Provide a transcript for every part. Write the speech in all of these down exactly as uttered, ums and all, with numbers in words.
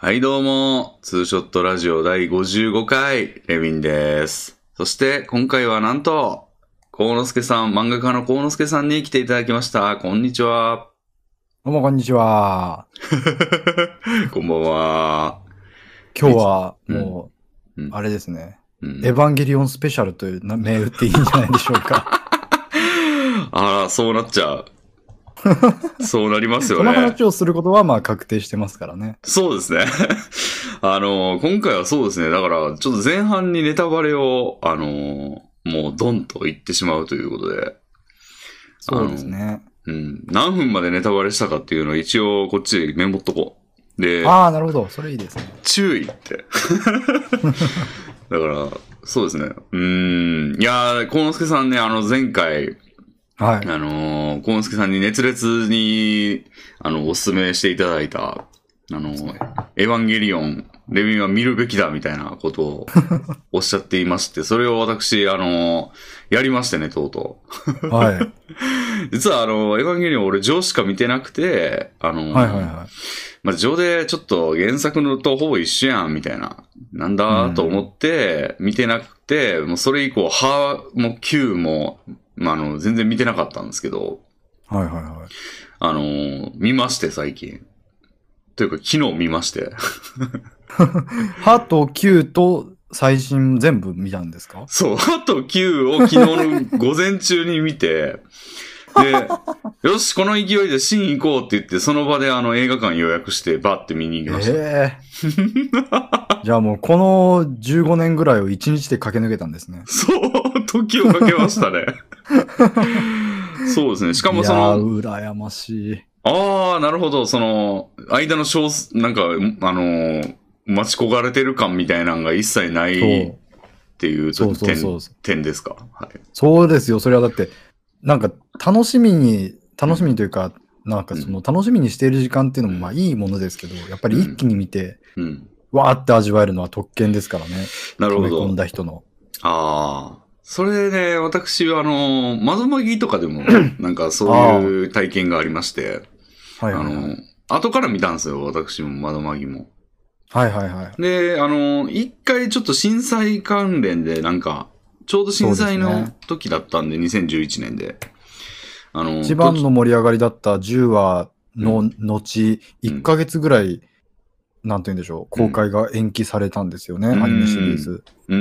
はいどうも、ツーショットラジオだいごじゅうごかい、レビンです。そして今回はなんと、幸之助さん、漫画家の幸之助さんに来ていただきました。こんにちは。 どうもこんにちは。 こんばんは。 今日はもう、 うん、 あれですね、 うん。 エヴァンゲリオンスペシャルというな銘打っていいんじゃないでしょうか。 あら、そうなっちゃう。そうなりますよね。 その話をすることはまあ確定してますからね。 そうですね。あの、今回はそうですね。だから、ちょっと前半にネタバレを、あの、もうドンと言ってしまうということで。 そうですね。 うん。何分までネタバレしたかっていうのを一応こっちでメモっとこう。で、 ああ、なるほど。それいいですね。 注意って。だから、そうですね。うーん。いやー、幸之助さんね、あの前回、 はい。 あのー、幸之助さんに熱烈に、あの、お勧めしていただいた、あの、エヴァンゲリオン、レビンは見るべきだみたいなことをおっしゃっていまして、それを私、あの、やりましてね、とうとう。 はい。 実は、あの、エヴァンゲリオン俺、ジョーしか見てなくて、あの、 はいはいはい。 まあ、ジョーでちょっと原作のとほぼ一緒やん、みたいな。なんだと思って、見てなくて、もうそれ以降、ハーもキューも、まあ、あの、全然見てなかったんですけど、 はいはいはい。 あの、見まして、最近。というか、昨日見まして。 ハとキューと最新全部見たんですか？ そう、ハとキューを昨日の午前中に見て、で、よし、この勢いでシーン行こうって言って、その場であの映画館予約してバッて見に行きました。 ええー、じゃあもうこのじゅうごねんぐらいをいちにちで駆け抜けたんですね。 そう、時をかけましたね。そうですね。しかもその、 いやー、羨ましい。 ああ、なるほど。その、間の小、なんか、あの、待ち焦がれてる感みたいなのが一切ないっていうそうそうそう点、点ですか。はい。 そうですよ。それはだって、なんか楽しみに、楽しみというか、うん、なんかその楽しみにしている時間っていうのもまあいいものですけど、やっぱり一気に見て、うんうん、わーって味わえるのは特権ですからね。 なるほど。 込んだ人の。 ああ。それでね、私はあの、窓まぎとかでも、なんかそういう体験がありまして、 はいはいはい、 あの、後から見たんですよ、私も窓まぎも。 はいはいはい。 で、あの、一回ちょっと震災関連で、なんか、ちょうど震災の時だったんで、でね、にせんじゅういちねんで。 あの、一番の盛り上がりだったじゅうわの後、いっかげつぐらい、うん、なんて言うんでしょう、公開が延期されたんですよね、うん、アニメシリーズ。 うん。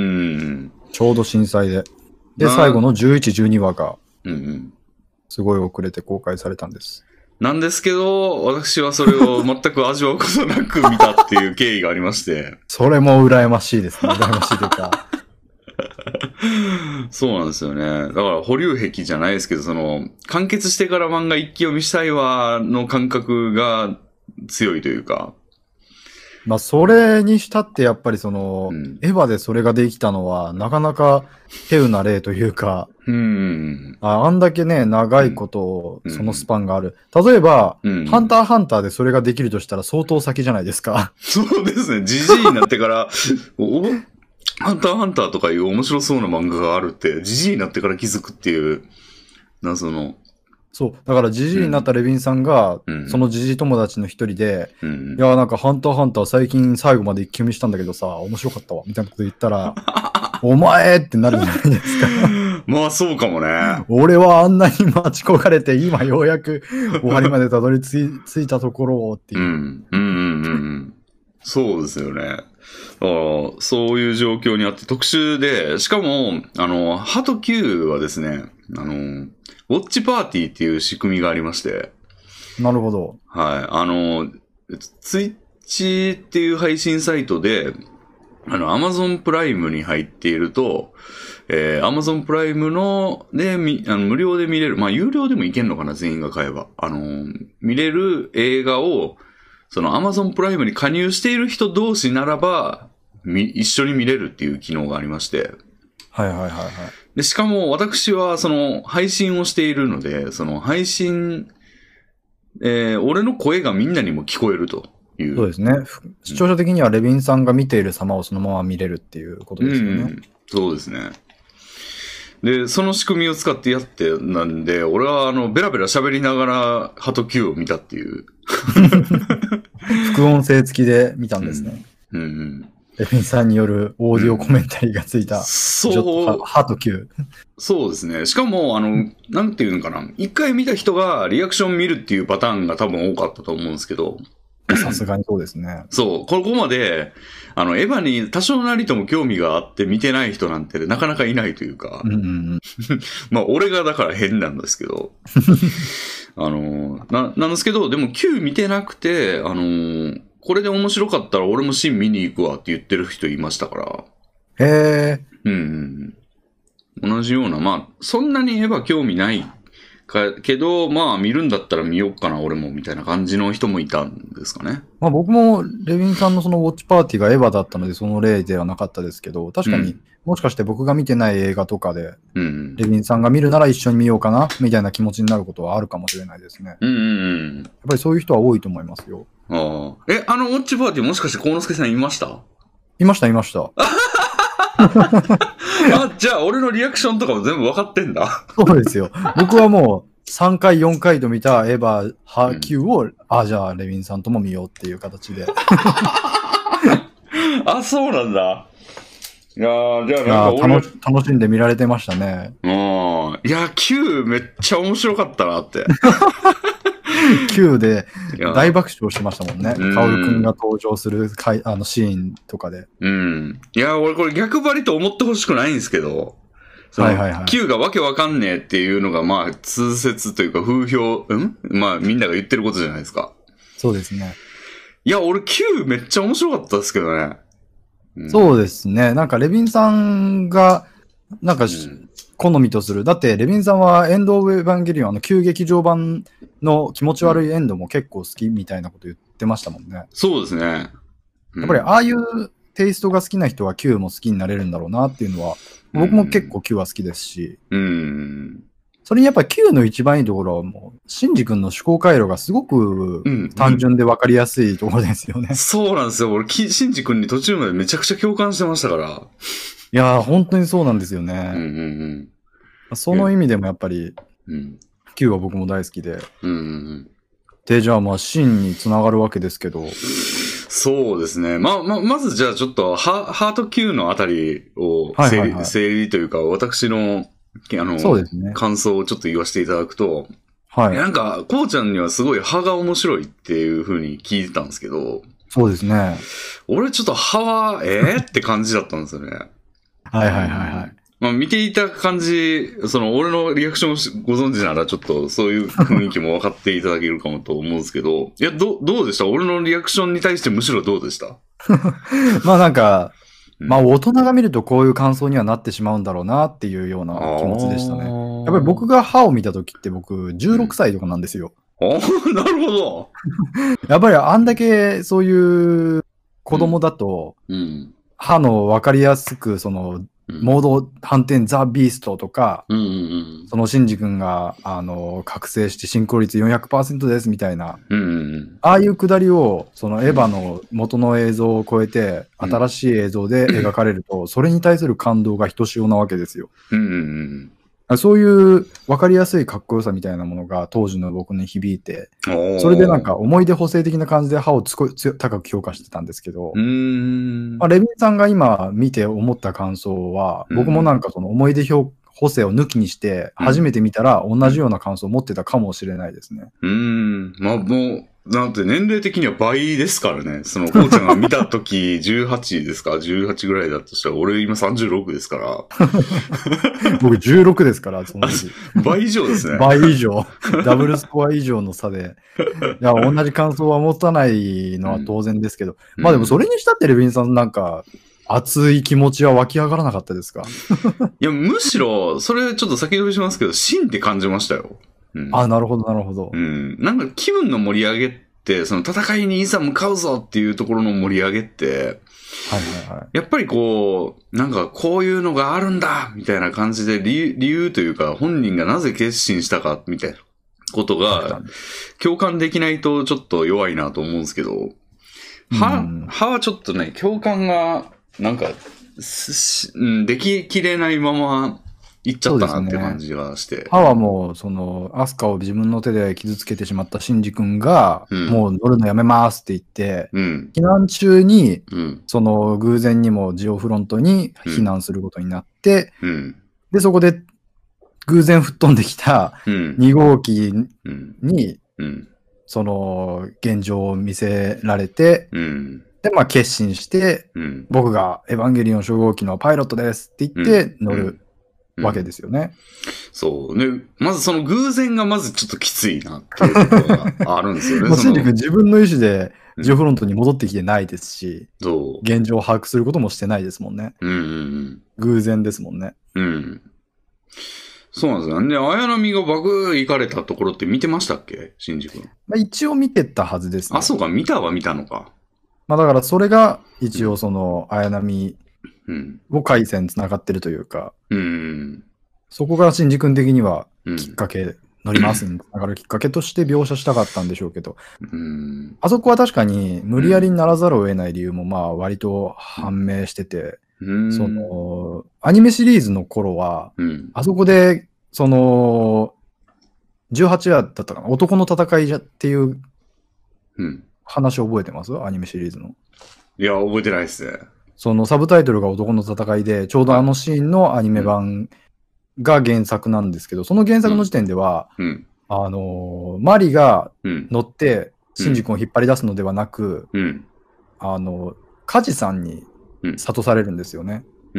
ちょうど震災で。で、最後のじゅういち、じゅうにわが、すごい遅れて公開されたんです。 なんですけど、私はそれを全く味わうことなく見たっていう経緯がありまして。 それも羨ましいですね。羨ましいというか。 そうなんですよね。だから保留壁じゃないですけど、その、完結してから漫画一気読みしたいわの感覚が強いというか。 まあ、それにしたってやっぱりその、うん、エヴァでそれができたのは、なかなか稀有な例というか、 うん、 あ, あんだけね、長いことを、そのスパンがある。例えば、うん、ハンターハンターでそれができるとしたら相当先じゃないですか。 そうですね。ジジイになってから、おハンターハンターとかいう面白そうな漫画があるって、ジジイになってから気づくっていう、な、その。 そう。だから、ジジイになったレビンさんが、うん、そのジジイ友達の一人で、うん、いや、なんか、ハンターハンター最近最後まで一気読みしたんだけどさ、面白かったわ、みたいなこと言ったら、お前ってなるじゃないですか。 まあ、そうかもね。 俺はあんなに待ち焦がれて、今ようやく終わりまでたどり着いたところをっていう。 うん。うんうんうんうん。そうですよね。だから、そういう状況にあって特殊で、しかも、あの、ハト Q はですね、あの、ウォッチパーティーっていう仕組みがありまして。 なるほど。 はい。あの、ツイッチっていう配信サイトで、あの、Amazon プライムに入っていると、えー、Amazon プライムの、で、み、あの、無料で見れる、まあ、有料でもいけんのかな、全員が買えば。あの、見れる映画を、その Amazon プライムに加入している人同士ならば、み、一緒に見れるっていう機能がありまして。 はいはいはいはい。 で、しかも私はその配信をしているので、その配信、えー、俺の声がみんなにも聞こえるという。 そうですね。視聴者的にはレビンさんが見ている様をそのまま見れるっていうことですよね。うん、 そうですね。で、その仕組みを使ってやってなんで、俺はあの、ベラベラ喋りながらハト Q を見たっていう。 副音声付きで見たんですね。 うん。うんうんレビンさんによるオーディオコメンタリーがついた、うん、 そう。 ハときゅう。 そうですね。しかも、あの、なんていうのかな。一回見た人がリアクション見るっていうパターンが多分多かったと思うんですけど。 さすがにそうですね。 そう。ここまで、あの、エヴァに多少なりとも興味があって見てない人なんてなかなかいないというか。 うんうんうん、 まあ、俺がだから変なんですけど。あの、な、なんですけど、でもきゅう見てなくて、あの、これで面白かったら俺もシン見に行くわって言ってる人いましたから。 へえ。 うん、うん。同じような、まあ、そんなにエヴァ興味ないかけど、まあ見るんだったら見よっかな俺もみたいな感じの人もいたんですかね。 まあ僕もレビンさんのそのウォッチパーティーがエヴァだったのでその例ではなかったですけど、確かにもしかして僕が見てない映画とかで、うん、レビンさんが見るなら一緒に見ようかなみたいな気持ちになることはあるかもしれないですね。 うんうんうん。 やっぱりそういう人は多いと思いますよ。 ああ。え、あのウォッチパーティーもしかして幸之助さんいました？ いましたいました。 あ、じゃあ俺のリアクションとかも全部分かってんだ。 そうですよ。僕はもうさんかいよんかいと見たエヴァ波及を、うん、あ、じゃあレビンさんとも見ようっていう形で。 あ、そうなんだ。いやー、じゃあなんか俺楽、楽しんで見られてましたね。 うん。いや、きゅうめっちゃ面白かったなって。 きゅうで大爆笑しましたもんね。カオルくんが登場するかいあのシーンとかで。 うん。いや、俺これ逆張りと思ってほしくないんですけど、はいはいはい。きゅうがわけわかんねえっていうのが、まあ、通説というか風評、うんまあ、みんなが言ってることじゃないですか。 そうですね。 いや、俺きゅうめっちゃ面白かったですけどね。 うん、そうですね。なんか、レビンさんが、なんか、うん、好みとする。だって、レビンさんはエンド・オブ・エヴァンゲリオン、あの、旧劇場版の気持ち悪いエンドも結構好きみたいなこと言ってましたもんね。 そうですね。 うん、やっぱり、ああいうテイストが好きな人はきゅうも好きになれるんだろうなっていうのは、僕も結構きゅうは好きですし。 うん。 それにやっぱりきゅうの一番いいところはもう、シンジ君の思考回路がすごく単純で分かりやすいところですよね。うんうん、 そうなんですよ。俺、シンジ君に途中までめちゃくちゃ共感してましたから。いやー、本当にそうなんですよね。 うんうんうんその意味でもやっぱり、きゅうは僕も大好きで。 うんうんうん、 で、じゃあまあ、シンにつながるわけですけど。 そうですね。まあ、まあ、まずじゃあちょっと、ハ、ハートきゅうのあたりを整理、はいはいはい、整理というか、私の、あの、そうですね、感想をちょっと言わせていただくと、はい。なんか、こうちゃんにはすごい歯が面白いっていう風に聞いてたんですけど、 そうですね。 俺ちょっと歯は、えー、って感じだったんですよね。 はいはいはいはい。 まあ見ていた感じ、その俺のリアクションをご存知ならちょっとそういう雰囲気も分かっていただけるかもと思うんですけど、いや、ど、どうでした？俺のリアクションに対してむしろどうでした？ まあなんか、まあ大人が見るとこういう感想にはなってしまうんだろうなっていうような気持ちでしたね。やっぱり僕が歯を見た時って僕じゅうろくさいとかなんですよ。 うん、ああ、なるほど。 やっぱりあんだけそういう子供だと、うんうん、歯の分かりやすくその、モード反転ザ・ビーストとか、うんうんうん、そのシンジ君が、あの、覚醒して進行率 よんひゃくパーセント ですみたいな、うんうんうん、ああいうくだりを、そのエヴァの元の映像を超えて、新しい映像で描かれると、うん、それに対する感動がひとしおなわけですよ。うんうんうんそういう分かりやすいかっこよさみたいなものが当時の僕に響いて、それでなんか思い出補正的な感じで歯をつこつ高く評価してたんですけど、うーんまあ、レビンさんが今見て思った感想は、僕もなんかその思い出補正を抜きにして初めて見たら同じような感想を持ってたかもしれないですね。 うーん、まあもう、なんて年齢的には倍ですからね。その、こうちゃんが見たときじゅうはちですか ?じゅうはち ぐらいだとしたら、俺今さんじゅうろくですから。 僕じゅうろくですから、その時。 倍以上ですね。 倍以上。ダブルスコア以上の差で。いや、同じ感想は持たないのは当然ですけど。うん、まあでもそれにしたってレビンさんなんか、熱い気持ちは湧き上がらなかったですか？ いや、むしろ、それちょっと先取りしますけど、芯って感じましたよ。 うん、あ、なるほど、なるほど。 うん。なんか気分の盛り上げって、その戦いにいざ向かうぞっていうところの盛り上げって、はいはいはい。やっぱりこう、なんかこういうのがあるんだみたいな感じで理、理由というか、本人がなぜ決心したかみたいなことが、共感できないとちょっと弱いなと思うんですけど、歯、歯はちょっとね、共感が、なんか、でききれないまま、 行っちゃったなって感じがして。 歯はもう、その、アスカを自分の手で傷つけてしまったシンジ君が、うん、もう乗るのやめますって言って、うん、避難中に、うん、その、偶然にもジオフロントに避難することになって、うん、で、そこで、偶然吹っ飛んできたに号機に、うん、その、現状を見せられて、うん、で、まあ、決心して、うん、僕がエヴァンゲリオン初号機のパイロットですって言って乗るわけですよね。うんうん、 そうね。まずその偶然がまずちょっときついなっていうところがあるんですよね。 もうシンジ君自分の意思でジオフロントに戻ってきてないですし、うん、現状を把握することもしてないですもんね。うんうんうん、偶然ですもんね。 うん。そうなんですよ。で、綾波がバグ行かれたところって見てましたっけシンジ君。 まあ、一応見てたはずですね。 あ、そうか、見たは見たのか。 まあだからそれが一応その綾波を回線つながってるというか、うん、そこがシンジ君的にはきっかけ、うん、乗りますにつながるきっかけとして描写したかったんでしょうけど、うん、あそこは確かに無理やりにならざるを得ない理由もまあ割と判明してて、うん、そのアニメシリーズの頃は、うん、あそこでそのじゅうはちわだったかな、男の戦いじゃっていう、うん話覚えてます？アニメシリーズの。 いや、覚えてないですね。 そのサブタイトルが男の戦いで、ちょうどあのシーンのアニメ版が原作なんですけど、その原作の時点では、うん、あのー、マリが乗って、シンジ君を引っ張り出すのではなく、うん、あの、カジさんに諭されるんですよね。うん、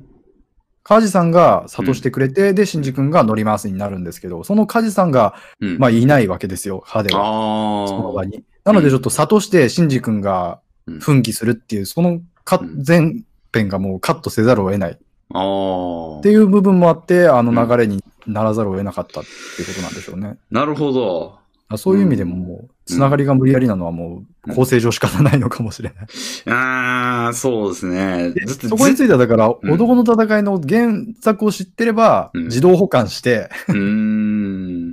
カジさんが諭してくれて、うん、で、シンジ君が乗りますになるんですけど、そのカジさんが、うん、まあ、いないわけですよ、歯では。その場に。なのでちょっと諭して、シンジ君が奮起するっていう、その全編がもうカットせざるを得ない。っていう部分もあって、あの流れにならざるを得なかったっていうことなんでしょうね。うん、 なるほど。 そういう意味でももう、つながりが無理やりなのはもう、構成上仕方ないのかもしれない。 うん、ああ、そうですね。 そこについてはだから、うん、男の戦いの原作を知ってれば、自動保管して、うん、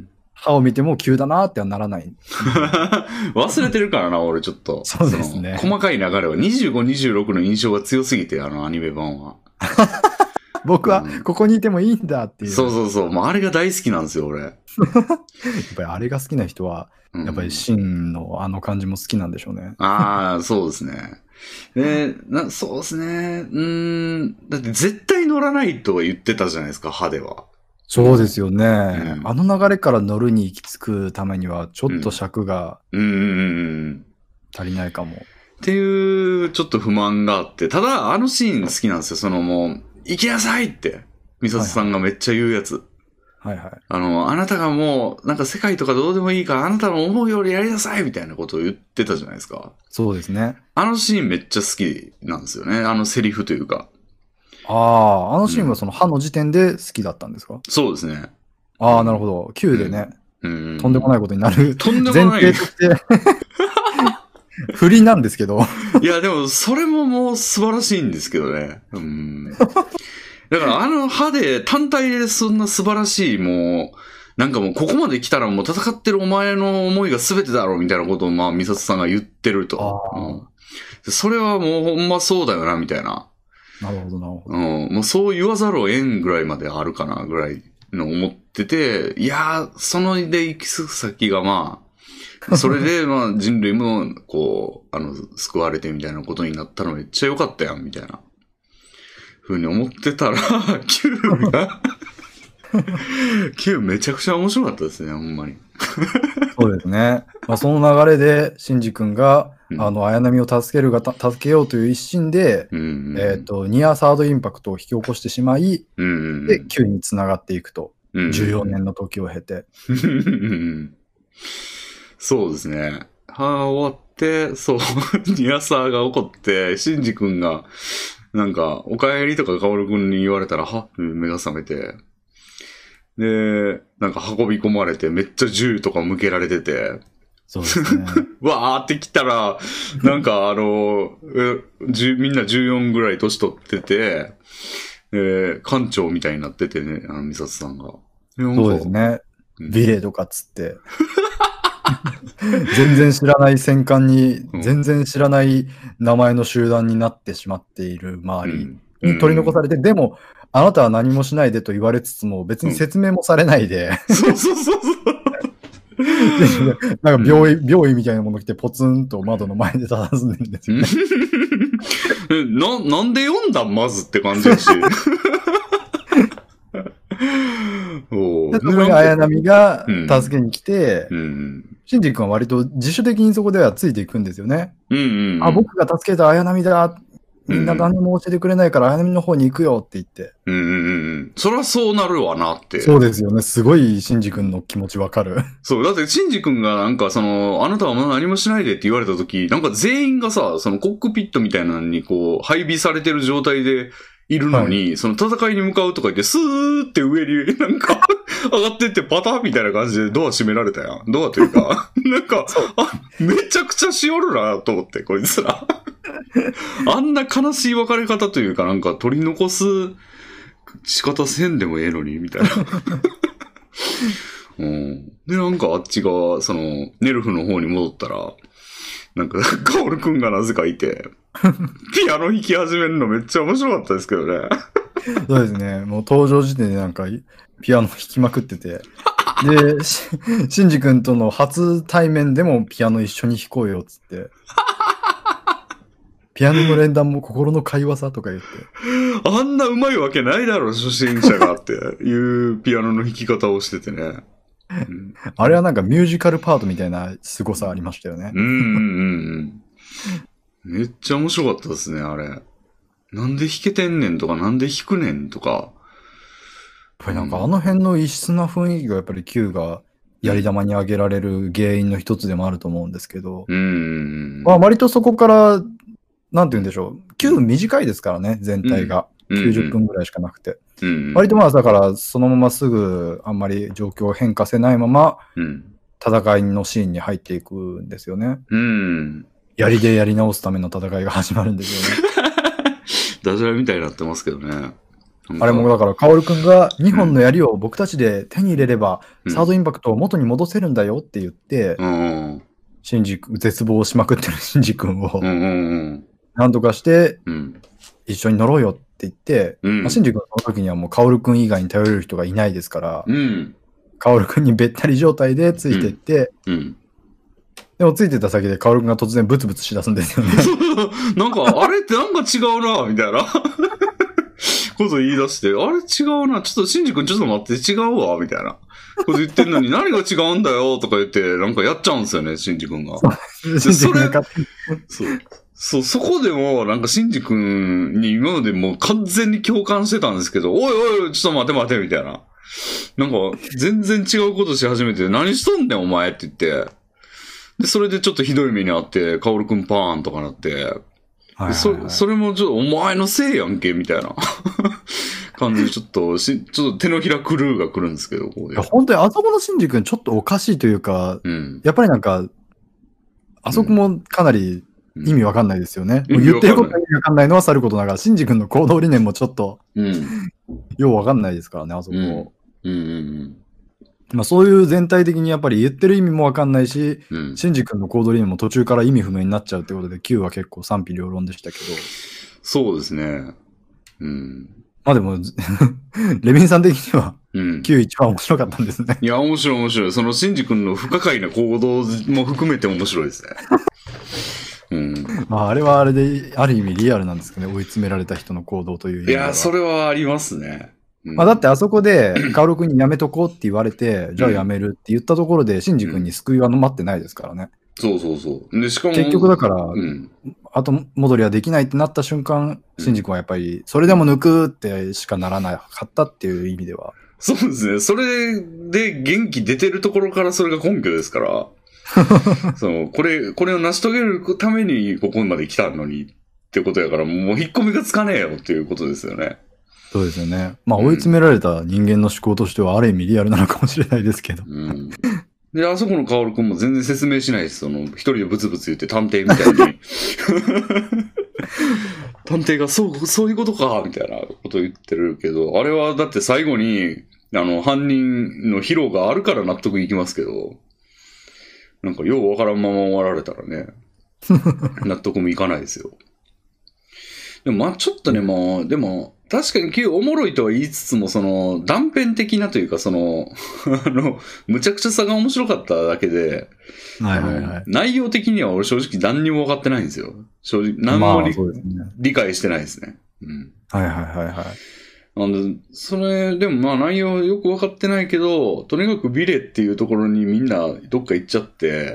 歯を見ても急だなってはならない。 忘れてるからな、俺ちょっと。 そうですね。 細かい流れはにじゅうご、にじゅうろくの印象が強すぎて、あのアニメ版は。 僕はここにいてもいいんだっていう。 そうそうそう。もうあれが大好きなんですよ、俺。やっぱりあれが好きな人は、やっぱりシンのあの感じも好きなんでしょうね。 うん、ああ、そうですね。でなそうですね。うーん。だって絶対乗らないとは言ってたじゃないですか、歯では。 そうですよね、うん。あの流れから乗るに行き着くためには、ちょっと尺が足りないかも。 っていう、ちょっと不満があって、ただ、あのシーン好きなんですよ。そのもう、行きなさいって、ミサトさんがめっちゃ言うやつ。 はいはい。 あの、あなたがもう、なんか世界とかどうでもいいから、あなたの思うようにやりなさいみたいなことを言ってたじゃないですか。 そうですね。 あのシーンめっちゃ好きなんですよね。あのセリフというか。 ああ、あのシーンはその歯の時点で好きだったんですか？うん、 そうですね。 ああ、なるほど。きゅうでね、うんうん、とんでもないことになる。 とんでもない。 前提として。不倫なんですけど。 いや、でも、それももう素晴らしいんですけどね。うん。だからあの歯で単体でそんな素晴らしい、もう、なんかもうここまで来たらもう戦ってるお前の思いが全てだろうみたいなことをまあ、ミサトさんが言ってると。うん、それはもうほんまそうだよな、みたいな。 なるほどなるほど。 うん。もうそう言わざるを得んぐらいまであるかな、ぐらいの思ってて、いやー、そので行き着く先がまあ、それでまあ人類もこう、あの、救われてみたいなことになったらめっちゃ良かったやん、みたいな。ふうに思ってたら、キューが、キューめちゃくちゃ面白かったですね、ほんまに。 そうですね。まあ、その流れで、シンジ君が、うん、あの、綾波を助けるが助けようという一心で、うんうんうん、えっと、ニアサードインパクトを引き起こしてしまい、うんうんうん、で、キューに繋がっていくと。うんうん、じゅうよねんの時を経て。 そうですね。はあ、終わって、そう、ニアサーが起こって、シンジ君が、なんか、お帰りとかカオル君に言われたら、はっ、目が覚めて、で、なんか運び込まれて、めっちゃ銃とか向けられてて、 そうですね。 わーって来たら、なんかあの、みんなじゅうよんぐらい年取ってて、えー、艦長みたいになっててね、あの、ミサトさんが。 そうですね。うん、ビレとかっつって。全然知らない戦艦に、うん、全然知らない名前の集団になってしまっている周りに取り残されて、うん、でも、 あなたは何もしないでと言われつつも、別に説明もされないで、 うん、そうそうそうそう。 なんか病院、うん、病院みたいなもの来てポツンと窓の前で佇んでるんですよね。 な、なんで読んだまずって感じだし。 でそこに綾波が助けに来て、うんうん、シンジ君は割と自主的にそこではついていくんですよね。 うんうんうん、 あ、僕が助けた綾波だ。みんな何も教えてくれないから綾波の方に行くよって言って。 うんうんうん。そりゃそうなるわなって。 そうですよね。すごいシンジ君の気持ちわかる。 そう。だってシンジ君がなんかその、あなたはもう何もしないでって言われた時、なんか全員がさ、そのコックピットみたいなのにこう、配備されてる状態で、いるのに、はい、その戦いに向かうとか言って、スーって上になんか上がってってパターンみたいな感じでドア閉められたやん。ドアというか、なんか、あ、めちゃくちゃしおるなと思って、こいつら。あんな悲しい別れ方というか、なんか取り残す仕方せんでもええのに、みたいな。うん、で、なんかあっちが、その、ネルフの方に戻ったら、なんか、カオルくんがなぜかいて、ピアノ弾き始めるのめっちゃ面白かったですけどね。 そうですね。もう登場時点でなんか、ピアノ弾きまくってて。で、シンジ君との初対面でもピアノ一緒に弾こうよ、つって。ピアノの連弾も心の会話さ、とか言って。 あんな上手いわけないだろ、初心者がっていうピアノの弾き方をしててね。 うん、あれはなんかミュージカルパートみたいな凄さありましたよね。 うんうんうん。めっちゃ面白かったですね、あれ。なんで弾けてんねんとか、なんで弾くねんとか。やっぱりなんかあの辺の異質な雰囲気がやっぱり Q がやり玉に挙げられる原因の一つでもあると思うんですけど。 うん。 まあ割とそこから、なんて言うんでしょう。Q 短いですからね、全体が。うん、きゅうじゅっぷんぐらいしかなくて。 うん、 割とまあだからそのまますぐあんまり状況を変化せないまま、戦いのシーンに入っていくんですよね。 うん。 やりでやり直すための戦いが始まるんですよね。 ダジャレみたいになってますけどね。 あれもだから、カオルくんがにほんの槍を僕たちで手に入れれば、うん、サードインパクトを元に戻せるんだよって言って、うん、シンジ君、絶望しまくってるシンジ君を、なんとかして、一緒に乗ろうよって言って、うんまあ、シンジ君はその時にはもうカオルくん以外に頼れる人がいないですから、うん、カオルくんにべったり状態でついていって、うんうんでもついてた先でカオルくんが突然ブツブツしだすんですよね。 なんか、あれってなんか違うな、みたいなこと言い出して、あれ違うな、ちょっとシンジ君ちょっと待って違うわ、みたいなこと言ってんのに何が違うんだよ、とか言って、なんかやっちゃうんですよね、シンジ君が。でそれ、そう、そう、そこでも、なんかシンジ君に今までもう完全に共感してたんですけど、おいおい、ちょっと待て待て、みたいな。なんか、全然違うことし始めて、何しとんねん、お前って言って、で、それでちょっとひどい目にあって、カオルくんパーンとかなって、でそそれもちょっとお前のせいやんけ、みたいな感じでちょっとし、ちょっと手のひらクルーが来るんですけど、こういや本当にあそこのシンジ君ちょっとおかしいというか、うん、やっぱりなんか、あそこもかなり意味わかんないですよね。うん、もう言ってることが意味わかんないのはさることながら、シンジ君の行動理念もちょっと、うん、ようわかんないですからね、あそこ。うんうんうんまあ、そういう全体的にやっぱり言ってる意味もわかんないし、うん、シンジ君の行動理念も途中から意味不明になっちゃうってことで、Q は結構賛否両論でしたけど。 そうですね。うん。 まあでも、レビンさん的には、Q 一番面白かったんですね。 いや、面白い面白い。そのシンジ君の不可解な行動も含めて面白いですね。 うん、まああれはあれで、ある意味リアルなんですかね。追い詰められた人の行動という意味では。 いや、それはありますね。 うん、まあだってあそこで、カオルくんにやめとこうって言われて、じゃあやめるって言ったところで、シンジ君に救いは待ってないですからね。 そうそうそう。で、しかも。 結局だから、うん、後戻りはできないってなった瞬間、シンジ君はやっぱり、それでも抜くってしかならなかったっていう意味では。 そうですね。それで元気出てるところからそれが根拠ですから。そう、これ、これを成し遂げるためにここまで来たのにってことやから、もう引っ込みがつかねえよっていうことですよね。 そうですよね。まあ、追い詰められた人間の思考としては、ある意味リアルなのかもしれないですけど。 うん。で、あそこのカオルくんも全然説明しないです。その、一人でブツブツ言って探偵みたいに。探偵が、そう、そういうことか、みたいなこと言ってるけど、あれはだって最後に、あの、犯人の披露があるから納得いきますけど、なんか、ようわからんまま終わられたらね、納得もいかないですよ。でも、まあちょっとね、もう、でも、 確かにきゅうおもろいとは言いつつも、その、断片的なというか、その、あの、むちゃくちゃさが面白かっただけで、 はいはいはい。 内容的には俺正直何にも分かってないんですよ。正直、何も理,、まあね、理解してないですね。うん。 はいはいはいはい。 なんで、それ、でもまあ内容よく分かってないけど、とにかくビレっていうところにみんなどっか行っちゃって、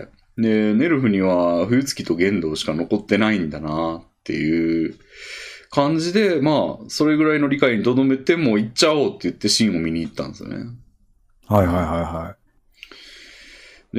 で、ネルフには冬月と玄道しか残ってないんだなっていう感じで、まあ、それぐらいの理解に留めて、もう行っちゃおうって言ってシーンを見に行ったんですよね。 はいはいはいはい。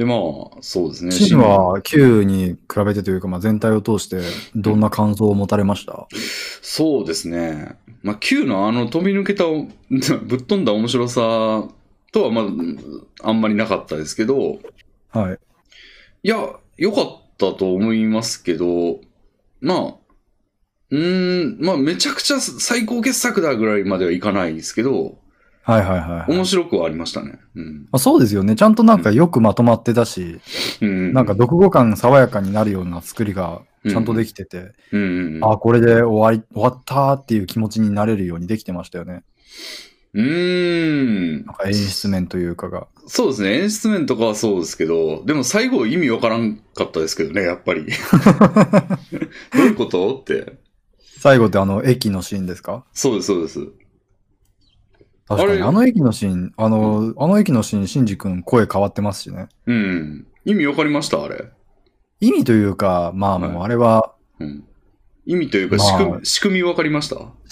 で、まあ、そうですね。 シーンはきゅうに比べてというか、まあ全体を通してどんな感想を持たれました？うん、 そうですね。まあきゅうのあの飛び抜けた、ぶっ飛んだ面白さとはまあ、あんまりなかったですけど、 はい。 いや、良かったと思いますけど、まあ、うーん、まあめちゃくちゃ最高傑作だぐらいまではいかないですけど、 はいはいはい、はい。 面白くはありましたね。うん、 あ、そうですよね。ちゃんとなんかよくまとまってたし、うん、なんか読後感爽やかになるような作りがちゃんとできてて、うんうんうん、あ、これで終わり、終わったっていう気持ちになれるようにできてましたよね。 うーん。 なんか演出面というかが。 そうですね。演出面とかはそうですけど、でも最後意味わからんかったですけどね、やっぱり。どういうことって。 最後ってあの駅のシーンですか？ そうです、そうです。 確かに、あの駅のシーン、あの、うん、あの駅のシーン、シンジ君声変わってますしね。 うん。意味わかりましたあれ。 意味というか、まあもうあれは、はいうん、意味というか仕組み、まあ、仕組みわかりました？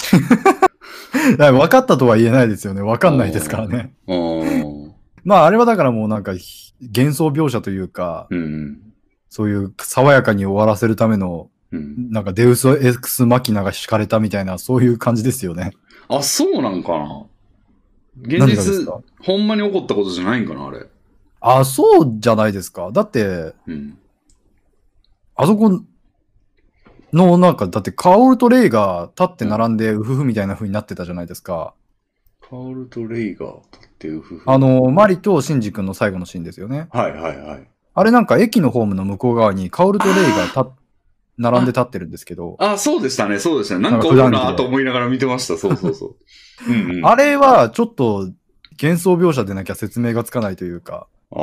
分かったとは言えないですよね。分かんないですからね。まああれはだからもうなんか幻想描写というか、うん、そういう爽やかに終わらせるための、うん、なんかデウスエクスマキナが敷かれたみたいな、そういう感じですよね。 あ、そうなんかな。現実、ほんまに起こったことじゃないんかな、あれ。 あ、そうじゃないですか。だって、うん、あそこの、なんか、だって、カオルとレイが立って並んで、ウフフみたいな風になってたじゃないですか。 カオルとレイが立ってウフフ。 あの、マリとシンジ君の最後のシーンですよね。 はいはいはい。 あれなんか、駅のホームの向こう側に、カオルとレイが立並んで立ってるんですけど。 あ、そうでしたね、そうでしたね。なんかおるなと思いながら見てました。そうそうそう。 うんうん、あれは、ちょっと、幻想描写でなきゃ説明がつかないというか。あ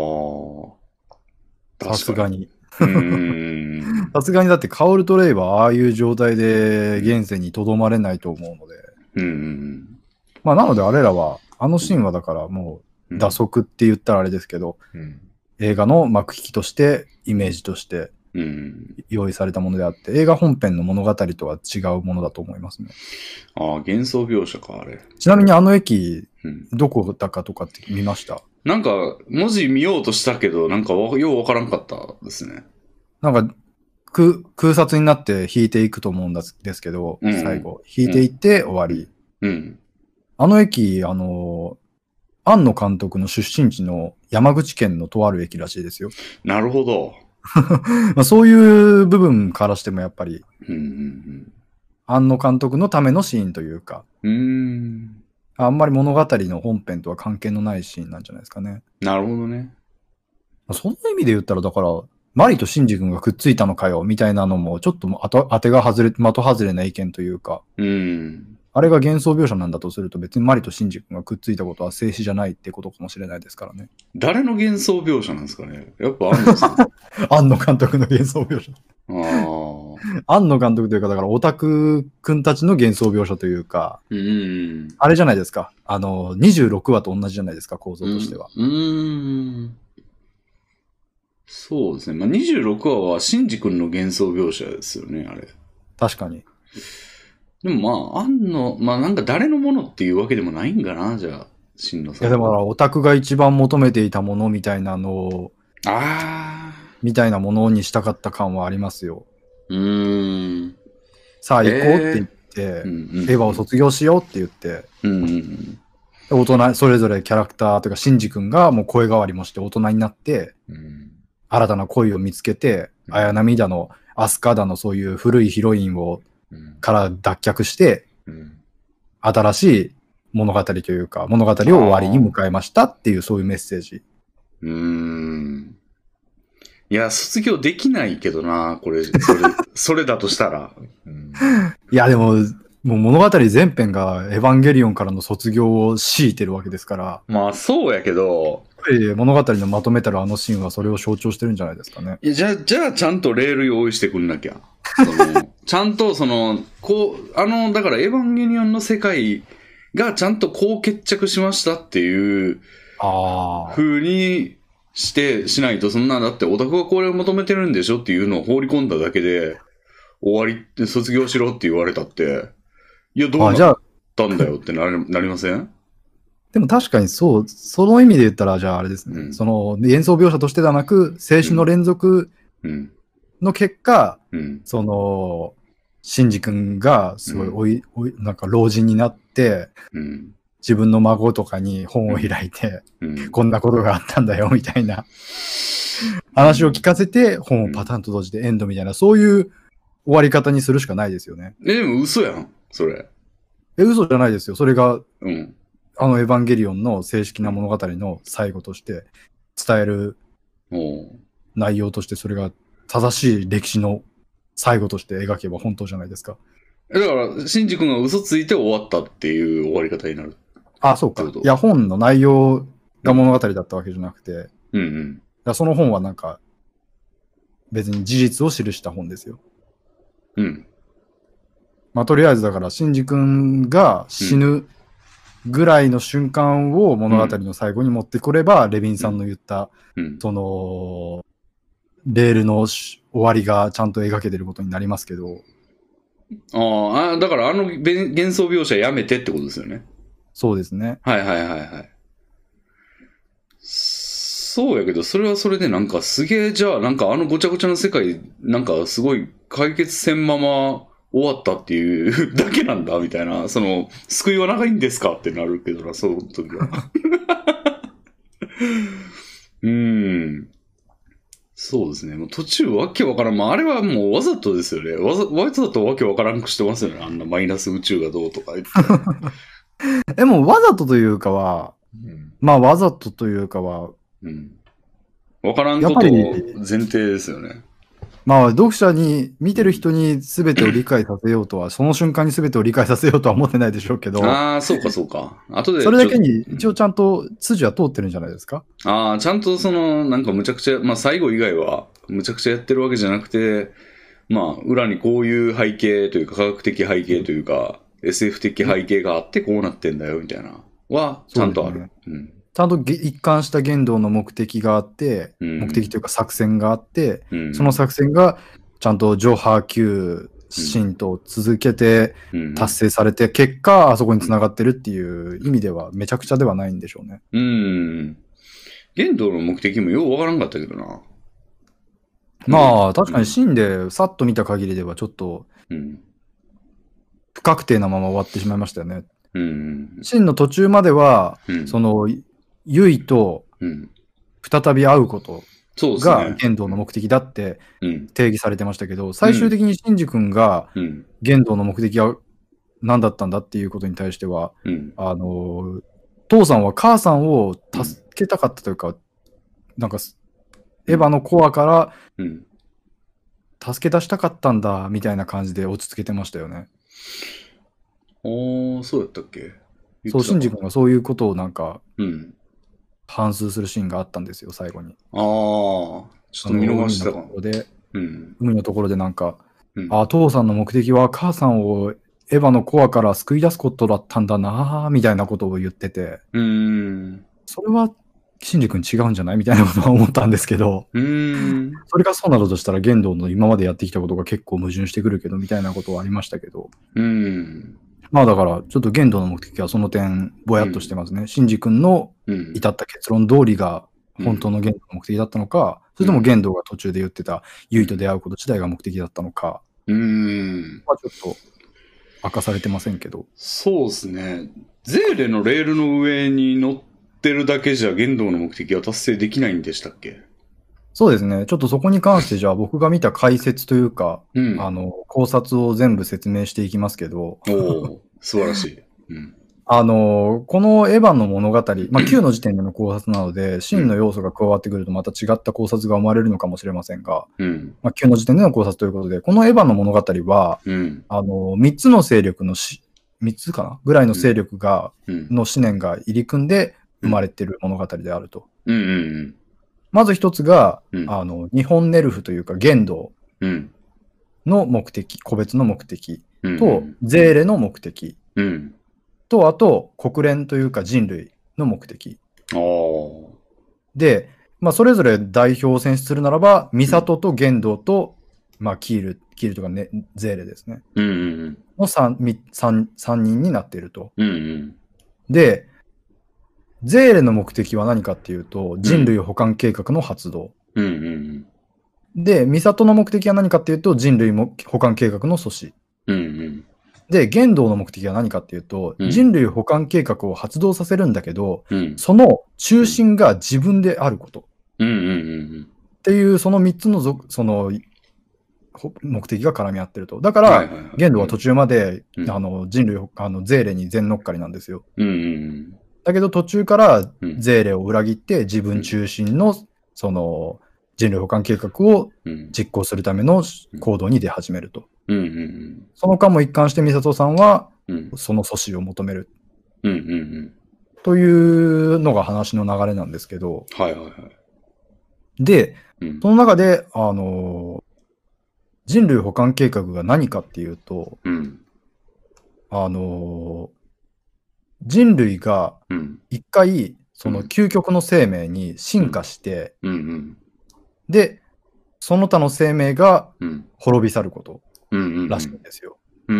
あ。さすがに。さすがにだって、カオルとレイはああいう状態で現世にとどまれないと思うので。うん、まあ、なのであれらは、あのシーンはだからもう、打足って言ったらあれですけど、うん、映画の幕引きとして、イメージとして、用意されたものであって、映画本編の物語とは違うものだと思いますね。 ああ、幻想描写か、あれ。 ちなみにあの駅、うん、どこだかとかって見ました？ なんか、文字見ようとしたけど、なんかようわからんかったですね。 なんか、く空撮になって引いていくと思うんですけど、うん、最後。引いていって終わり。うん。あの駅、あの、庵野監督の出身地の山口県のとある駅らしいですよ。 なるほど。 まあそういう部分からしてもやっぱり、うんうんうん、庵野監督のためのシーンというか、うーんあんまり物語の本編とは関係のないシーンなんじゃないですかね。 なるほどね。 そんな意味で言ったら、だから、マリとシンジ君がくっついたのかよ、みたいなのも、ちょっと当てが外れ、的外れな意見というか、うん、あれが幻想描写なんだとすると、別にマリとシンジ君がくっついたことは静止じゃないってことかもしれないですからね。 誰の幻想描写なんですかね。やっぱ庵野さん。 庵野監督の幻想描写。あ庵野監督というか、だからオタクくんたちの幻想描写というか、うん、あれじゃないですか。あの、にじゅうろくわと同じじゃないですか、構造としては。うん、うーんそうですね。まあ、にじゅうろくわはシンジ君の幻想描写ですよね、あれ。 確かに。 でもまあ、庵野、まあなんか誰のものっていうわけでもないんかな、じゃあ、真野さん。 いやでも、オタクが一番求めていたものみたいなのを、ああ。みたいなものにしたかった感はありますよ。うーん。さあ行こうって言って、えーうんうんうん、エヴァを卒業しようって言って、うんうんうん、大人、それぞれキャラクターというか、シンジ君がもう声変わりもして大人になって、うん、新たな恋を見つけて、うん、綾波だの、アスカだの、そういう古いヒロインを、うん、から脱却して、うん、新しい物語というか、物語を終わりに迎えましたっていう、そういうメッセージ。 うーん。いや、卒業できないけどな、これ、それ、それだとしたら。 うん、いや、でも、 もう物語全編がエヴァンゲリオンからの卒業を強いてるわけですから。 まあそうやけど。 物語のまとめたらあのシーンはそれを象徴してるんじゃないですかね。 いやじゃあ、じゃあちゃんとレール用意してくんなきゃ。そのちゃんとその、こう、あの、だからエヴァンゲリオンの世界がちゃんとこう決着しましたっていう風にして、しないと、そんな、だってオタクがこれを求めてるんでしょっていうのを放り込んだだけで、終わりって卒業しろって言われたって、いや、どうなったんだよってなり、なりません？ でも確かにそう、その意味で言ったら、じゃああれですね、うん、その演奏描写としてではなく、青春の連続の結果、うんうん、その、シンジ君がすごいおい、おい、なんか老人になって、自分の孫とかに本を開いて、こんなことがあったんだよ、みたいな話を聞かせて、本をパタンと閉じてエンドみたいな、そういう終わり方にするしかないですよね。 え、でも嘘やん、それ。 え、嘘じゃないですよ。それが、うんあのエヴァンゲリオンの正式な物語の最後として伝える内容としてそれが正しい歴史の最後として描けば本当じゃないですか。 だから、シンジ君が嘘ついて終わったっていう終わり方になる。 あ、そうか。いや、本の内容が物語だったわけじゃなくて、うんうん。だその本はなんか別に事実を記した本ですよ。うん。まあ、とりあえずだから、シンジ君が死ぬ、うんぐらいの瞬間を物語の最後に持ってこれば、うん、レビンさんの言った、うん、その、レールの終わりがちゃんと描けてることになりますけど。 ああ、だからあの幻想描写やめてってことですよね。 そうですね。 はいはいはいはい。そうやけど、それはそれでなんかすげえ、じゃあなんかあのごちゃごちゃの世界、なんかすごい解決せんまま、終わったっていうだけなんだみたいな、その、救いは長いんですかってなるけどな、その時は。うーん。そうですね。もう途中わけわからん。まあ、あれはもうわざとですよね。わざ、わざとわけわからんくしてますよね。あんなマイナス宇宙がどうとか言って。 でも、わざとというかは、うん、まあ、わざとというかは、うん。 わからんことの前提ですよね。 まあ、読者に、見てる人に全てを理解させようとは、その瞬間に全てを理解させようとは思ってないでしょうけど。 ああ、そうかそうか。後で。 それだけに、一応ちゃんと筋は通ってるんじゃないですか？ ああ、ちゃんとその、なんかむちゃくちゃ、まあ最後以外は、むちゃくちゃやってるわけじゃなくて、まあ、裏にこういう背景というか、科学的背景というか、エスエフ 的背景があってこうなってんだよ、みたいな。は、ちゃんとある。うね、うん。 ちゃんと一貫した言動の目的があって、うん、目的というか作戦があって、うん、その作戦が、ちゃんと上波級神と続けて達成されて、結果、あそこに繋がってるっていう意味では、めちゃくちゃではないんでしょうね。 うん。言動の目的もようわからんかったけどな。 まあ、確かに神でさっと見た限りではちょっと、不確定なまま終わってしまいましたよね。うん。神の途中までは、うん、その、ユイと再び会うこと。が言動の目的だって定義されてましたけど、うん、最終的にシンジ君が言動の目的は何だったんだっていうことに対しては、うん、あの父さんは母さんを助けたかったというか、うん、なんかエヴァのコアから助け出したかったんだみたいな感じで落ち着けてましたよね。 おー、そうやったっけ？ そう、シンジ君がそういうことをなんか、うん反芻するシーンがあったんですよ、最後に。 ああ、ちょっと見逃したかも。で、うん、海のところでなんか、うん、あ、父さんの目的は母さんをエヴァのコアから救い出すことだったんだなみたいなことを言ってて、うーんそれは、シンジ君違うんじゃないみたいなことは思ったんですけど、うーんそれがそうなるとしたら、言動の今までやってきたことが結構矛盾してくるけど、みたいなことはありましたけど、うーんまあだから、ちょっと言動の目的はその点、ぼやっとしてますね。うん、シンジ君の至った結論通りが本当の言動の目的だったのか、うん、それとも言動が途中で言ってたユイと出会うこと自体が目的だったのか、うん。まあちょっと明かされてませんけど。 そうですね。ゼーレのレールの上に乗ってるだけじゃ言動の目的は達成できないんでしたっけ？ そうですね。ちょっとそこに関してじゃあ僕が見た解説というか、うん、あの、考察を全部説明していきますけど。 お素晴らしい。うん、 あのーこのエヴァンの物語、まあ、きゅうの時点での考察なので、真の要素が加わってくるとまた違った考察が生まれるのかもしれませんが、 うん。 まあ、きゅうの時点での考察ということで、このエヴァンの物語は、 うん。 あのー、みっつの勢力のし、みっつかなぐらいの勢力が、 うん。 の思念が入り組んで生まれている物語であると。 うん。うん。 まず一つが、 うんあの、日本ネルフというか、玄道うん。 の目的、個別の目的うん。 と、ゼーレの目的うん。 と、あと、国連というか人類の目的。 ああ。 で、まあ、それぞれ代表を選出するならば、ミサトと玄道と、まあ、キール、キールとか、ね、ゼーレですね。 うん。うん。 の 3, 3, 3人になっていると。 うん。うん。 で、ゼーレの目的は何かっていうと、人類補完計画の発動。 うん。うん。 で、ミサトの目的は何かっていうと、人類も補完計画の阻止。 うん。うん。 で、玄道の目的は何かっていうと、 うん人類補完計画を発動させるんだけど、 うん。 その中心が自分であることうん。うん。うん。 っていう、そのみっつのぞそのほ目的が絡み合ってると。だからはいはいはい、 玄道は途中まで、 うんあの人類、あのゼーレに全乗っかりなんですよ。 うん。うん。 だけど途中からうんゼーレを裏切って自分中心のその人類補完計画をうん。 実行するための行動に出始めると。 うん。うん。 その間も一貫して美里さんはうん。 その阻止を求めるうん。うん。うん。 というのが話の流れなんですけど、 はいはいはい。 で、 うんそ。の中で、あの、人類補完計画が何かっていうと、 うん。 あの、人類がうん。 一回、その究極の生命に進化して、 うん。うん。 で、その他の生命がうん。 滅び去ることうん。 らしいんですよ。 うん。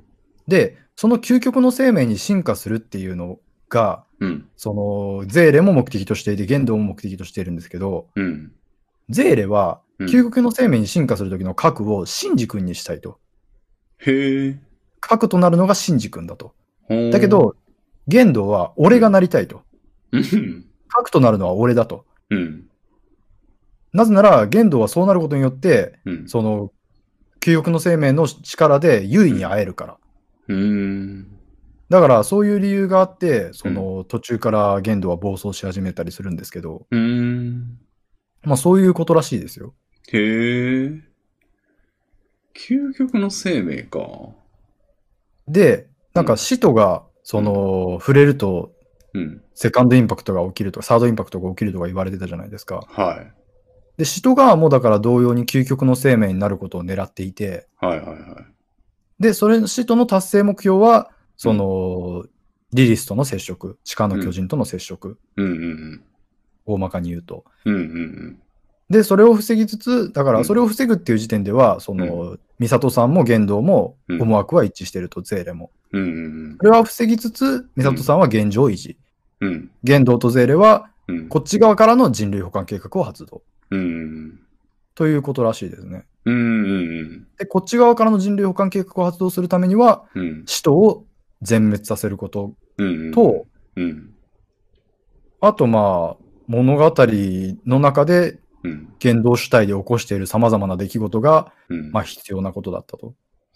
で、その究極の生命に進化するっていうのが、 うん。 その、ゼーレも目的としていて、玄道も目的としているんですけど、 うん。 ゼーレは、 うん究極の生命に進化するときの核をシンジ君にしたいと。 へえ。 核となるのがシンジ君だと。 ほーだけ、ど、玄道は俺がなりたいと。 うん。 核となるのは俺だと。 うん。 なぜなら、玄道はそうなることによって、 うん。 その、究極の生命の力で優位に会えるから。 うん。 だから、そういう理由があって、その、途中から玄道は暴走し始めたりするんですけど、 うん。 まあそういうことらしいですよ。 へえ。究極の生命か。 で、なんか使徒が、その、触れると、 うん。 セカンドインパクトが起きるとか、サードインパクトが起きるとか言われてたじゃないですか。 はい。 で、使徒側もだから同様に究極の生命になることを狙っていて、 はいはいはい。 で、それ、使徒の達成目標は、その、リリスとの接触、地下の巨人との接触、 うんうん大まかに言うと。 うん。うんうんで、それを防ぎつつ、だかうんらそれを防ぐっていう時点では、その、ミサトさんも玄道もうん思惑は一致してると、ゼーレも。 うん。うんうんそれは防ぎつつ、ミサトさんは現状維持。 うん。 玄道とゼーレは、 うん。 こっち側からの人類補完計画を発動。 うん。 ということらしいですね。 うんうんで、こっち側からの人類補完計画を発動するためには、 うん。 使徒を全滅させることうん。 と、 うん。 あとまあ、物語の中でうん。 言動主体で起こしている様々な出来事が、 うん。 まあ必要なことだったと。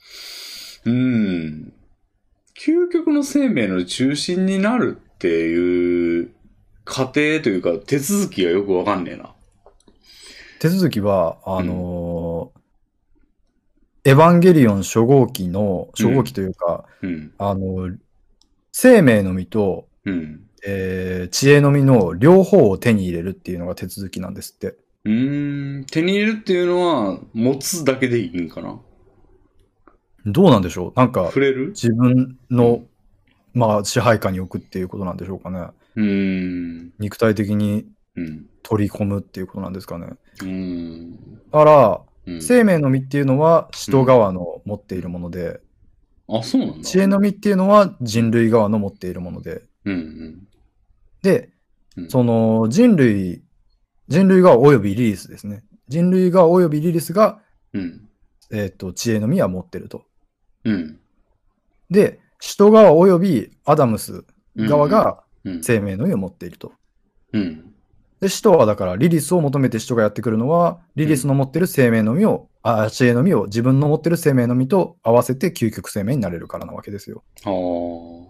うん。究極の生命の中心になるっていう過程というか手続きがよくわかんねえな。 手続きは、あのーエヴァンゲリオン初号機の、初号機というか、 うん。 あのー生命の実と、 うん。 えー知恵の実の両方を手に入れるっていうのが手続きなんですって。 うーん。手に入れるっていうのは持つだけでいいんかな。 どうなんでしょうなんか、 触れる自分の、まあ、支配下に置くっていうことなんでしょうかね。 うーん。 肉体的にうん。 取り込むっていうことなんですかね。 うーん。 だから、 うん。 生命の実っていうのは使徒側の持っているもので、 あ、そうなんだ。 知恵の実っていうのは人類側の持っているもので、 うんで、 うん。 その人類、人類側およびリリスですね。人類側およびリリスが、 うん。 えっ、と、知恵の実は持ってると。 うん。 で、使徒側およびアダムス側がうん。 生命の実を持っていると。 うん。 で、使徒はだからリリスを求めて使徒がやってくるのは、リリスの持ってる生命の実を、あ、知恵の実を自分の持ってる生命の実と合わせて究極生命になれるからなわけですよ。 ああ。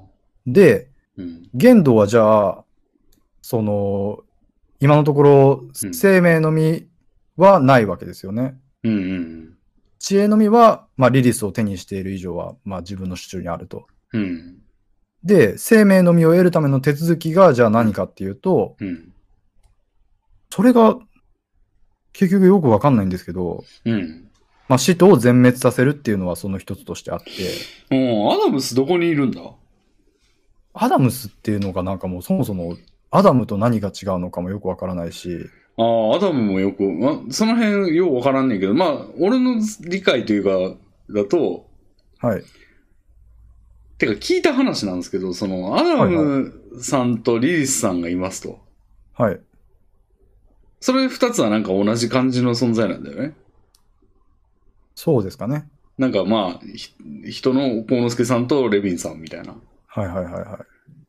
で、 うん、 限度はじゃあ、その、今のところ、生命の実はないわけですよね。 うんうん、 知恵の実は、まあ、リリスを手にしている以上は、まあ、自分の手中にあると。 うん、 で、生命の実を得るための手続きが、じゃあ何かっていうと、 うん、 それが、結局よくわかんないんですけど、 うん、 まあ、使徒を全滅させるっていうのはその一つとしてあって。 おアダムスどこにいるんだ？ アダムスっていうのがなんかもうそもそも、アダムと何が違うのかもよくわからないし。 ああ、アダムもよく、ま、その辺ようわからんねんけど、まあ、俺の理解というか、だと、 はい。 てか聞いた話なんですけど、その、アダムさんとリリスさんがいますと。 はい。 それ二つはなんか同じ感じの存在なんだよね。 そうですかね。 なんかまあ、人の幸之助さんとレビンさんみたいな。 はいはいはいはい。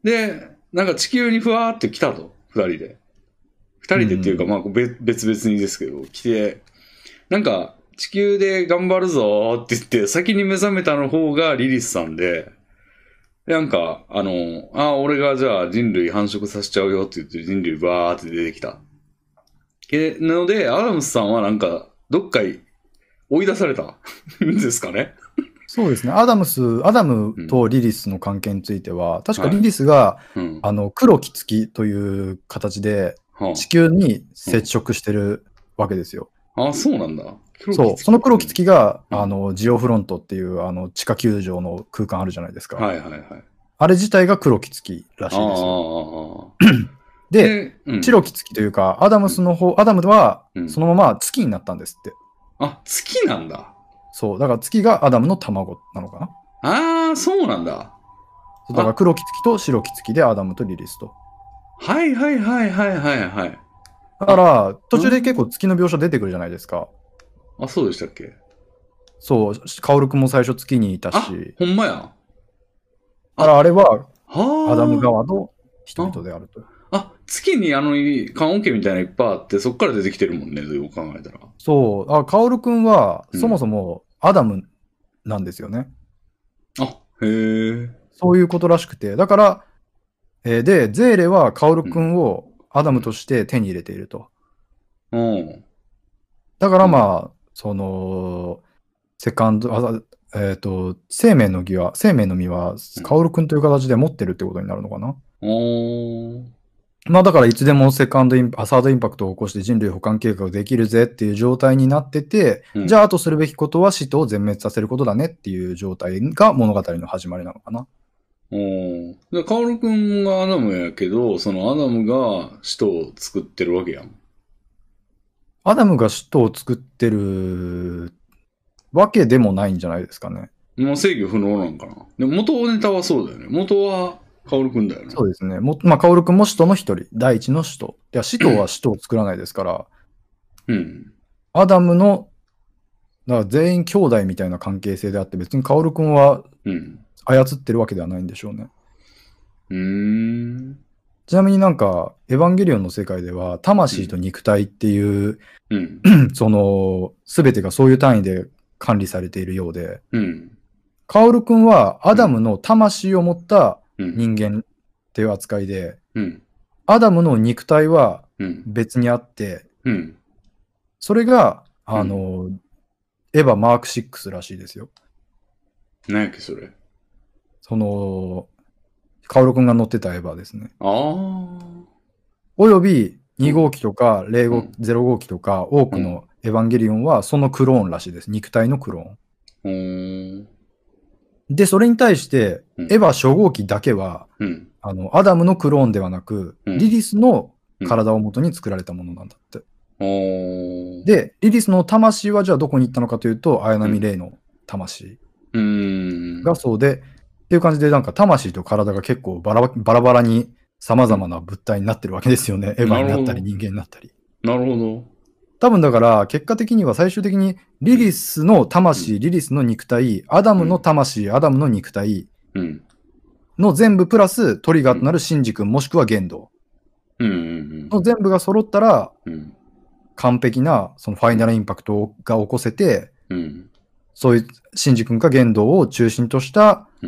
で、なんか地球にふわーって来たと、二人で。二人でっていうか、まあ別々にですけど、来て、なんか地球で頑張るぞって言って、先に目覚めたの方がリリスさんで、なんか、あの、あ、俺がじゃあ人類繁殖させちゃうよって言って人類バーって出てきた。え、なので、アダムスさんはなんか、どっか追い出されたんですかね。 そうですね。アダムス、アダムとリリスの関係については、うん、確かリリスが、はいうん、あの、黒き月という形で、地球に接触してるわけですよ。 うん、あ、そうなんだ。 そう。その黒き月が、うん、あの、ジオフロントっていう、あの、地下球場の空間あるじゃないですか。 はいはいはい。 あれ自体が黒き月らしいですよ。で、うん、白き月というか、アダムスの方、アダムは、そのまま月になったんですって。 あ、月なんだ。 そう。だから月がアダムの卵なのかな。 ああ、そうなんだ。 だから黒き月と白き月でアダムとリリスと。 はいはいはいはいはいはい。 だから、途中で結構月の描写出てくるじゃないですか。 あ、そうでしたっけ？ そう。カオルくんも最初月にいたし。 あ、ほんまや。 だからあれは、アダム側の人々であると。 あ、月にあの、棺桶みたいなのいっぱいあって、そっから出てきてるもんね、よく考えたら。 そう。あ、カオルくんは、そもそもアダムなんですよね。 うん、あ、へえ。 そういうことらしくて。だから、えー、で、ゼーレはカオルくんをアダムとして手に入れていると。 うん。 だからまあ、うん、その、セカンド、あえっ、ー、と、生命の実は、生命の実は、カオルくんという形で持ってるってことになるのかな。 うん、おー。 まあだからいつでもセカンドイン、サードインパクトを起こして人類保管計画ができるぜっていう状態になってて、うん、じゃああとするべきことは使徒を全滅させることだねっていう状態が物語の始まりなのかな。 おー。で、カオルくんがアダムやけど、そのアダムが使徒を作ってるわけやん。 アダムが使徒を作ってるわけでもないんじゃないですかね。 もう制御不能なんかな。でも元ネタはそうだよね。元はカオルくんだよね。 そうですね。もまあ、カオルくんも使徒の一人。第一の使徒。いや、使徒は使徒を作らないですから。 うん。 アダムの、だから全員兄弟みたいな関係性であって、別にカオルくんは操ってるわけではないんでしょうね。 うーん。 ちなみになんか、エヴァンゲリオンの世界では、魂と肉体っていう、 うん、 その、すべてがそういう単位で管理されているようで、 うん、 カオルくんはアダムの魂を持った人間っていう扱いで、 うん、 アダムの肉体は別にあって、 うん、 それが、あの、うん、エヴァマークシックスらしいですよ。 何やっけそれ。 その、カオルくんが乗ってたエヴァですね。 ああ。 およびに号機とかゼロ号機とか多くのエヴァンゲリオンはそのクローンらしいです。肉体のクローン。 うんで、それに対して、うん、エヴァ初号機だけは、 うん、 あの、アダムのクローンではなく、うん、リリスの体を元に作られたものなんだって。 うん、 で、リリスの魂はじゃあどこに行ったのかというと、綾波レイの魂がそうで、うん、っていう感じでなんか魂と体が結構バラバラバラに様々な物体になってるわけですよね。エヴァになったり人間になったり。 なるほど。 多分だから、結果的には最終的にリリスの魂、うん、リリスの肉体、アダムの魂、うん、アダムの肉体の全部プラストリガーとなるシンジ君もしくはゲンドの全部が揃ったら、うん、完璧なそのファイナルインパクトが起こせて、 うん、 そういうシンジ君かゲンドを中心とした、 うん、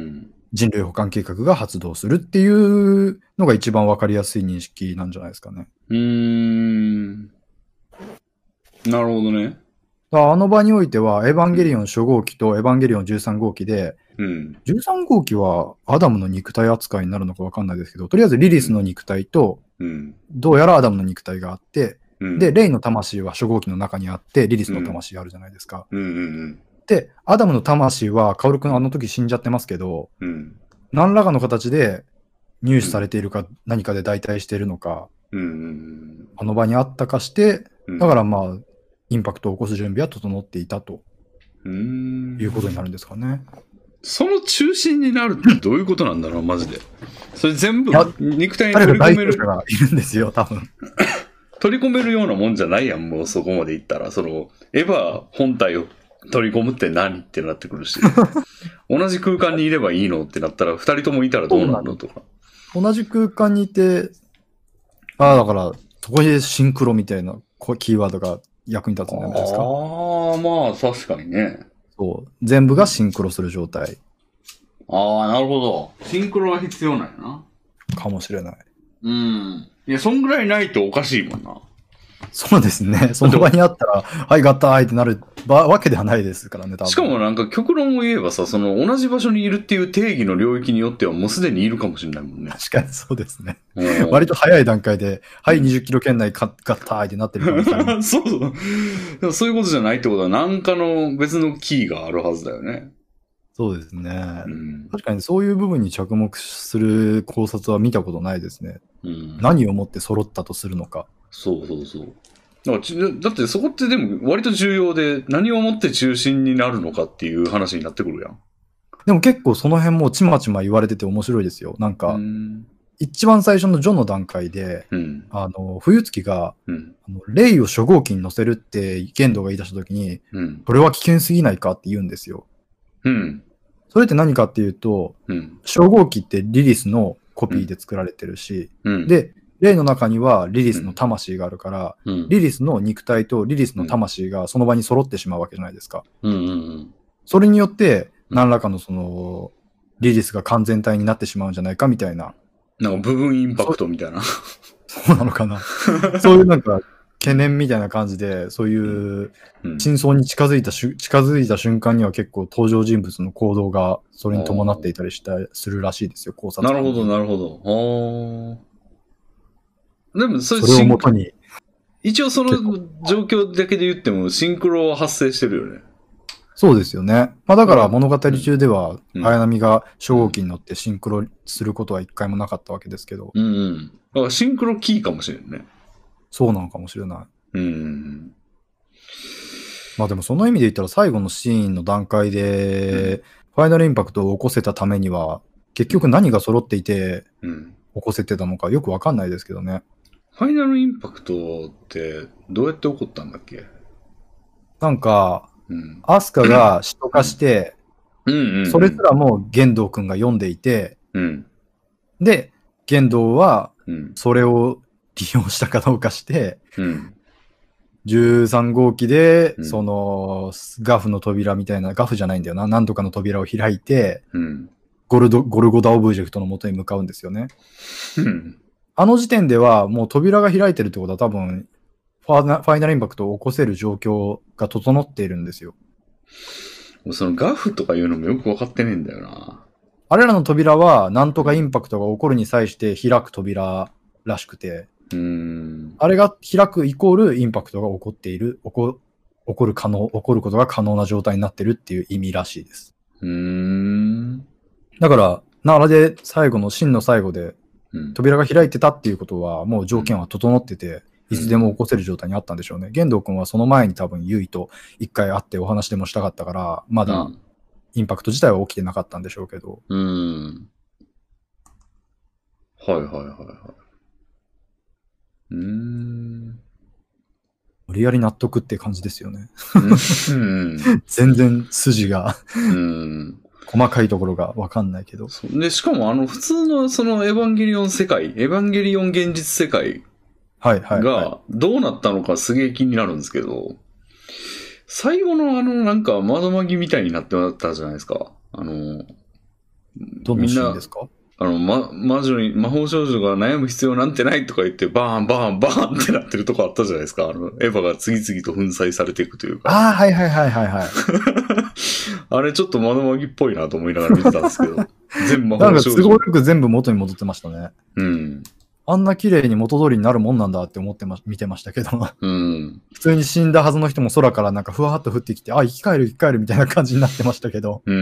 人類保管計画が発動するっていうのが一番わかりやすい認識なんじゃないですかね。 うーん。なるほどね。 あの場においては、エヴァンゲリオン初号機とエヴァンゲリオンじゅうさん号機で、 うん、 じゅうさん号機はアダムの肉体扱いになるのかわかんないですけど、とりあえずリリスの肉体と、どうやらアダムの肉体があって、うん、で、レイの魂は初号機の中にあって、リリスの魂があるじゃないですか。 うんうんうん、 で、アダムの魂は、カオル君あの時死んじゃってますけど、うん、何らかの形で入手されているか、何かで代替しているのか、うん、あの場にあったかして、だからまあ、インパクトを起こす準備は整っていたということになるんですかね。 その中心になるってどういうことなんだろう、マジで。それ全部肉体に取り込める。誰かがいるんですよ、多分。 取り込めるようなもんじゃないやん、もうそこまでいったら。その、エヴァ本体を取り込むって何ってなってくるし。同じ空間にいればいいのってなったら、二人ともいたらどうなるのとか。 同じ空間にいて、ああ、だから、そこでシンクロみたいなキーワードが役に立つんじゃないですか。 ああ、まあ確かにね。 そう。全部がシンクロする状態。 ああ、なるほど。シンクロが必要なんやな。 かもしれない。 うん。いや、そんぐらいないとおかしいもんな。 そうですね。その場にあったら、はい、合体ってなるわけではないですからね、多分。 しかもなんか極論を言えばさ、その同じ場所にいるっていう定義の領域によってはもうすでにいるかもしれないもんね。 確かにそうですね。割と早い段階で、はい、にじゅっキロ圏内合体ってなってるかもしれない。 そうそう。でもそういうことじゃないってことは、何かの別のキーがあるはずだよね。 そうですね。うん、確かにそういう部分に着目する考察は見たことないですね。うん、何をもって揃ったとするのか。 そうそうそう。だからだってそこってでも割と重要で、何をもって中心になるのかっていう話になってくるやん。 でも結構その辺もちまちま言われてて面白いですよ。なんか、うん一番最初のジョの段階で、うん、あの、冬月が、うん、あのレイを初号機に乗せるって玄道が言い出したときに、うん、これは危険すぎないかって言うんですよ。うん、それって何かっていうと、うん、初号機ってリリスのコピーで作られてるし、うん、で、レイの中にはリリスの魂があるから、うん、リリスの肉体とリリスの魂がその場に揃ってしまうわけじゃないですか。うんうんうん、それによって、何らかのその、リリスが完全体になってしまうんじゃないかみたいな。 なんか部分インパクトみたいな。 そうなのかな。そういうなんか懸念みたいな感じで、そういう真相に近づいたし、うん、近づいた瞬間には結構登場人物の行動がそれに伴っていたりしたするらしいですよ、考察。 なるほど、なるほど。あでもそれ、 それをもとに。 一応その状況だけで言ってもシンクロは発生してるよね。 そうですよね。まあだから物語中では、綾波が初号機に乗ってシンクロすることは一回もなかったわけですけど。 うんうん。だからシンクロキーかもしれんね。 そうなのかもしれない。うん。まあでもその意味で言ったら最後のシーンの段階で、ファイナルインパクトを起こせたためには、結局何が揃っていて、起こせてたのかよくわかんないですけどね。 ファイナルインパクトってどうやって起こったんだっけ？ なんか、うん、アスカが使徒化して、それすらも玄道くんが読んでいて、うん、で、玄道はそれを利用したかどうかして、うん、じゅうさん号機で、うん、そのガフの扉みたいな、ガフじゃないんだよな、なんとかの扉を開いて、うん、ゴルド、ゴルゴダオブジェクトの元に向かうんですよね。うん、あの時点ではもう扉が開いてるってことは多分、ファイナルインパクトを起こせる状況が整っているんですよ。 そのガフとかいうのもよく分かってねえんだよな。 あれらの扉は、なんとかインパクトが起こるに際して開く扉らしくて、うーんあれが開くイコールインパクトが起こっている、起こ、起こる可能、起こることが可能な状態になってるっていう意味らしいです。うーんだから、なので最後の真の最後で、扉が開いてたっていうことは、もう条件は整ってて、うんいつでも起こせる状態にあったんでしょうね。玄道くんはその前に多分ユイと一回会ってお話でもしたかったから、まだインパクト自体は起きてなかったんでしょうけど。うん。 はいはいはいはい。うーん。 無理やり納得って感じですよね。うん、全然筋がうん細かいところがわかんないけど。 で、しかもあの普通のそのエヴァンゲリオン世界、エヴァンゲリオン現実世界、はいはい、はい、がどうなったのかすげえ気になるんですけど、最後のあのなんか窓マギみたいになってたじゃないですか。あの、 どのシーンですか？ あの、ま、魔女に、魔法少女が悩む必要なんてないとか言って、バーン、バーン、バーンってなってるとこあったじゃないですか。あの、エヴァが次々と粉砕されていくというか。 ああ、はいはいはいはいはい。 あれちょっと窓マギっぽいなと思いながら見てたんですけど。全部魔なんか法少女。 都合よく全部元に戻ってましたね。 うん。 あんな綺麗に元通りになるもんなんだって思ってま、見てましたけど。 うん。 普通に死んだはずの人も空からなんかふわっと降ってきて、あ、生き返る生き返るみたいな感じになってましたけど。 うん。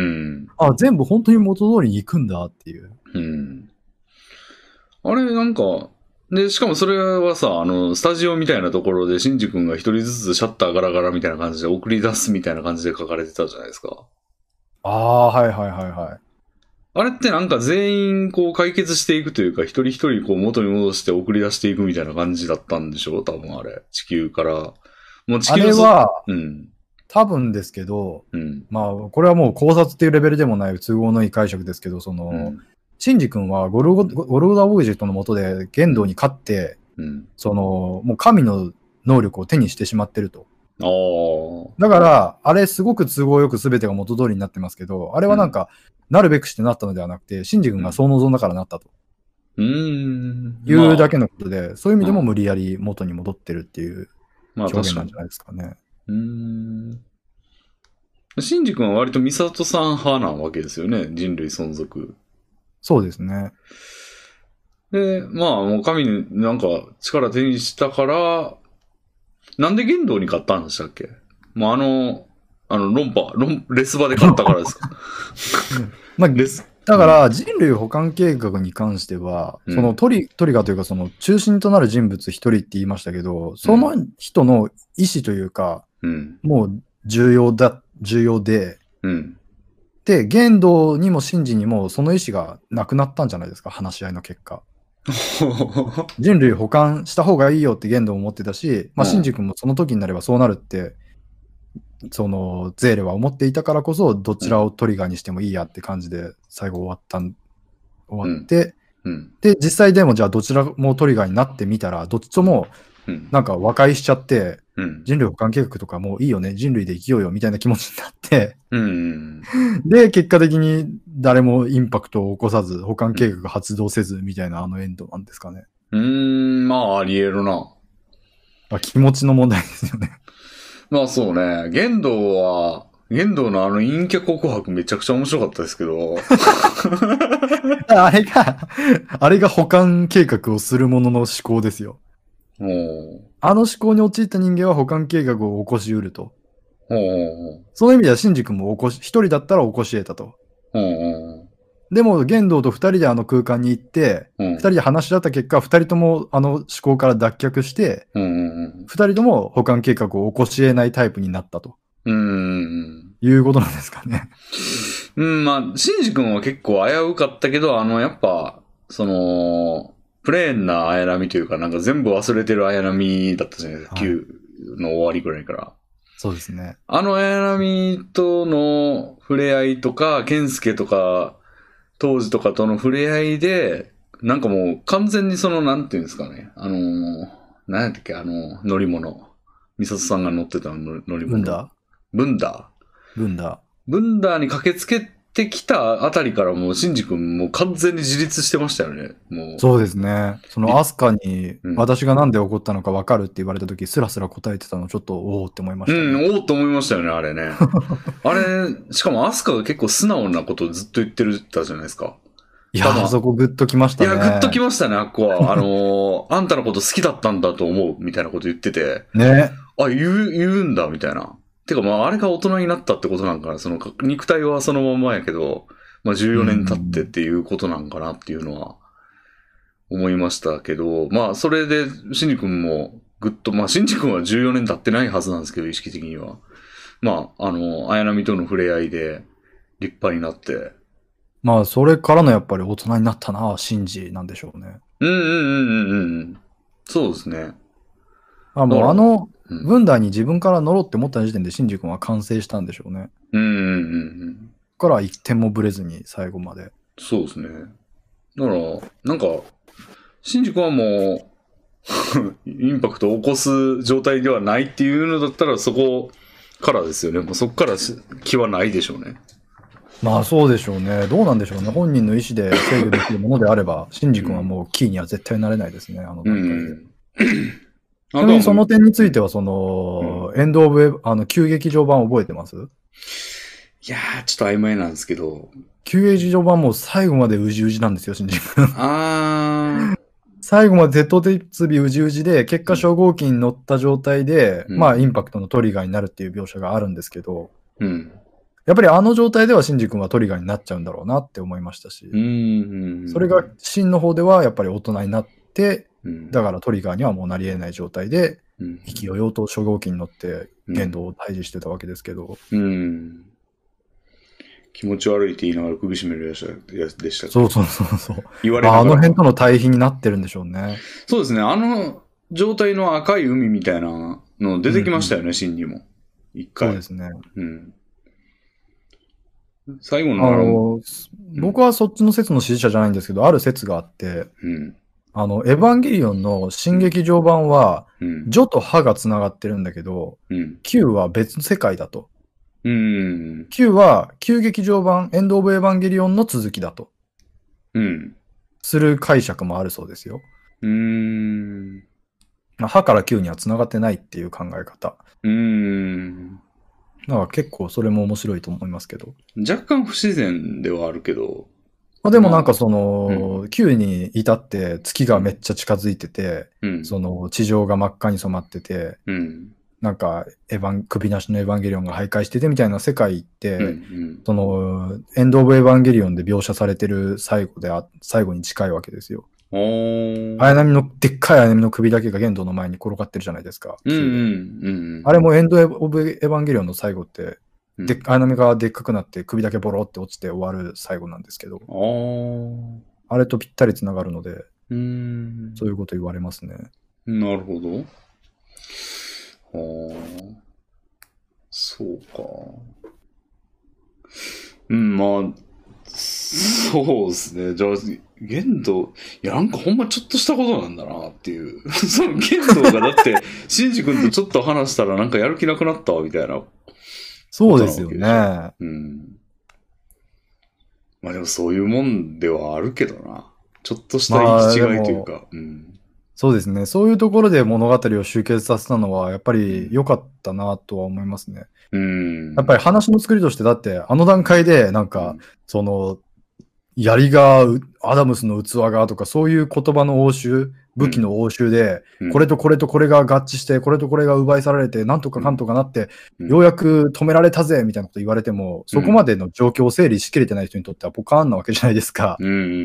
あ、全部本当に元通りに行くんだっていう。 うん。あれ、なんか、で、しかもそれはさ、あの、スタジオみたいなところで、シンジ君が一人ずつシャッターガラガラみたいな感じで送り出すみたいな感じで書かれてたじゃないですか。 ああ、はいはいはいはい。 あれってなんか全員こう解決していくというか、一人一人こう元に戻して送り出していくみたいな感じだったんでしょう多分あれ。地球から。もう地球あれは、 うん。 多分ですけど、 うん、 まあ、これはもう考察っていうレベルでもない都合のいい解釈ですけど、その、うんシンジ君はゴルゴ、ゴルゴダオブジェクトの下で剣道に勝って、うん、その、もう神の能力を手にしてしまってると。だから、あれすごく都合よく全てが元通りになってますけど、あれはなんか、なるべくしてなったのではなくて、シンジ君がそう望んだからなったと。 うん。 いうだけのことで、まあ、そういう意味でも無理やり元に戻ってるっていう表現なんじゃないですかね。まあ、 うん。シンジ君は割とミサトさん派なわけですよね。人類存続。 そうですね。 で、まあ、もう神になんか力手にしたから、なんで剣道に勝ったんでしたっけ？もうあの、あの、論破、論、レス場で勝ったからですか？ まあ、レス。だから、人類補完計画に関しては、うん、そのトリ、トリガーというか、その中心となる人物一人って言いましたけど、その人の意思というか、うん、もう重要だ、重要で、うんで、玄道にも真治にもその意思がなくなったんじゃないですか、話し合いの結果。人類補完した方がいいよって玄道も思ってたし、まあ、真治君もその時になればそうなるって、その、ゼーレは思っていたからこそ、どちらをトリガーにしてもいいやって感じで最後終わったん、終わって、うんうん、で、実際でもじゃあどちらもトリガーになってみたら、どっちともなんか和解しちゃって、うん、人類補完計画とかもういいよね、人類で生きようよみたいな気持ちになって、うん、で、結果的に誰もインパクトを起こさず、補完計画発動せずみたいなあのエンドなんですかね。 うーん、まああり得るな。 あ、気持ちの問題ですよね。 まあそうね、玄道は、玄道のあの陰キャ告白めちゃくちゃ面白かったですけど。 あれが、あれが補完計画をするものの思考ですよ。あの思考に陥った人間は補完計画を起こし得ると。その意味では、シンジ君も起こし、一人だったら起こし得たと。でも、玄道と二人であの空間に行って、二、うん、人で話し合った結果、二人ともあの思考から脱却して、二、うん、人とも補完計画を起こし得ないタイプになったと。うん、いうことなんですかね。 うん、まあ、シンジ君は結構危うかったけど、あの、やっぱ、その、プレーンな綾波というか、なんか全部忘れてる綾波だったじゃないですか、はい、きゅうの終わりぐらいから。 そうですね。 あの綾波との触れ合いとか、健介とか、当時とかとの触れ合いで、なんかもう完全にその、なんていうんですかね、あのー、何やったっけ、あの、乗り物。ミサトさんが乗ってた乗り物。 ブンダーブンダーブンダー。 ブンダーに駆けつけてきたあたりからもう、シンジ君もう完全に自立してましたよね。もう。 そうですね。そのアスカに、私がなんで怒ったのか分かるって言われたとき、スラスラ答えてたのちょっと、おおって思いました、ね。 うん、おおって思いましたよね、あれね。あれ、しかもアスカが結構素直なことをずっと言ってるたじゃないですか。 いや、あそこグッときましたね。 いや、グッときましたね、あっこは。あのー、あんたのこと好きだったんだと思う、みたいなこと言ってて。 ね。 あ、言う、言うんだ、みたいな。てか、まあ、あれが大人になったってことなんかな。その、肉体はそのままやけど、まあ、じゅうよねん経ってっていうことなんかなっていうのは、思いましたけど、まあ、それで、シンジ君も、ぐっと、まあ、シンジ君はじゅうよねん経ってないはずなんですけど、意識的には。まあ、あの、綾波との触れ合いで、立派になって。 まあ、それからのやっぱり大人になったな、シンジなんでしょうね。 うんうんうんうんうん。そうですね。 あ、もうあの、ブンダーに自分から乗ろうって思った時点で、シンジ君は完成したんでしょうね。 うんうんうんうん。 から一点もブレずに最後まで。 そうですね。だから、なんか、シンジ君はもう、インパクトを起こす状態ではないっていうのだったら、そこからですよね。もうそこから気はないでしょうね。 まあそうでしょうね。どうなんでしょうね。本人の意思で制御できるものであれば、シンジ君はもうキーには絶対なれないですね、あの段階で。うん、ちなみにその点については、その、うん、エンドオブエブ、あの、旧劇場版覚えてます？ いやー、ちょっと曖昧なんですけど。 旧劇場版も最後までうじうじなんですよ、シンジ君。 あー。 最後まで鉄頭鉄尾うじうじで、結果初号機に乗った状態で、うん、まあインパクトのトリガーになるっていう描写があるんですけど、 うん、 やっぱりあの状態ではシンジ君はトリガーになっちゃうんだろうなって思いましたし、 うん、 それが真の方ではやっぱり大人になって、うん、だからトリガーにはもうなり得ない状態で、うん、勢いよと初号機に乗って言動を対峙してたわけですけど、 うんうん気持ち悪いって言いながら首絞めるやつでしたっけ？ そうそうそうそう。言われながらあの辺との対比になってるんでしょうね。 そうですね。あの状態の赤い海みたいなの出てきましたよね、うんうん、シーンにも。一回。 そうですね。 うん。最後のあの、うん、僕はそっちの説の支持者じゃないんですけど、ある説があって、 うん、 あの、エヴァンゲリオンの新劇場版は、うん、ジョとハが繋がってるんだけど、うん、Q は別の世界だと。 うん、 Q は旧劇場版エンド・オブ・エヴァンゲリオンの続きだと。 うん。する解釈もあるそうですよ。 うーん。 ハから Q には繋がってないっていう考え方。 うーん。 だから結構それも面白いと思いますけど。 若干不自然ではあるけど。 まあ、でもなんかその、うん、Q に至って月がめっちゃ近づいてて、うん、その地上が真っ赤に染まってて、 うんなんか、エヴァン、首なしのエヴァンゲリオンが徘徊しててみたいな世界って、うんうん、その、エンド・オブ・エヴァンゲリオンで描写されてる最後であ、最後に近いわけですよ。綾波の、でっかい綾波の首だけが玄道の前に転がってるじゃないですか。 うんうんうん、 あれもエンド・オブ・エヴァンゲリオンの最後って、で、綾波がでっかくなって首だけボロって落ちて終わる最後なんですけど、あれとぴったり繋がるので、 うんそういうこと言われますね。 なるほど。はあ、そうか。うん、まあ、そうですね。じゃあ、玄道、いや、なんかほんまちょっとしたことなんだなっていう。その玄道がだって、シンジ君とちょっと話したらなんかやる気なくなったわ、みたいな。 そうですよね。 うん。まあでもそういうもんではあるけどな。ちょっとした行き違いというか。まあうん、 そうですね。そういうところで物語を集結させたのは、やっぱり良かったなとは思いますね。 うん。 やっぱり話の作りとして、だって、あの段階で、なんか、うん、その、槍が、アダムスの器がとか、そういう言葉の応酬、武器の応酬で、うん、これとこれとこれが合致して、これとこれが奪い去られて、なんとかかんとかなって、うん、ようやく止められたぜみたいなこと言われても、そこまでの状況を整理しきれてない人にとってはポカーンなわけじゃないですか。 うんうんうん、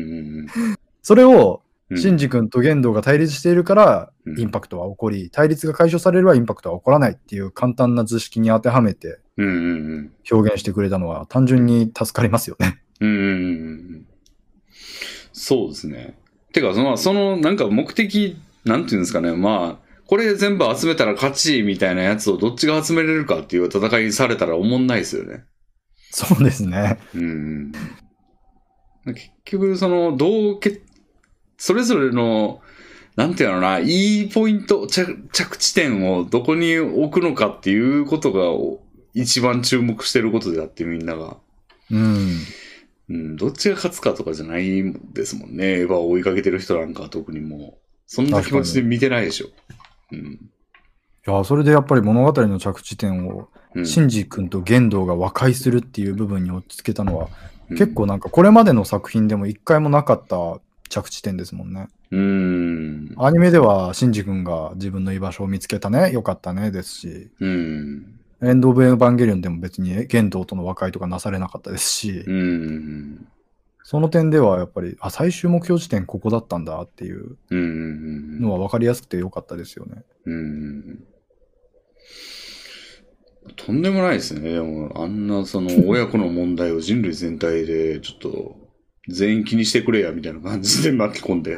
それを、シンジ君と玄道が対立しているから、インパクトは起こり、対立が解消されればインパクトは起こらないっていう簡単な図式に当てはめて、表現してくれたのは単純に助かりますよね。 うんうんうん、そうですね。てか、その、そのなんか目的、なんていうんですかね、まあ、これ全部集めたら勝ちみたいなやつをどっちが集めれるかっていう戦いされたらおもんないですよね。 そうですね。 うん。結局、その、どうけ、それぞれの、なんていうのな、いいポイント、着、着地点をどこに置くのかっていうことが一番注目してることであってみんなが。 うん。 うん、どっちが勝つかとかじゃないですもんね。エヴァを追いかけてる人なんかは特にもう、そんな気持ちで見てないでしょ。うん。いや、それでやっぱり物語の着地点を、うん、シンジ君と玄道が和解するっていう部分に落ち着けたのは、うん、結構なんかこれまでの作品でも一回もなかった着地点ですもんね。 うーん。 アニメではシンジ君が自分の居場所を見つけたね、よかったねですし、 うん。 エンド・オブ・エヴァンゲリオンでも別に玄道との和解とかなされなかったですし、 うん。 その点ではやっぱり、あ、最終目標地点ここだったんだっていうのは分かりやすくてよかったですよね。 うん。とんでもないですね。でも、あんなその親子の問題を人類全体でちょっと全員気にしてくれやみたいな感じで巻き込んで。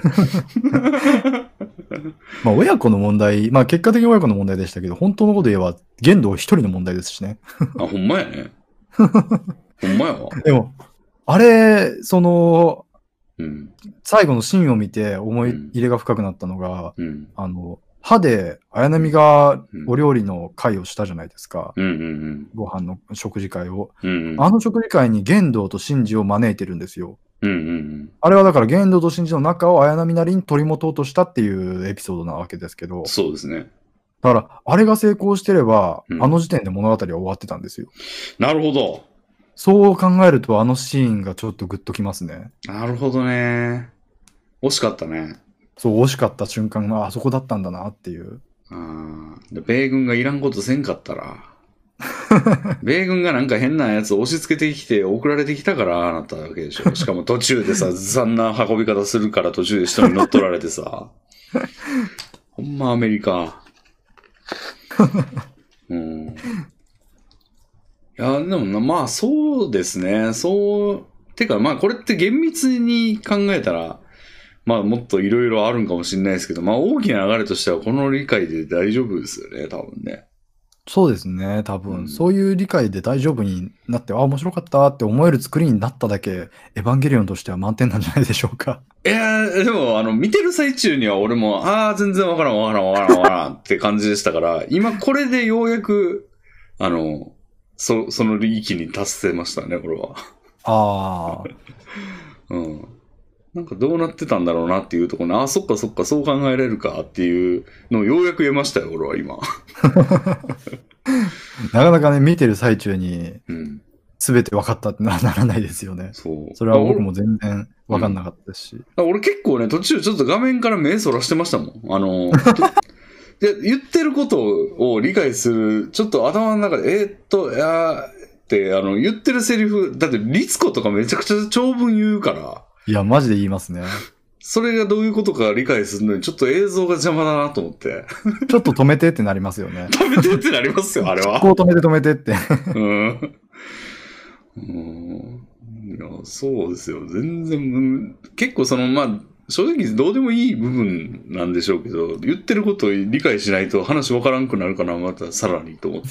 まあ親子の問題、まあ結果的に親子の問題でしたけど、本当のこと言えば玄道一人の問題ですしね。 あ、ほんまやね。ほんまやわ。 でも、あれ、その、 うん、 最後のシーンを見て思い入れが深くなったのが、 うん、 あの、 歯で綾波がお料理の会をしたじゃないですか。 うんうんうん、 ご飯の食事会を、 うんうん。 あの食事会に玄道と真治を招いてるんですよ。 うんうんうん、 あれはだから玄道と真治の仲を綾波なりに取り持とうとしたっていうエピソードなわけですけど。 そうですね。 だから、あれが成功してれば、 うん、 あの時点で物語は終わってたんですよ。 なるほど。 そう考えると、あのシーンがちょっとグッときますね。 なるほどね。惜しかったね。 そう、惜しかった瞬間があそこだったんだなっていう。 ああ、米軍がいらんことせんかったら。米軍がなんか変なやつ押し付けてきて送られてきたからああなったわけでしょ。しかも途中でさ、ずさんな運び方するから途中で人に乗っ取られてさ。ほんまアメリカ。うん。いや、でもな、まあそうですね。そう、てかまあこれって厳密に考えたら、まあもっといろいろあるんかもしれないですけど、まあ大きな流れとしてはこの理解で大丈夫ですよね、多分ね。 そうですね、多分、 うん、 そういう理解で大丈夫になって、あ、面白かったって思える作りになっただけ、エヴァンゲリオンとしては満点なんじゃないでしょうか。 いやー、でも、あの、見てる最中には俺も、ああ、全然わからんわからんわからんわからんって感じでしたから、今これでようやく、あの、そ、その域に達せましたね、これは。 ああ。 うん。なんかどうなってたんだろうなっていうところに、ああ、そっかそっか、そう考えられるかっていうのをようやく得ましたよ、俺は今。 なかなかね、見てる最中に、 うん。 すべて分かったってならないですよね。 そう。 それは僕も全然分かんなかったですし。 うん、俺結構ね、途中ちょっと画面から目そらしてましたもん。あの、で言ってることを理解する、ちょっと頭の中で、えー、っと、いやーって、あの、言ってるセリフ、だってリツコとかめちゃくちゃ長文言うから。 いや、マジで言いますね。 それがどういうことか理解するのに、ちょっと映像が邪魔だなと思って。 ちょっと止めてってなりますよね。 止めてってなりますよ、あれは。 こう止めて止めてって。 うん。うん。いや、そうですよ。全然、結構その、まあ、正直どうでもいい部分なんでしょうけど、言ってることを理解しないと話わからんくなるかな、またさらにと思って。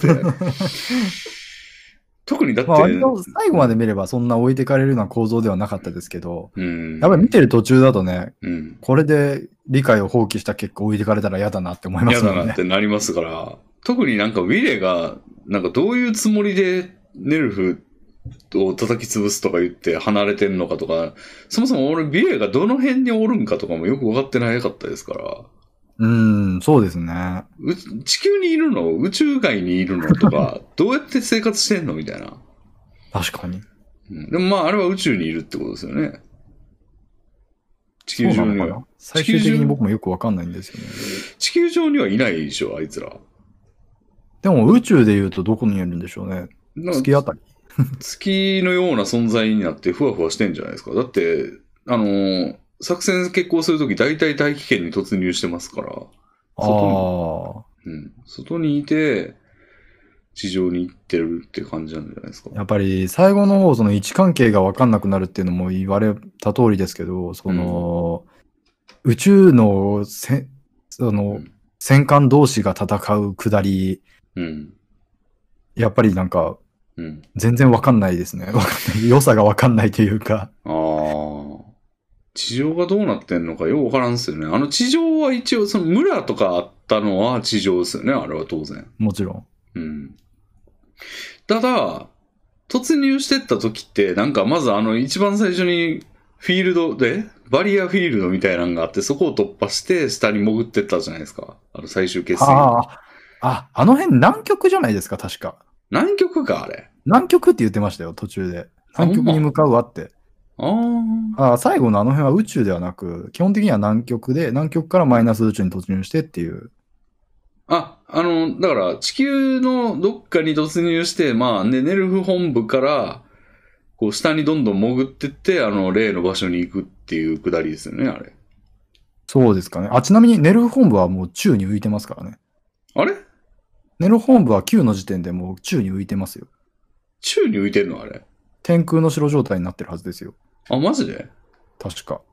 特にだって、まあ、 最後まで見ればそんな置いてかれるような構造ではなかったですけど、 うん、 やっぱり見てる途中だとね、 うん、 これで理解を放棄した結果置いてかれたら嫌だなって思いますもんね。 嫌だなってなりますから、特になんかウィレが、なんかどういうつもりでネルフを叩き潰すとか言って離れてんのかとか、そもそも俺ビレがどの辺におるんかとかもよく分かってなかったですから。 うーん、そうですね。 地球にいるの宇宙外にいるのとか、どうやって生活してんのみたいな。 確かに。 うん、でもまあ、あれは宇宙にいるってことですよね。地球上には。 最終的に僕もよくわかんないんですよね。 地球上にはいないでしょ、あいつら。 でも宇宙で言うとどこにいるんでしょうね。月あたり。 月のような存在になってふわふわしてんじゃないですか。だって、あのー、作戦決行するとき大体大気圏に突入してますから。 外に、うん。外にいて、地上に行ってるって感じなんじゃないですか。 やっぱり最後の方、その位置関係が分かんなくなるっていうのも言われた通りですけど、その、うん、宇宙のせ、その、うん、戦艦同士が戦うくだり、うん、やっぱりなんか、うん、全然分かんないですね。分かんない。良さが分かんないというか。 ああ。地上がどうなってんのかよく分からんすよね。あの地上は一応、その村とかあったのは地上ですよね、あれは当然。 もちろん。 うん。ただ、突入してった時って、なんかまずあの一番最初にフィールドで、バリアフィールドみたいなのがあって、そこを突破して下に潜ってったじゃないですか。あの最終決戦。 ああ、あ、あの辺南極じゃないですか、確か。 南極か、あれ。 南極って言ってましたよ、途中で。南極に向かうわって。ああ、最後のあの辺は宇宙ではなく、基本的には南極で、南極からマイナス宇宙に突入してっていう。 あ、あの、だから地球のどっかに突入して、まあ、ね、ネルフ本部から、こう下にどんどん潜ってって、あの、例の場所に行くっていうくだりですよね、あれ。 そうですかね。あ、ちなみにネルフ本部はもう宙に浮いてますからね。 あれネルフ本部はきゅうの時点でもう宙に浮いてますよ。 宙に浮いてんのあれ。 天空の城状態になってるはずですよ。 あ、マジで？ 確か。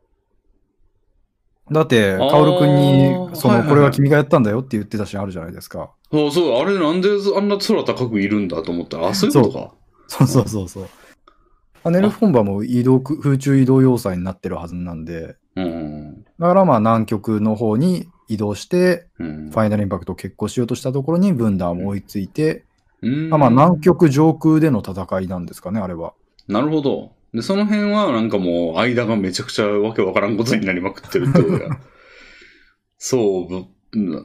だって、カオルくんに、その、はいはいはい、これは君がやったんだよって言ってたシーンあるじゃないですか。 そうそう、あれなんであんな空高くいるんだと思ったら、あ、そういうことか。 そうそうそうそう。あネルフ本部はもう移動、空中移動要塞になってるはずなんで、 うん、 だからまあ南極の方に移動して、 うん、 ファイナルインパクトを決行しようとしたところにブンダーも追いついて、 うん、 まあ南極上空での戦いなんですかね、あれは。 なるほど。で、その辺はなんかもう間がめちゃくちゃわけわからんことになりまくってるってことだ。そう、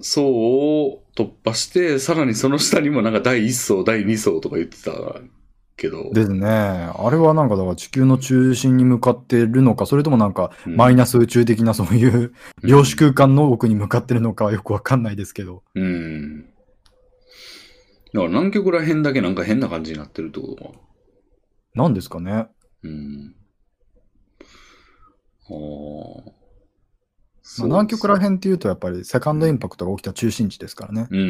層を突破して、さらにその下にもなんかだいいっ層、だいに層とか言ってたけど。 ですね。あれはなんかだから地球の中心に向かってるのか、それともなんかマイナス宇宙的なそういう量子空間の奥に向かってるのかはよくわかんないですけど。 うん。だから南極ら辺だけなんか変な感じになってるってことか。 なんですかね。 うん。ああ。 まあ、南極ら辺っていうとやっぱりセカンドインパクトが起きた中心地ですからね。 うん。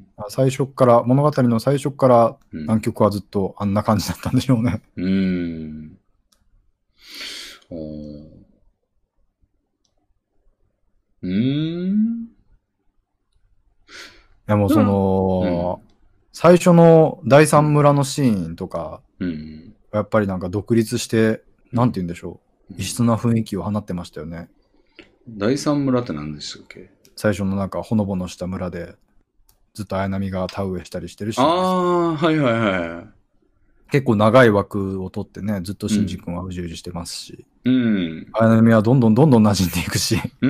最初から、物語の最初から南極はずっとあんな感じだったんでしょうね。 うん。うん。うん。 でもその、うん、最初の第三村のシーンとか、うん、やっぱりなんか独立して、なんて言うんでしょう。異質な雰囲気を放ってましたよね。 第三村って何でしたっけ？ 最初のなんかほのぼのした村で、ずっと綾波が田植えしたりしてるし。 ああ、はいはいはい。 結構長い枠を取ってね、ずっとシンジ君はうじうじしてますし。 うん。 綾波はどんどんどんどん馴染んでいくし。 うん。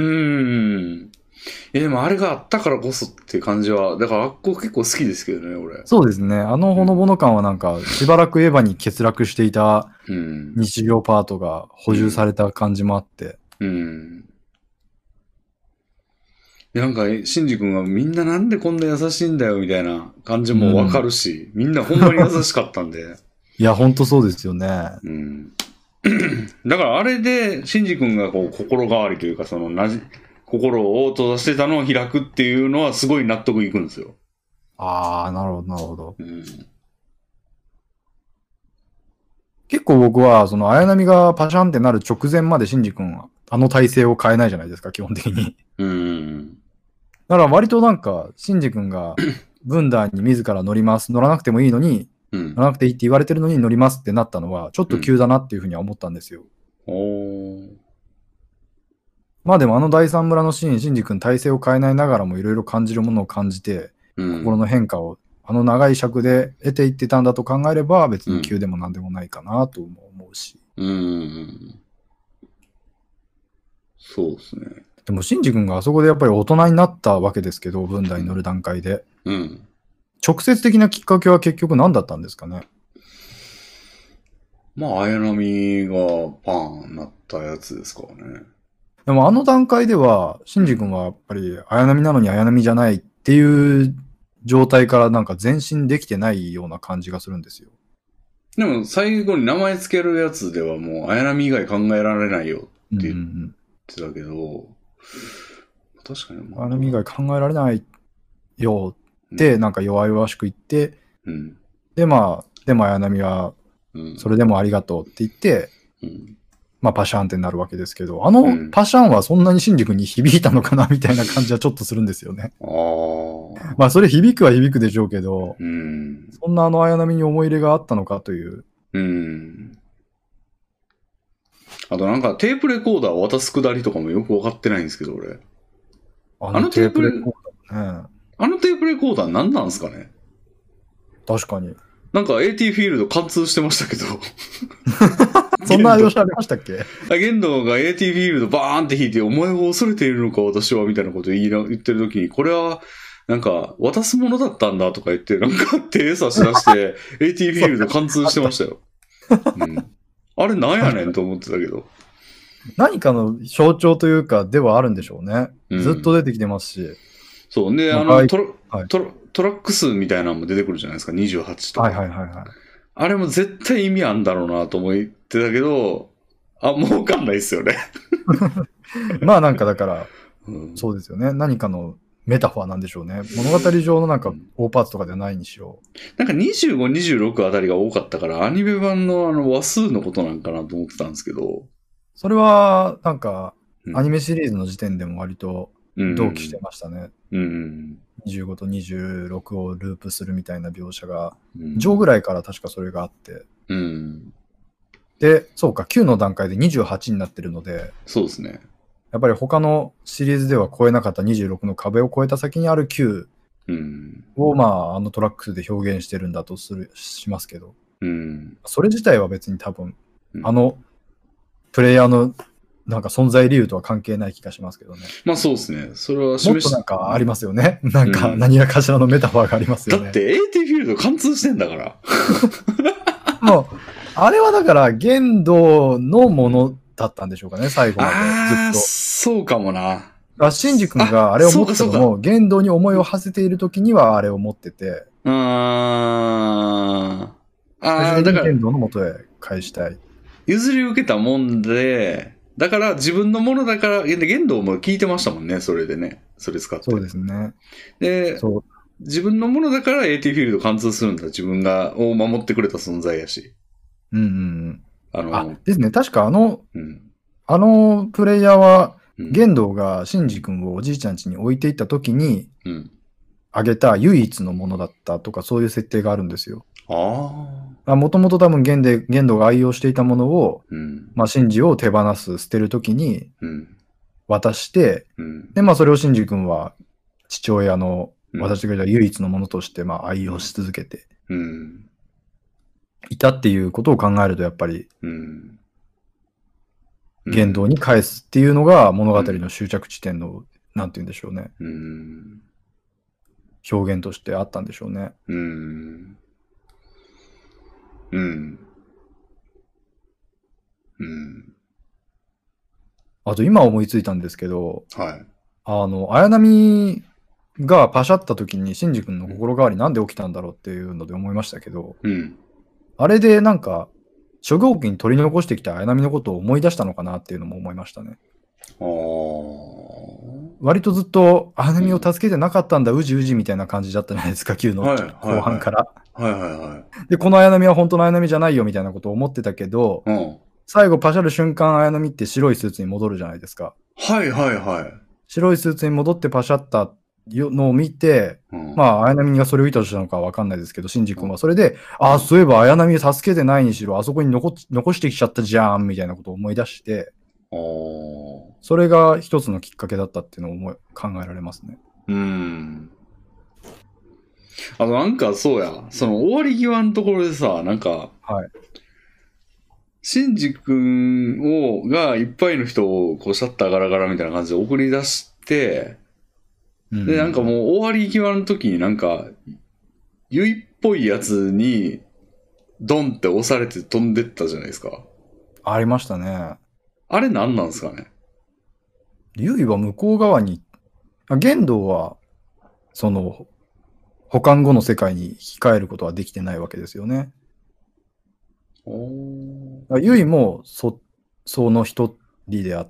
え、でもあれがあったからこそっていう感じは、だからあっこ結構好きですけどね、俺。 そうですね。あのほのぼの感はなんか、しばらくエヴァに欠落していた日常パートが補充された感じもあって。 うん。うんでなんか、シンジ君がみんななんでこんな優しいんだよみたいな感じもわかるし、うん、みんなほんまに優しかったんで。 いや、ほんとそうですよね。 うん。だからあれで、シンジ君がこう心変わりというか、そのなじ、心を閉ざしてたのを開くっていうのはすごい納得いくんですよ。 ああ、なるほど、なるほど。 うん、 結構僕は、その、綾波がパシャンってなる直前までシンジ君は、あの体勢を変えないじゃないですか、基本的に。 うん。 だから割となんか、シンジ君が、ブンダーに自ら乗ります。乗らなくてもいいのに、うん、乗らなくていいって言われてるのに乗りますってなったのは、ちょっと急だなっていうふうには思ったんですよ。 うん、おまあでもあの第三村のシーン、シンジ君体勢を変えないながらもいろいろ感じるものを感じて、うん、心の変化をあの長い尺で得ていってたんだと考えれば別に急でもなんでもないかなと思うし。 うん。うんそうですね。 でもシンジ君があそこでやっぱり大人になったわけですけど、ブンダーに乗る段階で。 うん。 直接的なきっかけは結局何だったんですかね。 まあ、綾波がパーンなったやつですからね。 でもあの段階では、シンジ君はやっぱり綾波なのに綾波じゃないっていう状態からなんか前進できてないような感じがするんですよ。 でも最後に名前つけるやつではもう綾波以外考えられないよって言ってたけど、うんうんうん、確かに綾波以外考えられないよってなんか弱々しく言って、うん、でまあでも綾波はそれでもありがとうって言って、うん、まあパシャンってなるわけですけど、あのパシャンはそんなにシンジ君に響いたのかなみたいな感じはちょっとするんですよね。あまあそれ響くは響くでしょうけど、うん、そんなあの綾波に思い入れがあったのかという。うん、 あとなんかテープレコーダーを渡すくだりとかもよく分かってないんですけど、俺。あのテープレコーダーね。あのテープレコーダー何なんですかね。 確かに。 なんか エーティー フィールド貫通してましたけど。 そんな描写ありましたっけ？ ゲンドが エーティー フィールドバーンって引いて、お前を恐れているのか私はみたいなことを言い言ってるときに、これはなんか渡すものだったんだとか言って、なんか手差し出して エーティー フィールド貫通してましたよ。うん、あれなんやねんと思ってたけど。 何かの象徴というかではあるんでしょうね。うん、ずっと出てきてますし。 そう。で、あのトラ、はい、トラ、トラック数みたいなのも出てくるじゃないですか。にじゅうはちとか。はいはいはいはい。あれも絶対意味あんだろうなと思ってたけど、あ、もうわかんないですよね。 まあなんかだから、うん、そうですよね。何かのメタファーなんでしょうね。物語上のなんか大パーツとかではないにしよう。 なんかにじゅうご、にじゅうろくあたりが多かったから、アニメ版のあの話数のことなんかなと思ってたんですけど。 それはなんか、アニメシリーズの時点でも割と同期してましたね。うんうん、にじゅうごとにじゅうろくをループするみたいな描写が、うん、上ぐらいから確かそれがあって、うん、でそうかきゅうの段階でにじゅうはちになってるので、 そうですね。 やっぱり他のシリーズでは超えなかったにじゅうろくの壁を超えた先にあるきゅうを、うん、まあ、あのトラックスで表現してるんだとするしますけど、 うん、それ自体は別に多分、うん、あのプレイヤーのなんか存在理由とは関係ない気がしますけどね。 まあそうですね。それは示しもっとなんかありますよね。うん、なんか何らかしらのメタファーがありますよね。 だって エーティー フィールド貫通してんだから。 もう、あれはだから限度のものだったんでしょうかね、最後までずっと。 そうかもな。 あ、シンジ君があれを持ってたのも、限度に思いを馳せているときにはあれを持ってて。 あー。ああ、だから。限度の元へ返したい。 譲り受けたもんで、だから自分のものだから、限度も聞いてましたもんね、それでね。それ使って。 そうですね。 で、そう自分のものだから エーティー フィールド貫通するんだ。自分が、を守ってくれた存在やし。 うんうんうん。あの、あ、ですね。確かあの、うん、あのプレイヤーは、玄道がシンジ君をおじいちゃん家に置いていったときに、うん、あげた唯一のものだったとか、そういう設定があるんですよ。ああ。もともと多分玄で、玄道が愛用していたものを、うん、まあ、シンジを手放す、捨てるときに、渡して、うん、で、まあ、それをシンジ君は、父親の渡してくれた唯一のものとして、まあ、愛用し続けて、うん、いたっていうことを考えると、やっぱり、うん言動に返すっていうのが物語の終着地点の、うん、なんて言うんでしょうね。うん、表現としてあったんでしょうね。うん。うん。うん。あと今思いついたんですけど、はい。あの、綾波がパシャった時に、シンジ君の心変わりなんで起きたんだろうっていうので思いましたけど、うん、あれでなんか、初号機に取り残してきた綾波のことを思い出したのかなっていうのも思いましたね。あ割とずっと綾波を助けてなかったんだ、うん、うじうじみたいな感じだったじゃないですか、きゅうの後半から。はいはいはい。で、この綾波は本当の綾波じゃないよみたいなことを思ってたけど、うん、最後パシャる瞬間綾波って白いスーツに戻るじゃないですか。はいはいはい。白いスーツに戻ってパシャったのを見て、うん、まあ、綾波がそれを意図したのかはわかんないですけど、シンジ君はそれで、うん、ああ、そういえば綾波を助けてないにしろ、あそこに残残してきちゃったじゃん、みたいなことを思い出して、それが一つのきっかけだったっていうのを思い考えられますね。うん。あの、なんかそうや、その終わり際のところでさ、なんか、はい。シンジ君を、がいっぱいの人をこうシャッターガラガラみたいな感じで送り出して、で、なんかもう終わり際の時になんか、ゆいっぽいやつに、ドンって押されて飛んでったじゃないですか。ありましたね。あれ何なんですかね。ゆいは向こう側に、玄道は、その、保管後の世界に控えることはできてないわけですよね。ゆいも、そ、その一人であって、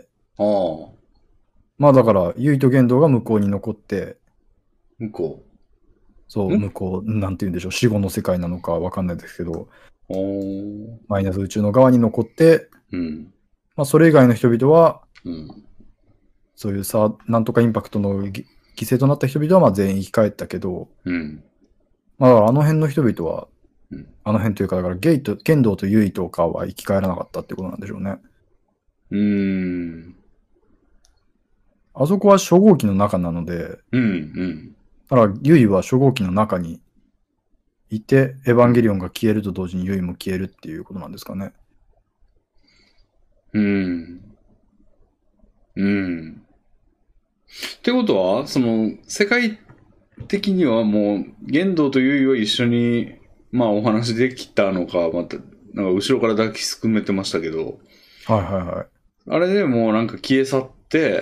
ああ。まあだから、ゆいと玄道が向こうに残って、向こうそう、向こう、なんて言うんでしょう、死後の世界なのかわかんないですけど、マイナス宇宙の側に残って、うん、まあそれ以外の人々は、うん、そういうさ、なんとかインパクトの犠牲となった人々はまあ全員生き返ったけど、うん、まあだからあの辺の人々は、うん、あの辺というか、だからゲイと、剣道とユイとかは生き返らなかったってことなんでしょうね。うーん。あそこは初号機の中なので、うんうん。だからユイは初号機の中にいて、エヴァンゲリオンが消えると同時にユイも消えるっていうことなんですかね。うん。うん。ってことは、その、世界的にはもう、玄道とユイは一緒に、まあお話できたのか、また、なんか後ろから抱きすくめてましたけど、はいはいはい。あれでもうなんか消え去って、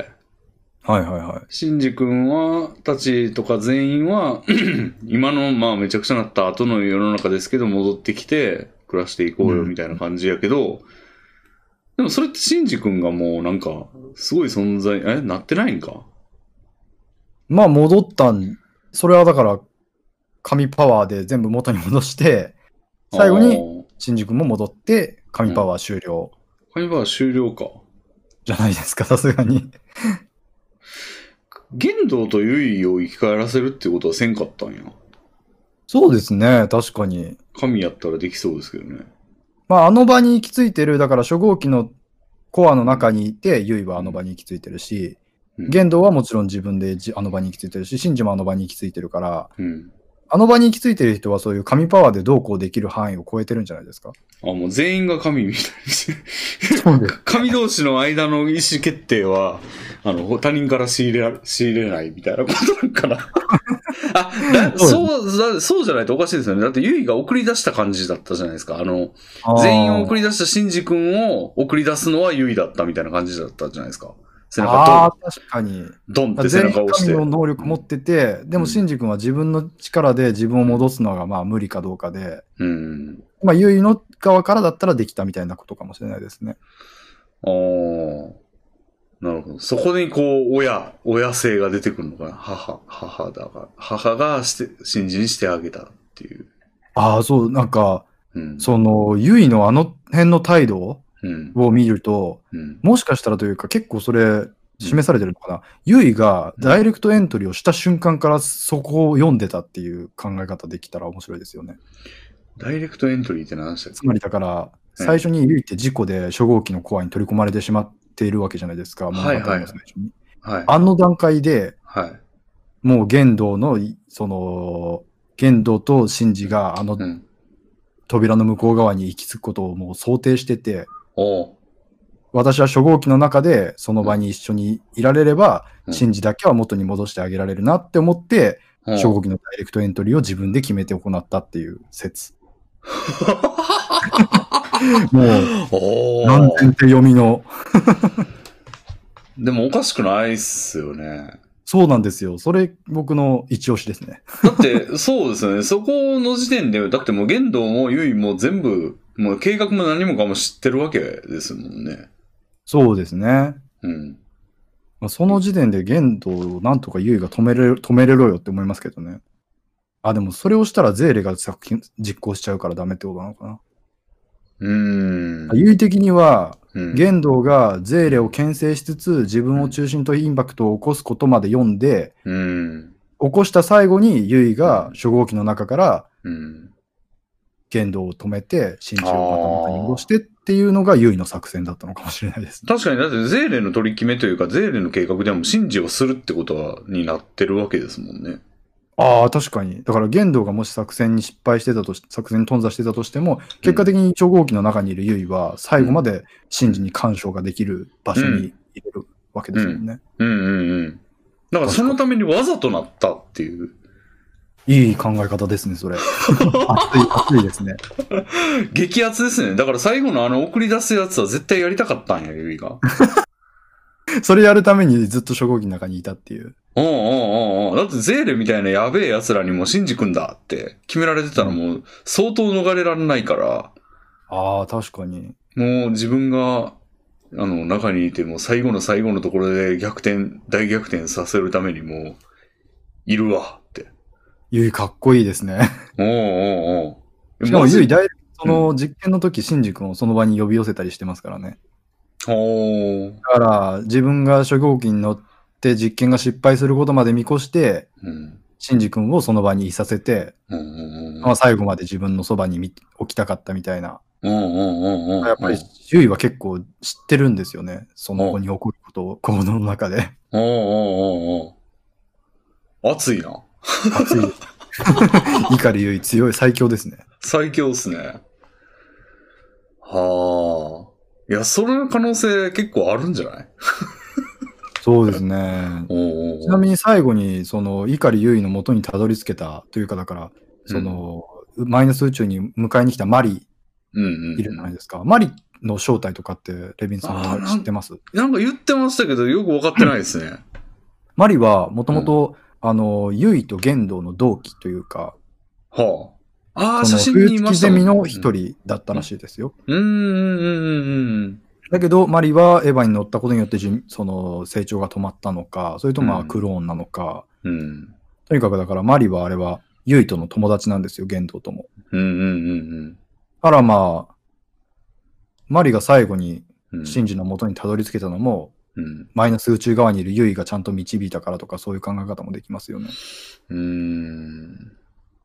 はいはいはい。シンジ君は、たちとか全員は、今のまあめちゃくちゃなった後の世の中ですけど、戻ってきて、暮らしていこうよみたいな感じやけど、うん、でもそれってシンジ君がもうなんか、すごい存在、え、なってないんか？まあ戻ったん、それはだから、神パワーで全部元に戻して、最後に、シンジ君も戻って、神パワー終了。うん、神パワー終了か。じゃないですか、さすがに。玄道とユイを生き返らせるってことはせんかったんや。そうですね、確かに。神やったらできそうですけどね。まあ、あの場に行き着いてる、だから初号機のコアの中にいて、ユイはあの場に行き着いてるし、うん、玄道はもちろん自分であの場に行き着いてるし、シンジもあの場に行き着いてるから、うん、あの場に行き着いてる人はそういう神パワーでどうこうできる範囲を超えてるんじゃないですか。 あ、もう全員が神みたいに神同士の間の意思決定は、あの、他人から仕入れ、仕入れないみたいなことなんかな。あ、そう、そうじゃないとおかしいですよね。だってユイが送り出した感じだったじゃないですか。あの、全員を送り出したシンジ君を送り出すのはユイだったみたいな感じだったじゃないですか。 背中ああ、確かに。 ドンって背中を押して。 全員神の能力持ってて、うん、でもシンジ君は自分の力で自分を戻すのがまあ無理かどうかで、うん、まあユイの側からだったらできたみたいなことかもしれないですね。 ああ、なるほど。そこにこう、親、親性が出てくるのかな。母、母だが、母がして、シンジにしてあげたっていう。 ああ、そう、なんか、うん、その、ユイのあの辺の態度を見ると、うん、もしかしたらというか結構それ示されてるのかな、うん、ユイがダイレクトエントリーをした瞬間からそこを読んでたっていう考え方できたら面白いですよね。 ダイレクトエントリーって何でしたっけ？ つまりだから最初にユイって事故で初号機のコアに取り込まれてしまっているわけじゃないですか、物語の最初に、はいはい、あの段階で、はい、もう玄道のその玄道とシンジがあの、うん、扉の向こう側に行き着くことをもう想定してて、お私は初号機の中でその場に一緒にいられれば、うん、シンジだけは元に戻してあげられるなって思って、うん、初号機のダイレクトエントリーを自分で決めて行ったっていう説。もう、何千手読みの。 でもおかしくないっすよね。 そうなんですよ。それ、僕の一押しですね。 だって、そうですよね。そこの時点で、だってもう玄道もユイも全部、もう計画も何もかも知ってるわけですもんね。 そうですね。うん。その時点で玄道をなんとかユイが止めれる、止めれろよって思いますけどね。あ、でもそれをしたらゼーレが作品実行しちゃうからダメってことなのかな。うーん。ユイ的には、うん、玄道がゼーレを牽制しつつ、自分を中心とインパクトを起こすことまで読んで、うん、起こした最後にユイが初号機の中から、うん、玄道を止めて、シンジをまた元に戻してっていうのがユイの作戦だったのかもしれないですね。 確かに、だってゼーレの取り決めというか、ゼーレの計画でもシンジをするってことはになってるわけですもんね。 ああ、確かに。だから玄道がもし作戦に失敗してたとし、作戦に頓挫してたとしても、結果的に初号機の中にいるユイは、最後までシンジに干渉ができる場所にいれるわけですもんね。 うんうんうんうん。だからそのためにわざとなったっていう。 いい考え方ですね、それ。熱い、熱いですね。 激アツですね。だから最後のあの送り出すやつは絶対やりたかったんや、ユイが。 それやるためにずっと初号機の中にいたっていう。 おうおうおうおう。だってゼーレみたいなやべえ奴らにもシンジ君だって決められてたらもう相当逃れられないから。 ああ、確かに。 もう自分が、あの、中にいても最後の最後のところで逆転、大逆転させるためにもう、いるわって。 ユイかっこいいですね。 おうおうおう。しかもユイ、その実験の時、シンジ君をその場に呼び寄せたりしてますからね。おだから、自分が初号機に乗って実験が失敗することまで見越して、うん、シンジ君をその場にいさせて、うんうんうんまあ、最後まで自分のそばに置きたかったみたいな。うんうんうんうん、やっぱり、ユイは結構知ってるんですよね。その後に起こることを、行動の中で。 おうおうおうおう熱いな。 熱い。碇ユイ強い、最強ですね。 最強ですね。はあ。いや、それの可能性結構あるんじゃない？ そうですね。おうおうちなみに最後に、その、碇ユイの元にたどり着けたというか、だから、その、うん、マイナス宇宙に迎えに来たマリいるじゃないですか。うんうんうん、マリの正体とかってレビンさんは知ってます？ なんか言ってましたけど、よく分かってないですね。 マリは、もともと、あの、ユイと玄道の同期というか、 はあ。ああ、写真にいましたね。冬月ゼミの一人だったらしいですよ。 うん、うん、うん、うん。 だけど、マリはエヴァに乗ったことによってじ、その成長が止まったのか、それともクローンなのか、うん。とにかくだからマリはあれは、ユイとの友達なんですよ、玄道とも。うん、うん、うん、うん。だからまあ、マリが最後にシンジの元にたどり着けたのも、うん、マイナス宇宙側にいるユイがちゃんと導いたからとか、そういう考え方もできますよね。うーん。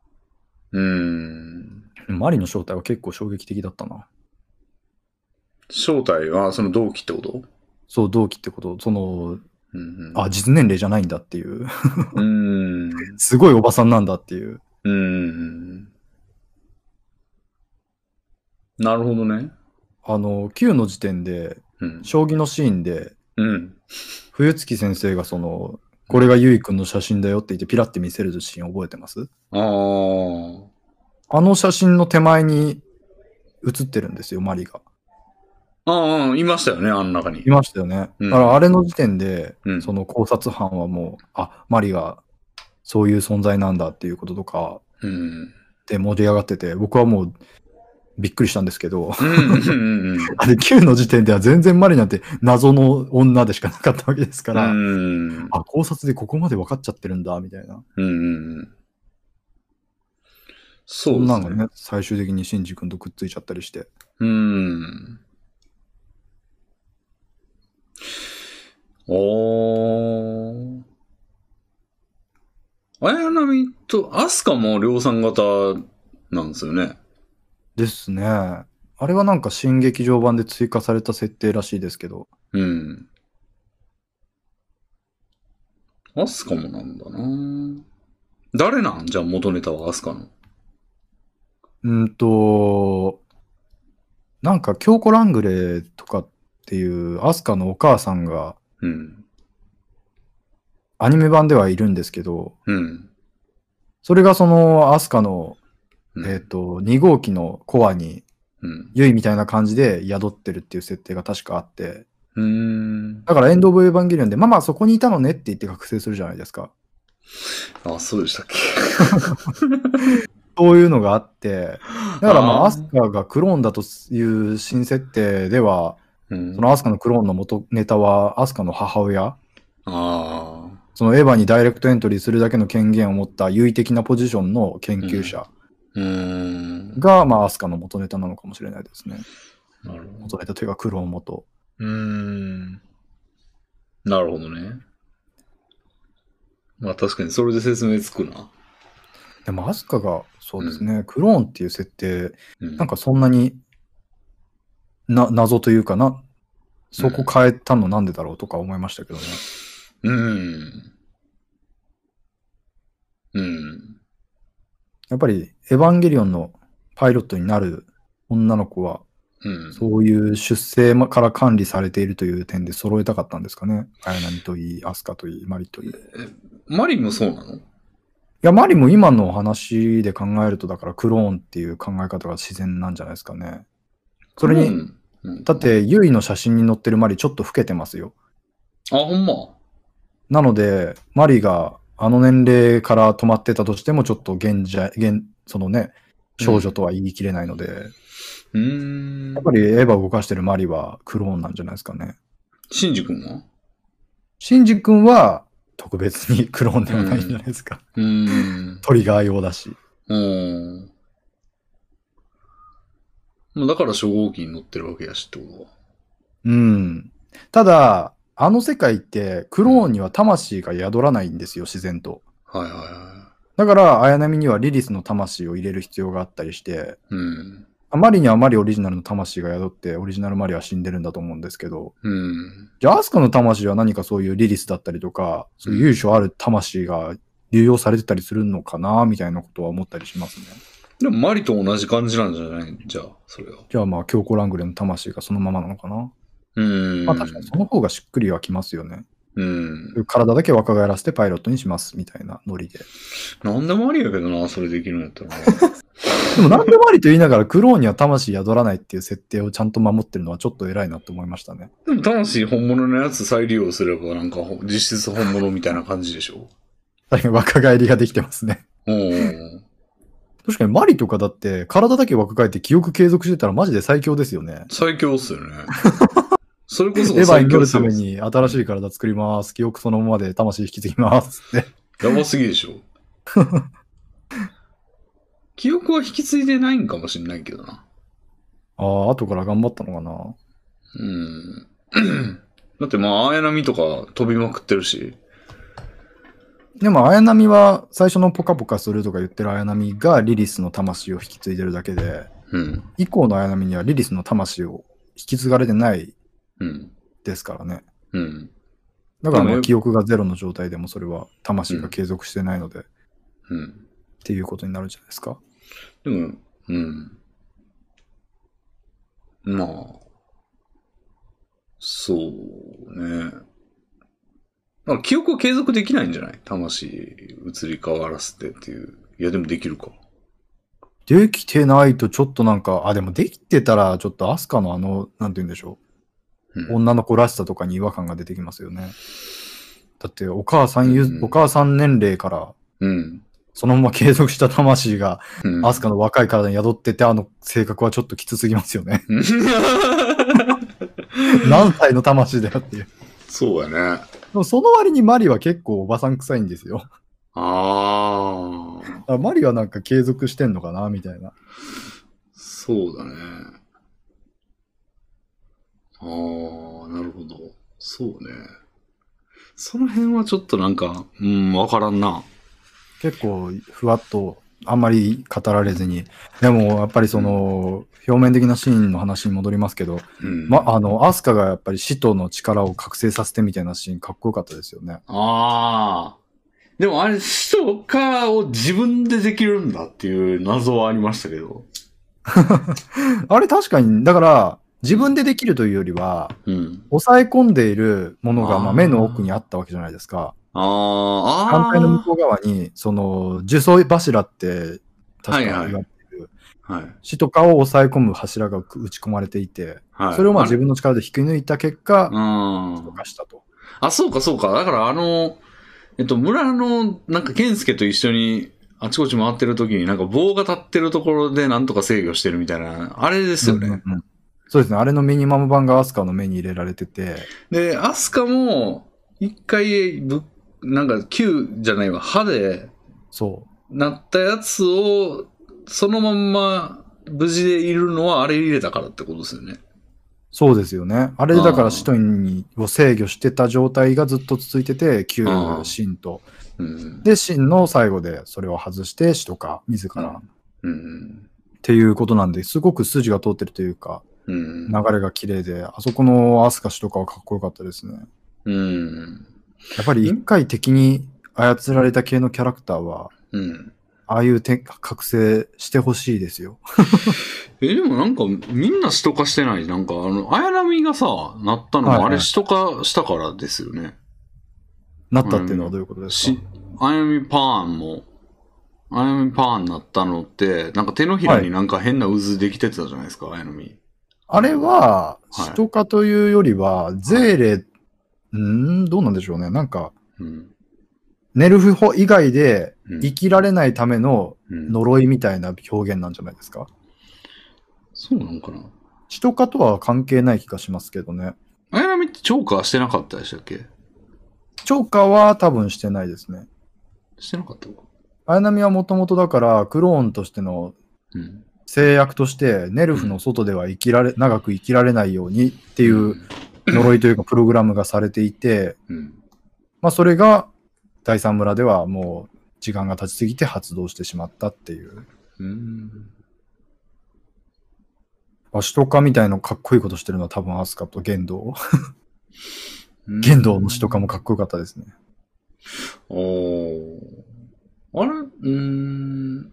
うーん。マリの正体は結構衝撃的だったな。 正体はその同期ってこと？ そう、同期ってこと。その、 うんうん、 あ、実年齢じゃないんだっていう。 うーんすごいおばさんなんだっていう。 うーん。なるほどね。 あの、きゅうの時点で、うん、将棋のシーンで、 うん、 冬月先生がその、これがゆいくんの写真だよって言ってピラって見せるシーン覚えてます？ ああ。 あの写真の手前に写ってるんですよ、マリが。 ああ、いましたよね、あの中に。 いましたよね。 うん、 だからあれの時点で、 うん、 その考察班はもう、あ、マリがそういう存在なんだっていうこととか、 うん、 で盛り上がってて、僕はもうびっくりしたんですけど、 うんうんうん、 あれきゅうの時点では全然マリなんて謎の女でしかなかったわけですから、 うん、 あ、考察でここまで分かっちゃってるんだ、みたいな。 うんうん、そうですね。 そんなのね、最終的にシンジ君とくっついちゃったりして。 うん。おー。綾波とアスカも量産型なんですよね。 ですね。あれはなんか新劇場版で追加された設定らしいですけど。 うん。アスカもなんだな。誰なんじゃあ元ネタはアスカの。 うんと、なんか京子ラングレーとかっていうアスカのお母さんが、 うん。 アニメ版ではいるんですけど、 うん。 それがそのアスカの、 うん、 えっと、に号機のコアに、うん、ユイみたいな感じで宿ってるっていう設定が確かあって、 うーん。 だからエンド・オブ・エヴァンゲリオンで、まあまあそこにいたのねって言って覚醒するじゃないですか。 あ、そうでしたっけ。 そういうのがあって、だからまあアスカがクローンだという新設定では、うん、そのアスカのクローンの元ネタはアスカの母親。あそのエヴァにダイレクトエントリーするだけの権限を持った優位的なポジションの研究者が、まあアスカの元ネタなのかもしれないですね。なるほど。元ネタというかクローン元。 うーん。なるほどね。まあ確かにそれで説明つくな。 でもアスカが、そうですね、うん、クローンっていう設定、うん、なんかそんなにな謎というかな、そこ変えたのなんでだろうとか思いましたけどね。 うん。うん。 やっぱりエヴァンゲリオンのパイロットになる女の子は、うん、そういう出生から管理されているという点で揃えたかったんですかね。綾波といい、アスカといい、マリといい。 え、マリもそうなの？ いや、マリも今の話で考えると、だからクローンっていう考え方が自然なんじゃないですかね。それに、うん、だって、ユイの写真に載ってるマリちょっと老けてますよ。 あ、ほんま。 なので、マリがあの年齢から止まってたとしても、ちょっと現在、現、そのね、少女とは言い切れないので、うん、やっぱりエヴァを動かしてるマリはクローンなんじゃないですかね。 シンジ君は？ シンジ君は特別にクローンではないんじゃないですか。うん、トリガー用だし。うん。 だから初号機に乗ってるわけやしってことは。 うん。ただ、あの世界ってクローンには魂が宿らないんですよ、自然と。 はいはいはい。 だから、綾波にはリリスの魂を入れる必要があったりして、うん、マリにはマリオリジナルの魂が宿って、オリジナルマリは死んでるんだと思うんですけど、うん、じゃあアスカの魂は何かそういうリリスだったりとか、そういう由緒ある魂が流用されてたりするのかな、みたいなことは思ったりしますね。 でもマリと同じ感じなんじゃないじゃあ、それは。 じゃあまあ、京子ラングレーの魂がそのままなのかな。うん。まあ確かにその方がしっくりはきますよね。うん。体だけ若返らせてパイロットにしますみたいなノリで。 なんでもありやけどな、それできるんやったら。 でもなんでもありと言いながらクローンには魂宿らないっていう設定をちゃんと守ってるのはちょっと偉いなと思いましたね。 でも魂本物のやつ再利用すればなんか実質本物みたいな感じでしょ。 確かに若返りができてますね。うん。確かにマリとかだって体だけ若返って記憶継続してたらマジで最強ですよね。 最強っすよね。それこそエヴァに乗るために新しい体作ります。記憶そのままで魂引き継ぎますって。 やばすぎでしょ。記憶は引き継いでないんかもしれないけどな。 ああ、後から頑張ったのかな。 うん。だってまあ、綾波とか飛びまくってるし。 でも、綾波は最初のポカポカするとか言ってる綾波がリリスの魂を引き継いでるだけで、うん、以降の綾波にはリリスの魂を引き継がれてないですからね。うん。うん、だからまあ記憶がゼロの状態でもそれは魂が継続してないので、うん。っていうことになるんじゃないですか。 でも、うん。まあ、そうね。まあ、記憶を継続できないんじゃない？魂移り変わらせてっていう。いや、でもできるか。 できてないとちょっとなんか、あ、でもできてたらちょっとアスカのあの、なんて言うんでしょう。うん、女の子らしさとかに違和感が出てきますよね。だってお母さんゆ、うん、お母さん年齢から、うん、そのまま継続した魂が、うん、アスカの若い体に宿ってて、あの性格はちょっときつすぎますよね。何歳の魂だよっていう。 そうやね。 でもその割にマリは結構おばさん臭いんですよ。 ああ。マリはなんか継続してんのかなみたいな。 そうだね。ああ、なるほど。そうね。その辺はちょっとなんか、うん、わからんな。 結構ふわっとあんまり語られずに、でもやっぱりその、うん、表面的なシーンの話に戻りますけど、うん、ま、あの、アスカがやっぱり使徒の力を覚醒させてみたいなシーンかっこよかったですよね。 ああ。でもあれ、使徒化を自分でできるんだっていう謎はありましたけど。 あれ確かに、だから、自分でできるというよりは、うん、抑え込んでいるものがまあ目の奥にあったわけじゃないですか。 ああ。 反対の向こう側に、その、呪詛柱って、確か言われてる、はいはい、死とかを抑え込む柱が打ち込まれていて、はい、それをまあ自分の力で引き抜いた結果、死とかしたと。 あ、そうかそうか。だからあの、えっと、村の、なんか、健介と一緒に、あちこち回ってる時に、なんか棒が立ってるところでなんとか制御してるみたいな、あれですよね。 うんうん、そうですね。あれのミニマム版がアスカの目に入れられてて。 で、アスカも、一回ぶ、なんか、球じゃないわ、歯で、 そう。 なったやつを、そのまんま、無事でいるのは、あれ入れたからってことですよね。 そうですよね。あれでだから使徒にを制御してた状態がずっと続いてて、旧神と。うん、で、神の最後でそれを外して使徒か、自ら、うんうん。っていうことなんで、すごく筋が通ってるというか、うん、流れが綺麗で、あそこのアスカ氏とかはかっこよかったですね。うん、やっぱり一回敵に操られた系のキャラクターは、うん、ああいう覚醒してほしいですよ。 え、でもなんかみんな使徒化してない。なんかあの、綾波がさ、なったのもあれ使徒化したからですよね。はいはい、 なったっていうのはどういうことですか？ 綾波パーンも、綾波パーンになったのって、なんか手のひらになんか変な渦できてたじゃないですか、綾波。 あれは、使徒化というよりは、ゼーレ、はい、んーどうなんでしょうね。なんか、うん、ネルフ以外で生きられないための呪いみたいな表現なんじゃないですか？うんうん、 そうなのかな？ 使徒化とは関係ない気がしますけどね。 綾波ってチョーカーしてなかったでしたっけ？ チョーカーは多分してないですね。 してなかったのか？ 綾波はもともとだからクローンとしての制約として、ネルフの外では生きられ、うん、長く生きられないようにっていう呪いというかプログラムがされていて、うん、まあそれが第三村ではもう時間が経ちすぎて発動してしまったっていう。うん、使徒化みたいなかっこいいことしてるのは多分アスカと玄道。玄道の使徒化もかっこよかったですね。 おー。あれうーん。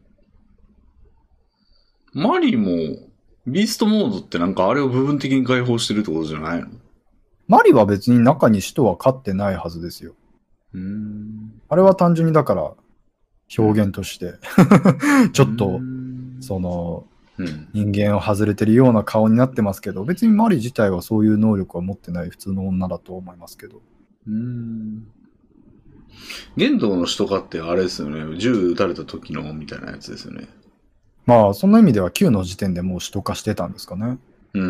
マリも、ビーストモードってなんかあれを部分的に解放してるってことじゃないの？ マリは別に中に使徒は飼ってないはずですよ。うーん。あれは単純にだから表現として、ちょっと、その、うん、人間を外れてるような顔になってますけど、別にマリ自体はそういう能力は持ってない普通の女だと思いますけど。うーん。 玄道の使徒化ってあれですよね。銃撃たれた時のみたいなやつですよね。 まあ、そんな意味ではきゅうの時点でもう使徒化してたんですかね。 うん。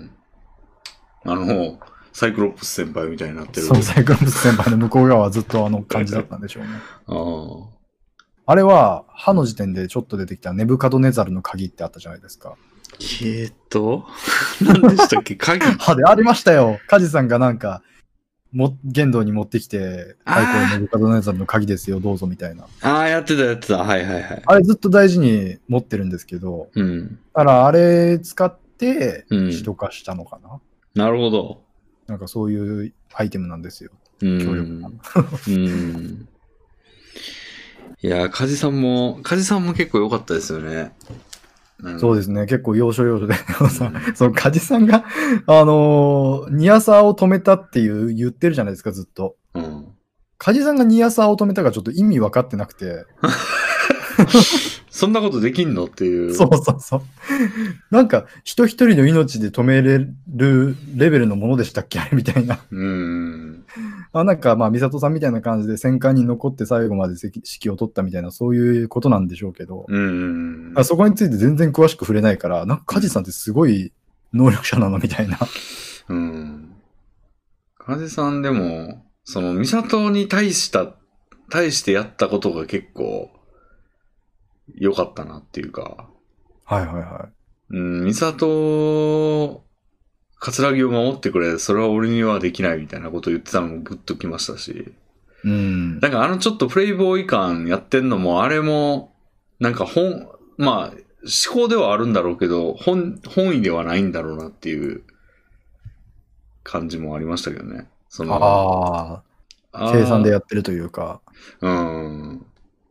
あの、サイクロプス先輩みたいになってる。 そう、サイクロプス先輩の向こう側はずっとあの感じだったんでしょうね。ああ。あれは、歯の時点でちょっと出てきたネブカドネザルの鍵ってあったじゃないですか。 えーっと、何でしたっけ鍵歯でありましたよ。カジさんがなんか、も、玄道に持ってきて、はい、これネブカドネザルの鍵ですよ、どうぞみたいな。 ああ、やってたやってた。はいはいはい。 あれずっと大事に持ってるんですけど、うん。だからあれ使って、 うん使徒化したのかな、 なるほど。 なんかそういうアイテムなんですよ。 うん。 強力な。 うん。いや、カジさんも、カジさんも結構良かったですよね。 そうですね。結構要所要所で。でもさ、そのカジさんが、あのーニアサーを止めたっていう言ってるじゃないですか、ずっと。 うん。 カジさんがニアサーを止めたかちょっと意味分かってなくて。 そんなことできんのっていう。 そうそうそう。なんか、人一人の命で止めれるレベルのものでしたっけあれみたいな。 うん。 あなんか、まあ、美里さんみたいな感じで戦艦に残って最後まで指揮を取ったみたいな、そういうことなんでしょうけど、 うん。 あそこについて全然詳しく触れないから、なんか、カジさんってすごい能力者なのみたいな。 うん。カジさんでも、その、美里に対した、対してやったことが結構、良かったなっていうか。 はいはいはい。 うん、美里、桂木を守ってくれ、それは俺にはできないみたいなことを言ってたのもグッときましたし。 うん。 なんかあのちょっとプレイボーイ感やってんのも、あれも、なんか本、まあ、思考ではあるんだろうけど、本、本意ではないんだろうなっていう感じもありましたけどね。その、 ああ、計算でやってるというか。 うん。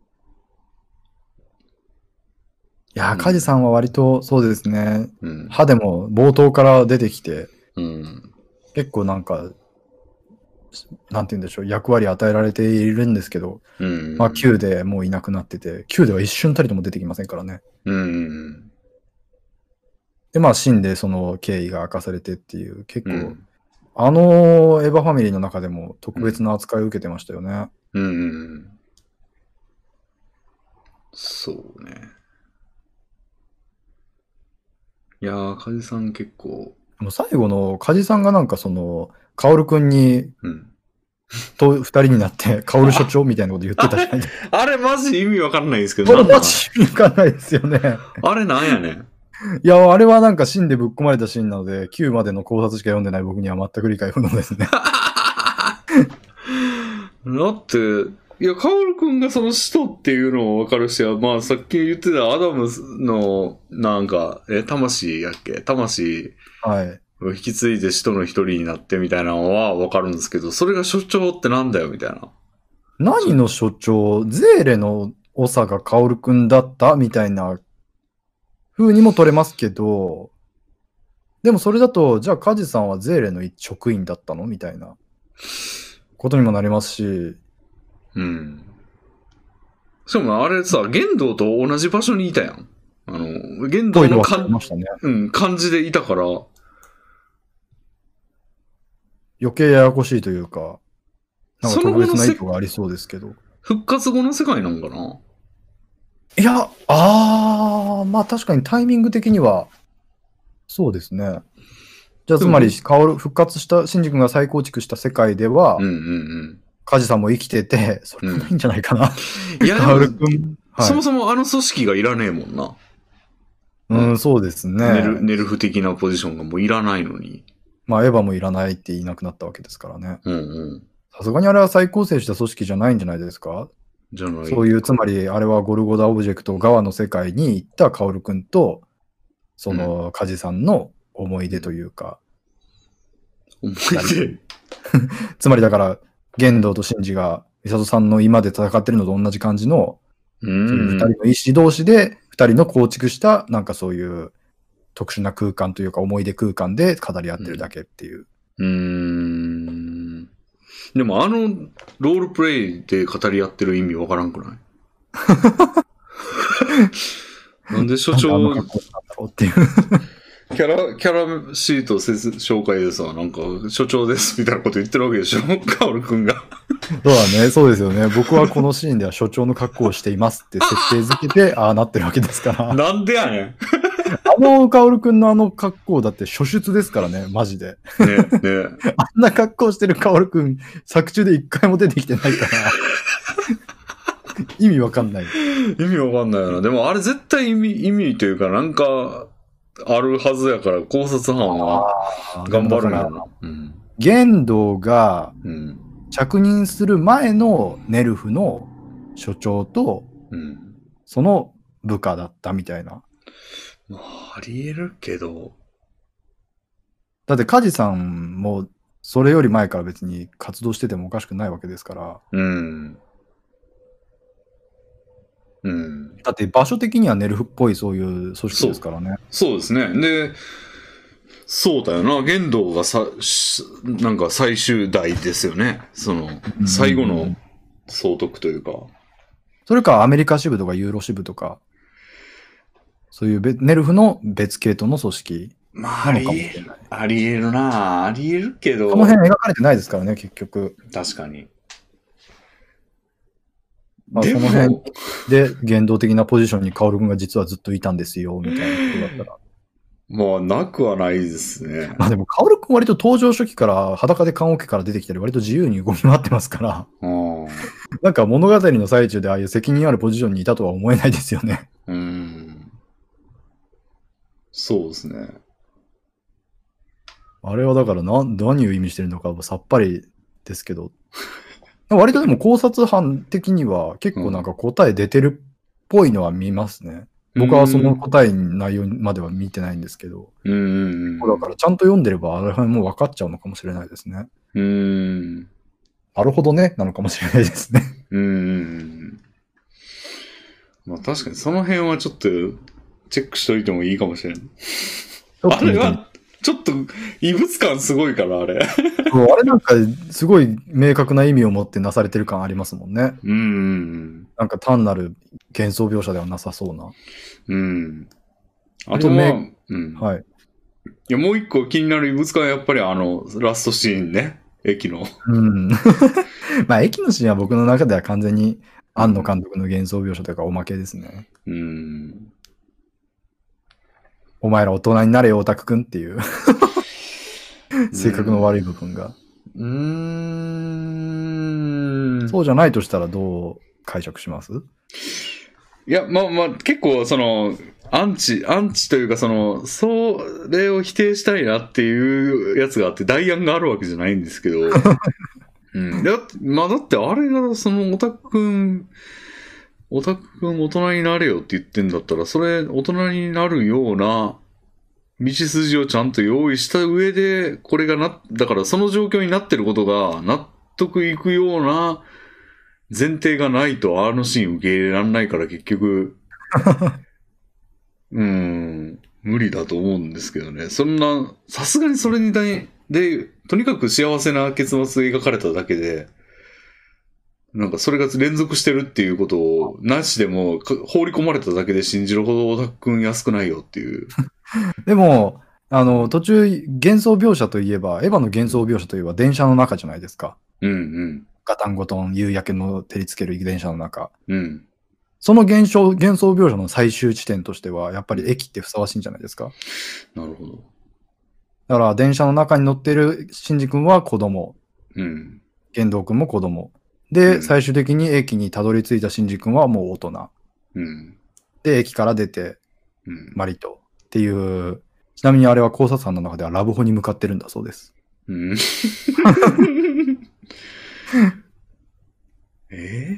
いやー、カジさんは割とそうですね。 うん。 歯でも冒頭から出てきて、 うん。 結構なんか、なんて言うんでしょう、役割与えられているんですけど、 うん。 まあ、Q でもういなくなってて、Q では一瞬たりとも出てきませんからね。 うん。 で、まあ、死んでその経緯が明かされてっていう、結構、 うん。 あのエヴァファミリーの中でも特別な扱いを受けてましたよね。 うん。そうね。いやー、カジさん結構。 でも最後のカジさんがなんかその、カオルくんに、 うん。 と二人になって、カオル所長みたいなこと言ってたじゃないですか。 あれマジ意味わかんないんですけど。 これマジ意味わかんないですよね。 あれなんやねん。 いや、あれはなんかシーンでぶっ込まれたシーンなので、きゅうまでの考察しか読んでない僕には全く理解不能ですね。 だって、いや、カオルくんがその使徒っていうのを分かるしは、まあさっき言ってたアダムの、なんか、え、魂やっけ魂はい。 を引き継いで使徒の一人になってみたいなのは分かるんですけど、それが所長ってなんだよみたいな。 何の所長、ゼーレの長がカオルくんだったみたいな風にも取れますけど、でもそれだと、じゃあカジさんはゼーレの職員だったのみたいなことにもなりますし。 うん。しかもあれさ、玄道と同じ場所にいたやん。あの、玄道のかん、 ましたね、 うん、感じでいたから。 余計ややこしいというか、なんか特別な意図がありそうですけど。 復活後の世界なんかな？ いや、あー、まあ確かにタイミング的には、そうですね。じゃあつまり、カオル、復活した、シンジ君が再構築した世界では、 うんうんうん。 カジさんも生きてて、それもないんじゃないかな。 うん、いや、 カオル君、 はい、そもそもあの組織がいらねえもんな。 うん、うん、そうですね。 ネル、ネルフ的なポジションがもういらないのに。 まあ、エヴァもいらないって言いなくなったわけですからね。 うんうん。 さすがにあれは再構成した組織じゃないんじゃないですか？ じゃない。 そういう、つまり、あれはゴルゴダオブジェクト側の世界に行ったカオル君と、その、カジさんの思い出というか。 うん、思い出つまりだから、玄道とシンジが、ミサトさんの今で戦ってるのと同じ感じの、 うん、 そういう二人の意志同士で、二人の構築した、なんかそういう特殊な空間というか思い出空間で語り合ってるだけっていう。 うん。うーん。でもあのロールプレイで語り合ってる意味わからんくない？なんで所長なんかっていうキャラ、キャラシート紹介でさ、なんか、所長ですみたいなこと言ってるわけでしょカオルくんが。 そうだね、そうですよね。僕はこのシーンでは所長の格好をしていますって設定づけて、ああなってるわけですから。 なんでやねん。 あのカオルくんのあの格好だって初出ですからね、マジで。 ね、ね。 あんな格好してるカオルくん、作中で一回も出てきてないから。意味わかんない。 意味わかんないよな。でもあれ絶対意味、意味というかなんか、あるはずやから考察班は頑張るんやな。 玄道が着任する前のネルフの所長と、うん、その部下だったみたいな。 まあ、ありえるけど。 だってカジさんもそれより前から別に活動しててもおかしくないわけですから。 うん。うん。 だって場所的にはネルフっぽいそういう組織ですからね。 そう、そうですね。で、そうだよな。玄道がさ、なんか最終代ですよね。その、最後の総督というか。 それかアメリカ支部とかユーロ支部とか、そういうネルフの別系統の組織まあ、ありえる。ありえるな。ありえるけど。 この辺描かれてないですからね、結局。 確かに。 まあ、その辺で言動的なポジションにカオル君が実はずっといたんですよ、みたいなことだったら。 まあ、なくはないですね。 まあでも、カオル君割と登場初期から裸で棺桶から出てきたり、割と自由に動き回ってますから。なんか物語の最中でああいう責任あるポジションにいたとは思えないですよね。 うん。そうですね。 あれはだから何、何を意味してるのかさっぱりですけど。割とでも考察班的には結構なんか答え出てるっぽいのは見ますね。うん、僕はその答え内容までは見てないんですけど。 うん。 だからちゃんと読んでればあれはもう分かっちゃうのかもしれないですね。 うん。 なるほどね、なのかもしれないですね。 うん。まあ確かにその辺はちょっとチェックしといてもいいかもしれない。あれはちょっと異物感すごいから、あれ。 あれなんかすごい明確な意味を持ってなされてる感ありますもんね。 うん。 なんか単なる幻想描写ではなさそうな。 うん。あとは、うん。 はい。 いや、もう一個気になる異物感はやっぱりあの、ラストシーンね。駅の。 うん。まあ、駅のシーンは僕の中では完全に庵野監督の幻想描写というかおまけですね。 うん。 お前ら大人になれよ、オタクくんっていう性格の悪い部分が。 うーん。 そうじゃないとしたらどう解釈します？ いや、まあまあ、結構その、アンチ、アンチというかその、それを否定したいなっていうやつがあって、代案があるわけじゃないんですけど。うん。だって、まあだってあれがそのオタクくん、オタクくん大人になれよって言ってんだったら、それ大人になるような道筋をちゃんと用意した上で、これがな、だからその状況になってることが納得いくような前提がないとあのシーン受け入れられないから結局、うーん、無理だと思うんですけどね。そんな、さすがにそれに対で、とにかく幸せな結末描かれただけで、なんかそれが連続してるっていうことをなしでも放り込まれただけで信じるほどオタクくん安くないよっていう。 でも、あの、途中幻想描写といえば、エヴァの幻想描写といえば電車の中じゃないですか。 うんうん。 ガタンゴトン、夕焼けの照りつける電車の中。 うん。 その現象、幻想描写の最終地点としては、やっぱり駅ってふさわしいんじゃないですか。 なるほど。 だから電車の中に乗ってるシンジ君は子供。 うん。 玄道君も子供。で、 うん、 最終的に駅にたどり着いたシンジ君はもう大人。 うん。 で、駅から出て、 うん、 マリと。っていう、ちなみにあれは考察班の中ではラブホに向かってるんだそうです。 うん。え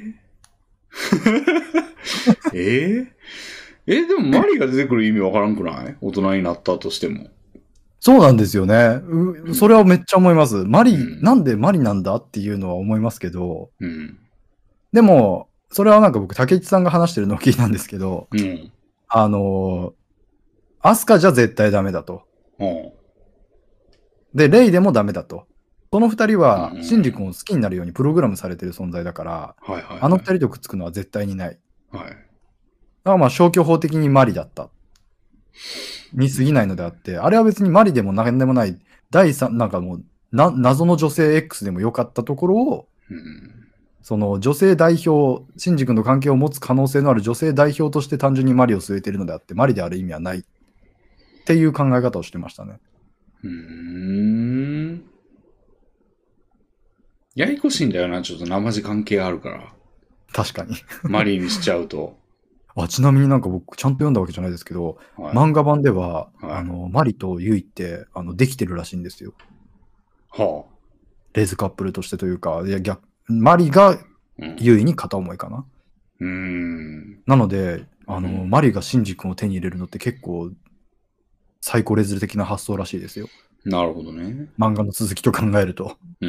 ー、えー、え、でもマリが出てくる意味わからんくない？大人になったとしても。 そうなんですよね。うそれはめっちゃ思います。マリ、うん、なんでマリなんだっていうのは思いますけど、 うん、 でも、それはなんか僕、竹内さんが話してるのを聞いたんですけど、 うん、 あの、アスカじゃ絶対ダメだと。 うん、 で、レイでもダメだと。この二人は、シンジ君を好きになるようにプログラムされてる存在だから、 はいはいはい、 あの二人とくっつくのは絶対にない。 はい。 だからまあ消去法的にマリだった。に過ぎないのであって、あれは別にマリでも何でもない、第三、なんかもう、な、謎の女性 X でもよかったところを、 うん、 その女性代表、シンジ君と関係を持つ可能性のある女性代表として単純にマリを据えているのであって、マリである意味はないっていう考え方をしてましたね。 うーん。ややこしいんだよな、ちょっと生地関係あるから。 確かに。 マリーにしちゃうと。 あ、ちなみになんか僕ちゃんと読んだわけじゃないですけど、はい、漫画版では、はい、あの、マリとユイってあのできてるらしいんですよ。 はあ。 レズカップルとしてというか、いや逆マリがユイに片思いかな。 うーん。 なので、あの、うん、マリがシンジ君を手に入れるのって結構サイコレズル的な発想らしいですよ。 なるほどね。 漫画の続きと考えると。 うん。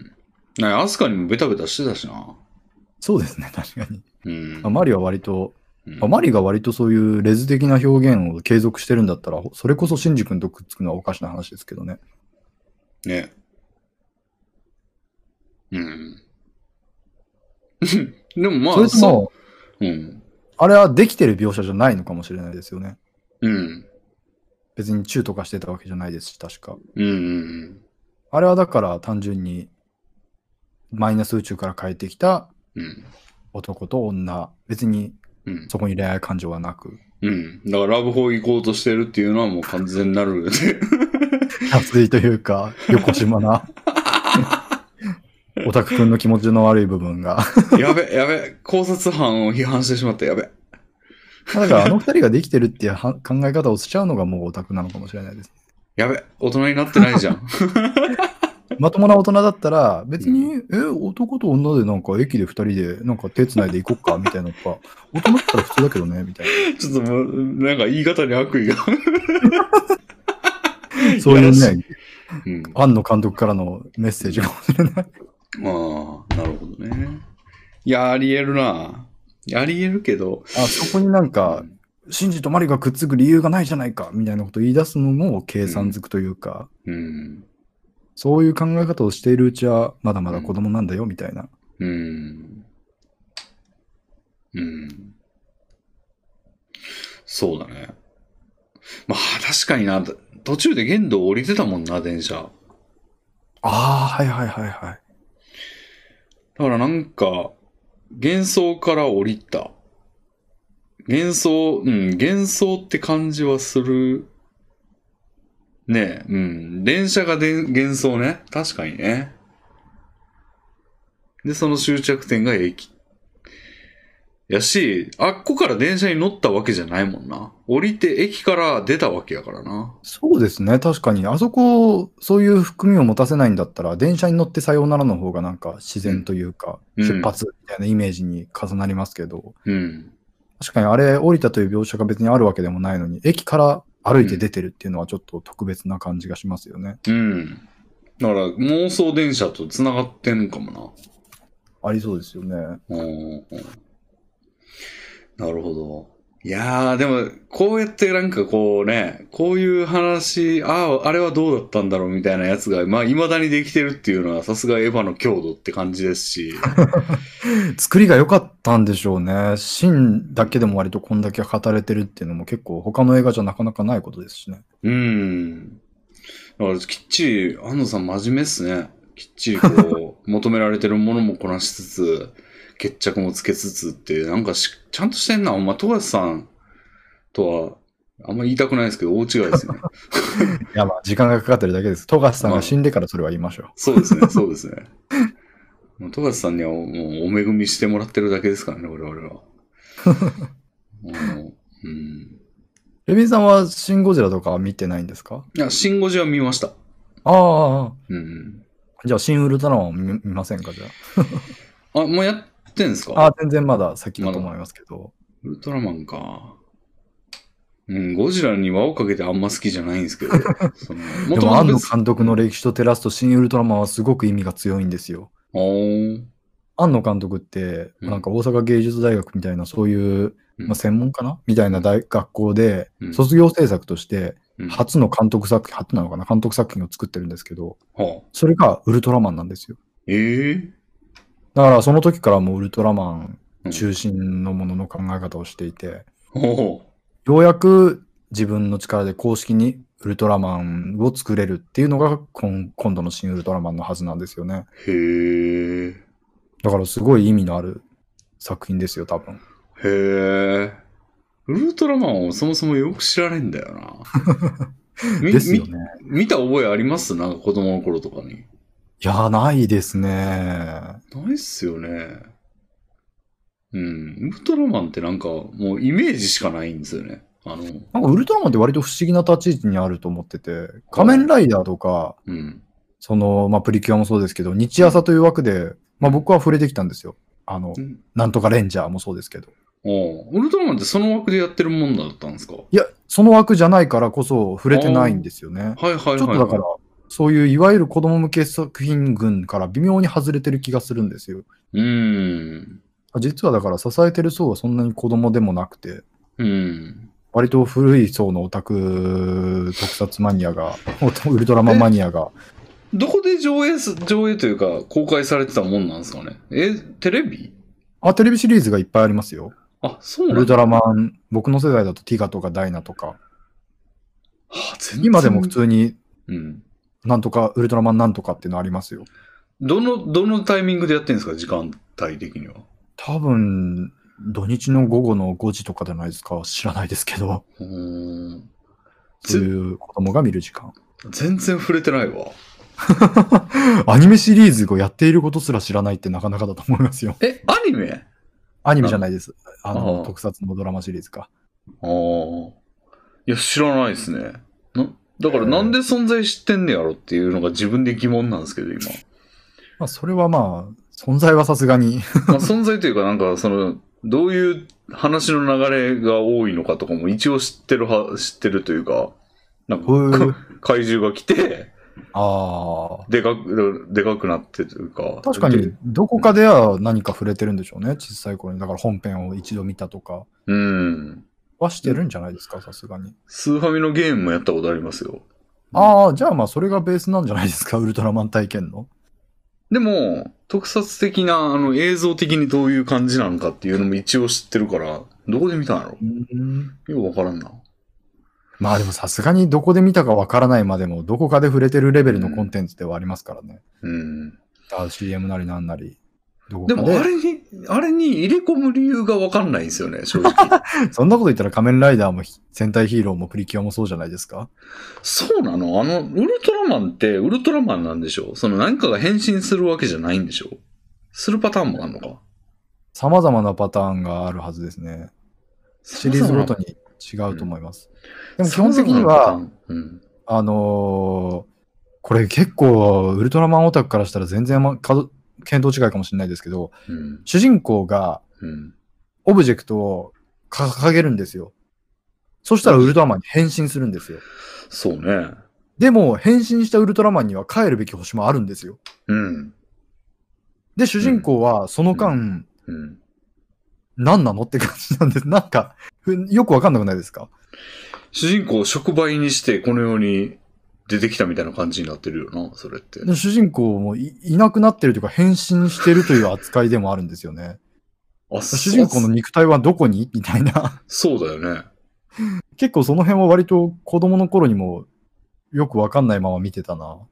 なアスカにもベタベタしてたしな。 そうですね、確かに。 うん。 マリは割と、 うん、 マリが割とそういうレズ的な表現を継続してるんだったら、それこそシンジ君とくっつくのはおかしな話ですけどね。 ね。うん。でもまあ、 それとも、 う、うん。 あれはできてる描写じゃないのかもしれないですよね。 うん。 別にチューとかしてたわけじゃないですし、確か。 うんうんうん。 あれはだから単純に、マイナス宇宙から帰ってきた男と女、別にそこに恋愛感情はなく。 うん。だからラブホ行こうとしてるっていうのはもう完全なる。 熱いというか、横島な。オタクくんの気持ちの悪い部分が。 やべ、やべ、考察班を批判してしまった、やべ。 だからあの二人ができてるっていう考え方をしちゃうのがもうオタクなのかもしれないです。 やべ、大人になってないじゃん。 まともな大人だったら、別に、うん、え、男と女でなんか駅で二人でなんか手繋いで行こっかみたいなのとか、大人だったら普通だけどね、みたいな。 ちょっともう、なんか言い方に悪意が。 そういうね、 うん、 庵野監督からのメッセージかもしれない。 ああ、なるほどね。いや、あり得るな。あり得るけど。 あそこになんか、シンジとマリがくっつく理由がないじゃないか、みたいなことを言い出すのも計算づくというか、 うんうんそういう考え方をしているうちは、まだまだ子供なんだよ、みたいな。 うん。うん。そうだね。まあ、確かにな、途中で限度降りてたもんな、電車。 ああ、はいはいはいはい。 だからなんか、幻想から降りた。幻想、うん、幻想って感じはする。ねえ、うん。電車がで幻想ね。確かにね。で、その終着点が駅。やし、あっこから電車に乗ったわけじゃないもんな。降りて駅から出たわけやからな。 そうですね。確かに。あそこ、そういう含みを持たせないんだったら、電車に乗ってさようならの方がなんか自然というか、うん、出発みたいなイメージに重なりますけど、 うん、 確かにあれ、降りたという描写が別にあるわけでもないのに、駅から歩いて出てるっていうのはちょっと特別な感じがしますよね。 うん。だから妄想電車と繋がってんかもな。 ありそうですよね。 うん、なるほど。いやー、でも、こうやってなんかこうね、こういう話、ああ、あれはどうだったんだろうみたいなやつが、まあ、未だにできてるっていうのは、さすがエヴァの強度って感じですし。 作りが良かったんでしょうね。シーンだけでも割とこんだけ語れてるっていうのも結構他の映画じゃなかなかないことですしね。 うん。だからきっちり、安野さん真面目っすね。きっちりこう、求められてるものもこなしつつ、決着もつけつつって、なんかし、ちゃんとしてんな。お前、富樫さんとは、あんまり言いたくないですけど、大違いですね。 いや、まあ、時間がかかってるだけです。富樫さんが死んでからそれは言いましょう。 そうですね、そうですね。富樫さんにはもうお恵みしてもらってるだけですからね、我々は。うん、 レビンさんはシン・ゴジラとかは見てないんですか？ いや、シン・ゴジラ見ました。 ああ、 うん。 じゃあ、シン・ウルトラマンを 見, 見ませんか、じゃあ。あ、もうやってんすか？ ああ、全然まだ先だと思いますけど。 ウルトラマンか。うん、ゴジラに輪をかけてあんま好きじゃないんですけど。そのでも、庵野監督の歴史と照らすと、シン・ウルトラマンはすごく意味が強いんですよ。庵野監督って、うん、なんか大阪芸術大学みたいな、そういう、まあ、専門かな、うん、みたいな大学校で、卒業制作として、初の監督作品、初なのかな監督作品を作ってるんですけど、うん、それがウルトラマンなんですよ。 えー、 だからその時からもうウルトラマン中心のものの考え方をしていて、 うん、 ようやく自分の力で公式にウルトラマンを作れるっていうのが 今, 今度の新ウルトラマンのはずなんですよね。 へー。 だからすごい意味のある作品ですよ、多分。 へー。ウルトラマンをそもそもよく知られんだよな。 ですよね。 見た覚えあります？なんか子供の頃とかに。いや、ないですね。 ないっすよね。うん。ウルトラマンってなんかもうイメージしかないんですよね。あの。なんかウルトラマンって割と不思議な立ち位置にあると思ってて、仮面ライダーとか、 うん、 その、まあ、プリキュアもそうですけど、日朝という枠で、まあ僕は触れてきたんですよ。あの、うん、なんとかレンジャーもそうですけど。 ウルトラマンってその枠でやってるもんだったんですか？ いや、その枠じゃないからこそ触れてないんですよね。 はいはいはい、はい。 ちょっとだから、そういういわゆる子供向け作品群から微妙に外れてる気がするんですよ。 うーん。 実はだから支えてる層はそんなに子供でもなくて、 うん。 割と古い層のオタク特撮マニアが、ウルトラマンマニアが。 どこで上映す、上映というか公開されてたもんなんですかね？え、テレビ？ あ、テレビシリーズがいっぱいありますよ。 あ、そうなんだ。 ウルトラマン、僕の世代だとティガとかダイナとか。はあ、全然今でも普通に、 うん。 なんとか、ウルトラマンなんとかっていうのありますよ。 どの、どのタイミングでやってるんですか？時間帯的には。 多分、土日の午後のごじとかじゃないですか。知らないですけど。 うーん。 そういう子供が見る時間。 全然触れてないわ。 アニメシリーズをやっていることすら知らないってなかなかだと思いますよ。 え、アニメ？ アニメじゃないです。あの、 ああ特撮のドラマシリーズか。 ああ。いや、知らないですね。な、だからなんで存在知ってんねやろっていうのが自分で疑問なんですけど、今。 まあ、それはまあ、存在はさすがに。 まあ、存在というか、なんか、その、どういう話の流れが多いのかとかも一応知ってるは、知ってるというか、なんか、怪獣が来て、 ああ。 でかく、でかくなってというか。 確かに、どこかでは何か触れてるんでしょうね。小さい頃に。だから本編を一度見たとか。 うん。 はしてるんじゃないですか、さすがに。 スーファミのゲームもやったことありますよ。 ああ、じゃあまあそれがベースなんじゃないですか、ウルトラマン体験の。 でも、特撮的な、あの、映像的にどういう感じなのかっていうのも一応知ってるから、どこで見たんやろ？うん。よくわからんな。 まあでもさすがにどこで見たかわからないまでも、どこかで触れてるレベルのコンテンツではありますからね。うん。シーエム なりなんなり。 どこかで。でもあれに、あれに入れ込む理由がわかんないんですよね、正直。 そんなこと言ったら仮面ライダーも戦隊ヒーローもプリキュアもそうじゃないですか？ そうなの？あの、ウルトラマンってウルトラマンなんでしょ？その何かが変身するわけじゃないんでしょ？するパターンもあるのか？ 様々なパターンがあるはずですね。シリーズごとに違うと思います。うん、でも基本的には、うん、あのー、これ結構ウルトラマンオタクからしたら全然ま、見当違いかもしれないですけど、うん、主人公がオブジェクトを掲げるんですよ。そしたらウルトラマンに変身するんですよ。 そうね。 でも変身したウルトラマンには帰るべき星もあるんですよ。うん。で、主人公はその間、うんうん、何なのって感じなんです。なんか、よくわかんなくないですか？ 主人公を触媒にしてこの世に出てきたみたいな感じになってるよな、それって。 主人公も い, いなくなってるというか変身してるという扱いでもあるんですよね。あ、主人公の肉体はどこにみたいな。 そうだよね。 結構その辺は割と子供の頃にもよくわかんないまま見てたな。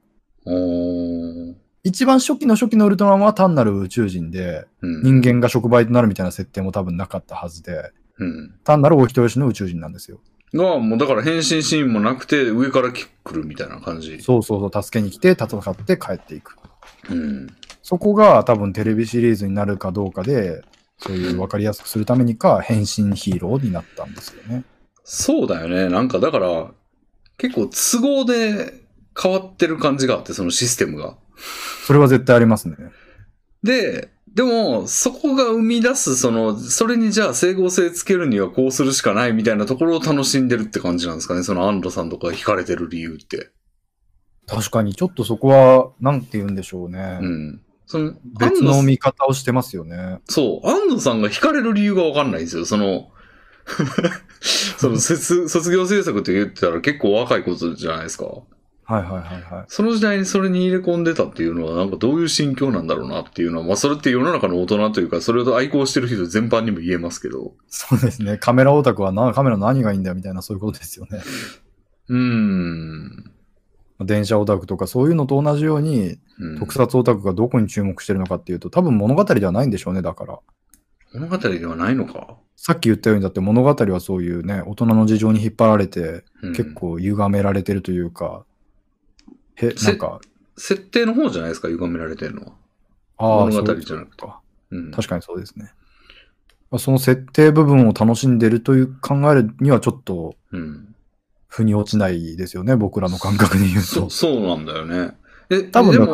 一番初期の初期のウルトラマンは単なる宇宙人で、うん、人間が触媒となるみたいな設定も多分なかったはずで、うん、単なるお人よしの宇宙人なんですよ。 が、もうだから変身シーンもなくて上から来るみたいな感じ。 そうそうそう、助けに来て戦って帰っていく。うん、そこが多分テレビシリーズになるかどうかで、そういう分かりやすくするためにか変身ヒーローになったんですよね。 そうだよね。なんかだから結構都合で変わってる感じがあって、そのシステムが。 それは絶対ありますね。 で、でも、そこが生み出す、その、それにじゃあ整合性つけるにはこうするしかないみたいなところを楽しんでるって感じなんですかね。その安藤さんとか惹かれてる理由って。 確かに、ちょっとそこは、なんて言うんでしょうね。うん。その別の見方をしてますよね。 そう。安藤さんが惹かれる理由がわかんないんですよ。その、その卒、卒業制作って言ってたら結構若いことじゃないですか。 はいはいはいはい。 その時代にそれに入れ込んでたっていうのはなんかどういう心境なんだろうなっていうのは、まあそれって世の中の大人というか、それを愛好してる人全般にも言えますけど。 そうですね。カメラオタクはな、カメラ何がいいんだよみたいなそういうことですよね。うーん。電車オタクとかそういうのと同じように、うん、特撮オタクがどこに注目してるのかっていうと、多分物語ではないんでしょうね、だから。 物語ではないのか。 さっき言ったように、だって物語はそういうね、大人の事情に引っ張られて、うん、結構歪められてるというか、へ、なんか。 設定の方じゃないですか、歪められてるのは。ああ、物語じゃなくて。 うん、確かにそうですね。その設定部分を楽しんでるという考えるにはちょっと、うん、腑に落ちないですよね、僕らの感覚で言うと。 そ、そうなんだよね。 え、多分だから、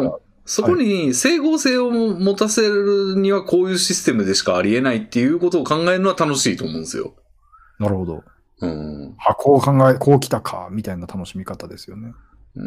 そこに整合性を持たせるにはこういうシステムでしかありえないっていうことを考えるのは楽しいと思うんですよ。 なるほど。 うん。 あ、こう考え、こう来たか、みたいな楽しみ方ですよね。 うん。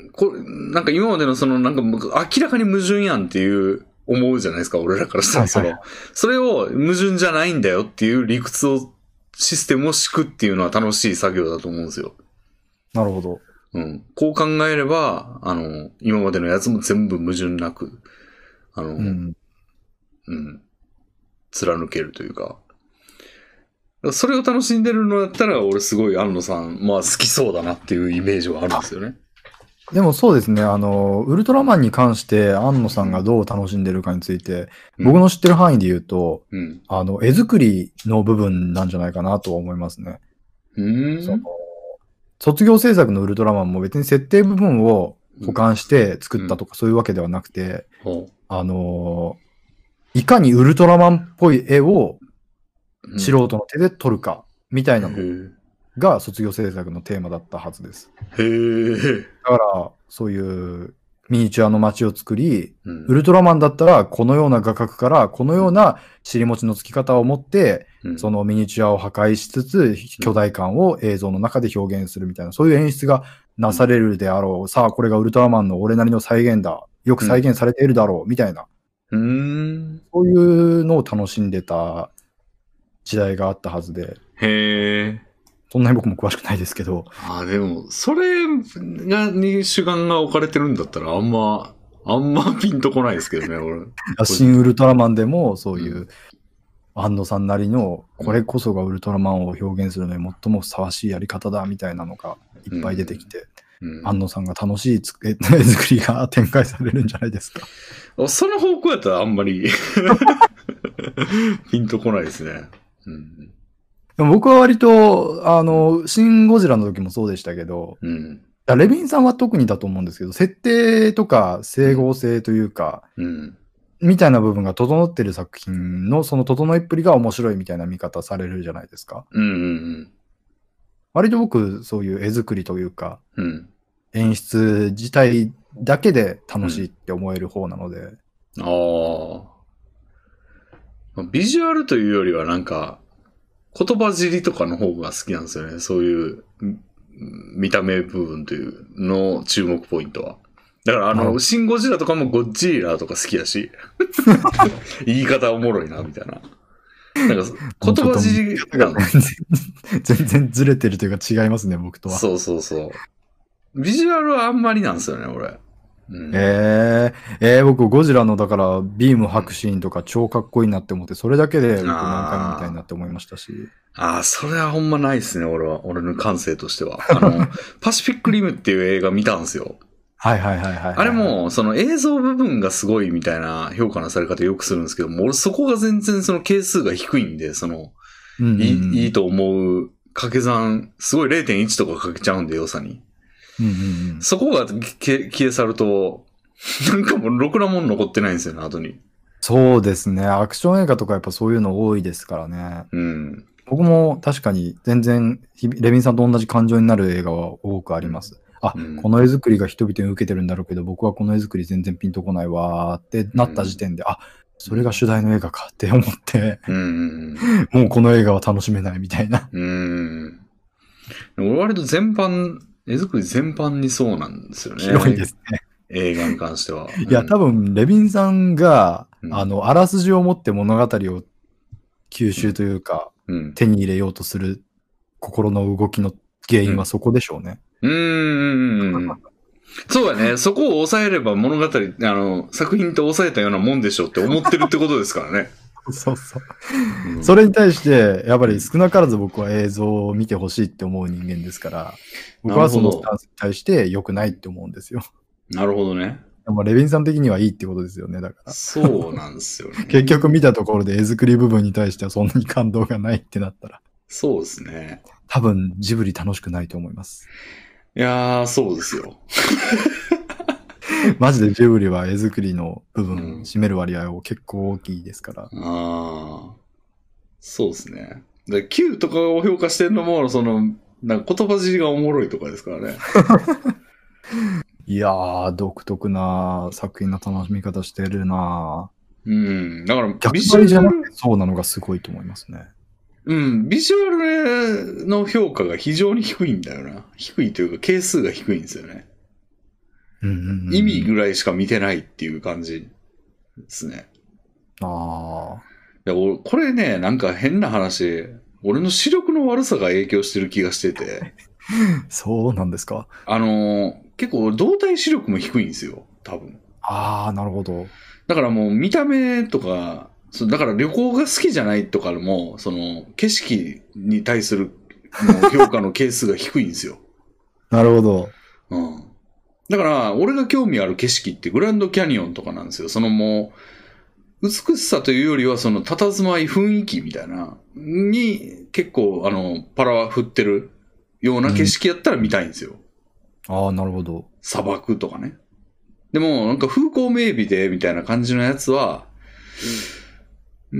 これ、なんか今までのその、なんか明らかに矛盾やんっていう思うじゃないですか、俺らからしたら。その、それを矛盾じゃないんだよっていう理屈を、システムを敷くっていうのは楽しい作業だと思うんですよ。 なるほど。 うん。こう考えれば、あの、今までのやつも全部矛盾なく、あの、うん、うん、貫けるというか。それを楽しんでるのだったら、俺すごい安野さん、まあ好きそうだなっていうイメージはあるんですよね。 でもそうですね、あの、ウルトラマンに関して安野さんがどう楽しんでるかについて、うん、僕の知ってる範囲で言うと、うん、あの、絵作りの部分なんじゃないかなとは思いますね。 うんその卒業制作のウルトラマンも別に設定部分を保管して作ったとかそういうわけではなくて、うん、あの、いかにウルトラマンっぽい絵を素人の手で撮るかみたいなのが卒業制作のテーマだったはずです。 へー。 だからそういうミニチュアの街を作り、うん、ウルトラマンだったらこのような画角からこのような尻餅のつき方を持って、うん、そのミニチュアを破壊しつつ巨大感を映像の中で表現するみたいな、そういう演出がなされるであろう、うん、さあこれがウルトラマンの俺なりの再現だ、よく再現されているだろうみたいな、 うん、 そういうのを楽しんでた時代があったはずで。 へー。 そんなに僕も詳しくないですけど。 ああ、でも、それが、に主眼が置かれてるんだったら、あんま、あんまピンとこないですけどね、俺。 新ウルトラマンでも、そういう、うん、安野さんなりの、これこそがウルトラマンを表現するのに最もふさわしいやり方だ、みたいなのがいっぱい出てきて、うんうん、安野さんが楽しいつ絵作りが展開されるんじゃないですか。 その方向やったらあんまり、ピンとこないですね。うんでも僕は割と、あの、シン・ゴジラの時もそうでしたけど、 うん、 レビンさんは特にだと思うんですけど、設定とか整合性というか、 うん、 みたいな部分が整ってる作品のその整いっぷりが面白いみたいな見方されるじゃないですか。 うんうんうん、 割と僕、そういう絵作りというか、 うん、 演出自体だけで楽しいって思える方なので。うん、 ああ。ビジュアルというよりはなんか、言葉尻とかの方が好きなんですよね。そういう見た目部分というの注目ポイントは。だからあの、シン・ゴジラとかもゴジラとか好きだし、言い方おもろいな、みたいな。なんか言葉尻が全然ずれてるというか違いますね、僕とは。 そうそうそう。ビジュアルはあんまりなんですよね、俺。 うん、えー、えー、僕ゴジラのだからビーム吐くシーンとか超かっこいいなって思って、それだけで僕何回も見たいなって思いましたし。 ああ、それはほんまないですね、俺は。俺の感性としては。あの、パシフィックリムっていう映画見たんですよ。 はいはいはいはい、はい。あれも、その映像部分がすごいみたいな評価のされ方よくするんですけども、俺そこが全然その係数が低いんで、その、うんうんうん、いい、いいと思う掛け算、すごい れいてんいち とかかけちゃうんで、良さに。 うんうんうん、 そこが消え去ると、なんかもうろくなもん残ってないんですよね、後に。 そうですね。アクション映画とかやっぱそういうの多いですからね。 うん。 僕も確かに全然、レビンさんと同じ感情になる映画は多くあります。あ、うん、この絵作りが人々に受けてるんだろうけど、僕はこの絵作り全然ピンとこないわーってなった時点で、うん、あ、それが主題の映画かって思って、 うん、 もうこの映画は楽しめないみたいな。 うん。俺割と全般、絵作り全般にそうなんですよね。 広いですね。 映画に関しては。 いや、うん、多分、レビンさんが、うん、あの、あらすじを持って物語を吸収というか、うん、手に入れようとする心の動きの原因はそこでしょうね。 うん。うん。そうだね。そこを抑えれば物語、あの、作品と抑えたようなもんでしょうって思ってるってことですからね。 そうそう、うん。それに対して、やっぱり少なからず僕は映像を見てほしいって思う人間ですから、僕はそのスタンスに対して良くないって思うんですよ。 なるほどね。 でもレビンさん的にはいいってことですよね、だから。 そうなんですよね。 結局見たところで絵作り部分に対してはそんなに感動がないってなったら。 そうですね。 多分ジブリ楽しくないと思います。 いやー、そうですよ。 マジでジブリは絵作りの部分、占める割合を結構大きいですから。 ああ、そうですね。で Q とかを評価してるのも、その、なんか言葉尻がおもろいとかですからね。 いやー、独特な作品の楽しみ方してるなうん。だから、 逆ビジュ張りじゃなくアル、 てそうなのがすごいと思いますね。 うん、ビジュアルの評価が非常に低いんだよな。低いというか、係数が低いんですよね。 うんうんうん、 意味ぐらいしか見てないっていう感じですね。 ああ。 で俺これね、なんか変な話、俺の視力の悪さが影響してる気がしてて。 そうなんですか。 あのー、結構動体視力も低いんですよ、多分。 ああ、なるほど。 だからもう見た目とか、そだから旅行が好きじゃないとかも、その景色に対するもう評価の係数が低いんですよ。 なるほど。 うん。だから、俺が興味ある景色ってグランドキャニオンとかなんですよ。そのもう、美しさというよりは、その佇まい雰囲気みたいな、に結構、あの、パラ振ってるような景色やったら見たいんですよ。 うん、ああ、なるほど。 砂漠とかね。でも、なんか風光明媚で、みたいな感じのやつは、うん、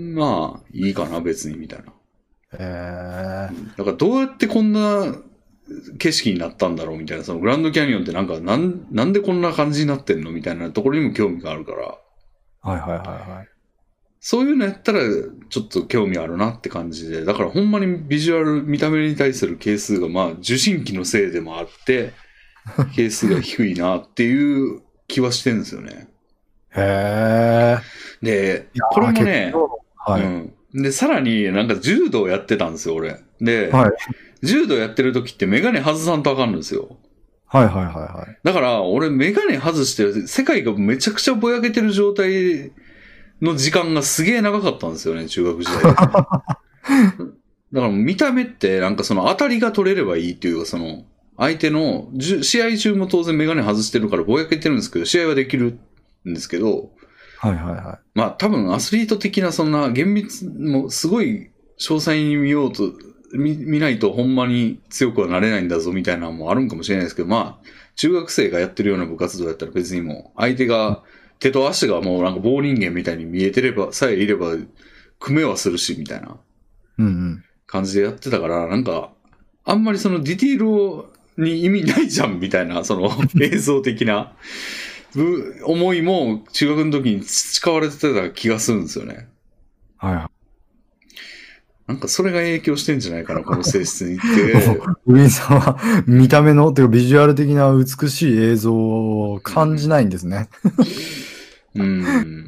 んまあ、いいかな、別に、みたいな。 へえ。 だからどうやってこんな景色になったんだろうみたいな、そのグランドキャニオンってなんかなん、なんでこんな感じになってんのみたいなところにも興味があるから、 はいはいはいはい。 そういうのやったらちょっと興味あるなって感じで、だからほんまにビジュアル、見た目に対する係数がまあ受信機のせいでもあって、係数が低いなっていう気はしてるんですよね。 へえ。 で、これもね、 はい、 うん。で、さらになんか柔道やってたんですよ、俺。で、 はい、 柔道やってる時ってメガネ外さんとあかんんですよ。 はいはいはいはい。 だから、俺メガネ外して、世界がめちゃくちゃぼやけてる状態の時間がすげえ長かったんですよね、中学時代。だから見た目ってなんかその当たりが取れればいいっていうか、その、相手の、試合中も当然メガネ外してるからぼやけてるんですけど、試合はできるんですけど、 はいはいはい。 まあ多分アスリート的なそんな厳密もすごい詳細に見ようと、見、見ないとほんまに強くはなれないんだぞみたいなのもあるんかもしれないですけど、まあ中学生がやってるような部活動やったら別にもう相手が手と足がもうなんか棒人間みたいに見えてれば、さえいれば組めはするしみたいな感じでやってたから、なんかあんまりそのディティールに意味ないじゃんみたいな、その映像的な。思いも中学の時に培われてた気がするんですよね。 はいはい。 なんかそれが影響してんじゃないかな、この性質にって。 ウィンさんは見た目の、てかビジュアル的な美しい映像を感じないんですね。 うん。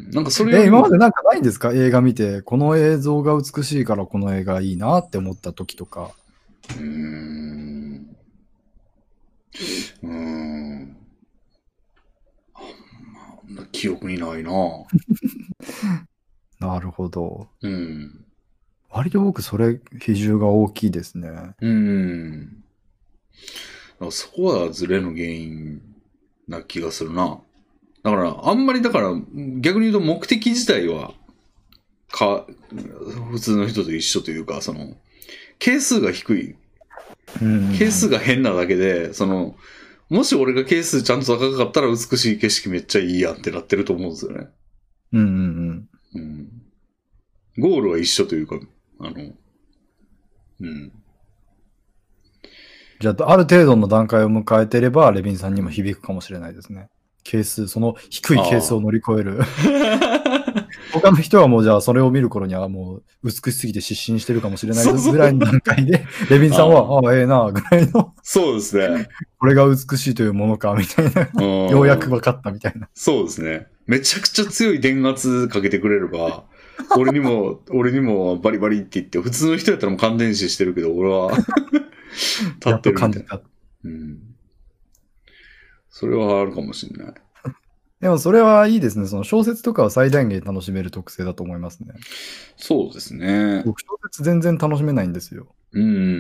なんかそれえ、今までなんかないんですか？映画見て、この映像が美しいからこの映画いいなって思った時とか。 うーん。うーん。記憶にないななるほど。 うん。 割と僕それ比重が大きいですね。 うん。そこはズレの原因な気がするな。だから、あんまりだから、逆に言うと目的自体は、か、普通の人と一緒というか、その、係数が低い。係数が変なだけで、その、もし俺が係数ちゃんと高かったら美しい景色めっちゃいいやんってなってると思うんですよね。 うんうんうん。 うん、ゴールは一緒というか、あの、うん。 じゃあ、ある程度の段階を迎えてれば、レビンさんにも響くかもしれないですね。係数、その低い係数を乗り越える。他の人はもうじゃあそれを見る頃にはもう美しすぎて失神してるかもしれないぐらいの段階で、レビンさんは、ああ、ええな、ぐらいの。 そうですね。 これが美しいというものか、みたいな。ようやく分かったみたいな。 そうですね。めちゃくちゃ強い電圧かけてくれれば、俺にも、俺にもバリバリって言って、普通の人やったらもう感電死してるけど、俺は立ってるみたいな。うん。それはあるかもしれない。 でもそれはいいですね。その小説とかは最大限楽しめる特性だと思いますね。 そうですね。 僕小説全然楽しめないんですよ。 うんうんうん。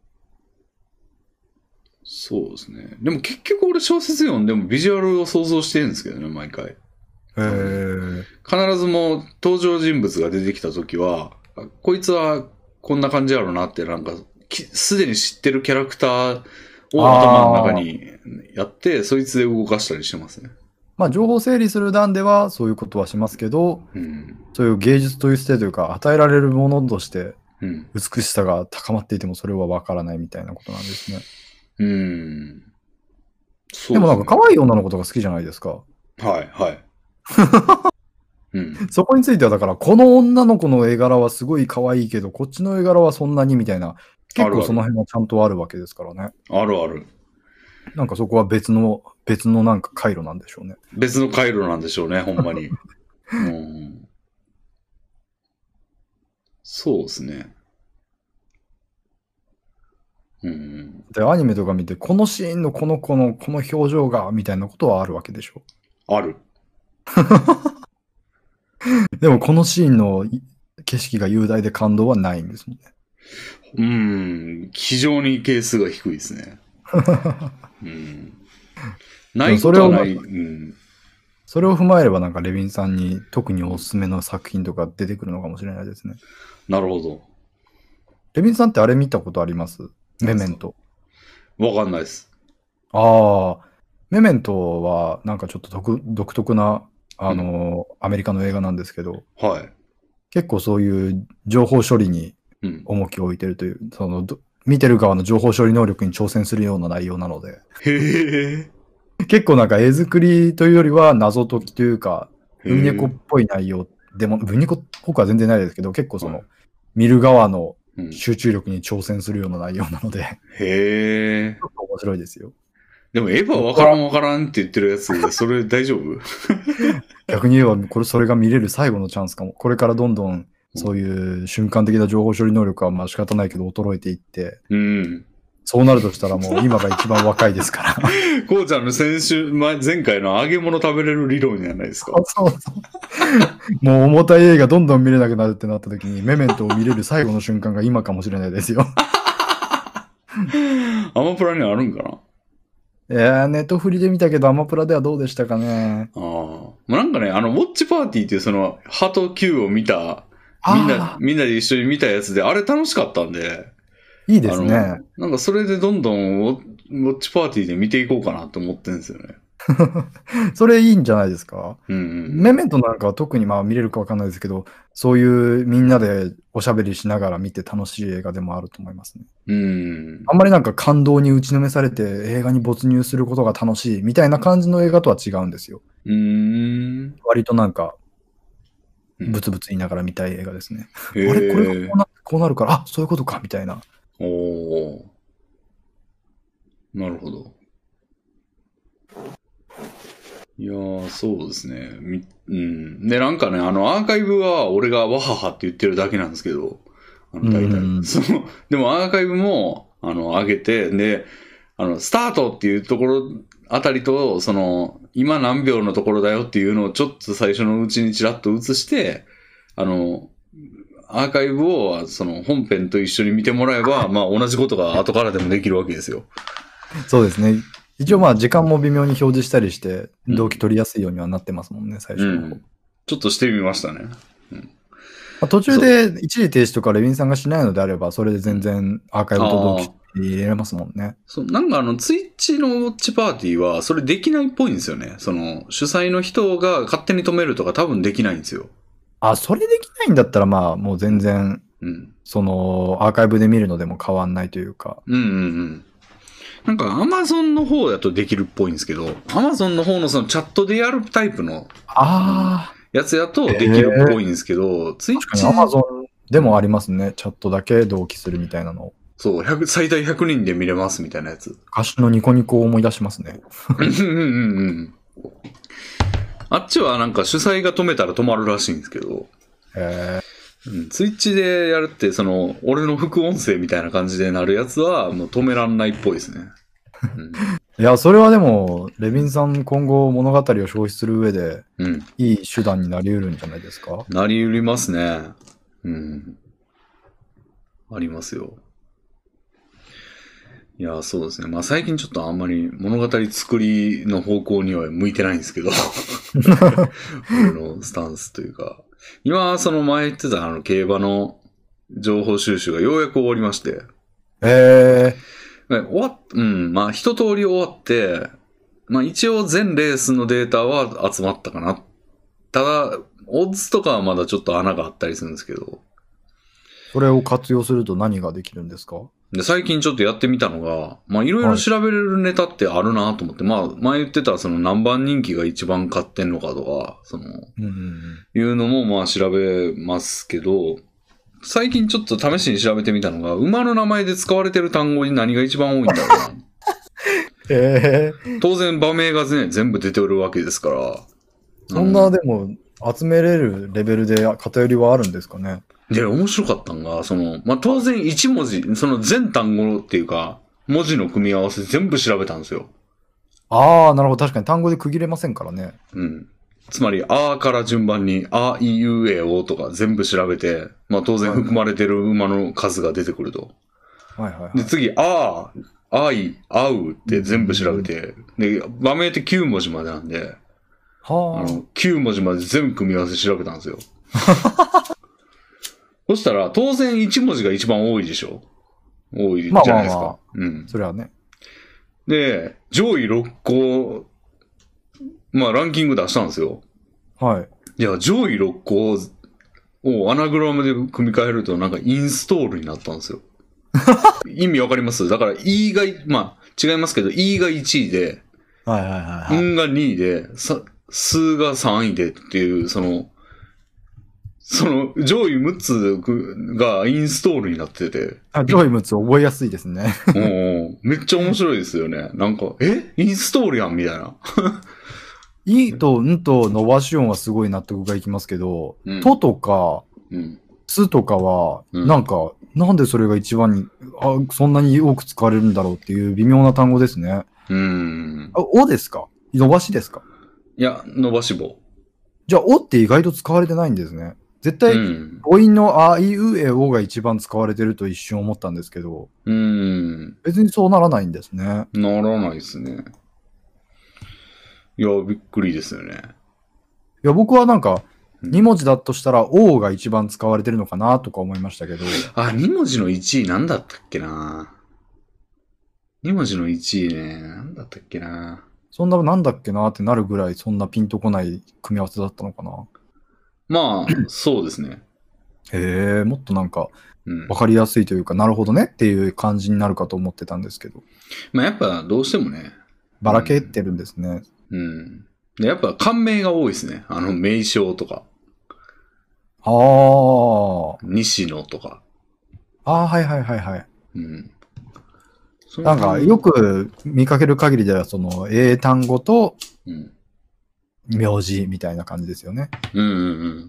そうですね。でも結局俺小説読んでもビジュアルを想像してるんですけどね、毎回。 へー。 必ずもう登場人物が出てきたときは、こいつはこんな感じやろうなって、なんか、すでに知ってるキャラクターを頭の中にやって、そいつで動かしたりしてますね。 まあ、情報整理する段ではそういうことはしますけど、 うん、 そういう芸術という性というか、与えられるものとして、 うん、 美しさが高まっていてもそれはわからないみたいなことなんですね。 うん。 そうでもなんか可愛い女の子とか好きじゃないですか。 はい、はい。うん、 そこについてはだから、この女の子の絵柄はすごい可愛いけど、こっちの絵柄はそんなにみたいな、結構その辺はちゃんとあるわけですからね。 あるある。 なんかそこは別の、別のなんか回路なんでしょうね。 別の回路なんでしょうね、ほんまに。うん、そうですね。うん、 で、アニメとか見て、このシーンのこの子のこの表情が、みたいなことはあるわけでしょ。 ある。 でもこのシーンの景色が雄大で感動はないんですもんね。 うん、非常に係数が低いですね。うん、ないことはない。うん、 それを踏まえればなんかレヴィンさんに特におすすめの作品とか出てくるのかもしれないですね。 なるほど。 レヴィンさんってあれ見たことあります？メメント。 わかんないです。 ああ、メメントはなんかちょっと 独, 独特な、あのーうん、アメリカの映画なんですけど、 はい。 結構そういう情報処理に重きを置いてるという、うん、その見てる側の情報処理能力に挑戦するような内容なので。 へえ。 結構なんか絵作りというよりは謎解きというか、海猫っぽい内容でも、海猫っぽくは全然ないですけど、結構その、はい、見る側の集中力に挑戦するような内容なので、 へえ。 ちょっと面白いですよ。 でもエヴァわからんわからんって言ってるやつで、それ大丈夫？ 逆に言えば、これ、それが見れる最後のチャンスかも。これからどんどん、そういう瞬間的な情報処理能力はまあ仕方ないけど衰えていって、 うん。 そうなるとしたらもう今が一番若いですから。 こうちゃんの先週、前回の揚げ物食べれる理論じゃないですか。 そうそう。もう重たい映画どんどん見れなくなるってなった時に、メメントを見れる最後の瞬間が今かもしれないですよ。 アマプラにあるんかな？ いやー、ネットフリで見たけど、アマプラではどうでしたかね。 ああ。なんかね、あの、ウォッチパーティーっていうその、ハとキューを見た、みんな、みんなで一緒に見たやつで、あれ楽しかったんで。 いいですね。 なんかそれでどんどんウォッチパーティーで見ていこうかなと思ってるんですよね。 それいいんじゃないですか。 うんうん、 メメントなんかは特にまあ見れるかわかんないですけど、そういうみんなでおしゃべりしながら見て楽しい映画でもあると思いますね。 うん。 あんまりなんか感動に打ちのめされて映画に没入することが楽しいみたいな感じの映画とは違うんですよ。 うーん。 割となんか、ブツブツ言いながら見たい映画ですね。 うん、 あれこれがこうな、こうなるから、あ、そういうことかみたいな。 おー。なるほど。いやー、そうですね。み、うん。で、なんかね、あの、アーカイブは俺がワハハって言ってるだけなんですけど、あの、大体。その、でもアーカイブも、あの、上げて、で、あの、スタートっていうところあたりと、その、今何秒のところだよっていうのをちょっと最初のうちにちらっと映して、あの、アーカイブを、その、本編と一緒に見てもらえば、まあ、同じことが後からでもできるわけですよ。 そうですね。一応まあ時間も微妙に表示したりして、動機取りやすいようにはなってますもんね、最初の方、うん。 ちょっとしてみましたね。うん、 まあ、途中で一時停止とかレヴィンさんがしないのであれば、それで全然アーカイブと動機入れれますもんね。 そう、なんかあの、ツイッチのウォッチパーティーは、それできないっぽいんですよね。その、主催の人が勝手に止めるとか多分できないんですよ。 あ、それできないんだったらまあ、もう全然、 うん、 その、アーカイブで見るのでも変わんないというか。 うんうんうん。なんか Amazon の方だとできるっぽいんですけど、Amazon の方のそのチャットでやるタイプのあやつやとできるっぽいんですけど、ツイッチ。 Amazon でもありますね。チャットだけ同期するみたいなの。 そう、最大ひゃくにんで見れますみたいなやつ。 歌手のニコニコを思い出しますね。 うんうんうんうん。あっちはなんか主催が止めたら止まるらしいんですけど。 へー。 うん、ツイッチでやるって、その、俺の副音声みたいな感じでなるやつは、もう止めらんないっぽいですね。 うん、いや、それはでも、レヴィンさん今後物語を消費する上で、うん、いい手段になり得るんじゃないですか？ なり得りますね。うん。ありますよ。いや、そうですね。まあ最近ちょっとあんまり物語作りの方向には向いてないんですけど。俺のスタンスというか。今、その前言ってたあの競馬の情報収集がようやく終わりまして。 へー。終わっ、うん、まあ一通り終わって、まあ一応全レースのデータは集まったかな。ただ、オッズとかはまだちょっと穴があったりするんですけど。 それを活用すると何ができるんですか？ で、最近ちょっとやってみたのが、まあいろいろ調べれるネタってあるなと思って、はい、まあ前言ってたその何番人気が一番買ってんのかとか、その、うんうんうん、いうのもまあ調べますけど、最近ちょっと試しに調べてみたのが、馬の名前で使われてる単語に何が一番多いんだろうな。 えー、 当然場名がね、全部出ておるわけですから。 そんなでも集めれるレベルで偏りはあるんですかね。 で、面白かったのが、その、まあ、当然一文字、その全単語っていうか、文字の組み合わせ全部調べたんですよ。 ああ、なるほど。確かに単語で区切れませんからね。 うん。つまり、あーから順番に、あ、い、う、え、おとか全部調べて、まあ、当然含まれてる馬の数が出てくると。 はいはいはい。 で、次、あー、あい、あうって全部調べて、で、場名ってきゅう文字までなんで、 はあ。 あの、きゅう文字まで全部組み合わせ調べたんですよ。そしたら、当然いち文字が一番多いでしょ。多いじゃないですか。まあまあまあ、 うん。それはね。 で、上位ろっこ、まあランキング出したんですよ。 はい。 いや、上位ろっこをアナグラムで組み替えるとなんかインストールになったんですよ。意味わかります？だから E が、まあ違いますけど E がいちいで、 はいはいはいはい。 んがにいで、さ、数がさんいでっていう、その、その上位むっつがインストールになってて。 あ、上位むっつ覚えやすいですね。 おめっちゃ面白いですよね。なんか、えインストールやんみたいな。 いとんと伸ばし音はすごい納得がいきますけど、うん、ととか、うん、すとかは、なんか、うん、なんでそれが一番に、あ、そんなに多く使われるんだろうっていう微妙な単語ですね。 うん。 あ、おですか？伸ばしですか？ いや、伸ばし棒。 じゃあ、おって意外と使われてないんですね。絶対、うん、母音のあいうえおが一番使われてると一瞬思ったんですけど、 うん。 別にそうならないんですね。 ならないですね。いや、びっくりですよね。 いや、僕はなんか、に文字だとしたら、O が一番使われてるのかなとか思いましたけど。 あ、に文字のいちいなんだったっけな。に文字のいちいね、なんだったっけな。 そんな、なんだっけなってなるぐらい、そんなピンとこない組み合わせだったのかな。 まあ、そうですね。 へえ、もっとなんか、わかりやすいというか、うん、なるほどねっていう感じになるかと思ってたんですけど。 まあやっぱどうしてもね。 ばらけてるんですね。 うん。うん、でやっぱ感銘が多いですね。あの、名称とか。 ああ。 西野とか。 ああ、はいはいはいはい。 うん。 なんか、よく見かける限りでは、その、英単語と、名字みたいな感じですよね。 うんうんうん。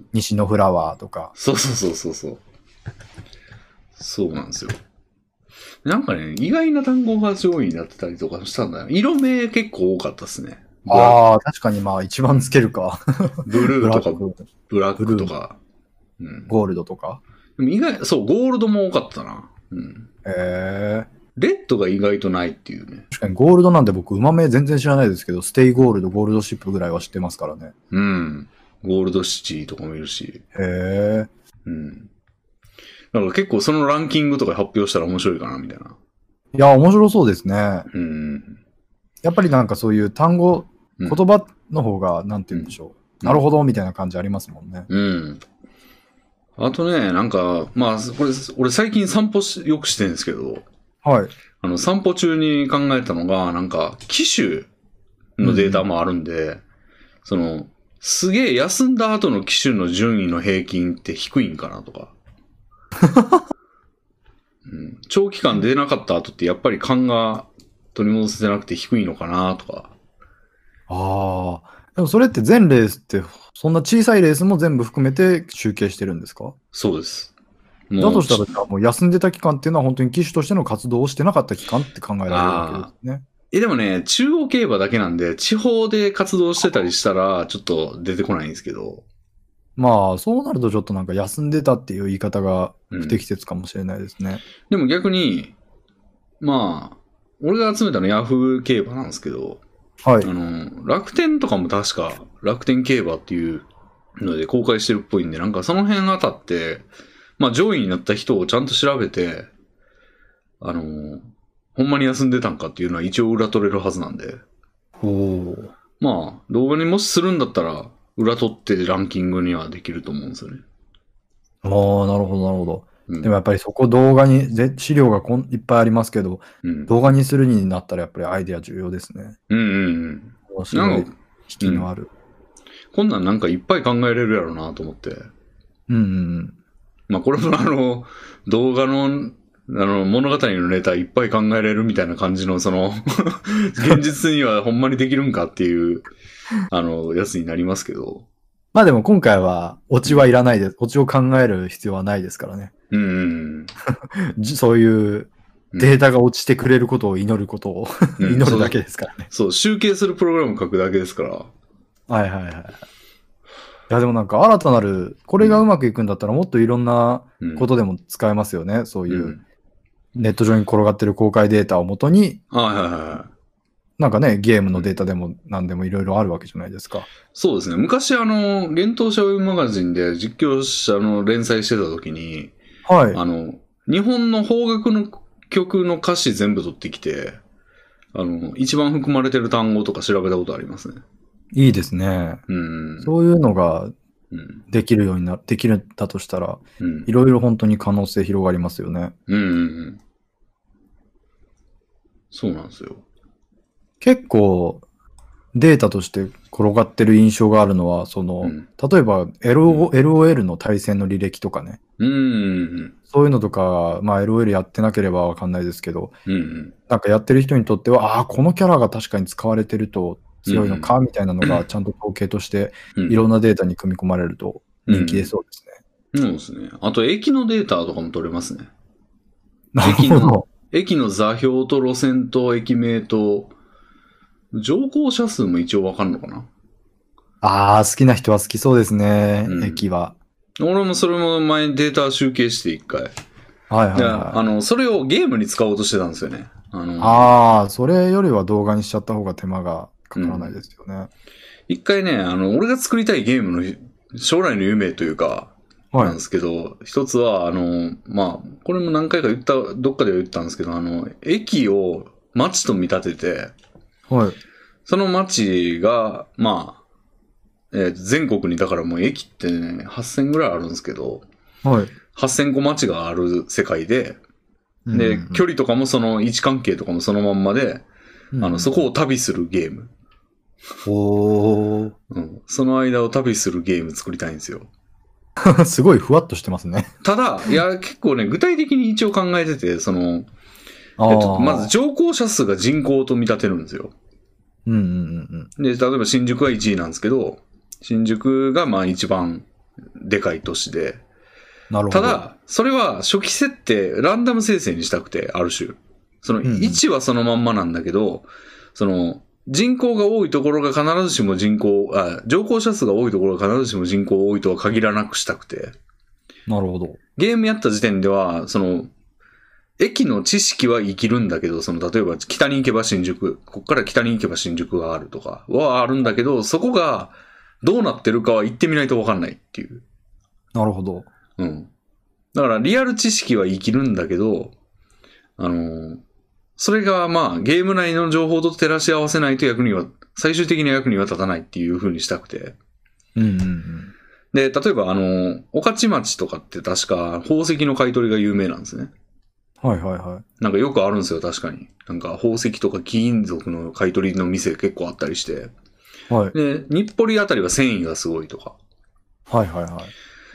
西のフラワーとか。 そうそうそうそうそう。そうなんですよ。なんかね、意外な単語が上位になってたりとかしたんだよ。色名結構多かったですね。 ああ、確かにまあ一番つけるか。 ブルーとか、ブラックとか、 うん、ゴールドとか。 でも意外、そう、ゴールドも多かったな。うん。 へえ。 レッドが意外とないっていうね。 確かにゴールドなんで僕、馬名全然知らないですけど、ステイゴールド、ゴールドシップぐらいは知ってますからね。 うん。ゴールドシティとかもいるし。 へえ。 うん。だから結構そのランキングとか発表したら面白いかな、みたいな。 いや、面白そうですね。 うん。 やっぱりなんかそういう単語、うん、言葉の方が、なんて言うんでしょう。うん、なるほど、みたいな感じありますもんね。 うん。あとね、なんか、まあ、これ、俺最近散歩しよくしてるんですけど、 はい。 あの、散歩中に考えたのが、なんか、機種のデータもあるんで、うん、その、すげえ休んだ後の機種の順位の平均って低いんかなとか。うん、長期間出なかった後ってやっぱり勘が取り戻せてなくて低いのかなとか。 ああ。でもそれって全レースって、そんな小さいレースも全部含めて集計してるんですか？ そうです。 だとしたら、もう休んでた期間っていうのは本当に騎手としての活動をしてなかった期間って考えられるわけですね。 え、でもね、中央競馬だけなんで、地方で活動してたりしたら、ちょっと出てこないんですけど。 まあ、そうなるとちょっとなんか休んでたっていう言い方が不適切かもしれないですね。 うん、でも逆に、まあ、俺が集めたのヤフー競馬なんですけど、 はい。 あの、楽天とかも確か楽天競馬っていうので公開してるっぽいんで、なんかその辺あたって、まあ上位になった人をちゃんと調べて、あの、ほんまに休んでたんかっていうのは一応裏取れるはずなんで。 おまあ、動画にもしするんだったら、裏取ってランキングにはできると思うんですよね。 ああ、なるほど、なるほど。 うん、でもやっぱりそこ動画に、資料がこんいっぱいありますけど、うん、動画にするになったらやっぱりアイデア重要ですね。 うんうんうん。 面白い、引きのある、うん。 こんなんなんかいっぱい考えれるやろうなと思って。 うんうんうん。 まあこれもあの、動画の、あの、物語のネタいっぱい考えれるみたいな感じの、その、現実にはほんまにできるんかっていう、あの、やつになりますけど。 まあでも今回は、オチはいらないです。オチを考える必要はないですからね。 うん。 そういうデータが落ちてくれることを祈ることを、うん、祈るだけですからねそ。そう、集計するプログラム書くだけですから。 はいはいはい。いやでもなんか新たなる、これがうまくいくんだったらもっといろんなことでも使えますよね。うん、そういう、ネット上に転がってる公開データをもとに、 はいはいはい。 なんかね、ゲームのデータでも何でもいろいろあるわけじゃないですか。 そうですね。昔あの、幻冬者ウェブマガジンで実況者の連載してた時に、 はい。 あの、日本の邦楽の曲の歌詞全部取ってきて、あの、一番含まれてる単語とか調べたことありますね。 いいですね。うん。そういうのができるようにな、できるんだとしたら、いろいろ本当に可能性広がりますよね。 うんうんうん。そうなんですよ。 結構データとして転がってる印象があるのは、その、うん、例えば エルオーエル の対戦の履歴とかね。 うん。 そういうのとか、まあ エルオーエル やってなければわかんないですけど、 うん、 なんかやってる人にとっては、ああ、このキャラが確かに使われてると強いのか、みたいなのがちゃんと統計としていろんなデータに組み込まれると人気出そうですね。そうですね。あと駅のデータとかも取れますね。駅の、駅の座標と路線と駅名と、乗降者数も一応わかるのかな。 ああ、好きな人は好きそうですね、うん、駅は。 俺もそれも前にデータ集計して一回。 はいはいはい。 あの、それをゲームに使おうとしてたんですよね。 あのああ、それよりは動画にしちゃった方が手間がかからないですよね。うん、 一回ね、あの、俺が作りたいゲームの将来の夢というか、なんですけど、はい、一つは、あの、まあ、これも何回か言った、どっかでは言ったんですけど、あの、駅を街と見立てて、 はい。 その街が、まあ、えー、全国にだからもう駅ってね、はっせんぐらいあるんですけど、 はい。 はっせんこ街がある世界で、で、うんうん、距離とかもその位置関係とかもそのまんまで、うんうん、あの、そこを旅するゲーム。 おー。 うん。その間を旅するゲーム作りたいんですよ。 すごいふわっとしてますね。 ただ、いや、結構ね、具体的に一応考えてて、その、えっと、まず乗降者数が人口と見立てるんですよ。 うんうんうんうん。 で、例えば新宿はいちいなんですけど、新宿がまあ一番でかい都市で。 なるほど。 ただ、それは初期設定、ランダム生成にしたくて、ある種。そのいちはそのまんまなんだけど、うんうん、その人口が多いところが必ずしも人口、あ、乗降者数が多いところが必ずしも人口多いとは限らなくしたくて。 なるほど。 ゲームやった時点では、その、駅の知識は生きるんだけど、その、例えば北に行けば新宿、こっから北に行けば新宿があるとかはあるんだけど、そこがどうなってるかは行ってみないと分かんないっていう。 なるほど。 うん。だからリアル知識は生きるんだけど、あの、それがまあゲーム内の情報と照らし合わせないと役には、最終的には役には立たないっていう風にしたくて。 うんうんうん。 で、例えばあの、御徒町とかって確か宝石の買い取りが有名なんですね。 はいはいはい。 なんかよくあるんですよ、確かに。なんか宝石とか貴金属の買い取りの店結構あったりして。 はい。 で、日暮里あたりは繊維がすごいとか。 はいはいはい。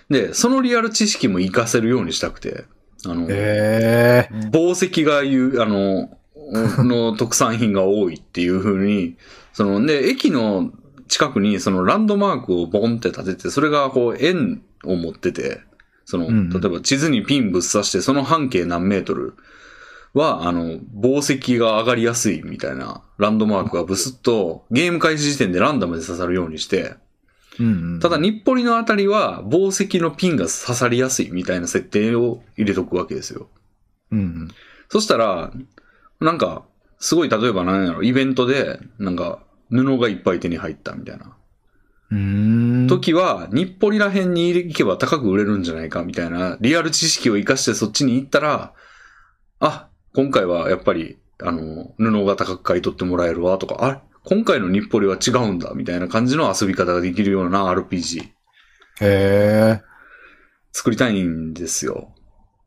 で、そのリアル知識も活かせるようにしたくて。あの、 えー、 宝石が言う、あの、の特産品が多いっていう風に、その、で、駅の近くにそのランドマークをボンって立てて、それがこう円を持ってて、その、うん、例えば地図にピンぶっ刺して、その半径何メートルは、あの、宝石が上がりやすいみたいなランドマークがブスッとゲーム開始時点でランダムで刺さるようにして、 うんうんうん、 ただ日暮里のあたりは宝石のピンが刺さりやすいみたいな設定を入れとくわけですよ。 うんうん、 そしたら、なんか、すごい例えば何やろ、イベントで、なんか、布がいっぱい手に入ったみたいな。 うーん時は、日暮里ら辺に行けば高く売れるんじゃないかみたいな、リアル知識を活かしてそっちに行ったら、あ、今回はやっぱり、あの、布が高く買い取ってもらえるわとか、あ、今回の日暮里は違うんだみたいな感じの遊び方ができるような アールピージー。 へー。 作りたいんですよ。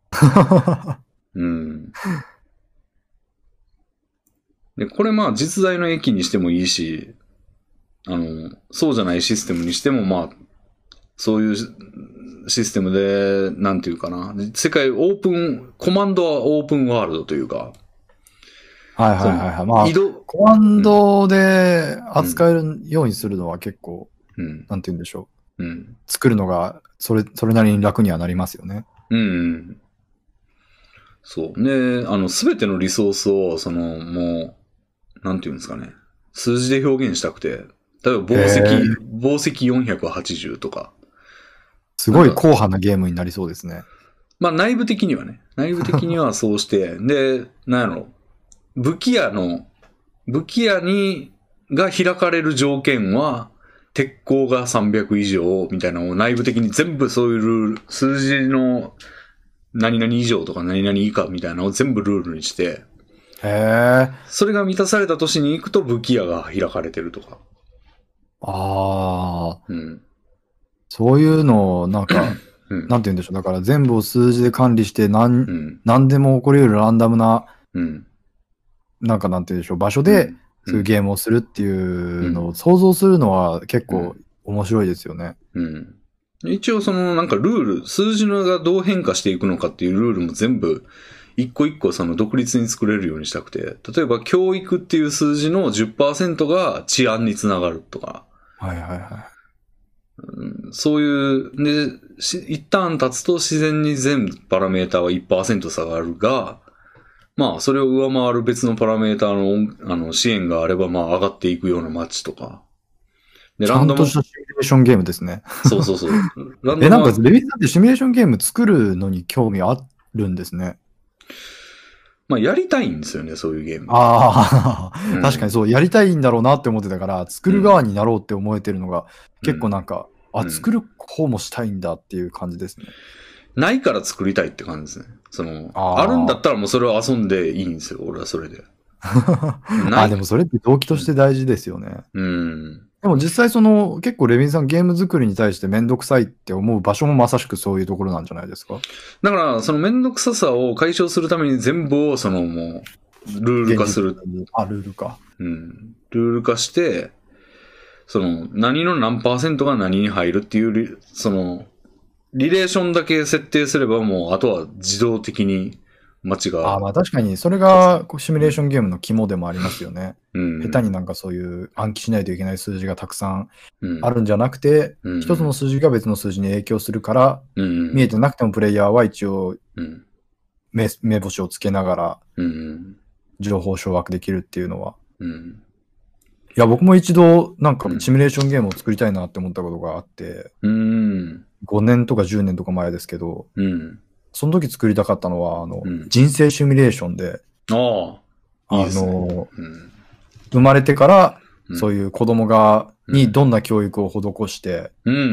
うん。で、これまあ実在の駅にしてもいいし、あの、そうじゃないシステムにしてもまあ、そういうシステムで、なんていうかな、世界オープン、コマンドはオープンワールドというか、 はいはいはいはい。まあ、移動コマンドで扱えるようにするのは結構、うん、なんて言うんでしょう。うん、作るのが、それ、それなりに楽にはなりますよね。 うん。そう。ね、あの、すべてのリソースを、その、もう、なんて言うんですかね。数字で表現したくて、例えば、紡績、紡績よんひゃくはちじゅうとか。 すごい硬派なゲームになりそうですね。 まあ、内部的にはね。内部的にはそうして、で、なんやろ。武器屋の、武器屋に、が開かれる条件は、鉄鋼がさんびゃく以上みたいなのを内部的に全部そういうルール、数字の何々以上とか何々以下みたいなのを全部ルールにして、 へー。 それが満たされた年に行くと武器屋が開かれてるとか。 ああ。うん。そういうのをなんか、うん、なんて言うんでしょう。だから全部を数字で管理して何、うん、何でも起こり得るランダムな、うん、なんかなんて言うんでしょう。場所でそういうゲームをするっていうのを想像するのは結構面白いですよね。 うん。うん、一応そのなんかルール、数字のがどう変化していくのかっていうルールも全部一個一個その独立に作れるようにしたくて、例えば教育っていう数字の じゅっパーセント が治安につながるとか。 はいはいはい。 うん、そういう、で、一旦経つと自然に全パラメータはいちパーセント 下がるが、まあそれを上回る別のパラメータのあの支援があればまあ上がっていくようなマッチとか。 で、ランダム。ちゃんとしたシミュレーションゲームですね。 そうそうそう。 ランダムえ、なんかレビンさんってシミュレーションゲーム作るのに興味あるんですね。 まあやりたいんですよね、そういうゲーム。 ああ、うん、確かにそう、やりたいんだろうなって思ってたから、作る側になろうって思えてるのが、うん、結構なんか、あ、作る方もしたいんだっていう感じですね。 ないから作りたいって感じですね。その、あ, あるんだったらもうそれを遊んでいいんですよ、俺はそれで。 あ、でもそれって動機として大事ですよね。 うん。うんでも実際その、結構レビンさんゲーム作りに対してめんどくさいって思う場所もまさしくそういうところなんじゃないですか？ だから、そのめんどくささを解消するために全部をそのもう、ルール化する。 あ、ルール化。 うん。ルール化して、その、何の何パーセントが何に入るっていう、その、リレーションだけ設定すればもう、あとは自動的に街が。 あ、まあ確かに、それがシミュレーションゲームの肝でもありますよね。うん、下手になんかそういう暗記しないといけない数字がたくさんあるんじゃなくて、うん、一つの数字が別の数字に影響するから、うん、見えてなくてもプレイヤーは一応、目、目星をつけながら、情報掌握できるっていうのは。うん、いや、僕も一度、なんかシミュレーションゲームを作りたいなって思ったことがあって、うん、ごねんとかじゅうねんとか前ですけど、うん、その時作りたかったのは、あの、うん、人生シミュレーションで、 ああ、いいですね。 あの、うん、生まれてから、そういう子供が、にどんな教育を施して、うんうんうん、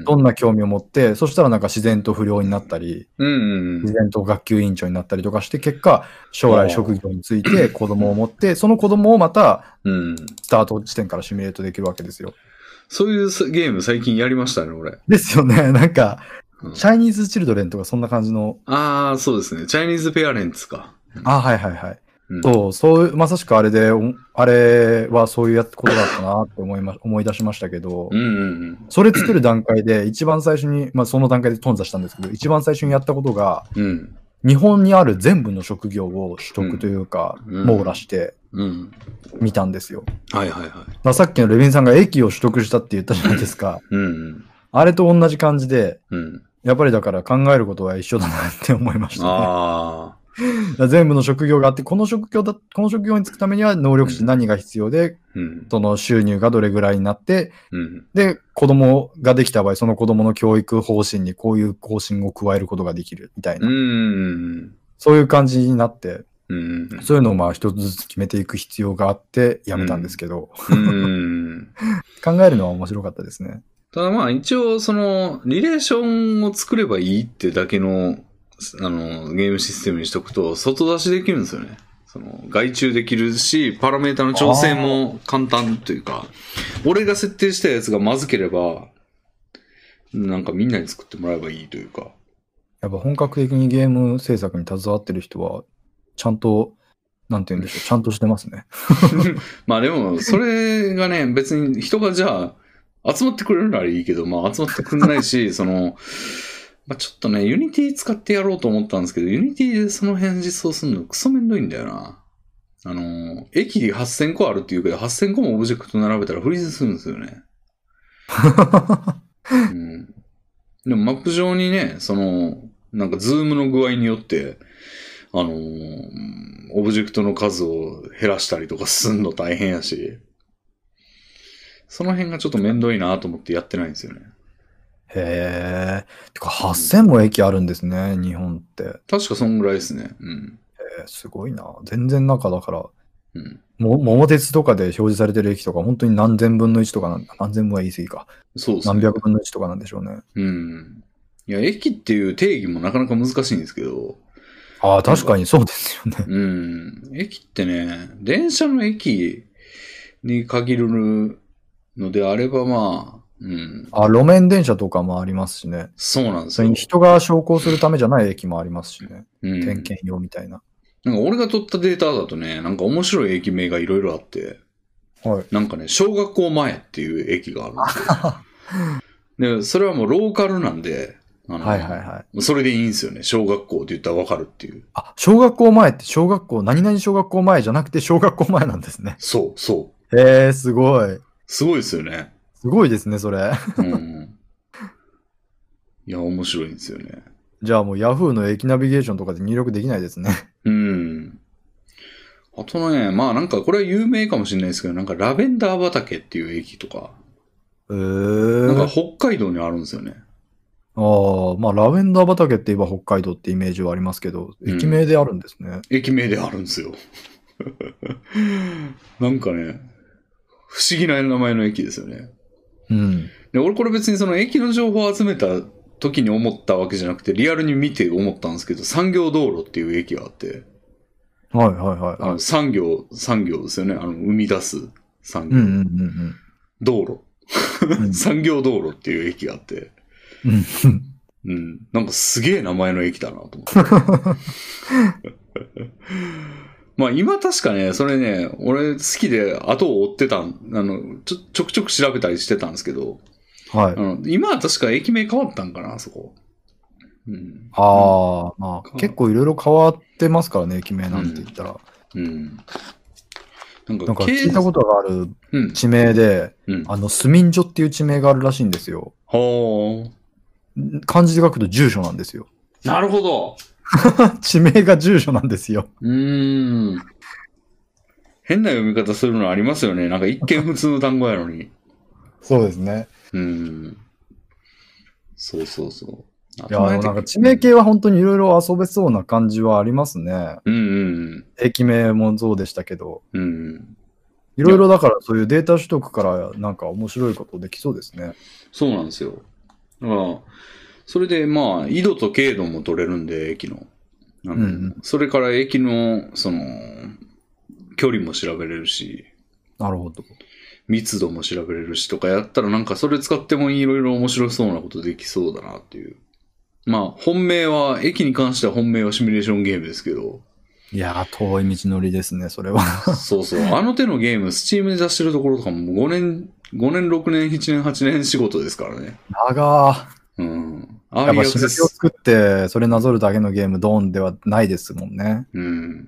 どんな興味を持って、そしたらなんか自然と不良になったり、うんうんうん、自然と学級委員長になったりとかして、結果、将来職業について子供を持って、その子供をまた、スタート地点からシミュレートできるわけですよ。 そういうゲーム最近やりましたね、俺。 ですよね。なんか、チャイニーズチルドレンとかそんな感じの。 ああ、そうですね。チャイニーズペアレンツか。 ああ、はいはいはい。うん、そう、そう、まさしくあれで、あれはそういうやつことだったなって思いま、思い出しましたけど、うんうんうん、それ作る段階で一番最初に、まあその段階で頓挫したんですけど、一番最初にやったことが、うん、日本にある全部の職業を取得というか、うん、網羅して見たんですよ。 うん、はいはいはい。 まあ、さっきのレビンさんが駅を取得したって言ったじゃないですか。うんうん、あれと同じ感じで、うん、やっぱりだから考えることは一緒だなって思いましたね。あ全部の職業があって、この職業だ、この職業に就くためには能力値何が必要で、うん、その収入がどれぐらいになって、うん、で、子供ができた場合、その子供の教育方針にこういう方針を加えることができるみたいな。うん、そういう感じになって、うん、そういうのをまあ一つずつ決めていく必要があってやめたんですけど、うん、考えるのは面白かったですね。 ただまあ一応そのリレーションを作ればいいってだけのあのゲームシステムにしとくと外出しできるんですよね。その外注できるしパラメータの調整も簡単というか、俺が設定したやつがまずければなんかみんなに作ってもらえばいいというか。 やっぱ本格的にゲーム制作に携わってる人は、ちゃんと、なんて言うんでしょう、ちゃんとしてますね。 まあでも、それがね、別に人がじゃあ、集まってくれるならいいけど、まあ集まってくれないし、その、まあ、ちょっとね、ユニティ使ってやろうと思ったんですけど、ユニティでその辺実装するのクソめんどいんだよな。あの、駅はっせんこあるっていうけど、はっせんこもオブジェクト並べたらフリーズするんですよね。うん、でもマップ上にね、その、なんかズームの具合によって、あのー、オブジェクトの数を減らしたりとかすんの大変やし、その辺がちょっとめんどいなと思ってやってないんですよね。 へえ。てか、はっせんも駅あるんですね、日本って。 確かそんぐらいですね。うん。 へえ、すごいな。全然中だから、 うん、 も桃鉄とかで表示されてる駅とか、本当に何千分のいちとかなんだ。何千分は言い過ぎか。 そうですね。 何百分のいちとかなんでしょうね。 うん。いや、駅っていう定義もなかなか難しいんですけど。 ああ、確かにそうですよね。 うん。駅ってね、電車の駅に限るのであれば、まあ、うん。 あ、路面電車とかもありますしね。 そうなんですよ。 それに人が昇降するためじゃない駅もありますしね。 うん、 点検用みたいな。 なんか俺が取ったデータだとね、なんか面白い駅名がいろいろあって、 はい。 なんかね、小学校前っていう駅があるんですよ。で、それはもうローカルなんで、あの、 はいはいはい。 それでいいんですよね。小学校って言ったらわかるっていう。 あ、小学校前って小学校、何々小学校前じゃなくて小学校前なんですね。 そう、そう。へえ、すごい。 すごいですよね。 すごいですね、それ。 うん。いや、面白いんですよね。 じゃあもう Yahoo の駅ナビゲーションとかで入力できないですね。 うん。あとね、まあなんかこれは有名かもしれないですけど、なんかラベンダー畑っていう駅とか、 へー。 なんか北海道にあるんですよね。 ああ、まあラベンダー畑って言えば北海道ってイメージはありますけど、駅名であるんですね。うん、 駅名であるんですよ。なんかね、不思議な名前の駅ですよね。 うん。 で、俺これ別にその駅の情報を集めた時に思ったわけじゃなくて、リアルに見て思ったんですけど、産業道路っていう駅があって、 はいはいはい、 あの産業、産業ですよね。あの、生み出す産業。 うんうんうんうん、 道路。産業道路っていう駅があって、うん、なんかすげえ名前の駅だなと思って。まあ今確かね、それね、俺好きで後を追ってたん、あの、ちょ、ちょくちょく調べたりしてたんですけど、 はい。 あの今は確か駅名変わったんかな、そこ。うん、 ああ、まあ結構いろいろ変わってますからね、駅名なんて言ったら。 うん。うん、 なんか、なんか聞いたことがある地名で、 うんうん、 あの、スミンジョっていう地名があるらしいんですよ。 ほー。漢字で書くと住所なんですよ。 なるほど。 地名が住所なんですよ。 うーん。変な読み方するのありますよね。なんか一見普通の単語やのに。 そうですね。 うん。そうそうそう。 いや、なんか地名系は本当にいろいろ遊べそうな感じはありますね。 うんうんうん。 駅名もそうでしたけど。 うん。 いろいろだからそういうデータ取得からなんか面白いことできそうですね。 そうなんですよ。だから、それでまあ、緯度と経度も取れるんで、駅の。あの、うんうん、それから駅の、その、距離も調べれるし。 なるほど。 密度も調べれるしとかやったらなんかそれ使ってもいろいろ面白そうなことできそうだなっていう。まあ、本命は、駅に関しては本命はシミュレーションゲームですけど。 いやー、遠い道のりですね、それは。 そうそう。あの手のゲーム、スチームで出してるところとかもごねん、ごねん、ろくねん、ななねん、はちねん仕事ですからね。 長ー。 うん。 ああいうやっぱ仕掛けを作って、それなぞるだけのゲーム、ドーンではないですもんね。 うん。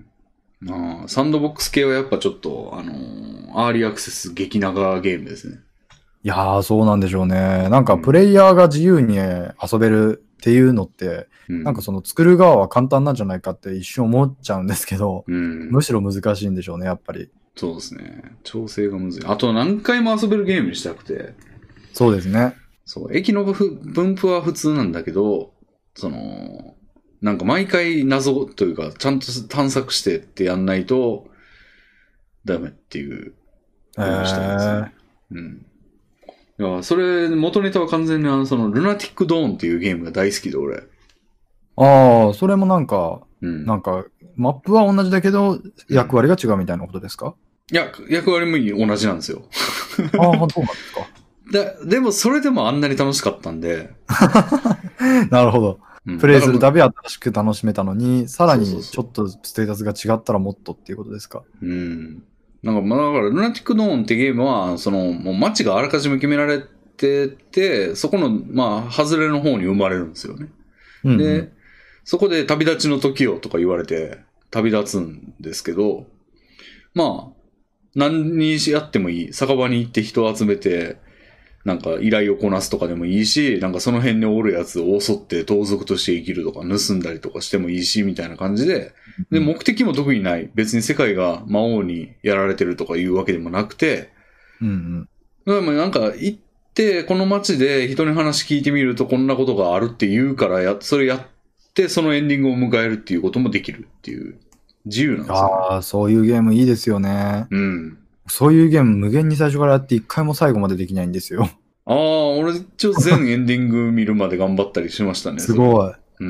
まあ、サンドボックス系はやっぱちょっと、あのー、アーリーアクセス激長ゲームですね。 いやー、そうなんでしょうね。なんか、プレイヤーが自由に遊べるっていうのって、うん、なんかその作る側は簡単なんじゃないかって一瞬思っちゃうんですけど、うん、むしろ難しいんでしょうね、やっぱり。 そうですね。調整がむずい。あと何回も遊べるゲームにしたくて。 そうですね。 そう、駅の分布は普通なんだけど、その、なんか毎回謎というか、ちゃんと探索してってやんないと、ダメっていう風にしたいですね。えー、うん。いや、それ、元ネタは完全にあの、その、ルナティックドーンっていうゲームが大好きで、俺。 ああ、それもなんか、うん、なんか、マップは同じだけど、役割が違うみたいなことですか？ いや、役割も同じなんですよ。 ああ、そうなんですか。 だでも、それでもあんなに楽しかったんで。 なるほど。 プレイするたび新しく楽しめたのに、さらにちょっとステータスが違ったらもっとっていうことですか。 うん。なんか、まあだから、ルナティックドーンってゲームは、その、もう街があらかじめ決められてて、そこの、まあ、外れの方に生まれるんですよね。うんうん、で、そこで旅立ちの時をとか言われて、旅立つんですけど、まあ、何にやってもいい。酒場に行って人を集めて、なんか依頼をこなすとかでもいいし、なんかその辺におるやつを襲って盗賊として生きるとか盗んだりとかしてもいいし、みたいな感じで、で、目的も特にない。別に世界が魔王にやられてるとかいうわけでもなくて、 うんうん。 でもなんか行って、この街で人に話聞いてみるとこんなことがあるって言うからや、それやってそのエンディングを迎えるっていうこともできるっていう自由なんですよ、ね。 ああ、そういうゲームいいですよね。 うん。 そういうゲーム無限に最初からやって一回も最後までできないんですよ。 ああ、俺一応全エンディング見るまで頑張ったりしましたね。 すごい。 うん。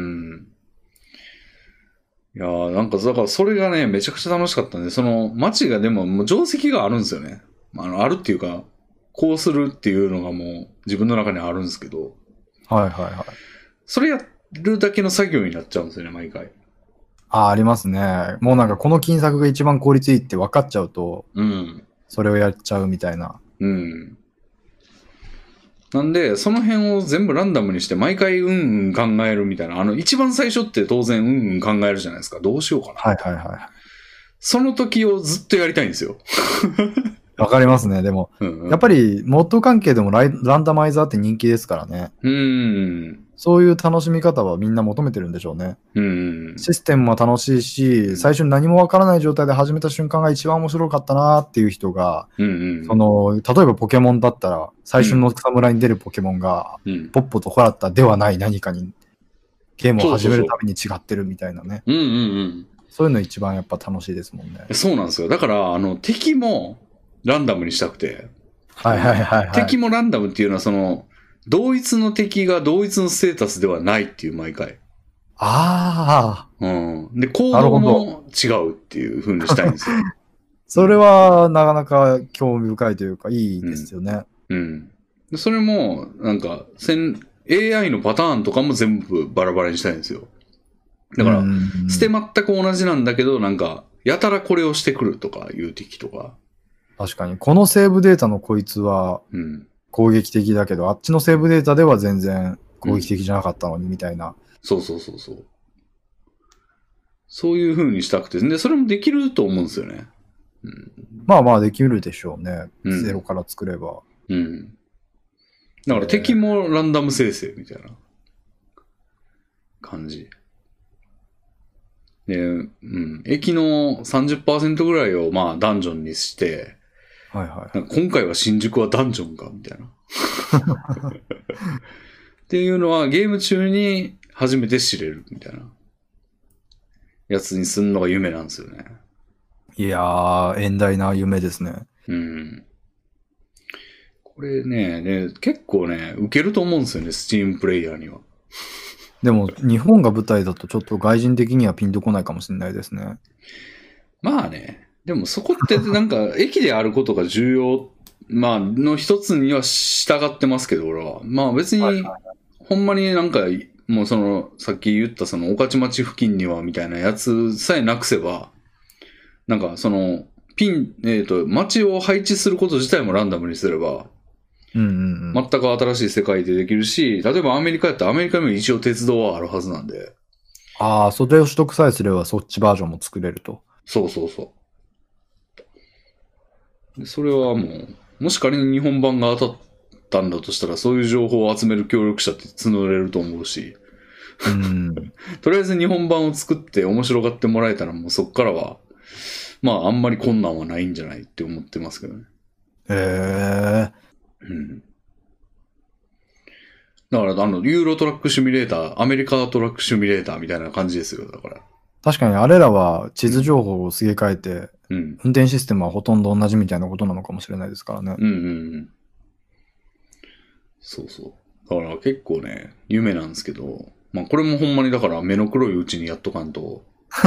いやーなんか、だからそれがね、めちゃくちゃ楽しかったんで、その街がでももう定石があるんですよね。あの、あるっていうか、こうするっていうのがもう自分の中にあるんですけど。 はいはいはい。 それやるだけの作業になっちゃうんですよね、毎回。 ああ、ありますね。もうなんかこの金策が一番効率いいって分かっちゃうと、 うん。 それをやっちゃうみたいな。 うん。なんで、その辺を全部ランダムにして、毎回うんうん考えるみたいな。あの、一番最初って当然うんうん考えるじゃないですか。どうしようかな。 はいはいはい。 その時をずっとやりたいんですよ。 わかりますね。でも、うんうん、やっぱり、モッド関係でもライランダマイザーって人気ですからね。 うん。 そういう楽しみ方はみんな求めてるんでしょうね。 うん。 システムも楽しいし、最初に何もわからない状態で始めた瞬間が一番面白かったなっていう人が、 うんうん、 その、例えばポケモンだったら、最初の侍に出るポケモンが、うん、ポッポとホラッタではない何かに、ゲームを始めるたびに違ってるみたいなね。 そうそうそう。うんうんうん。 そういうの一番やっぱ楽しいですもんね。 そうなんですよ。だから、あの、敵もランダムにしたくて。 はいはいはい、はい。 敵もランダムっていうのは、その、同一の敵が同一のステータスではないっていう毎回。 ああ。うん。で、行動も違うっていう風にしたいんですよ。 それはなかなか興味深いというかいいですよね。 うん。うんでそれも、なんか、エーアイ のパターンとかも全部バラバラにしたいんですよ。だから、捨て全く同じなんだけど、なんか、やたらこれをしてくるとかいう敵とか。 確かに。このセーブデータのこいつは、攻撃的だけど、うん、あっちのセーブデータでは全然攻撃的じゃなかったのに、みたいな、うん。 そうそうそうそう。そういう風にしたくて。で、それもできると思うんですよね。 うん、まあまあできるでしょうね。うん、ゼロから作れば。 うん。だから敵もランダム生成みたいな感じ。で、うん。駅の さんじゅっパーセント ぐらいをまあダンジョンにして、 はいはい、 なんか今回は新宿はダンジョンかみたいな。っていうのはゲーム中に初めて知れるみたいなやつにすんのが夢なんですよね。 いやー、遠大な夢ですね。 うん。これね、ね、結構ね、受けると思うんですよね、スチームプレイヤーには。 でも、日本が舞台だとちょっと外人的にはピンとこないかもしれないですね。 まあね、でもそこってなんか、駅であることが重要、まあ、の一つには従ってますけど、俺は。まあ別に、はいはいはい、ほんまになんか、もうその、さっき言ったその、御徒町付近にはみたいなやつさえなくせば、なんかその、ピン、えっと、街を配置すること自体もランダムにすれば、 うんうんうん、 全く新しい世界でできるし、例えばアメリカやったらアメリカにも一応鉄道はあるはずなんで。 ああ、それを取得さえすればそっちバージョンも作れると。 そうそうそうで。それはもう、もし仮に日本版が当たったんだとしたら、そういう情報を集める協力者って募れると思うし。 うん、 とりあえず日本版を作って面白がってもらえたらもうそっからは、まああんまり困難はないんじゃないって思ってますけどね。 へえ。 うん。だから、あの、ユーロトラックシミュレーター、アメリカトラックシミュレーターみたいな感じですよ、だから。 確かに、あれらは地図情報をすげ替えて、 うん、 運転システムはほとんど同じみたいなことなのかもしれないですからね。 うんうんうん。そうそう。だから結構ね、夢なんですけど、まあこれもほんまにだから目の黒いうちにやっとかんと。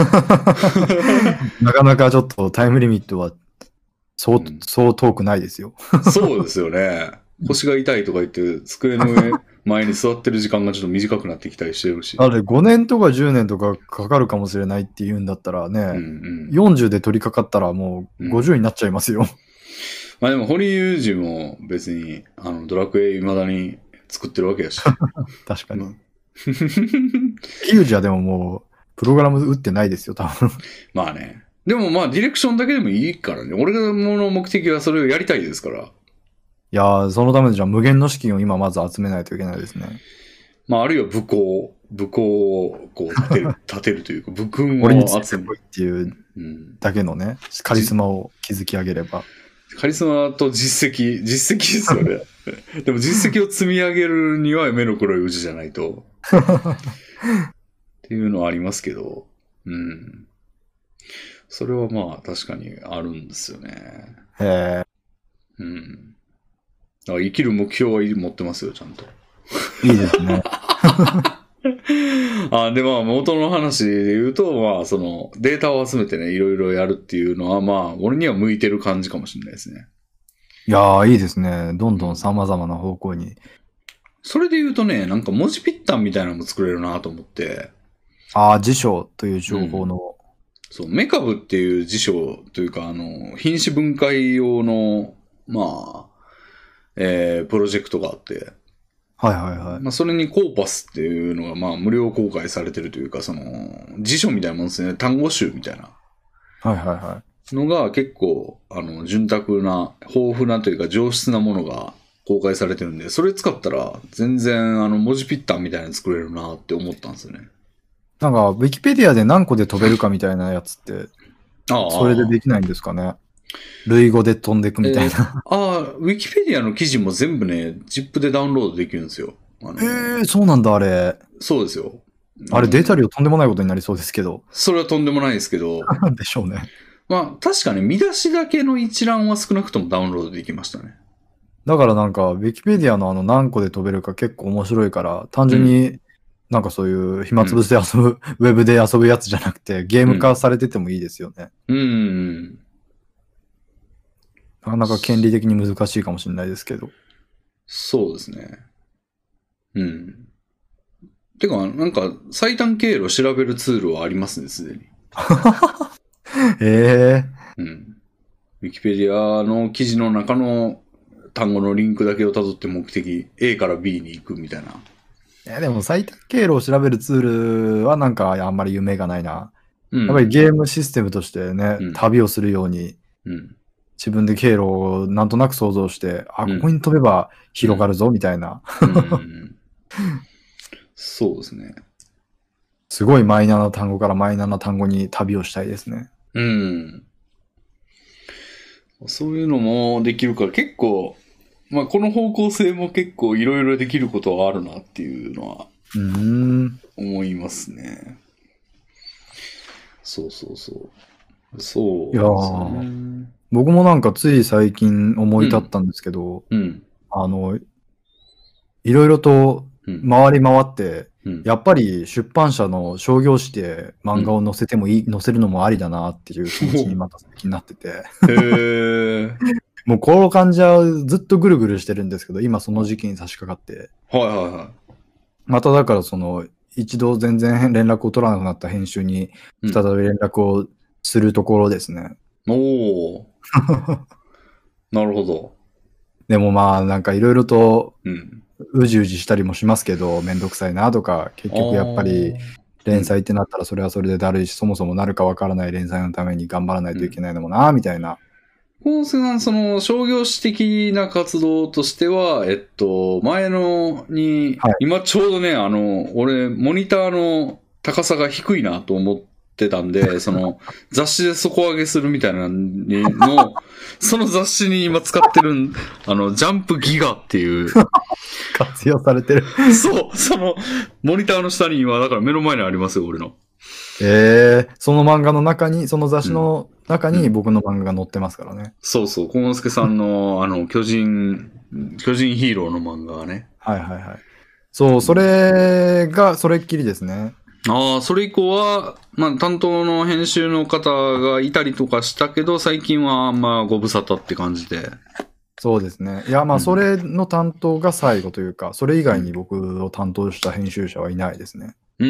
なかなかちょっとタイムリミットは、そう、うん、そう遠くないですよ。 そうですよね。 腰が痛いとか言って、机の上、前に座ってる時間がちょっと短くなってきたりしてるし。 あれ、ごねんとかじゅうねんとかかかるかもしれないって言うんだったらね、うんうん、よんじゅうで取り掛かったらもうごじゅうになっちゃいますよ。うん、 まあでも、堀裕二も別に、あの、ドラクエ未だに作ってるわけやし。 確かに。ユージはでももう、プログラム打ってないですよ、多分。 まあね。でもまあ、ディレクションだけでもいいからね。俺の目的はそれをやりたいですから。 いやー、そのためにじゃあ無限の資金を今まず集めないといけないですね。 まあ、あるいは武功、武功をこう立てる、立てるというか、武勲を集める。 っていうだけのね、カリスマを築き上げれば。 カリスマと実績、実績ですよね。でも実績を積み上げるには目の黒いうちじゃないと。っていうのはありますけど、うん。それはまあ確かにあるんですよね。 へえ。 うん。だから生きる目標は持ってますよ、ちゃんと。 いいですね。 あで、まあ元の話で言うと、まあそのデータを集めてね、いろいろやるっていうのはまあ俺には向いてる感じかもしれないですね。 いやー、いいですね。どんどん様々な方向に。 それで言うとね、なんか文字ピッタンみたいなのも作れるなと思って。 ああ、辞書という情報の、うん。 そう、メカブっていう辞書というか、あの、品詞分解用の、まあ、えー、プロジェクトがあって。 はいはいはい。 まあ、それにコーパスっていうのが、まあ、無料公開されてるというか、その、辞書みたいなもんですね。単語集みたいな。 はいはいはい。 のが結構、あの、潤沢な、豊富なというか、上質なものが公開されてるんで、それ使ったら、全然、あの、文字ピッタンみたいなの作れるなって思ったんですよね。 なんか、ウィキペディアで何個で飛べるかみたいなやつって、ああそれでできないんですかね。類語で飛んでいくみたいな。えー、 ああ、ウィキペディアの記事も全部ね、ジップ でダウンロードできるんですよ。 あのー、えー、そうなんだ、あれ。 そうですよ。 あれ、データ量とんでもないことになりそうですけど。 それはとんでもないですけど。 でしょうね。 まあ、確かに見出しだけの一覧は少なくともダウンロードできましたね。 だからなんか、ウィキペディアのあの何個で飛べるか結構面白いから、単純に、うんなんかそういう暇つぶしで遊ぶ、うん、ウェブで遊ぶやつじゃなくて、ゲーム化されててもいいですよね。 うん。うん、 なかなか権利的に難しいかもしれないですけど。 そうですね。うん。てか、なんか、最短経路を調べるツールはありますね、すでに。 ええー。うん。ウィキペディアの記事の中の単語のリンクだけを辿って目的 A から B に行くみたいな。 いやでも最短経路を調べるツールはなんかあんまり夢がないな。 うん、 やっぱりゲームシステムとしてね、うん、旅をするように、 うん、 自分で経路をなんとなく想像して、あ、ここに飛べば広がるぞみたいな。 うんうん、そうですね。 すごいマイナーな単語からマイナーな単語に旅をしたいですね。 うん。そういうのもできるから結構、まあこの方向性も結構いろいろできることはあるなっていうのは思いますね。そうそうそう。そう、ね。 いやー、僕もなんかつい最近思い立ったんですけど、 うんうん、 あの、いろいろと回り回って、うん、やっぱり出版社の商業誌で漫画を載せてもいい、うん、載せるのもありだなっていう気持ちにまた最近なってて。 へー。 もうこの感じはずっとぐるぐるしてるんですけど、今その時期に差し掛かって。 はいはいはい。 まただからその、一度全然連絡を取らなくなった編集に、再び連絡をするところですね。 うん、おー。なるほど。 でもまあなんかいろいろと、 うんうじうじしたりもしますけど、めんどくさいなとか、結局やっぱり連載ってなったらそれはそれでだるいし、そもそもなるかわからない連載のために頑張らないといけないのもな、みたいな。 コウスケさん、その商業誌的な活動としては、えっと、前のに、はい、今ちょうどね、あの、俺、モニターの高さが低いなと思ってたんで、その、雑誌で底上げするみたいなの、その雑誌に今使ってる、あの、ジャンプギガっていう。 活用されてる。 そう、その、モニターの下に今、だから目の前にありますよ、俺の。 ええー、その漫画の中に、その雑誌の中に僕の漫画が載ってますからね。うん、 そうそう、コウスケさんの、あの、巨人、巨人ヒーローの漫画がね。 はいはいはい。そう、それが、それっきりですね。 ああ、それ以降は、まあ、担当の編集の方がいたりとかしたけど、最近はあんまご無沙汰って感じで。 そうですね。いや、まあ、それの担当が最後というか、それ以外に僕を担当した編集者はいないですね。 うん。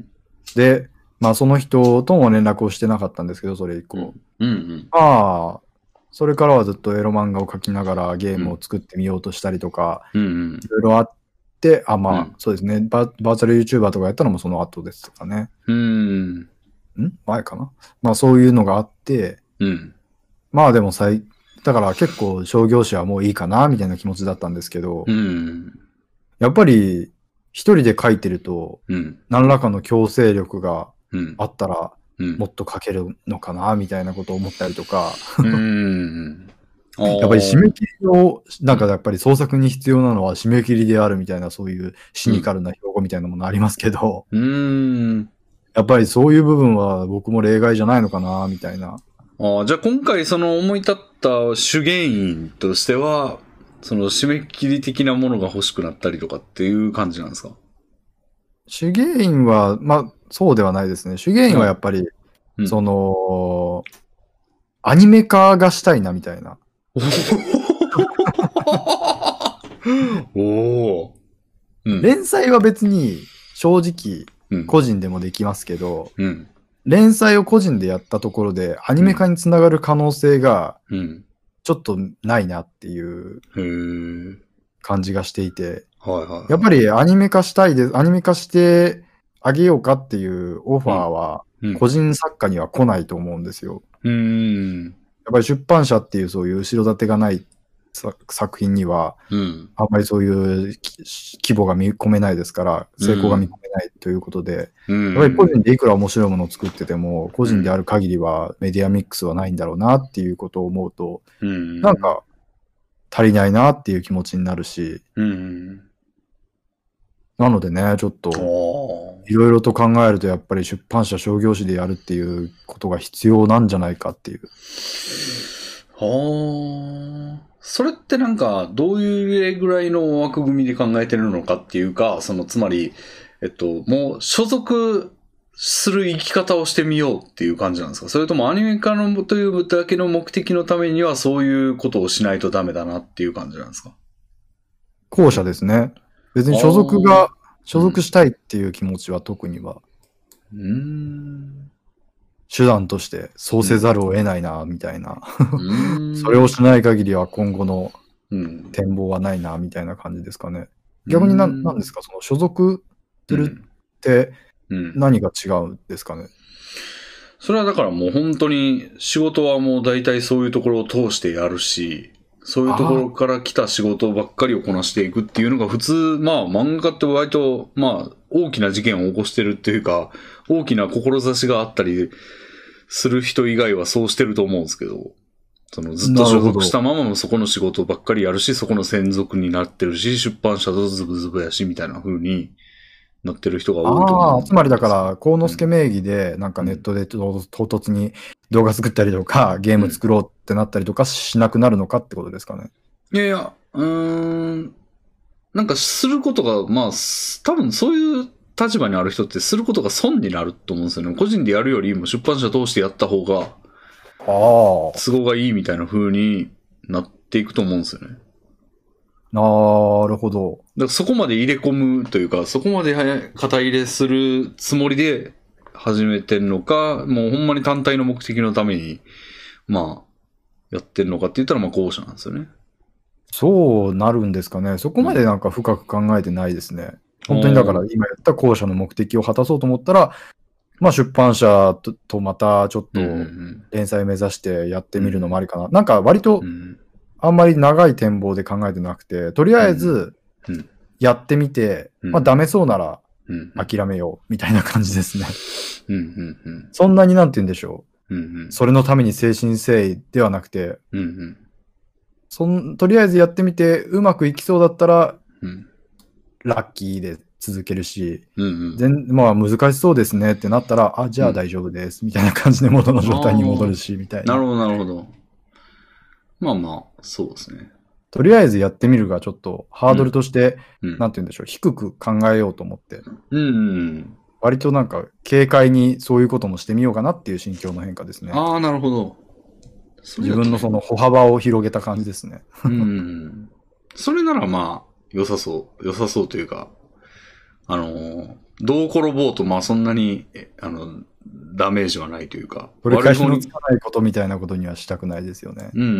で、まあ、その人とも連絡をしてなかったんですけど、それ以降。 うんうん。 まあ、それからはずっとエロ漫画を描きながらゲームを作ってみようとしたりとか、 うんうん、 いろいろあって、あ、まあ、 うん、 そうですねバ。バーチャル YouTuber とかやったのもその後ですかね。 うん。 ん前かな。まあ、そういうのがあって、 うん。 まあでも最、だから結構商業誌はもういいかな、みたいな気持ちだったんですけど、 うん。 やっぱり一人で書いてると、 うん。何らかの強制力があったら、 うん、 もっと書けるのかな、みたいなことを思ったりとか、 うん。 やっぱり締め切りを、なんかやっぱり創作に必要なのは締め切りであるみたいな、そういうシニカルな標語みたいなものありますけど、 うん。 やっぱりそういう部分は僕も例外じゃないのかな、みたいな。 ああ、じゃあ今回その思い立った主原因としては、その締め切り的なものが欲しくなったりとかっていう感じなんですか？ 主原因は、まあ、そうではないですね。主原因はやっぱり、 うん、 その、アニメ化がしたいな、みたいな。 おお、 うん、連載は別に正直個人でもできますけど、うん、連載を個人でやったところでアニメ化につながる可能性がちょっとないなっていう感じがしていて、やっぱりアニメ化したいです、アニメ化してあげようかっていうオファーは個人作家には来ないと思うんですよ。うん、やっぱり出版社っていうそういう後ろ盾がない作品には、うん、あんまりそういう規模が見込めないですから、成功が見込めないということで、うん、やっぱり個人でいくら面白いものを作ってても、個人である限りはメディアミックスはないんだろうなっていうことを思うと、うん、なんか足りないなっていう気持ちになるし、うん、なのでね、ちょっと、いろいろと考えるとやっぱり出版社商業誌でやるっていうことが必要なんじゃないかっていう。 はあ。それってなんか、どういうぐらいの枠組みで考えてるのかっていうか、その、つまり、えっと、もう、所属する生き方をしてみようっていう感じなんですか？それともアニメ化のというだけの目的のためには、そういうことをしないとダメだなっていう感じなんですか？ 後者ですね。別に所属が、所属したいっていう気持ちは特には。うーん。手段としてそうせざるを得ないな、みたいな。それをしない限りは今後の展望はないな、みたいな感じですかね。逆に何ですか、その所属するって何が違うんですかね。 それはだからもう本当に仕事はもう大体そういうところを通してやるし、そういうところから来た仕事ばっかりをこなしていくっていうのが普通、まあ漫画家って割と、まあ大きな事件を起こしてるっていうか、大きな志があったりする人以外はそうしてると思うんですけど、そのずっと所属したままもそこの仕事ばっかりやるし、そこの専属になってるし、出版社とズブズブやしみたいな風になってる人が多いと思う。 ああ、つまりだから、幸之助名義で、なんかネットで唐突に動画作ったりとか、ゲーム作ろうってなったりとかしなくなるのかってことですかね。 いやいや、うーん、なんかすることが、まあ、多分そういう立場にある人ってすることが損になると思うんですよね。個人でやるよりも出版社通してやった方が、都合がいいみたいな風になっていくと思うんですよね。 なるほど。 だからそこまで入れ込むというか、そこまで肩入れするつもりで始めてんのか、もうほんまに単体の目的のために、まあ、やってんのかって言ったら、まあ後者なんですよね。 そうなるんですかね。そこまでなんか深く考えてないですね。うん、本当にだから今言った後者の目的を果たそうと思ったら、まあ出版社とまたちょっと連載目指してやってみるのもありかな。うん、なんか割とあんまり長い展望で考えてなくて、とりあえずやってみて、うん、まあダメそうなら諦めようみたいな感じですね。うんうんうん、そんなになんて言うんでしょう。うんうん、それのために誠心誠意ではなくて、うんうん、そんとりあえずやってみてうまくいきそうだったら、うん、ラッキーで続けるし、うんうん、全まあ難しそうですねってなったら、あ、じゃあ大丈夫です、うん、みたいな感じで元の状態に戻るし、みたいな。 なるほど、なるほど。まあまあ、そうですね。 とりあえずやってみるがちょっとハードルとして、うん、なんて言うんでしょう、低く考えようと思って。うんうん、割となんか軽快にそういうこともしてみようかなっていう心境の変化ですね。 ああ、なるほど。 自分のその歩幅を広げた感じですね。 うん。それならまあ、良さそう。良さそうというか、あの、どう転ぼうとまあそんなに、あの、ダメージはないというか。 取り返しのつかないことみたいなことにはしたくないですよね。 うんうん。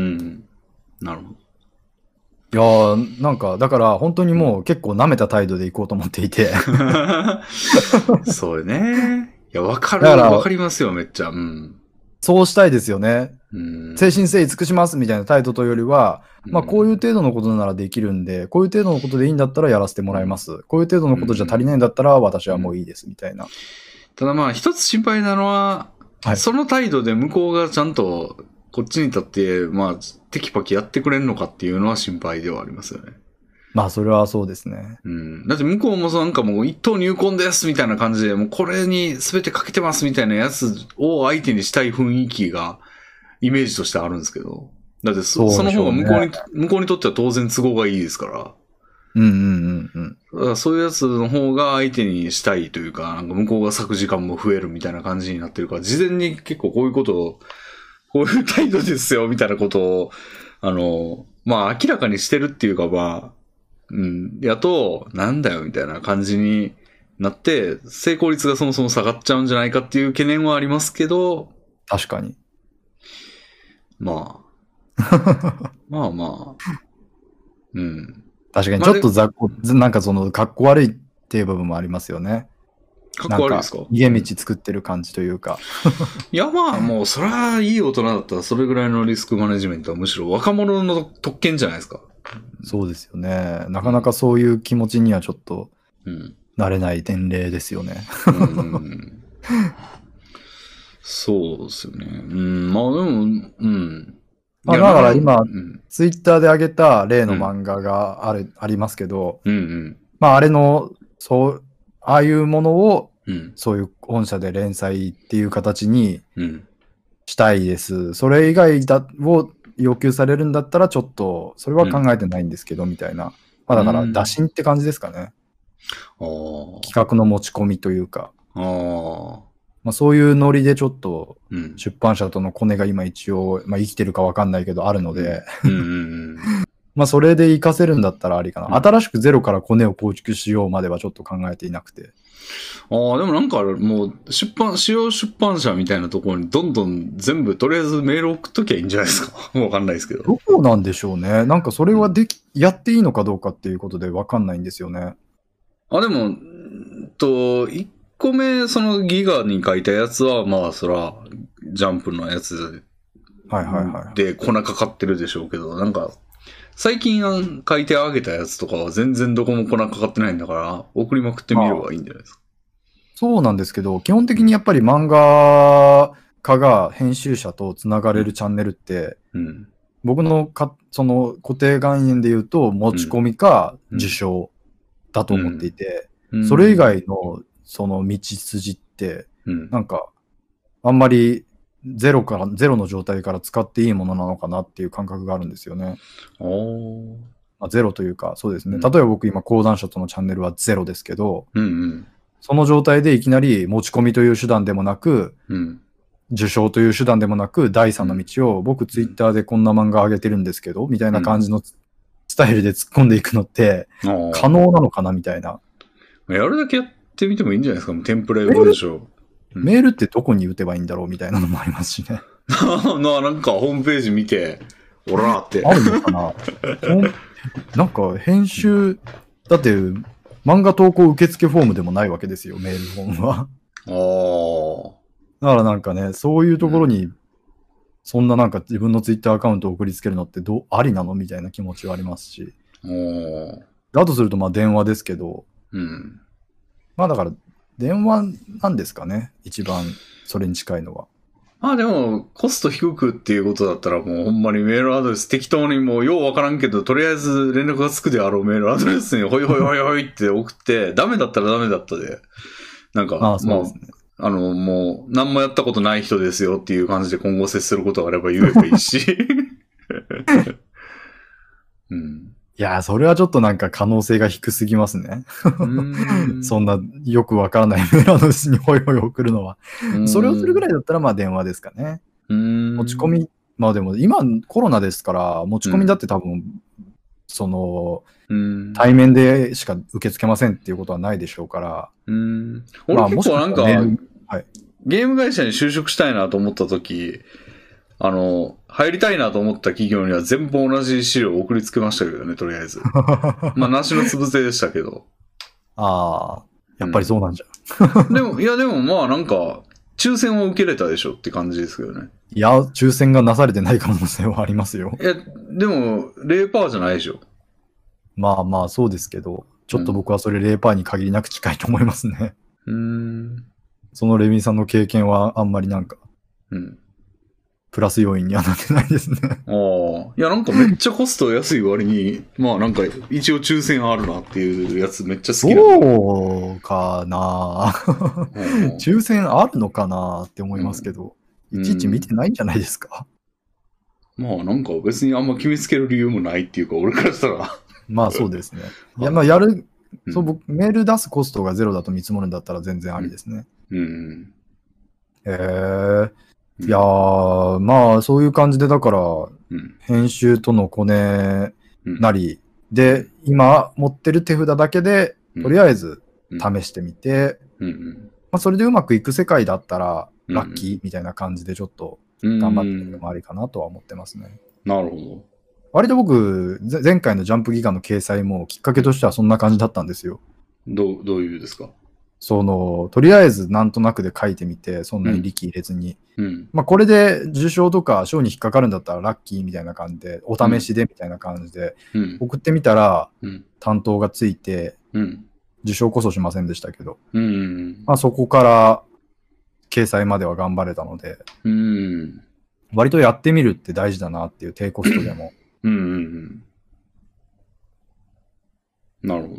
なるほど。 いやー、なんか、だから本当にもう結構舐めた態度でいこうと思っていて。 そうよね。いや、わかる。わかりますよ、めっちゃ。うん。 そうしたいですよね。 うん、 誠心誠意尽くしますみたいな態度というよりは、まあこういう程度のことならできるんで、こういう程度のことでいいんだったらやらせてもらいます。こういう程度のことじゃ足りないんだったら私はもういいですみたいな。 ただまあ一つ心配なのは、はい、その態度で向こうがちゃんとこっちに立って、まあテキパキやってくれるのかっていうのは心配ではありますよね。 まあそれはそうですね。 うん。だって向こうもなんかもう一等入魂ですみたいな感じで、もうこれに全てかけてますみたいなやつを相手にしたい雰囲気がイメージとしてあるんですけど。だって そ,、ね、その方が向こうに、向こうにとっては当然都合がいいですから。 うんうんうんうん。 だからそういうやつの方が相手にしたいというか、なんか向こうが咲く時間も増えるみたいな感じになってるから、事前に結構こういうことを、こういう態度ですよみたいなことを、あの、まあ明らかにしてるっていうかまあ、うん。やと、なんだよみたいな感じになって、成功率がそもそも下がっちゃうんじゃないかっていう懸念はありますけど。 確かに。 まあ。まあまあ。うん。 確かに、ちょっとざっこ、なんかその、かっこ悪いっていう部分もありますよね。 かっこ悪いですか？ 逃げ道作ってる感じというか。 いやまあもう、そりゃいい大人だったらそれぐらいのリスクマネジメントはむしろ若者の特権じゃないですか。 そうですよね。なかなかそういう気持ちにはちょっと、なれない年齢ですよね。 うん、そうですよね。うん、まあでも、うん。 まあ、だから今、うん、ツイッターで上げた例の漫画がある、うん、ありますけど、 うんうん、 まああれの、そう、ああいうものを、 うん、 そういう本社で連載っていう形にしたいです。うん、それ以外だを要求されるんだったらちょっと、それは考えてないんですけど、うん、みたいな。まあだから、打診って感じですかね。 うん、 企画の持ち込みというか。 あまあ、そういうノリでちょっと、出版社とのコネが今一応、まあ、生きてるかわかんないけどあるので、まあそれで活かせるんだったらありかな。うん、新しくゼロからコネを構築しようまではちょっと考えていなくて。 ああ、でもなんかもう出版、主要出版社みたいなところにどんどん全部とりあえずメール送っときゃいいんじゃないですか。わかんないですけど。 どうなんでしょうね。なんかそれはでき、うん、やっていいのかどうかっていうことでわかんないんですよね。 あ、でも、と、いっこめ、そのギガに書いたやつは、まあそら、ジャンプのやつはいはいはい。 で粉かかってるでしょうけど、なんか、最近書いてあげたやつとかは全然どこも粉かかってないんだから、送りまくってみればいいんじゃないですか。 そうなんですけど、基本的にやっぱり漫画家が編集者とつながれるチャンネルって、うん、僕のかその固定概念で言うと、持ち込みか受賞だと思っていて、うんうん、それ以外のその道筋って、うん、なんか、あんまりゼロから、ゼロの状態から使っていいものなのかなっていう感覚があるんですよね。 おまあ、ゼロというか、そうですね。例えば僕今講談社とのチャンネルはゼロですけど、 うんうん、 その状態でいきなり持ち込みという手段でもなく、 うん、 受賞という手段でもなく、第三の道を、僕ツイッターでこんな漫画上げてるんですけど、みたいな感じのスタイルで突っ込んでいくのって、可能なのかなみたいな。 やるだけやってみてもいいんじゃないですか、テンプレ文章。 メールってどこに打てばいいんだろうみたいなのもありますしね。 な、なんかホームページ見て、おらーって。 あるのかななんか編集、だって漫画投稿受付フォームでもないわけですよ、メールフォームは。 あだからなんかね、そういうところに、そんななんか自分のツイッターアカウントを送りつけるのってどうありなのみたいな気持ちはありますし。だとするとまあ電話ですけど、 うん、 まあだから電話なんですかね、一番それに近いのは。 まあでも、コスト低くっていうことだったらもうほんまにメールアドレス適当にもうようわからんけど、とりあえず連絡がつくであろうメールアドレスにほいほいほいほいって送って、ダメだったらダメだったで、なんか、 ああそうですね、 まあ、あの、もう何もやったことない人ですよっていう感じで今後接することがあれば言えばいいし。うん。 いやー、それはちょっとなんか可能性が低すぎますね。んそんなよくわからないメールアドレスにホイホイ送るのは。それをするぐらいだったらまあ電話ですかね。 うん持ち込みまあでも今コロナですから持ち込みだって多分、うん、その、うん、対面でしか受け付けませんっていうことはないでしょうから。 うん。俺まあ、 結構なんか、 ね、はい、 ゲーム会社に就職したいなと思った時、あの、入りたいなと思った企業には全部同じ資料を送りつけましたけどね、とりあえず。まあ、なしのつぶせでしたけど。 ああ、やっぱりそうなんじゃ、うん。でも、いやでもまあなんか、抽選を受けれたでしょって感じですけどね。 いや、抽選がなされてない可能性はありますよ。 いや、でも、ゼロパーセント じゃないでしょ。 まあまあ、そうですけど、ちょっと僕はそれ ゼロパーセント に限りなく近いと思いますね。 うーん。 そのレビンさんの経験はあんまりなんか、 うん。 プラス要因にはなってないですね。 ああ。いや、なんかめっちゃコスト安い割に、まあなんか一応抽選あるなっていうやつめっちゃ好きなそうかな抽選あるのかなって思いますけど、うん、いちいち見てないんじゃないですか。 まあなんか別にあんま決めつける理由もないっていうか、俺からしたら。 まあそうですね。いや、まあやる、うん、そう、僕、メール出すコストがゼロだと見積もるんだったら全然ありですね。 うん。うん、 へえ。いやー、まあ、そういう感じで、だから、うん、編集とのコネなり、うん、で、今持ってる手札だけで、とりあえず試してみて、うんうん、まあ、それでうまくいく世界だったら、ラッキーみたいな感じでちょっと頑張ってみるのもありかなとは思ってますね。 なるほど。 割と僕、前回のジャンプギガの掲載もきっかけとしてはそんな感じだったんですよ。 どう、どういうですか？ その、とりあえずなんとなくで書いてみて、そんなに力入れずに。うん、まあこれで受賞とか賞に引っかかるんだったらラッキーみたいな感じで、お試しでみたいな感じで、送ってみたら、担当がついて、うん、受賞こそしませんでしたけど、うんうん、まあそこから掲載までは頑張れたので、うん、割とやってみるって大事だなっていう低コストでも。うんうんうん、 なるほど。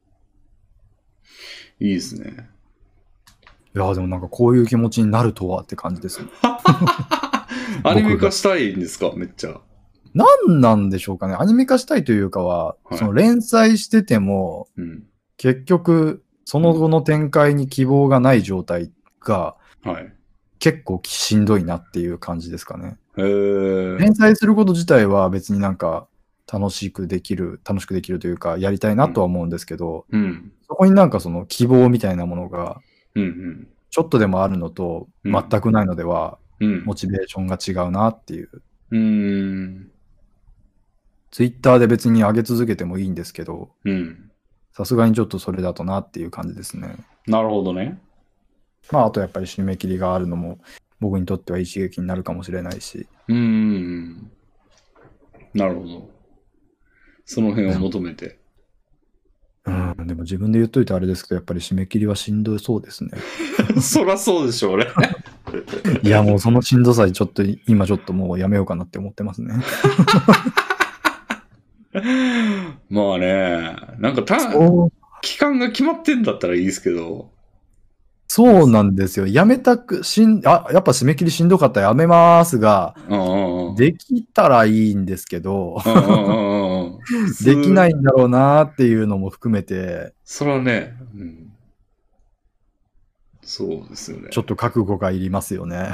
いいですね。 いや、でもなんかこういう気持ちになるとはって感じですね。 アニメ化したいんですか？めっちゃ。 なんなんでしょうかね。アニメ化したいというかは、はい、その連載してても、うん、結局、その後の展開に希望がない状態が、はい、結構しんどいなっていう感じですかね。へー。連載すること自体は別になんか楽しくできる、楽しくできるというか、やりたいなとは思うんですけど、うんうん、そこになんかその希望みたいなものが、うんうん、ちょっとでもあるのと全くないのでは、うん、モチベーションが違うなっていう。うん、ツイッターで別に上げ続けてもいいんですけど、さすがにちょっとそれだとなっていう感じですね。 なるほどね。 まあ、あとやっぱり締め切りがあるのも僕にとってはいい刺激になるかもしれないし。 うん。なるほど。その辺を求めて。 うん、でも自分で言っといてあれですけど、やっぱり締め切りはしんどそうですね。 そらそうでしょ、俺。 いや、もうそのしんどさにちょっと、今ちょっともうやめようかなって思ってますね。 まあね、なんかた、期間が決まってんだったらいいですけど。 そうなんですよ。やめたく、しん、あ、やっぱ締め切りしんどかったらやめますが、できたらいいんですけど、できないんだろうなっていうのも含めて。 それはね、うん、そうですよね。 ちょっと覚悟がいりますよね。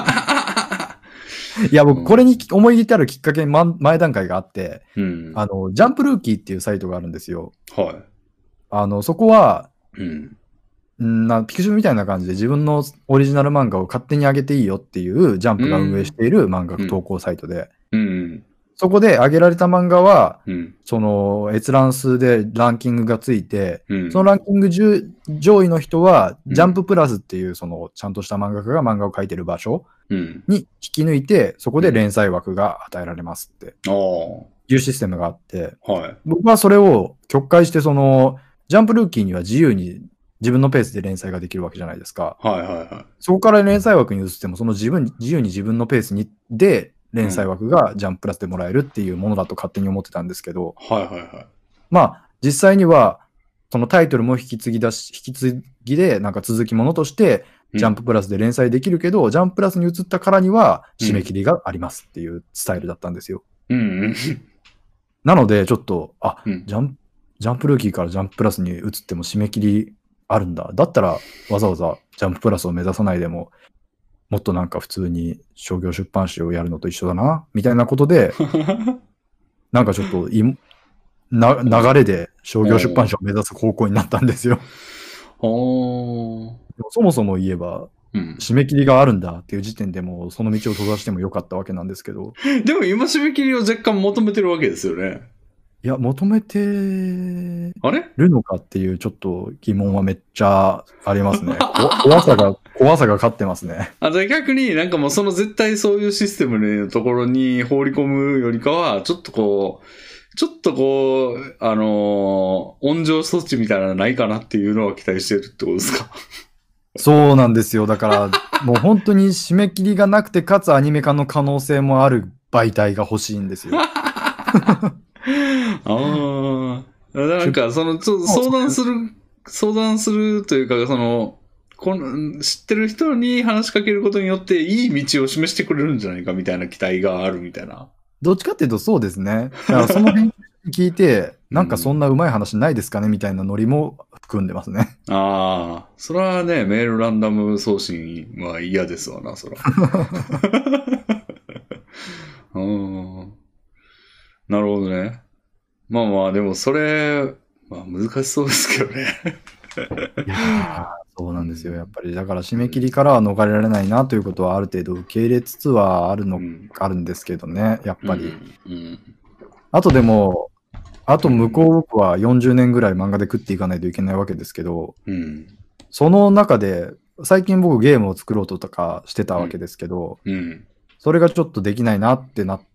いや、僕、これに思い至るきっかけに前段階があって、うん、あの、ジャンプルーキーっていうサイトがあるんですよ。はい。あの、そこは、うんなピクシブみたいな感じで自分のオリジナル漫画を勝手に上げていいよっていうジャンプが運営している漫画投稿サイトで、うんうん、そこで上げられた漫画は、うん、その閲覧数でランキングがついて、うん、そのランキング上位の人は、ジャンププラスっていうそのちゃんとした漫画家が漫画を描いてる場所に引き抜いて、そこで連載枠が与えられますっていうシステムがあって、はい、僕はそれを曲解してそのジャンプルーキーには自由に自分のペースで連載ができるわけじゃないですか。はいはいはい。そこから連載枠に移っても、その自分、自由に自分のペースにで連載枠がジャンププラスでもらえるっていうものだと勝手に思ってたんですけど、はいはいはい。まあ、実際には、そのタイトルも引き継ぎだし、引き継ぎで、なんか続きものとして、ジャンププラスで連載できるけど、うん、ジャンププラスに移ったからには、締め切りがありますっていうスタイルだったんですよ。うんうん、なので、ちょっと、あ、うん、ジャンプ、ジャンプルーキーからジャンププラスに移っても締め切り、あるんだ。だったらわざわざジャンププラスを目指さないでも、 もっとなんか普通に商業出版誌をやるのと一緒だな、みたいなことで、なんかちょっといな流れで商業出版社を目指す方向になったんですよ。 おそもそも言えば、うん、締め切りがあるんだっていう時点でもうその道を閉ざしてもよかったわけなんですけど。 でも今締め切りを若干求めてるわけですよね。 いや、求めてるのかっていうちょっと疑問はめっちゃありますね。怖さが、怖さが勝ってますね。 あ、じゃあ逆になんかもうその絶対そういうシステムのところに放り込むよりかは、ちょっとこう、ちょっとこう、あのー、温情措置みたいなのないかなっていうのは期待してるってことですか？ そうなんですよ。だから、もう本当に締め切りがなくて、かつアニメ化の可能性もある媒体が欲しいんですよ。 ああ。なんか、その、ちょっと相談する、相談するというか、その、この、知ってる人に話しかけることによって、いい道を示してくれるんじゃないかみたいな期待があるみたいな。 どっちかっていうとそうですね。だからその辺聞いて、なんかそんなうまい話ないですかねみたいなノリも含んでますね。 ああ、それはね、メールランダム送信は嫌ですわな、そら。うん。なるほどね。まあまあ、でもそれ、まあ難しそうですけどね。 いやそうなんですよ。やっぱり、だから締め切りからは逃れられないなということはある程度受け入れつつはあるの、うん、あるんですけどね、やっぱり。うんうん、あとでも、あと向こう僕はよんじゅうねんぐらい漫画で食っていかないといけないわけですけど、うん、その中で、最近僕ゲームを作ろうとかしてたわけですけど、うんうん、それがちょっとできないなってなって、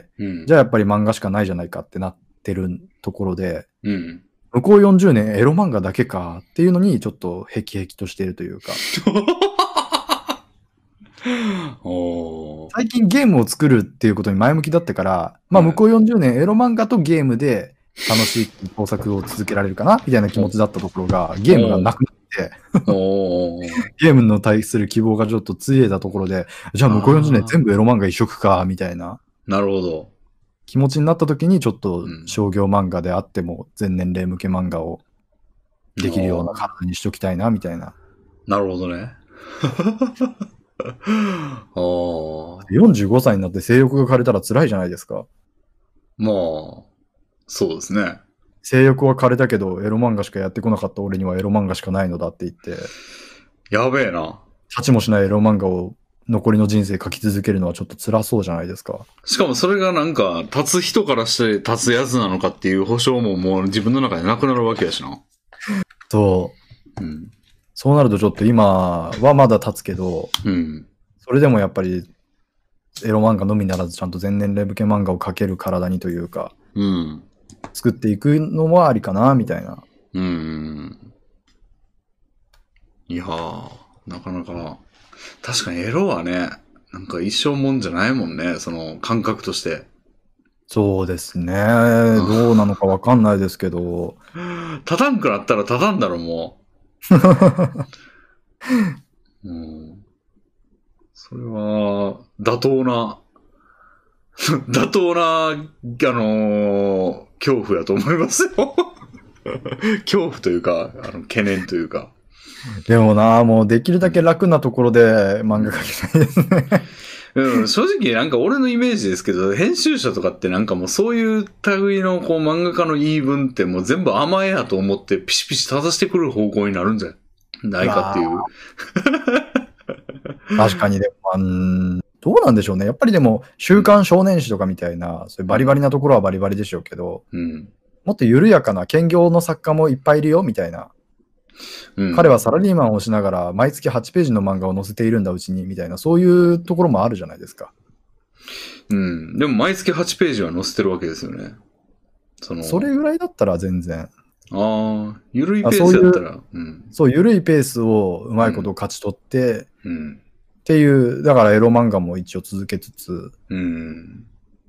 うん、じゃあやっぱり漫画しかないじゃないかってなってるところで、うん、向こうよんじゅうねんエロ漫画だけかっていうのにちょっとヘキヘキとしているというか。最近ゲームを作るっていうことに前向きだったから、まあ向こうよんじゅうねんエロ漫画とゲームで楽しい工作を続けられるかなみたいな気持ちだったところが、ゲームがなくなってゲームの対する希望がちょっとついえたところで、じゃあ向こうよんじゅうねん全部エロ漫画一色かみたいな。 なるほど。 気持ちになった時にちょっと商業漫画であっても全年齢向け漫画をできるような体にしときたいなみたいな。 なるほどね。 よんじゅうごさいになって性欲が枯れたら辛いじゃないですか。 まあ、そうですね。 性欲は枯れたけどエロ漫画しかやってこなかった俺にはエロ漫画しかないのだって言って。 やべえな。 立ちもしないエロ漫画を残りの人生書き続けるのはちょっと辛そうじゃないですか。 しかもそれがなんか、立つ人からして立つやつなのかっていう保証ももう自分の中でなくなるわけやしな。 そう。うん。そうなるとちょっと今はまだ立つけど、うん。それでもやっぱり、エロ漫画のみならずちゃんと全年齢向け漫画を描ける体にというか、うん。作っていくのもありかな、みたいな。うん。 いやー、なかなか、確かにエロはね、なんか一生もんじゃないもんね、その感覚として。 そうですね。どうなのかわかんないですけど。 立たんくなったら立たんだろ、もう。うん、それは、妥当な、妥当な、あのー、恐怖やと思いますよ。恐怖というか、あの懸念というか。 でもな、もうできるだけ楽なところで漫画描きたいですね。 うん、正直なんか俺のイメージですけど、編集者とかってなんかもうそういう類のこう漫画家の言い分ってもう全部甘えやと思ってピシピシ正してくる方向になるんじゃないかっていう。 確かにでも、んどうなんでしょうね。やっぱりでも、週刊少年誌とかみたいな、そういうバリバリなところはバリバリでしょうけど、うん、もっと緩やかな兼業の作家もいっぱいいるよみたいな。うん、彼はサラリーマンをしながら毎月はちページの漫画を載せているんだうちにみたいな、そういうところもあるじゃないですか。 うん。でも毎月はちページは載せてるわけですよね。 そのそれぐらいだったら全然。 ああ、緩いペースだったら。 そういう、うん、そう、緩いペースをうまいこと勝ち取って、うん、っていう、だからエロ漫画も一応続けつつ、うん、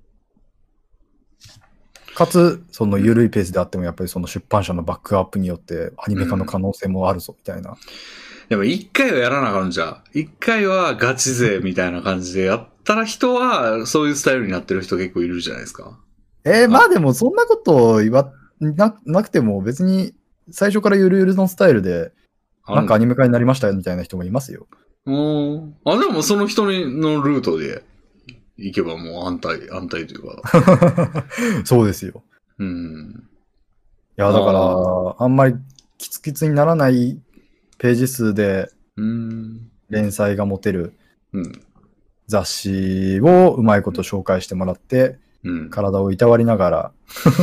かつ、その緩いペースであっても、やっぱりその出版社のバックアップによってアニメ化の可能性もあるぞ、みたいな。うん、 でも一回はやらなあかんじゃ。一回はガチ勢みたいな感じでやったら人は、そういうスタイルになってる人結構いるじゃないですか。 えー、まあでもそんなことを言わな、なくても別に最初からゆるゆるのスタイルで、なんかアニメ化になりましたみたいな人もいますよ。 おあ、でもその人のルートで行けばもう安泰、安泰というか。 そうですよ。 うん。 いや、だから、あんまりキツキツにならないページ数で連載が持てる雑誌をうまいこと紹介してもらって、うん、体をいたわりながら。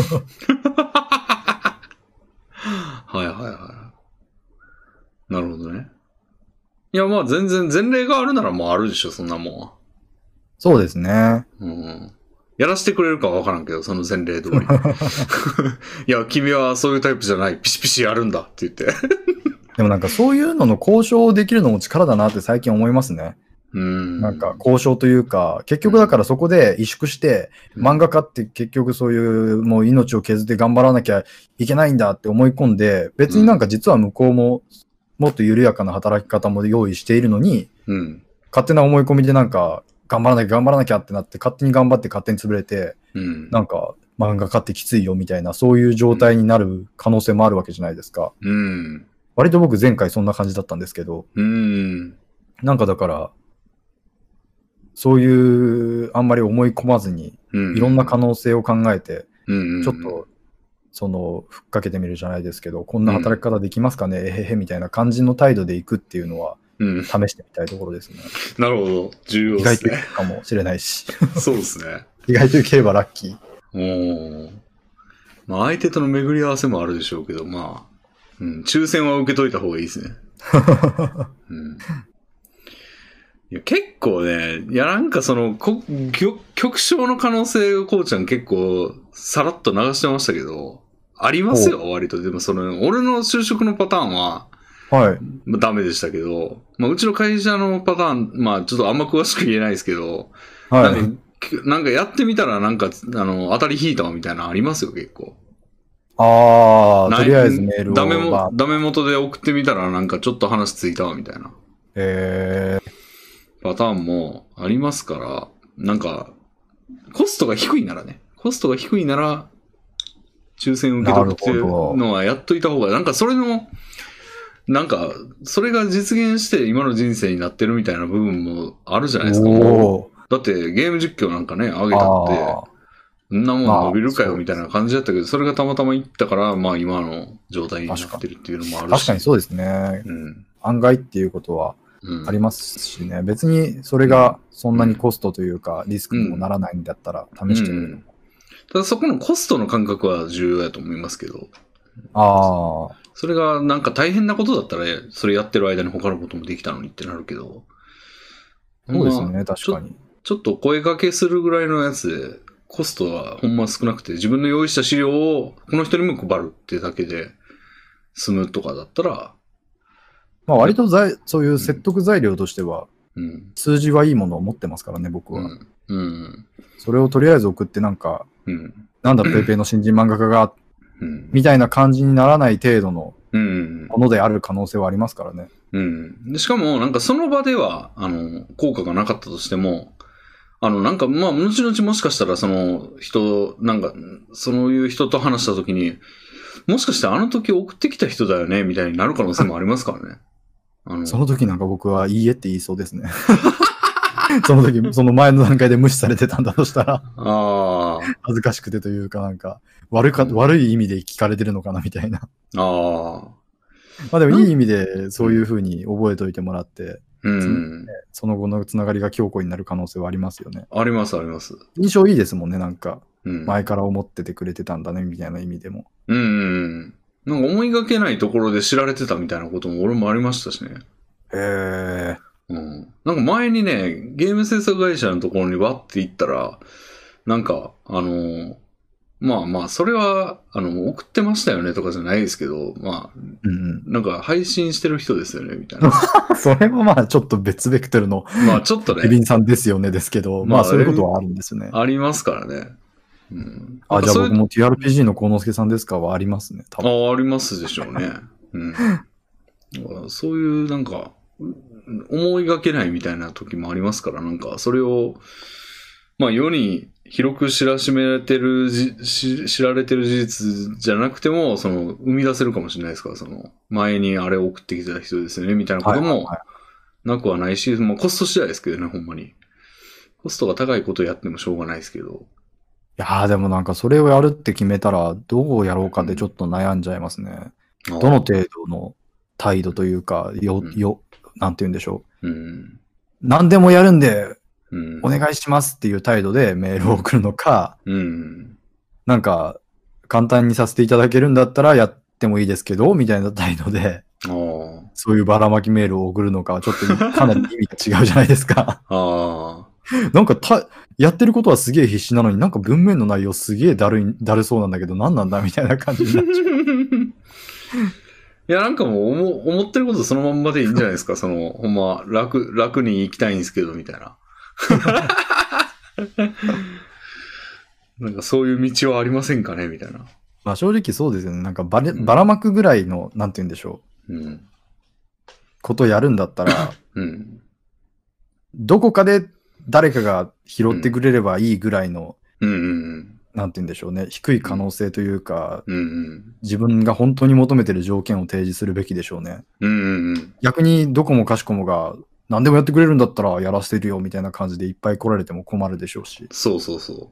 はいはいはい。なるほどね。いや、まあ全然前例があるならもうあるでしょ、そんなもんは。 そうですね。 うん。やらせてくれるかはわからんけど、その前例通り。いや、君はそういうタイプじゃない。ピシピシやるんだって言って。 でもなんかそういうのの交渉できるのも力だなって最近思いますね。 うんなんか交渉というか、結局だからそこで萎縮して、うん、漫画家って結局そういうもう命を削って頑張らなきゃいけないんだって思い込んで、別になんか実は向こうももっと緩やかな働き方も用意しているのに、 うん、 勝手な思い込みでなんか頑張らなきゃ頑張らなきゃってなって勝手に頑張って勝手に潰れて、 うん、 なんか漫画家ってきついよみたいなそういう状態になる可能性もあるわけじゃないですか。 うん、 割と僕前回そんな感じだったんですけど、 うん、 なんかだからそういうあんまり思い込まずに、いろんな可能性を考えて、 うん、 ちょっとそのふっかけてみるじゃないですけど、こんな働き方できますかね、うん、えへへみたいな感じの態度でいくっていうのは、うん、試してみたいところですね。 なるほど、重要ですね。 意外といくかもしれないし。 そうですね。 意外といければラッキー。 おー。まあ相手との巡り合わせもあるでしょうけど、まあ、うん、抽選は受けといた方がいいですね。うん、いや結構ね、いやなんかその、こ極小の可能性をこうちゃん結構さらっと流してましたけど、ありますよ、割と。でもその、俺の就職のパターンは、 はい。 まあ、ダメでしたけど、まあ、うちの会社のパターン、まあ、ちょっとあんま詳しく言えないですけど、 はい。 なんか、なんかやってみたらなんか、あの、当たり引いたわみたいなのありますよ、結構。 ああ、とりあえずメールを。 ダメも、ダメ元で送ってみたらなんかちょっと話ついたわみたいな。 へえ。 パターンもありますから、なんか、コストが低いならね、コストが低いなら、抽選受けとくっていうのはやっといた方が、なんかそれの、なんか、それが実現して今の人生になってるみたいな部分もあるじゃないですか。もうだってゲーム実況なんかね、上げたって、そんなもん伸びるかよみたいな感じだったけど、それがたまたまいったから、まあ今の状態になってるっていうのもあるし。 確かにそうですね。うん、案外っていうことはありますしね。うん、別にそれがそんなにコストというかリスクにもならないんだったら試してみるのも。うんうん、 ただそこのコストの感覚は重要だと思いますけど。 ああ。 それがなんか大変なことだったら、それやってる間に他のこともできたのにってなるけど。 そうですね、確かにち。ちょっと声掛けするぐらいのやつで、コストはほんま少なくて、自分の用意した資料をこの人にも配るってだけで済むとかだったら。 まあ割とざいそういう説得材料としては、 うん、 数字はいいものを持ってますからね、僕は。 うんうん、 それをとりあえず送ってなんか、 うん、 なんだペイペイの新人漫画家が、うん、みたいな感じにならない程度のものである可能性はありますからね。 うん。でしかも、なんかその場では、あの、効果がなかったとしても、あの、なんか、まあ、後々もしかしたら、その人、なんか、そういう人と話したときに、もしかしてあの時送ってきた人だよね、みたいになる可能性もありますからね。 あのその時なんか僕はいいえって言いそうですね。その時、その前の段階で無視されてたんだとしたら、 あ恥ずかしくてというか、なんか悪か、うん、悪い意味で聞かれてるのかなみたいな。 あまあでもいい意味でそういう風に覚えておいてもらって、 うんその後のつながりが強固になる可能性はありますよね。 ありますあります。 印象いいですもんね、なんか。 うん、 前から思っててくれてたんだね、みたいな意味でも。 うん。なんか思いがけないところで知られてたみたいなことも俺もありましたしね。 へー。 うん。なんか前にね、ゲーム制作会社のところにわって行ったら、なんか、あのー、まあまあ、それは、あの、送ってましたよねとかじゃないですけど、まあ、 うん、 なんか配信してる人ですよね、みたいな。 それはまあ、ちょっと別ベクトルの、 まあちょっとね。 ケビンさんですよね、ですけど、まあ、まあそういうことはあるんですね。 ありますからね。うん、 あ、じゃあ僕も ティーアールピージー の幸之助さんですかはありますね、 多分。ああ、ありますでしょうね。うん。そういう、なんか、思いがけないみたいな時もありますから、なんか、それを、まあ世に広く知らしめられてるじ、知られてる事実じゃなくても、その、生み出せるかもしれないですから、その、前にあれを送ってきてた人ですよね、みたいなことも、 なくはないし、まあコスト次第ですけどね、ほんまに。コストが高いことやってもしょうがないですけど。いやーでもなんかそれをやるって決めたら、どうやろうかでちょっと悩んじゃいますね。うん、どの程度の態度というか、よ、うん、よ、なんて言うんでしょう。うん、何でもやるんで、うん、お願いしますっていう態度でメールを送るのか、うん、なんか、簡単にさせていただけるんだったらやってもいいですけど、みたいな態度で、そういうばらまきメールを送るのかはちょっとかなり意味が違うじゃないですか。あなんかた、やってることはすげえ必死なのになんか文面の内容すげえだるい、だるそうなんだけど何なんだみたいな感じになっちゃう。 いや、なんかもう思、思ってることそのまんまでいいんじゃないですか。その、ほんま、楽、楽に行きたいんですけど、みたいな。なんかそういう道はありませんかねみたいな。 まあ正直そうですよね。なんかばれ、ばらまくぐらいの、なんて言うんでしょう。うん。ことやるんだったら、うん。どこかで誰かが拾ってくれればいいぐらいの、うんうんうん、なんて言うんでしょうね。低い可能性というか、うんうん、自分が本当に求めてる条件を提示するべきでしょうね。うんうんうん、逆にどこもかしこもが何でもやってくれるんだったらやらせてるよみたいな感じでいっぱい来られても困るでしょうし。 そうそうそう。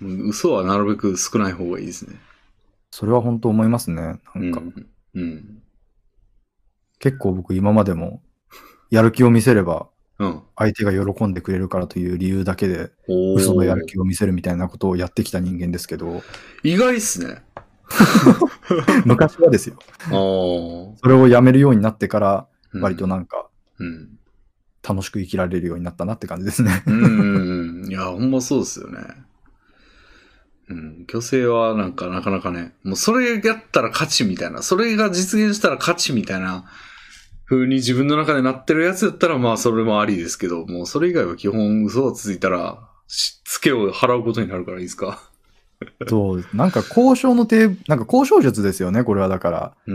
嘘はなるべく少ない方がいいですね。 それは本当思いますね。なんか。うんうん、結構僕今までもやる気を見せれば、相手が喜んでくれるからという理由だけで、嘘のやる気を見せるみたいなことをやってきた人間ですけど。 意外っすね。 昔はですよ。それをやめるようになってから、割となんか、楽しく生きられるようになったなって感じですね。 うん。いや、ほんまそうですよね。うん。虚勢はなんかなかなかね、もうそれやったら勝ちみたいな、それが実現したら勝ちみたいな、風に自分の中でなってるやつだったらまあそれもありですけど、もうそれ以外は基本嘘が続いたら、しつけを払うことになるからいいですか。 そう、なんか交渉の手、なんか交渉術ですよね、これはだから。うんうん、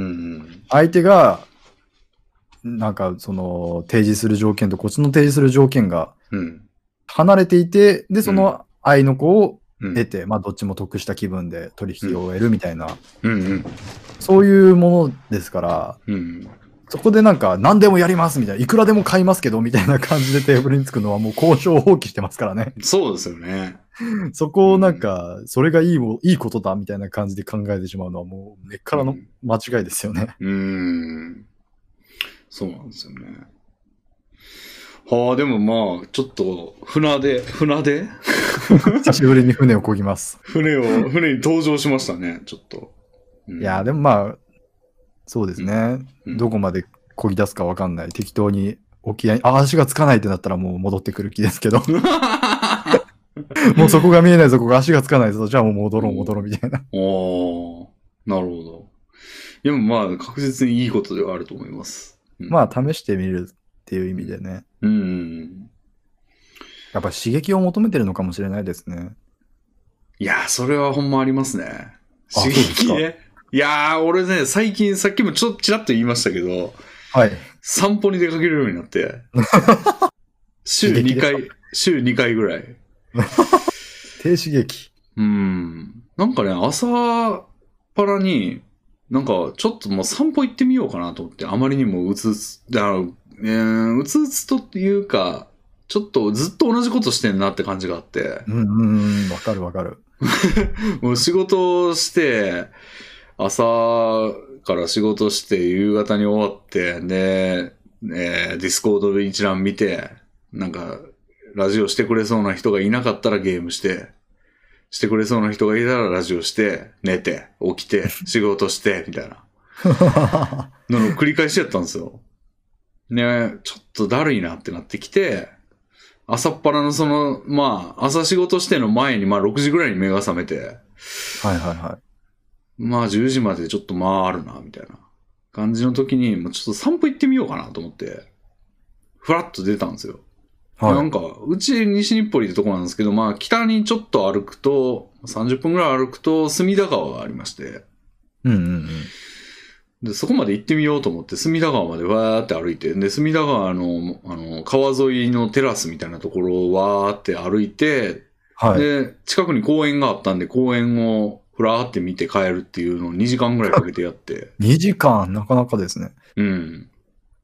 相手が、なんかその提示する条件とこっちの提示する条件が離れていて、うん、で、その愛の子を得て、うん、まあどっちも得した気分で取引を終えるみたいな、うんうん、そういうものですから、うんそこでなんか何でもやりますみたいな、いくらでも買いますけどみたいな感じでテーブルにつくのはもう交渉を放棄してますからね。 そうですよね。 そこをなんか、それがいいも、いいことだみたいな感じで考えてしまうのはもう根っからの間違いですよね。 うん。うんそうなんですよね。はあ、でもまあ、ちょっと、船で、船で久しぶりに船を漕ぎます。 船を、船に登場しましたね、ちょっと。 うん、いや、でもまあ、そうですね、うんうん。どこまで漕ぎ出すかわかんない。適当に沖合、あ、足がつかないってなったらもう戻ってくる気ですけど。もうそこが見えないぞ、ここ足がつかないぞ。じゃあもう戻ろう、戻ろうみたいな。 おー、なるほど。でもまあ、確実にいいことではあると思います。 うん、まあ、試してみるっていう意味でね。うん。やっぱ刺激を求めてるのかもしれないですね。 いやー、それはほんまありますね。刺激ね。いやー、俺ね、最近、さっきもちょっとちらっと言いましたけど、はい。散歩に出かけるようになって、週にかい、週にかいぐらい。 低刺激。 うん。なんかね、朝っぱらに、なんか、ちょっともう散歩行ってみようかなと思って、あまりにもうつうつ、だから、えー、うつうつとっていうか、ちょっとずっと同じことしてんなって感じがあって。 うんうんうん、わかるわかる。 もう仕事して、朝から仕事して夕方に終わって、で、えー、ディスコードで一覧見て、なんか、ラジオしてくれそうな人がいなかったらゲームして、してくれそうな人がいたらラジオして、寝て、起きて、仕事して、みたいな。のの繰り返しやったんですよ。ね、ちょっとだるいなってなってきて、朝っぱらのその、まあ、朝仕事しての前に、まあろくじぐらいに目が覚めて、 はいはいはい。 まあじゅうじまでちょっと回るな、みたいな感じの時に、もうちょっと散歩行ってみようかなと思って、ふらっと出たんですよ。はい。なんか、うち西日暮里ってとこなんですけど、まあ北にちょっと歩くと、さんじゅっぷんぐらい歩くと隅田川がありまして、 うんうんうん。 で、そこまで行ってみようと思って、隅田川までわーって歩いて、で、隅田川の、あの、川沿いのテラスみたいなところをわーって歩いて、はい。で、近くに公園があったんで、公園をふらーって見て帰るっていうのをにじかんぐらいかけてやって。 にじかんなかなかですね。 うん。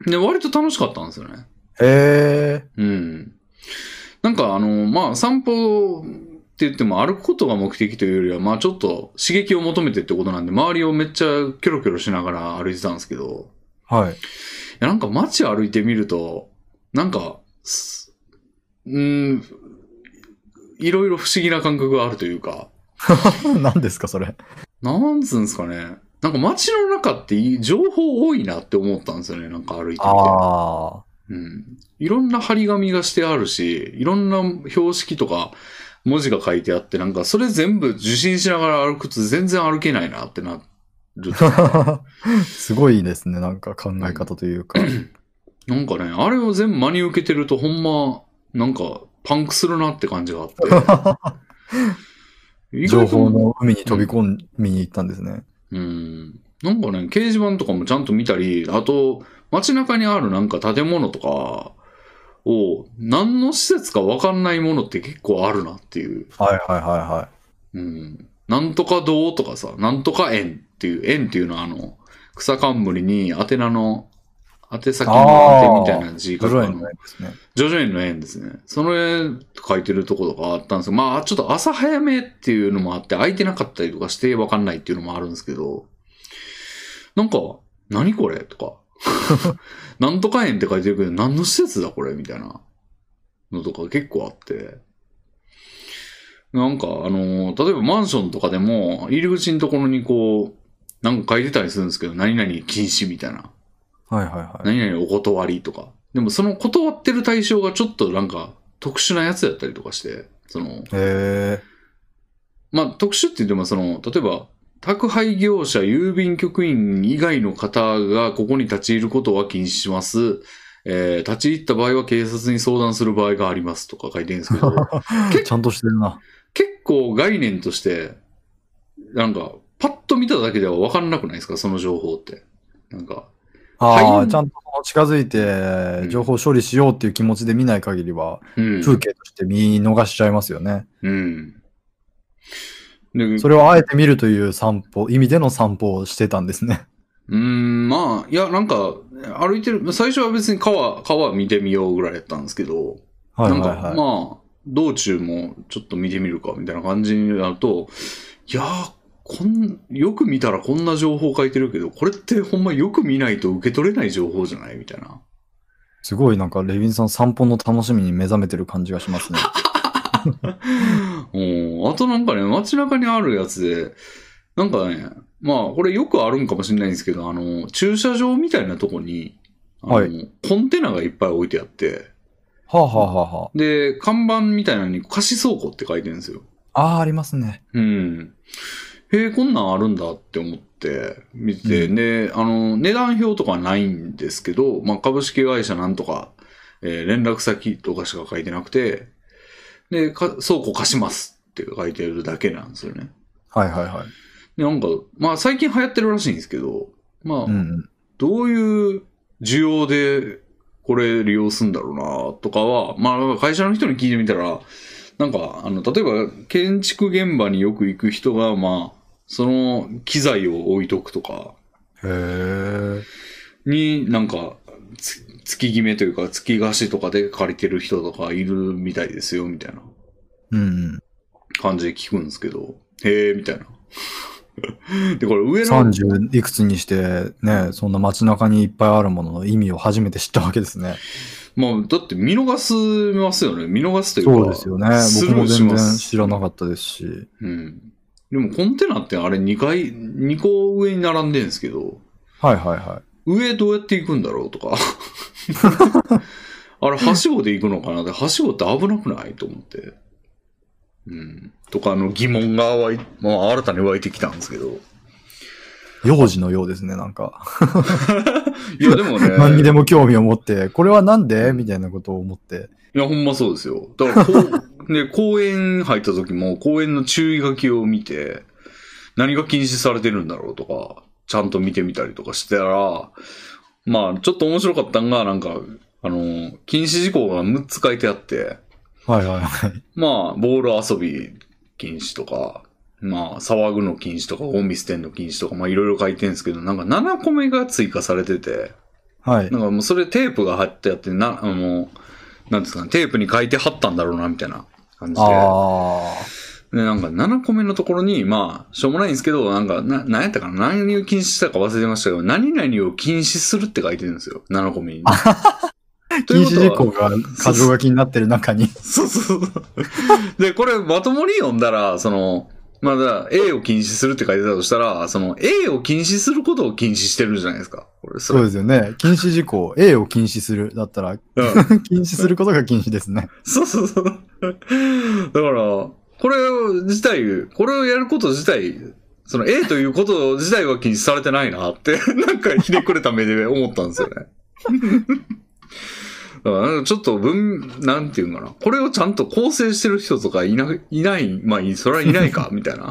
で、割と楽しかったんですよね。 へえ。 うん。なんかあの、まあ、散歩って言っても歩くことが目的というよりは、まあちょっと刺激を求めてってことなんで、周りをめっちゃキョロキョロしながら歩いてたんですけど、 はい。いやなんか街歩いてみると、なんか、うーん、いろいろ不思議な感覚があるというか。 何ですか、それ。 なんつうんですかね。なんか街の中って情報多いなって思ったんですよね。なんか歩いてみて。 ああ。 うん。いろんな張り紙がしてあるし、いろんな標識とか文字が書いてあって、なんかそれ全部受信しながら歩くと全然歩けないなってなる。 すごいですね。なんか考え方というか。 なんかね、あれを全部真に受けてるとほんま、なんかパンクするなって感じがあって。 情報の海に飛び込みに行ったんですね。 うん。うんなんかね、掲示板とかもちゃんと見たり、あと、街中にあるなんか建物とかを、何の施設かわかんないものって結構あるなっていう。 はいはいはいはい。 うん。なんとか堂とかさ、なんとか園っていう、園っていうのはあの、草冠に宛名の、宛先の宛みたいな字書くの。叙々苑の園ですね。その絵書いてるところがあったんですよ。まあ、ちょっと朝早めっていうのもあって、空いてなかったりとかしてわかんないっていうのもあるんですけど、なんか、何これとか。なんとか園って書いてるけど、何の施設だこれみたいなのとか結構あって。なんか、あのー、例えばマンションとかでも、入り口のところにこう、なんか書いてたりするんですけど、何々禁止みたいな。 はいはいはい。 何々お断りとか。でもその断ってる対象がちょっとなんか特殊なやつやったりとかして、その、 へー。 まあ特殊って言ってもその、例えば、宅配業者、郵便局員以外の方がここに立ち入ることは禁止します。えー、立ち入った場合は警察に相談する場合がありますとか書いてるんですけど。 ちゃんとしてるな。 結構概念として、なんか、パッと見ただけでは分かんなくないですかその情報って。なんか。 ああ、ちゃんと近づいて情報処理しようっていう気持ちで見ない限りは、うん、風景として見逃しちゃいますよね。 うん。 それをあえて見るという散歩、意味での散歩をしてたんですね。 うーん、まあ、いや、なんか、歩いてる、最初は別に川、川見てみようぐらいやったんですけど、はいはいはい、なんか、まあ、道中もちょっと見てみるか、みたいな感じになると、いやー、こん、よく見たらこんな情報書いてるけど、これってほんまよく見ないと受け取れない情報じゃないみたいな。 すごいなんか、レビンさん散歩の楽しみに目覚めてる感じがしますね。 おあとなんかね、街中にあるやつで、なんかね、まあ、これよくあるんかもしれないんですけど、あの、駐車場みたいなとこに、あの、はい、コンテナがいっぱい置いてあって、 はあ、はあははあ、 で、看板みたいなのに貸し倉庫って書いてるんですよ。 ああ、ありますね。 うん。へえ、こんなんあるんだって思って見て、うん、で、あの、値段表とかはないんですけど、まあ、株式会社なんとか、えー、連絡先とかしか書いてなくて、で、か倉庫貸しますって書いてるだけなんですよね。 はいはいはい。 で、なんか、まあ最近流行ってるらしいんですけど、まあ、うん、どういう需要でこれ利用するんだろうなとかは、まあ会社の人に聞いてみたら、なんか、あの、例えば建築現場によく行く人が、まあ、その機材を置いとくとか、 へー。 になんか、月決めというか月貸しとかで借りてる人とかいるみたいですよ、みたいな。 うん。 感じで聞くんですけど、へー、みたいな。で、これ上の。 さんじゅういくつにしてね、そんな街中にいっぱいあるものの意味を初めて知ったわけですね。 まあ、だって見逃すますよね。見逃すというか。 そうですよね。僕も全然知らなかったですし。 うん。でもコンテナってあれにかい、にこ上に並んでるんですけど。 はいはいはい。 上どうやって行くんだろうとか。あれ、はしごで行くのかなで、はしごって危なくないと思って。うん。とか、あの疑問が湧い、まあ、新たに湧いてきたんですけど。 幼児のようですね、なんか。 いや、でもね。 何にでも興味を持って、これはなんでみたいなことを思って。 いや、ほんまそうですよ。だからこう、ね、公園入った時も、公園の注意書きを見て、何が禁止されてるんだろうとか、ちゃんと見てみたりとかしてたら、まあ、ちょっと面白かったんが、なんか、あの、禁止事項がむっつ書いてあって、 はいはいはい。 まあ、ボール遊び禁止とか、まあ、騒ぐの禁止とか、ゴミ捨てんの禁止とか、まあ、いろいろ書いてるんですけど、なんかななこめが追加されてて、 はい。 なんかもうそれテープが貼ってあって、な、あの、なんですかね、テープに書いて貼ったんだろうな、みたいな感じで。 あで、なんかななこめのところに、まあ、しょうもないんですけど、なんか、な、なんやったかな、何を禁止したか忘れてましたけど、何々を禁止するって書いてるんですよ。ななこめに、ね。 禁止事項が箇条書きになってる中に。 そうそうそう。で、これまともに読んだら、その、まだ A を禁止するって書いてたとしたら、その A を禁止することを禁止してるじゃないですか。これそ, そうですよね。禁止事項、A を禁止する。だったら、うん、禁止することが禁止ですね。 そうそうそう。だから、これ自体、これをやること自体、その A ということ自体は禁止されてないなって、なんかひねくれた目で思ったんですよね。だからちょっと文、なんていうんかな。これをちゃんと構成してる人とかいな、いない、まあ、それはいないか、みたいな。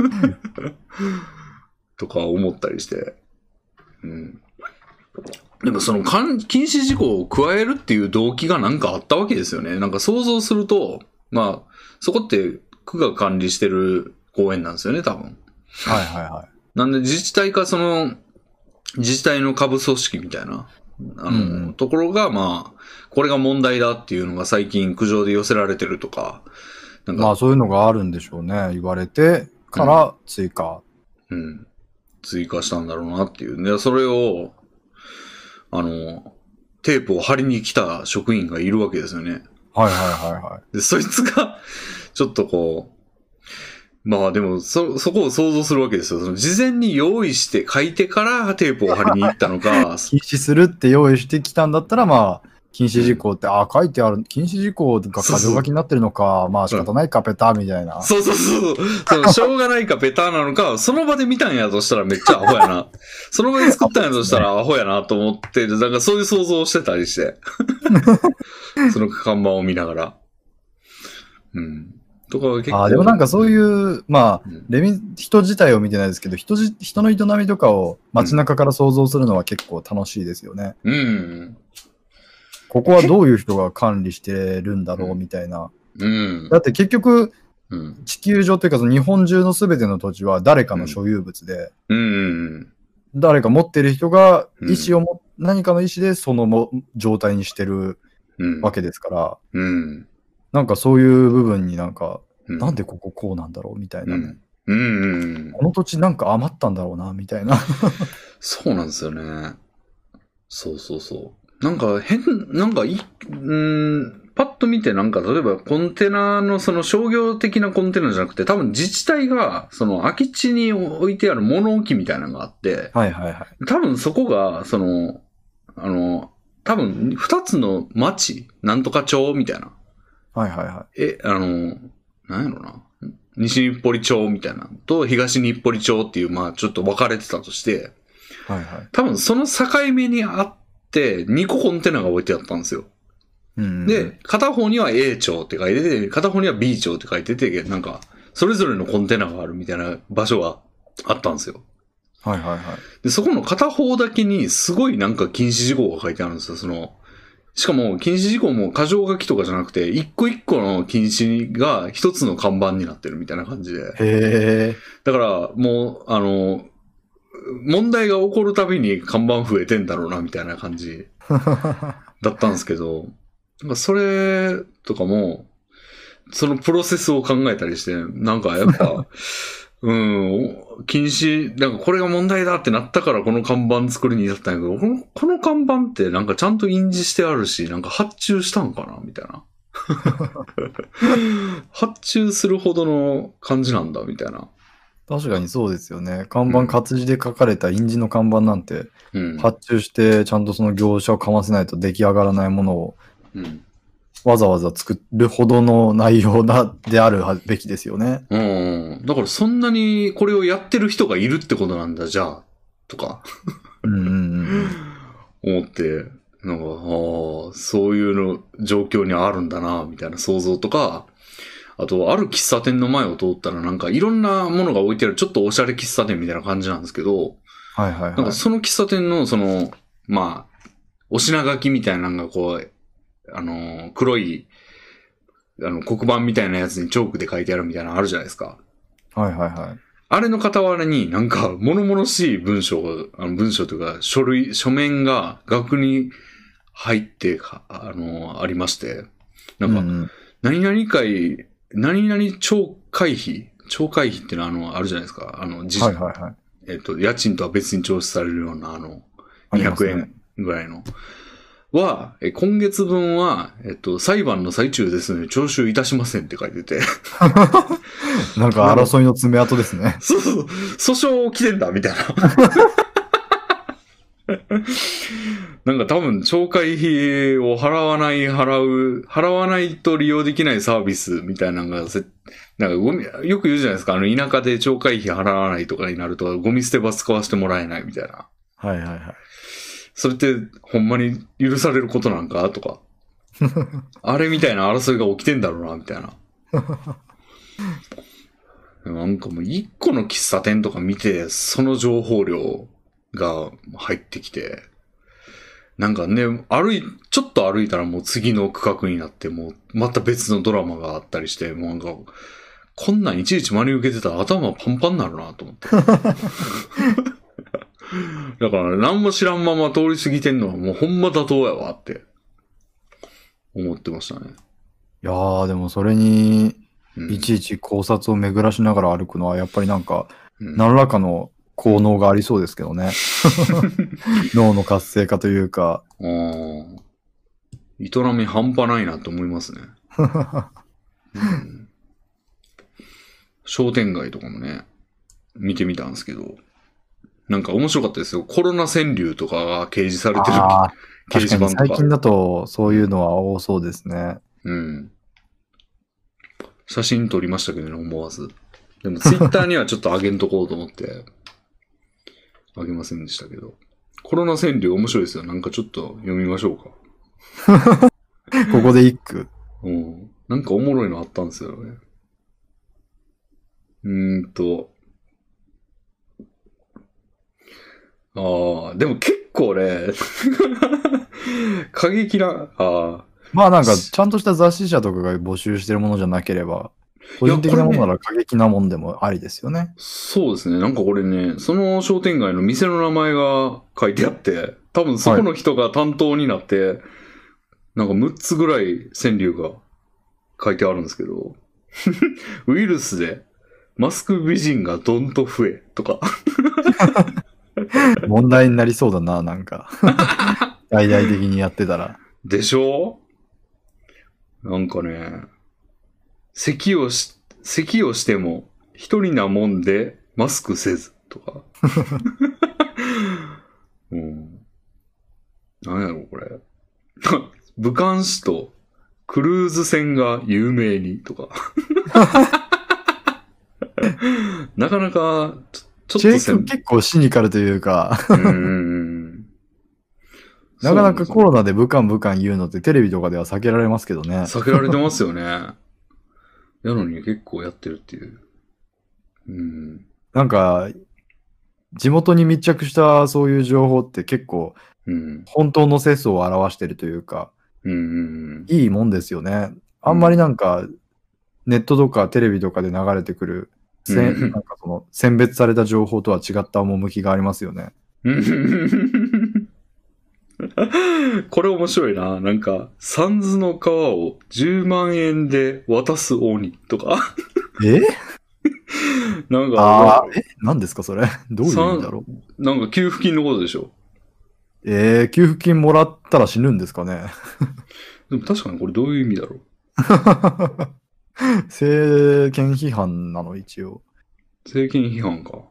とか思ったりして。うん。でもその禁止事項を加えるっていう動機がなんかあったわけですよね。なんか想像すると、まあ、そこって区が管理してる公園なんですよね、多分。 はいはいはい。 なんで自治体かその、自治体の下部組織みたいな、あの、うん、ところが、まあ、これが問題だっていうのが最近苦情で寄せられてるとか。 なんかまあそういうのがあるんでしょうね。言われてから追加。 うん。うん、追加したんだろうなっていう。で、それを、あの、テープを貼りに来た職員がいるわけですよね。 はいはいはいはい。 で、そいつが、ちょっとこう、まあでも、そ、そこを想像するわけですよ。その事前に用意して書いてからテープを貼りに行ったのか。 禁止するって用意してきたんだったら、まあ、禁止事項って、うん、ああ、書いてある、禁止事項が箇条書きになってるのか、そうそうまあ仕方ないか、ペタみたいな。 そうそうそう。そのしょうがないか、ペタなのか、その場で見たんやとしたらめっちゃアホやな。その場で作ったんやとしたらアホやなと思って、なんかそういう想像をしてたりして。その看板を見ながら。うん。とか結構。 あでもなんかそういう、まあ、うん、レミ、人自体を見てないですけど、人じ、人の営みとかを街中から想像するのは結構楽しいですよね。 うん。 ここはどういう人が管理してるんだろうみたいな。 うん。 だって結局、うん、地球上というかその日本中のすべての土地は誰かの所有物で、 うん。 誰か持ってる人が意思をも、うん、何かの意思でそのも状態にしてるわけですから、 うん。 なんかそういう部分になんか、うん、なんでこここうなんだろうみたいなね、 うんうん。 この土地なんか余ったんだろうなみたいな。 そうなんですよね。そうそうそう。なんか変、なんかい、うん、パッと見てなんか例えばコンテナのその商業的なコンテナじゃなくて多分自治体がその空き地に置いてある物置みたいなのがあって、 はいはいはい。 多分そこがその、あの、多分二つの町、なんとか町みたいな。 はいはいはい。 え、あの、なんやろな。西日暮里町みたいなと東日暮里町っていう、まあちょっと分かれてたとして、 はいはい。 多分その境目にあってにこコンテナが置いてあったんですよ。 うんうん、 で、片方には A 町って書いてて、片方には B 町って書いてて、なんか、それぞれのコンテナがあるみたいな場所があったんですよ。 はいはいはい。 で、そこの片方だけにすごいなんか禁止事項が書いてあるんですよ。その、しかも禁止事項も箇条書きとかじゃなくて、一個一個の禁止が一つの看板になってるみたいな感じで。 へー。 だから、もう、あの、問題が起こるたびに看板増えてんだろうなみたいな感じだったんですけど、それとかも、そのプロセスを考えたりして、なんかやっぱ、うん、禁止、なんかこれが問題だってなったからこの看板作りに至ったんやけど、この、この看板ってなんかちゃんと印字してあるし、なんか発注したんかなみたいな。発注するほどの感じなんだみたいな。 確かにそうですよね。看板活字で書かれた印字の看板なんて、うん、発注してちゃんとその業者をかませないと出来上がらないものを、うん、わざわざ作るほどの内容だであるべきですよね。 うん。だからそんなにこれをやってる人がいるってことなんだ、じゃあ、とか。 うんうんうん、 思って、なんか、ああ、そういうの状況にあるんだな、みたいな想像とか、あと、ある喫茶店の前を通ったらなんかいろんなものが置いてあるちょっとおしゃれ喫茶店みたいな感じなんですけど、 はいはいはい。 なんかその喫茶店のその、まあ、お品書きみたいなのがこう、あの、黒い、あの、黒板みたいなやつにチョークで書いてあるみたいなのあるじゃないですか。 はいはいはい。 あれの傍らになんか物々しい文章が、あの文章というか書類、書面が額に入ってあの、ありまして、なんか、うん、何々会、何々超会費、超会費っていうのはあの、あるじゃないですか。あの、 はいはいはい。 えっと、家賃とは別に徴収されるようなあの、にひゃくえんぐらいの。は、え今月分は、えっと、裁判の最中ですので、徴収いたしませんって書いてて。 なんか争いの爪痕ですね。 そうそう、訴訟起きてんだ、みたいな。なんか多分、懲戒費を払わない、払う、払わないと利用できないサービスみたいなのが、なんかゴミ、よく言うじゃないですか、あの、田舎で懲戒費払わないとかになると、ゴミ捨て場使わせてもらえないみたいな。 はいはいはい。 それって、ほんまに許されることなんかとか。あれみたいな争いが起きてんだろうな、みたいな。なんかもう一個の喫茶店とか見て、その情報量が入ってきて、なんかね、歩い、ちょっと歩いたらもう次の区画になって、もうまた別のドラマがあったりして、もうなんか、こんなんいちいち真に受けてたら頭パンパンになるなと思って。だから、何も知らんまま通り過ぎてんのはもうほんま妥当やわって思ってましたね。 いやー、でもそれに、いちいち考察を巡らしながら歩くのはやっぱりなんか、うん、何らかの効能がありそうですけどね。脳の活性化というか。 ああ。営み半端ないなと思いますね。うん、商店街とかもね、見てみたんですけど、なんか面白かったですよ。コロナ川柳とかが掲示されてる掲示板とか。 最近だとそういうのは多そうですね。 うん。写真撮りましたけどね、思わず。でもツイッターにはちょっと上げんとこうと思って、あげませんでしたけど。コロナ川柳面白いですよ。なんかちょっと読みましょうか。ここで一句。 うん。なんかおもろいのあったんですよね。うーんと。ああ、でも結構ね、過激な、ああ。 まあなんか、ちゃんとした雑誌社とかが募集してるものじゃなければ、個人的なものなら過激なもんでもありですよね。 そうですね。なんかこれね、その商店街の店の名前が書いてあって、多分そこの人が担当になって、はい、なんかむっつぐらい川柳が書いてあるんですけど、ウイルスでマスク美人がどんと増えとか。 問題になりそうだな、なんか。大々的にやってたら。 でしょ？なんかね、咳をし、咳をしても一人なもんでマスクせずとか。うん、何やろこれ。武漢市とクルーズ船が有名にとか。なかなかちょ、ちょっとせん結構シニカルというか。 うーんなかなかコロナで武漢武漢言うのってテレビとかでは避けられますけどね。 避けられてますよね。やのに結構やってるっていう。うん、 なんか、地元に密着したそういう情報って結構、本当の世相を表してるというか、 うん、 いいもんですよね。あんまりなんか、ネットとかテレビとかで流れてくる、うん、なんかその選別された情報とは違った趣がありますよね。 これ面白いな。なんか、サンズの皮をじゅうまんえんで渡す鬼とか。 えなんか、 あえ何ですかそれどういう意味だろうなんか給付金のことでしょ。 えー、給付金もらったら死ぬんですかね。 でも確かにこれどういう意味だろう。 政権批判なの一応。 政権批判か。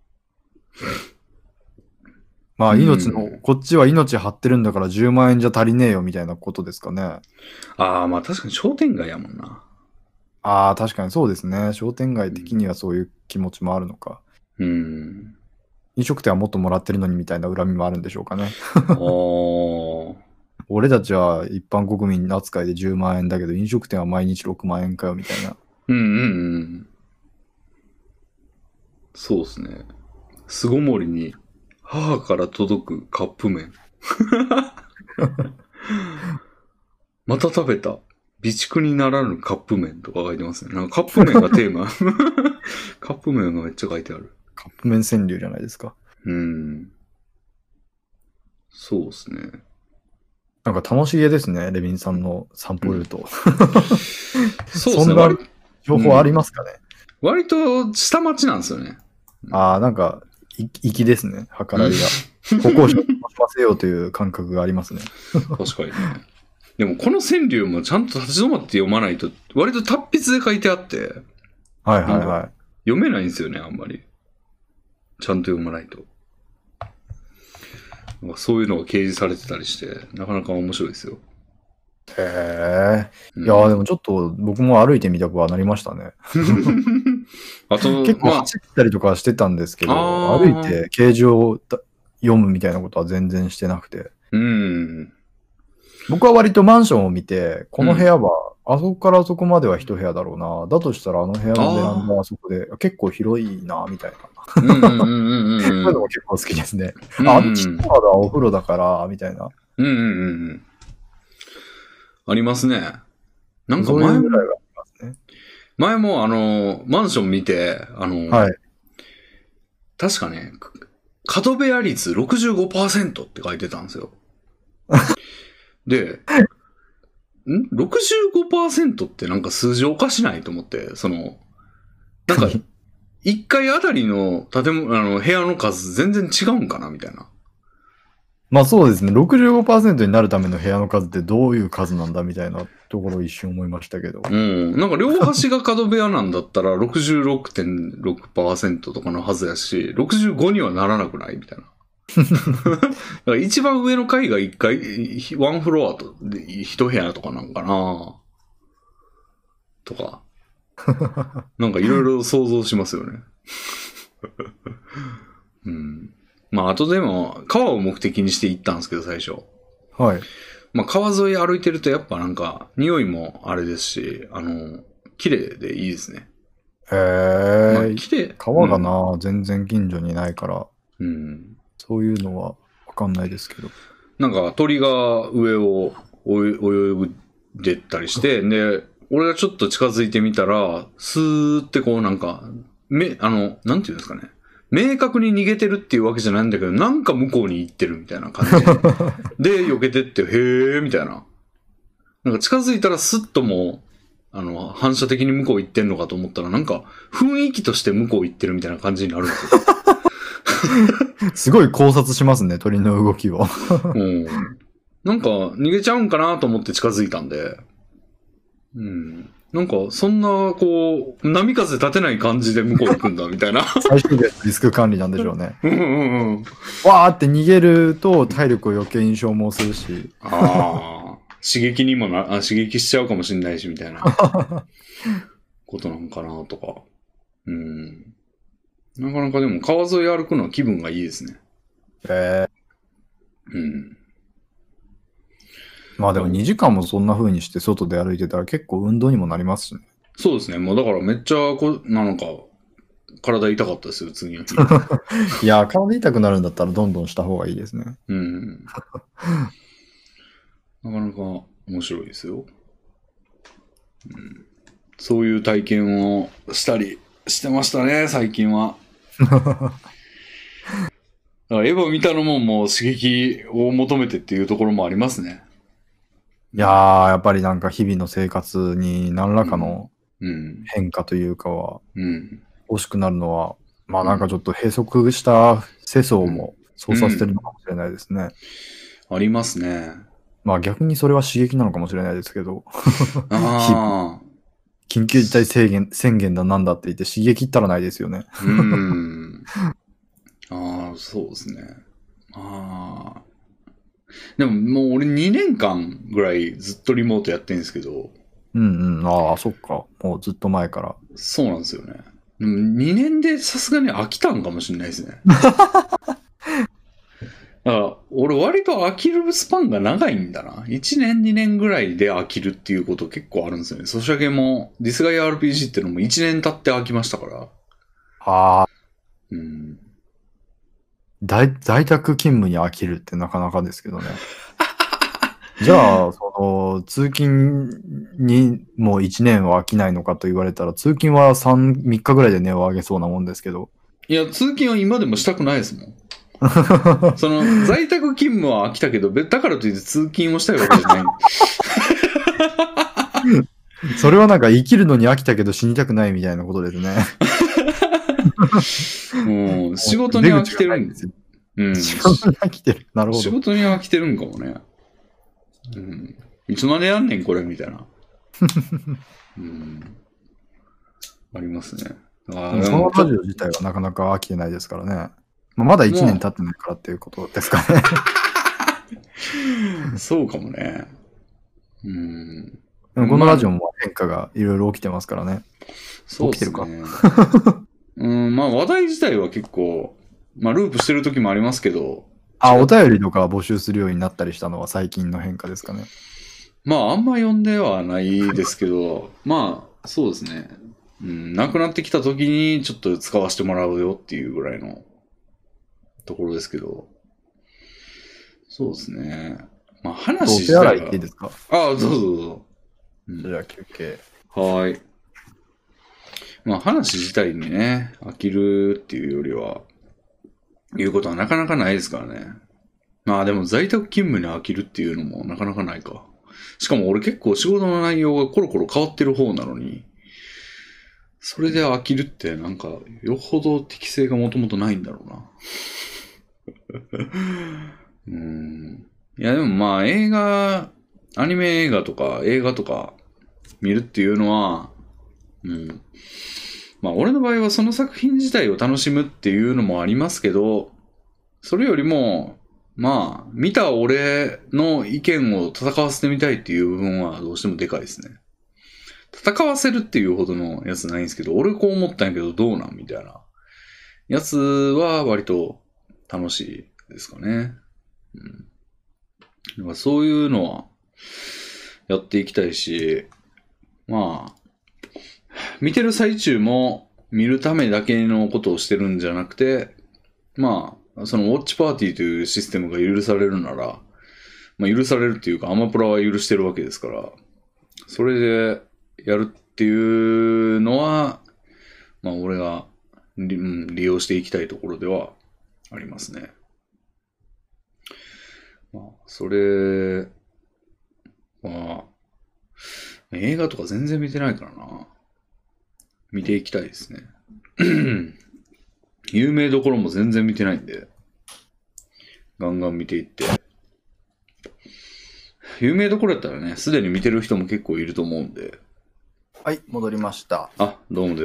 まあ命の、うん、こっちは命張ってるんだからじゅうまんえんじゃ足りねえよみたいなことですかね。 ああ、まあ確かに商店街やもんな。 ああ、確かにそうですね。商店街的にはそういう気持ちもあるのか。 うん。 飲食店はもっともらってるのにみたいな恨みもあるんでしょうかね。 ああ。 俺たちは一般国民扱いでじゅうまんえんだけど飲食店は毎日ろくまんえんかよみたいな。 うんうんうん。そうですね。巣ごもりに母から届くカップ麺。また食べた。備蓄にならぬカップ麺とか書いてますね。なんかカップ麺がテーマ。 カップ麺がめっちゃ書いてある。 カップ麺川柳じゃないですか。 うん。そうですね。 なんか楽しげですね、レビンさんの散歩ルート。うん、 そうですね。 そんな情報ありますかね、 うん、割と下町なんですよね。 ああ、なんか、粋ですね、計らいが。ここをしませようという感覚がありますね。 確かにね。でもこの川柳もちゃんと立ち止まって読まないと、割と達筆で書いてあって、 はいはいはい。 読めないんですよね、あんまり。ちゃんと読まないと。そういうのが掲示されてたりして、なかなか面白いですよ。 へえ。いやー、でもちょっと僕も歩いてみたくはなりましたね。あと結構走ったりとかしてたんですけど、まあ、歩いて掲示を読むみたいなことは全然してなくて。 うん、 僕は割とマンションを見て、この部屋は、あそこからあそこまでは一部屋だろうな。だとしたらあの部屋のベランダはあそこで結構広いな、みたいな。そういうのも結構好きですね。うん、あ、あのちっちゃなお風呂だから、みたいな。 うんうんうん。ありますね。なんか前も、前もあの、マンション見て、あの、はい、確かね、角部屋率 ろくじゅうごパーセント って書いてたんですよ。で、ん ?ろくじゅうごパーセント ってなんか数字おかしないと思って、その、なんか、いっかいあたりの建物、あの、部屋の数全然違うんかなみたいな。 まあそうですね。ろくじゅうごパーセント になるための部屋の数ってどういう数なんだみたいなところを一瞬思いましたけど。 うん。なんか両端が角部屋なんだったら ろくじゅうろくてんろくパーセント とかのはずやし、ろくじゅうごにはならなくないみたいな。だから一番上の階がいっかい、ワンフロアと、いち部屋とかなんかなとか。なんかいろいろ想像しますよね。うん。まあ、あとでも、川を目的にして行ったんですけど、最初。 はい。 まあ、川沿い歩いてるとやっぱなんか、匂いもあれですし、あの、綺麗でいいですね。 へえ。 まあ、綺麗。 川がな、うん、全然近所にないから、 うん。 そういうのはわかんないですけど。 なんか、鳥が上を泳いでったりして、で、俺がちょっと近づいてみたら、スーってこうなんか、め、あの、なんていうんですかね。明確に逃げてるっていうわけじゃないんだけど、なんか向こうに行ってるみたいな感じで。で、避けてって、へーみたいな。なんか近づいたらスッともう、あの、反射的に向こう行ってんのかと思ったら、なんか雰囲気として向こう行ってるみたいな感じになるんですよ。 すごい考察しますね、鳥の動きを。 うん。なんか逃げちゃうんかなと思って近づいたんで、うん。なんか、そんな、こう、波風立てない感じで向こう行くんだ、みたいな。 最終的リスク管理なんでしょうね。 うんうんうん。 わーって逃げると体力を余計に消耗するし。 ああ。刺激にもな、あ、刺激しちゃうかもしれないし、みたいな。ことなんかな、とか。うん。なかなかでも、川沿い歩くのは気分がいいですね。 へえ。 うん。 まあでもにじかんもそんな風にして外で歩いてたら結構運動にもなりますしね。 そうですね。もうだからめっちゃこ、なんか、体痛かったですよ、次の日。 いや、体痛くなるんだったらどんどんした方がいいですね。 うん。なかなか面白いですよ。うん、そういう体験をしたりしてましたね、最近は。だからエヴァ見たのももう刺激を求めてっていうところもありますね。 いやー、やっぱりなんか日々の生活に何らかの変化というかは、欲しくなるのは、まあなんかちょっと閉塞した世相も操作してるのかもしれないですね。 うん、ありますね。 まあ逆にそれは刺激なのかもしれないですけど。あ緊急事態宣言、宣言だなんだって言って刺激ったらないですよね。 うん。ああ、そうですね。ああ。でももう俺にねんかんぐらいずっとリモートやってるんですけど。 うんうん。ああ、そっか。もうずっと前から。 そうなんですよね。でもにねんでさすがに飽きたんかもしれないですね。だから俺割と飽きるスパンが長いんだな。いちねんにねんぐらいで飽きるっていうこと結構あるんですよね。ソシャゲもディスガイ アールピージー ってのもいちねん経って飽きましたから。 ああ。 うん。 在、在宅勤務に飽きるってなかなかですけどね。 じゃあ、その、通勤にもういちねんは飽きないのかと言われたら、通勤はさん、みっかぐらいで値を上げそうなもんですけど。 いや、通勤は今でもしたくないですもん。その、在宅勤務は飽きたけど、だからといって通勤をしたいわけじゃない。 それはなんか生きるのに飽きたけど死にたくないみたいなことですね。 もう仕事に飽きてるんですよ。うん。 仕事に飽きてる。なるほど。 仕事に飽きてるんかもね。うん。いつまでやんねんこれみたいな。うん。ありますね。 あそのラジオ自体はなかなか飽きてないですからね。まあ、まだいちねん経ってないからっていうことですかね。 そうかもね。うん。 でもこのラジオも変化がいろいろ起きてますからね。 そうですね。起きてるか。うん、まあ話題自体は結構、まあループしてる時もありますけど。 あ、お便りとか募集するようになったりしたのは最近の変化ですかね。 まああんま読んではないですけど、まあそうですね。うん、なくなってきた時にちょっと使わせてもらうよっていうぐらいのところですけど。そうですね。まあ話自体は。 お手洗いっていいですか？ ああ、どうぞどうぞ。 うん、じゃあ休憩。 はい。まあ話自体にね、飽きるっていうよりは、いうことはなかなかないですからね。まあでも在宅勤務に飽きるっていうのもなかなかないか。しかも俺結構仕事の内容がコロコロ変わってる方なのに、それで飽きるってなんかよほど適性がもともとないんだろうな。うーん。いやでもまあ映画、アニメ映画とか映画とか見るっていうのは、うん。まあ俺の場合はその作品自体を楽しむっていうのもありますけど、それよりも、まあ、見た俺の意見を戦わせてみたいっていう部分はどうしてもでかいですね。戦わせるっていうほどのやつないんですけど、俺こう思ったんやけどどうなんみたいなやつは割と楽しいですかね。うん。だからそういうのはやっていきたいし、まあ、見てる最中も見るためだけのことをしてるんじゃなくて、まあ、そのウォッチパーティーというシステムが許されるなら、まあ許されるっていうかアマプラは許してるわけですから、それでやるっていうのは、まあ俺が利、うん、利用していきたいところではありますね。まあ、それ、まあ、映画とか全然見てないからな。見ていきたいですね。有名どころも全然見てないんで、ガンガン見ていって。有名どころやったらね、すでに見てる人も結構いると思うんで。 はい、戻りました。 あ、どうもです。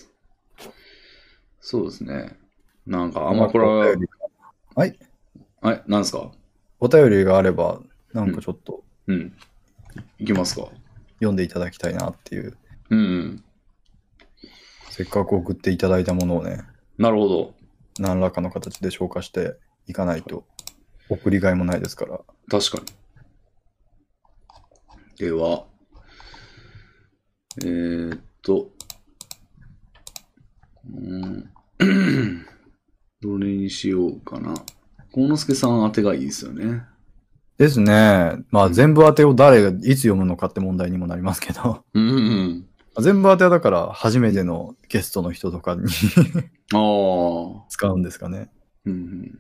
そうですね。なんかアマプラ、はい。 はい、 なんですか？ お便りがあれば、なんかちょっと、 うん、うん。いきますか？ 読んでいただきたいなっていう。 うん、うん。 せっかく送っていただいたものをね。 なるほど。 何らかの形で消化していかないと、送りがいもないですから。 確かに。では、えー、っと、うん、どれにしようかな。幸之助さん当てがいいですよね。 ですね。まあ全部当てを誰がいつ読むのかって問題にもなりますけど。 うんうん、 全部当てはだから初めてのゲストの人とかにあ使うんですかね。 うん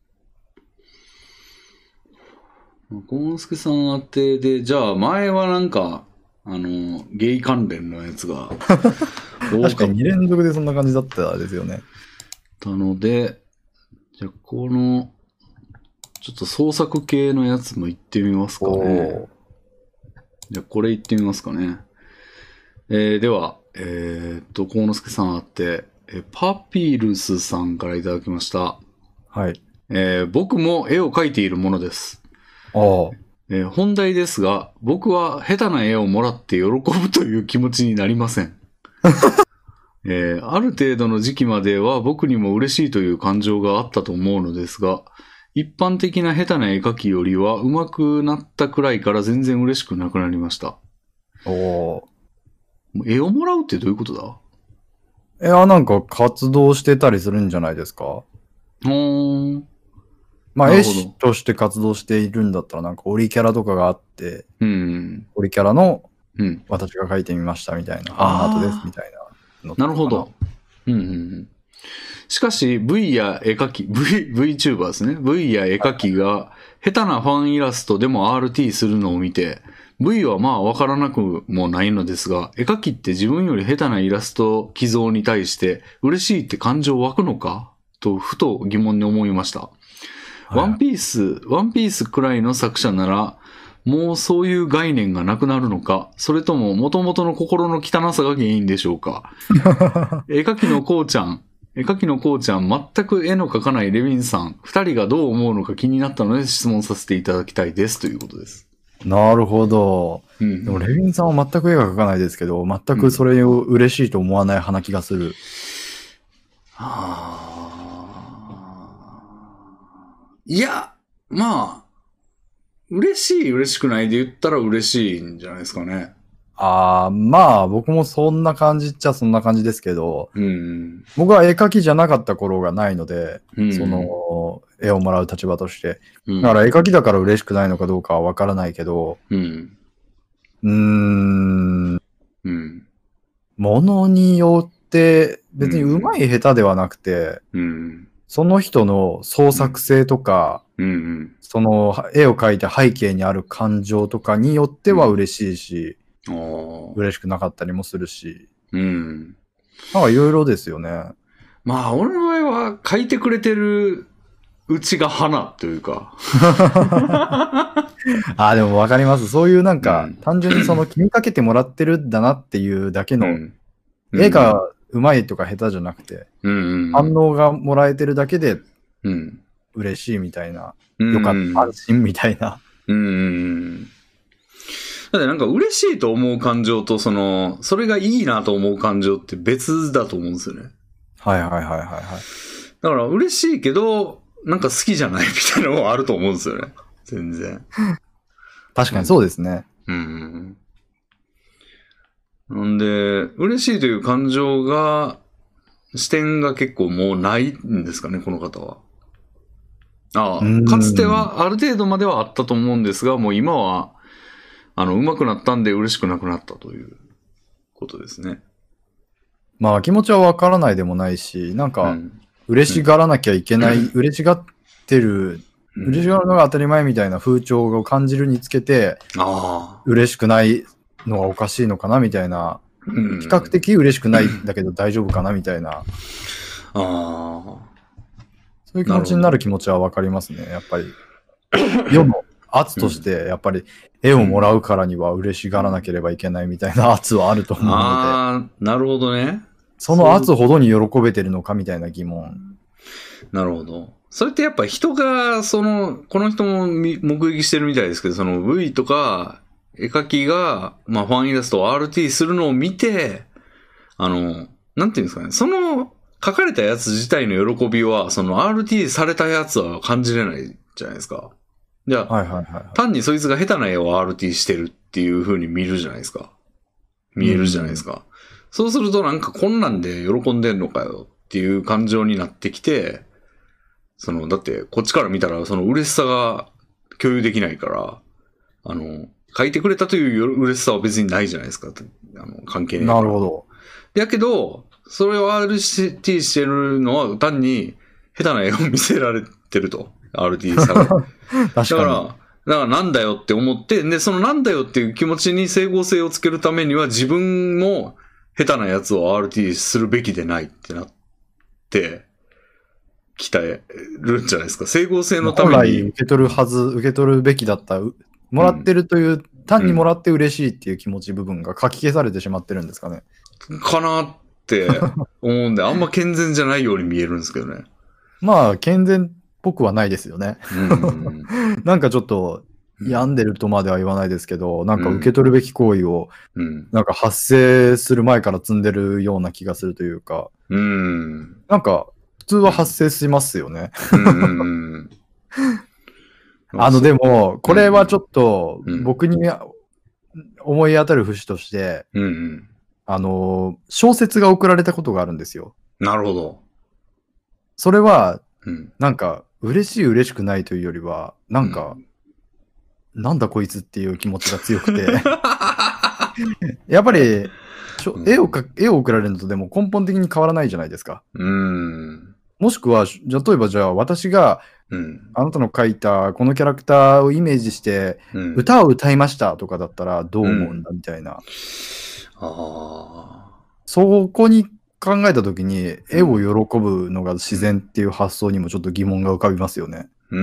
うん。幸之助さん当てで、じゃあ前はなんか、あの、ゲイ関連のやつが確かにに連続でそんな感じだったですよね。 たので、じゃあこの、ちょっと創作系のやつも行ってみますかね。じゃあこれ行ってみますかね。えー、では、えー、っと、幸之助さんあって、えパピルスさんからいただきました。 はい。 えー、僕も絵を描いているものです。 ああ。 えー、本題ですが、僕は下手な絵をもらって喜ぶという気持ちになりません。えー、ある程度の時期までは僕にも嬉しいという感情があったと思うのですが、一般的な下手な絵描きよりは上手くなったくらいから全然嬉しくなくなりました。 おー。絵をもらうってどういうことだ？ いや、なんか活動してたりするんじゃないですか？ ほーん。 まあ、絵師として活動しているんだったら、なんか、オリキャラとかがあって、うん、オリキャラの、うん、私が描いてみましたみたいな、ファンアートですみたいなの。 なるほど。うんうんうん。しかし、V や絵描き、V、VTuber ですね。V や絵描きが、下手なファンイラストでも アールティー するのを見て、V はまあわからなくもないのですが、絵描きって自分より下手なイラスト寄贈に対して嬉しいって感情湧くのかとふと疑問に思いました。はい、ワンピース、ワンピースくらいの作者なら、もうそういう概念がなくなるのか、それとも元々の心の汚さが原因でしょうか。絵描きのこうちゃん、絵描きのこうちゃん、全く絵の描かないレヴィンさん、二人がどう思うのか気になったので質問させていただきたいですということです。 なるほど。うん、でも、レヴィンさんは全く絵が描かないですけど、全くそれを嬉しいと思わない派な気がする。うん、 いや、まあ、嬉しい、嬉しくないで言ったら嬉しいんじゃないですかね。 ああ、まあ、僕もそんな感じっちゃそんな感じですけど、うん、僕は絵描きじゃなかった頃がないので、うん、その、絵をもらう立場として。だから絵描きだから嬉しくないのかどうかはわからないけど、うん。うーん。うん。ものによって、別に上手い下手ではなくて、うん、その人の創作性とか、うんうん、その絵を描いた背景にある感情とかによっては嬉しいし、うん、嬉しくなかったりもするし。うん。なんかいろいろですよね。 まあ、俺の場合は描いてくれてるうちが花というか。 あ、でもわかります。そういうなんか、うん、単純にその気にかけてもらってるんだなっていうだけの、うん、絵が上手いとか下手じゃなくて、うんうんうん、反応がもらえてるだけで、嬉しいみたいな、うん、よかった、安心みたいな。うんうん、 だってなんか嬉しいと思う感情と、その、それがいいなと思う感情って別だと思うんですよね。 はいはいはいはい、はい。 だから嬉しいけど、なんか好きじゃないみたいなのもあると思うんですよね。全然。 確かにそうですね。 うん。なんで、嬉しいという感情が、視点が結構もうないんですかね、この方は。ああ、かつてはある程度まではあったと思うんですが、もう今は、あの、上手くなったんで嬉しくなくなったということですね。 まあ気持ちはわからないでもないし、なんか、うん嬉しがらなきゃいけない、うん、嬉しがってる、うん、嬉しがるのが当たり前みたいな風潮を感じるにつけて、あ嬉しくないのがおかしいのかなみたいな、うん、比較的嬉しくないんだけど大丈夫かなみたいな、あそういう気持ちになる気持ちはわかりますね、やっぱり。世の圧として、やっぱり絵をもらうからには嬉しがらなければいけないみたいな圧はあると思うので。ああ、なるほどね。 その圧ほどに喜べてるのかみたいな疑問。 なるほど。それってやっぱ人が、その、この人も目撃してるみたいですけど、その V とか絵描きが、まあファンイラストを アールティー するのを見て、あの、なんていうんですかね、その書かれたやつ自体の喜びは、その アールティー されたやつは感じれないじゃないですか。じゃあ、はいはいはいはい、単にそいつが下手な絵を アールティー してるっていう風に見るじゃないですか。見えるじゃないですか。うんそうするとなんかこんなんで喜んでんのかよっていう感情になってきて、その、だってこっちから見たらその嬉しさが共有できないから、あの、書いてくれたという嬉しさは別にないじゃないですか。あの関係ないから。 なるほど。 だけど、それを アールティー してるのは単に下手な絵を見せられてると。アールティー され確かに。だから、だからなんだよって思って、で、そのなんだよっていう気持ちに整合性をつけるためには自分も下手なやつを アールティー するべきでないってなって、鍛えるんじゃないですか。整合性のために。 本来受け取るはず、受け取るべきだった、もらってるという、うん、単にもらって嬉しいっていう気持ち部分が書き消されてしまってるんですかね。 かなって思うんで、あんま健全じゃないように見えるんですけどね。 まあ、健全っぽくはないですよね。うんなんかちょっと、病んでるとまでは言わないですけど、なんか受け取るべき行為を、なんか発生する前から積んでるような気がするというか、うん、なんか普通は発生しますよね。うんあの、でも、これはちょっと僕に思い当たる節として、うんうん、あの、小説が送られたことがあるんですよ。 なるほど。 それは、なんか、 嬉しい嬉しくないというよりは、なんか、うん、なんだこいつっていう気持ちが強くて。やっぱり、ちょ絵をか、絵を送られるのとでも根本的に変わらないじゃないですか。 うん。 もしくは、例えばじゃあ私が、うん、あなたの描いたこのキャラクターをイメージして、歌を歌いましたとかだったらどう思うんだみたいな。うん、 あそこに考えたときに、絵を喜ぶのが自然っていう発想にもちょっと疑問が浮かびますよね。 うん。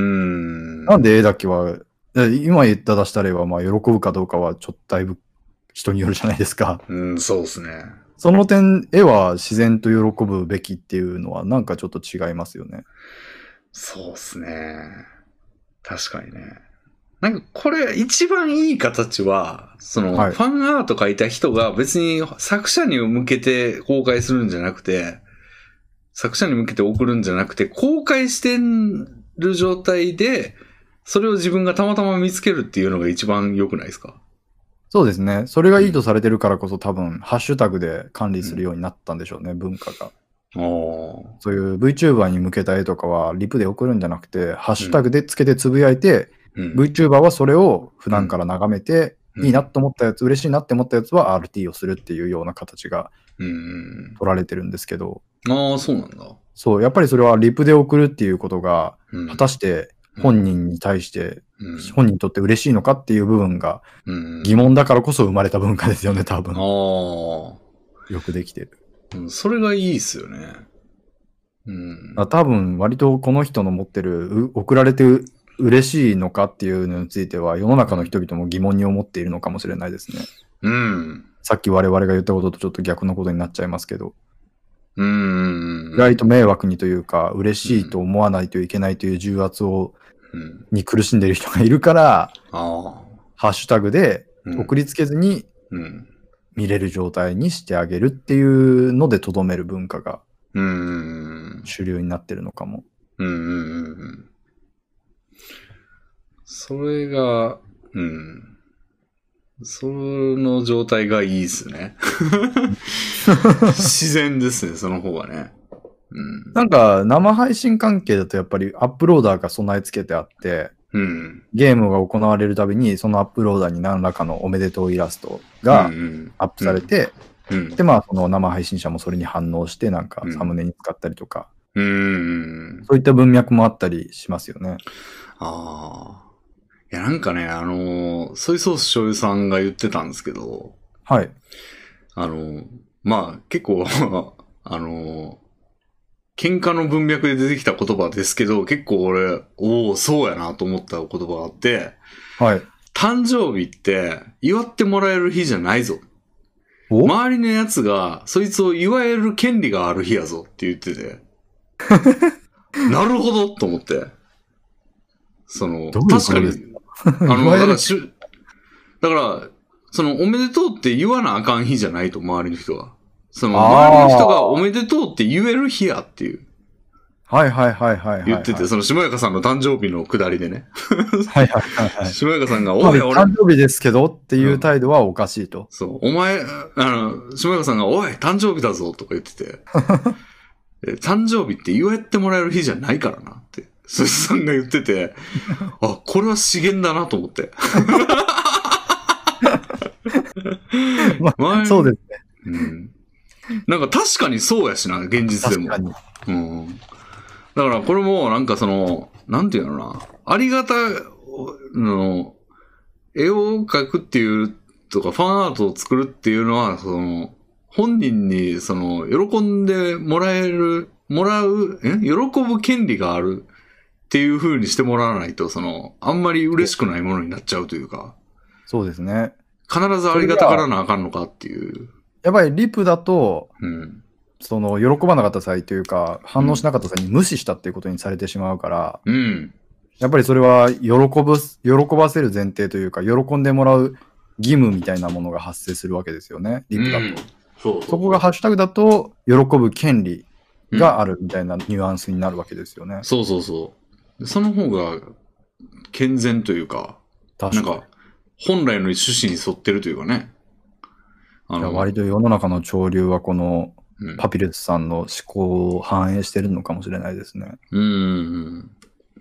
なんで絵だけは、今言った出した例は、まあ、喜ぶかどうかはちょっとだいぶ人によるじゃないですか。 うん、そうですね。 その点、絵は自然と喜ぶべきっていうのは、なんかちょっと違いますよね。 そうですね。確かにね。なんかこれ一番いい形は、その、はい、ファンアート描いた人が別に作者に向けて公開するんじゃなくて、作者に向けて送るんじゃなくて、公開してる状態で、それを自分がたまたま見つけるっていうのが一番良くないですか？ そうですね。それがいいとされてるからこそ、うん、多分、ハッシュタグで管理するようになったんでしょうね、うん、文化が。そういう VTuber に向けた絵とかはリプで送るんじゃなくて、ハッシュタグでつけてつぶやいて、うん、VTuber はそれを普段から眺めて、うん、いいなと思ったやつ、嬉しいなって思ったやつは アールティー をするっていうような形が取られてるんですけど。 うん、ああ、そうなんだ。 そう、やっぱりそれはリプで送るっていうことが、果たして本人に対して、うん、本人にとって嬉しいのかっていう部分が疑問だからこそ生まれた文化ですよね、多分。ああ。よくできてる。 うん、それがいいっすよね。うん。 多分、割とこの人の持ってる、送られて嬉しいのかっていうのについては、世の中の人々も疑問に思っているのかもしれないですね。 うん。 さっき我々が言ったこととちょっと逆のことになっちゃいますけど。 うん。 意外と迷惑にというか、嬉しいと思わないといけないという重圧を、うん、に苦しんでいる人がいるから、 あハッシュタグで送りつけずに、 うんうん見れる状態にしてあげるっていうのでとどめる文化が主流になってるのかも。 うんうんうんうん。それが、うん。その状態がいいですね。自然ですね、その方がね。うん、 なんか生配信関係だとやっぱりアップローダーが備え付けてあって、 うん、 ゲームが行われるたびにそのアップローダーに何らかのおめでとうイラストがアップされて、 うんうん、 でまあその生配信者もそれに反応してなんかサムネに使ったりとか、 うん、 そういった文脈もあったりしますよね。 ああ。いやなんかね、あのー、ソイソース醤油さんが言ってたんですけど、 はい。 あのー、まあ結構、あのー、喧嘩の文脈で出てきた言葉ですけど、結構俺、おお、そうやなと思った言葉があって、 はい。 誕生日って祝ってもらえる日じゃないぞ。周りのやつがそいつを祝える権利がある日やぞって言ってて。なるほどと思って。その、 どういう確かに、あの、だからし、だから、その、おめでとうって言わなあかん日じゃないと、周りの人が。その、周りの人がおめでとうって言える日やっていう。 はいはいはいはい、はい。 言ってて、その、下中さんの誕生日のくだりでね。 はいはいはいはい。 下中さんが、おい、俺。誕生日ですけどっていう態度はおかしいと。 うん、そう。お前、あの、下中さんが、おい、誕生日だぞとか言ってて。誕生日って祝ってもらえる日じゃないからなって。そいつさんが言ってて、あ、これは資源だなと思って。 まあ、そうですね。 うん。なんか確かにそうやしな、現実でも。 確かに。 うん。だからこれもなんかその、なんていうのな、ありがたの、絵を描くっていうとか、ファンアートを作るっていうのは、その、本人にその、喜んでもらえる、もらう、え喜ぶ権利があるっていう風にしてもらわないと、その、あんまり嬉しくないものになっちゃうというか。 そうですね。 必ずありがたがらなあかんのかっていう。 やっぱりリプだと、 うん、 その、喜ばなかった際というか、反応しなかった際に無視したっていうことにされてしまうから、 うん、 やっぱりそれは、喜ぶ、喜ばせる前提というか、喜んでもらう義務みたいなものが発生するわけですよね、リプだと。うん、 そうそうそこがハッシュタグだと、喜ぶ権利があるみたいなニュアンスになるわけですよね。 うん、そうそうそう。その方が健全というか、 確かに。 なんか、本来の趣旨に沿ってるというかね。 あの割と世の中の潮流はこのパピルスさんの思考を反映してるのかもしれないですね。 うん。うん。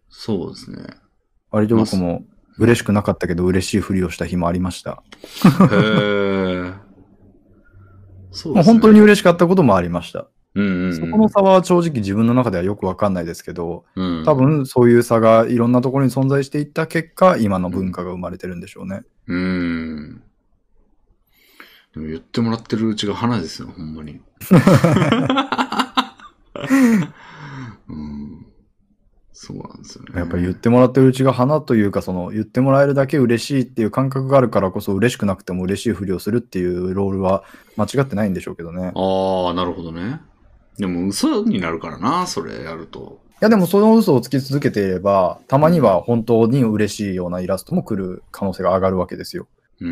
そうですね。 割と僕も嬉しくなかったけど嬉しいふりをした日もありました。 へー。そうですね。 もう本当に嬉しかったこともありました。 うんうんうん、 そこの差は正直自分の中ではよくわかんないですけど、 うん、 多分そういう差がいろんなところに存在していった結果、今の文化が生まれてるんでしょうね。 うん。うんでも言ってもらってるうちが花ですよ、ほんまに。うん、そうなんですよね。 やっぱり言ってもらってるうちが花というか、その言ってもらえるだけ嬉しいっていう感覚があるからこそ嬉しくなくても嬉しいふりをするっていうロールは間違ってないんでしょうけどね。 ああ、なるほどね。でも嘘になるからな、それやると。 いやでもその嘘をつき続けていれば、たまには本当に嬉しいようなイラストも来る可能性が上がるわけですよ。 うん。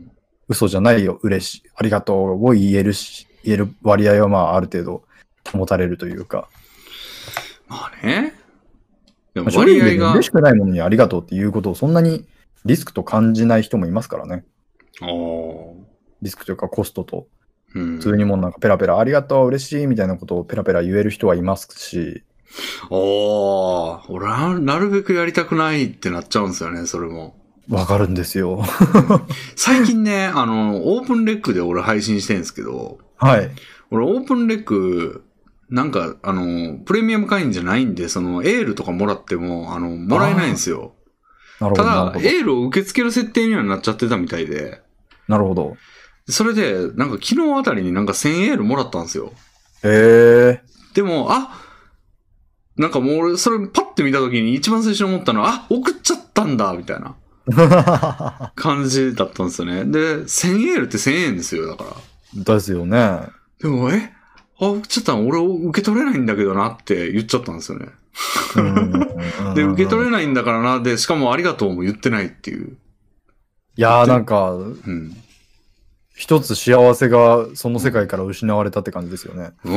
嘘じゃないよ、嬉しい、ありがとうを言えるし、言える割合はまあある程度保たれるというか。 まあね。 でも割合が。嬉しくないものにありがとうっていうことをそんなにリスクと感じない人もいますからね。 ああ。 リスクというかコストと。 うん、 普通にもうなんかペラペラありがとう、嬉しいみたいなことをペラペラ言える人はいますし。 ああ、俺はなるべくやりたくないってなっちゃうんですよね、それも。 わかるんですよ。 最近ね、あの、オープンレックで俺配信してるんですけど、 はい。 俺オープンレック、なんか、あの、プレミアム会員じゃないんで、その、エールとかもらっても、あの、もらえないんですよ。 なるほど。 ただ、エールを受け付ける設定にはなっちゃってたみたいで。 なるほど。 それで、なんか昨日あたりになんかせんエールもらったんですよ。 へえ。 でも、あ、なんかもう俺、それパッて見たときに一番最初に思ったのは、あ、送っちゃったんだ、みたいな感じだったんですよね。で、せんエールってせんえんですよ、だから。 ですよね。 でも、えあ、送っちゃったの俺受け取れないんだけどなって言っちゃったんですよね。で、受け取れないんだからな、で、しかもありがとうも言ってないっていう。 いやーなんか、うん、一つ幸せがその世界から失われたって感じですよね。 うん、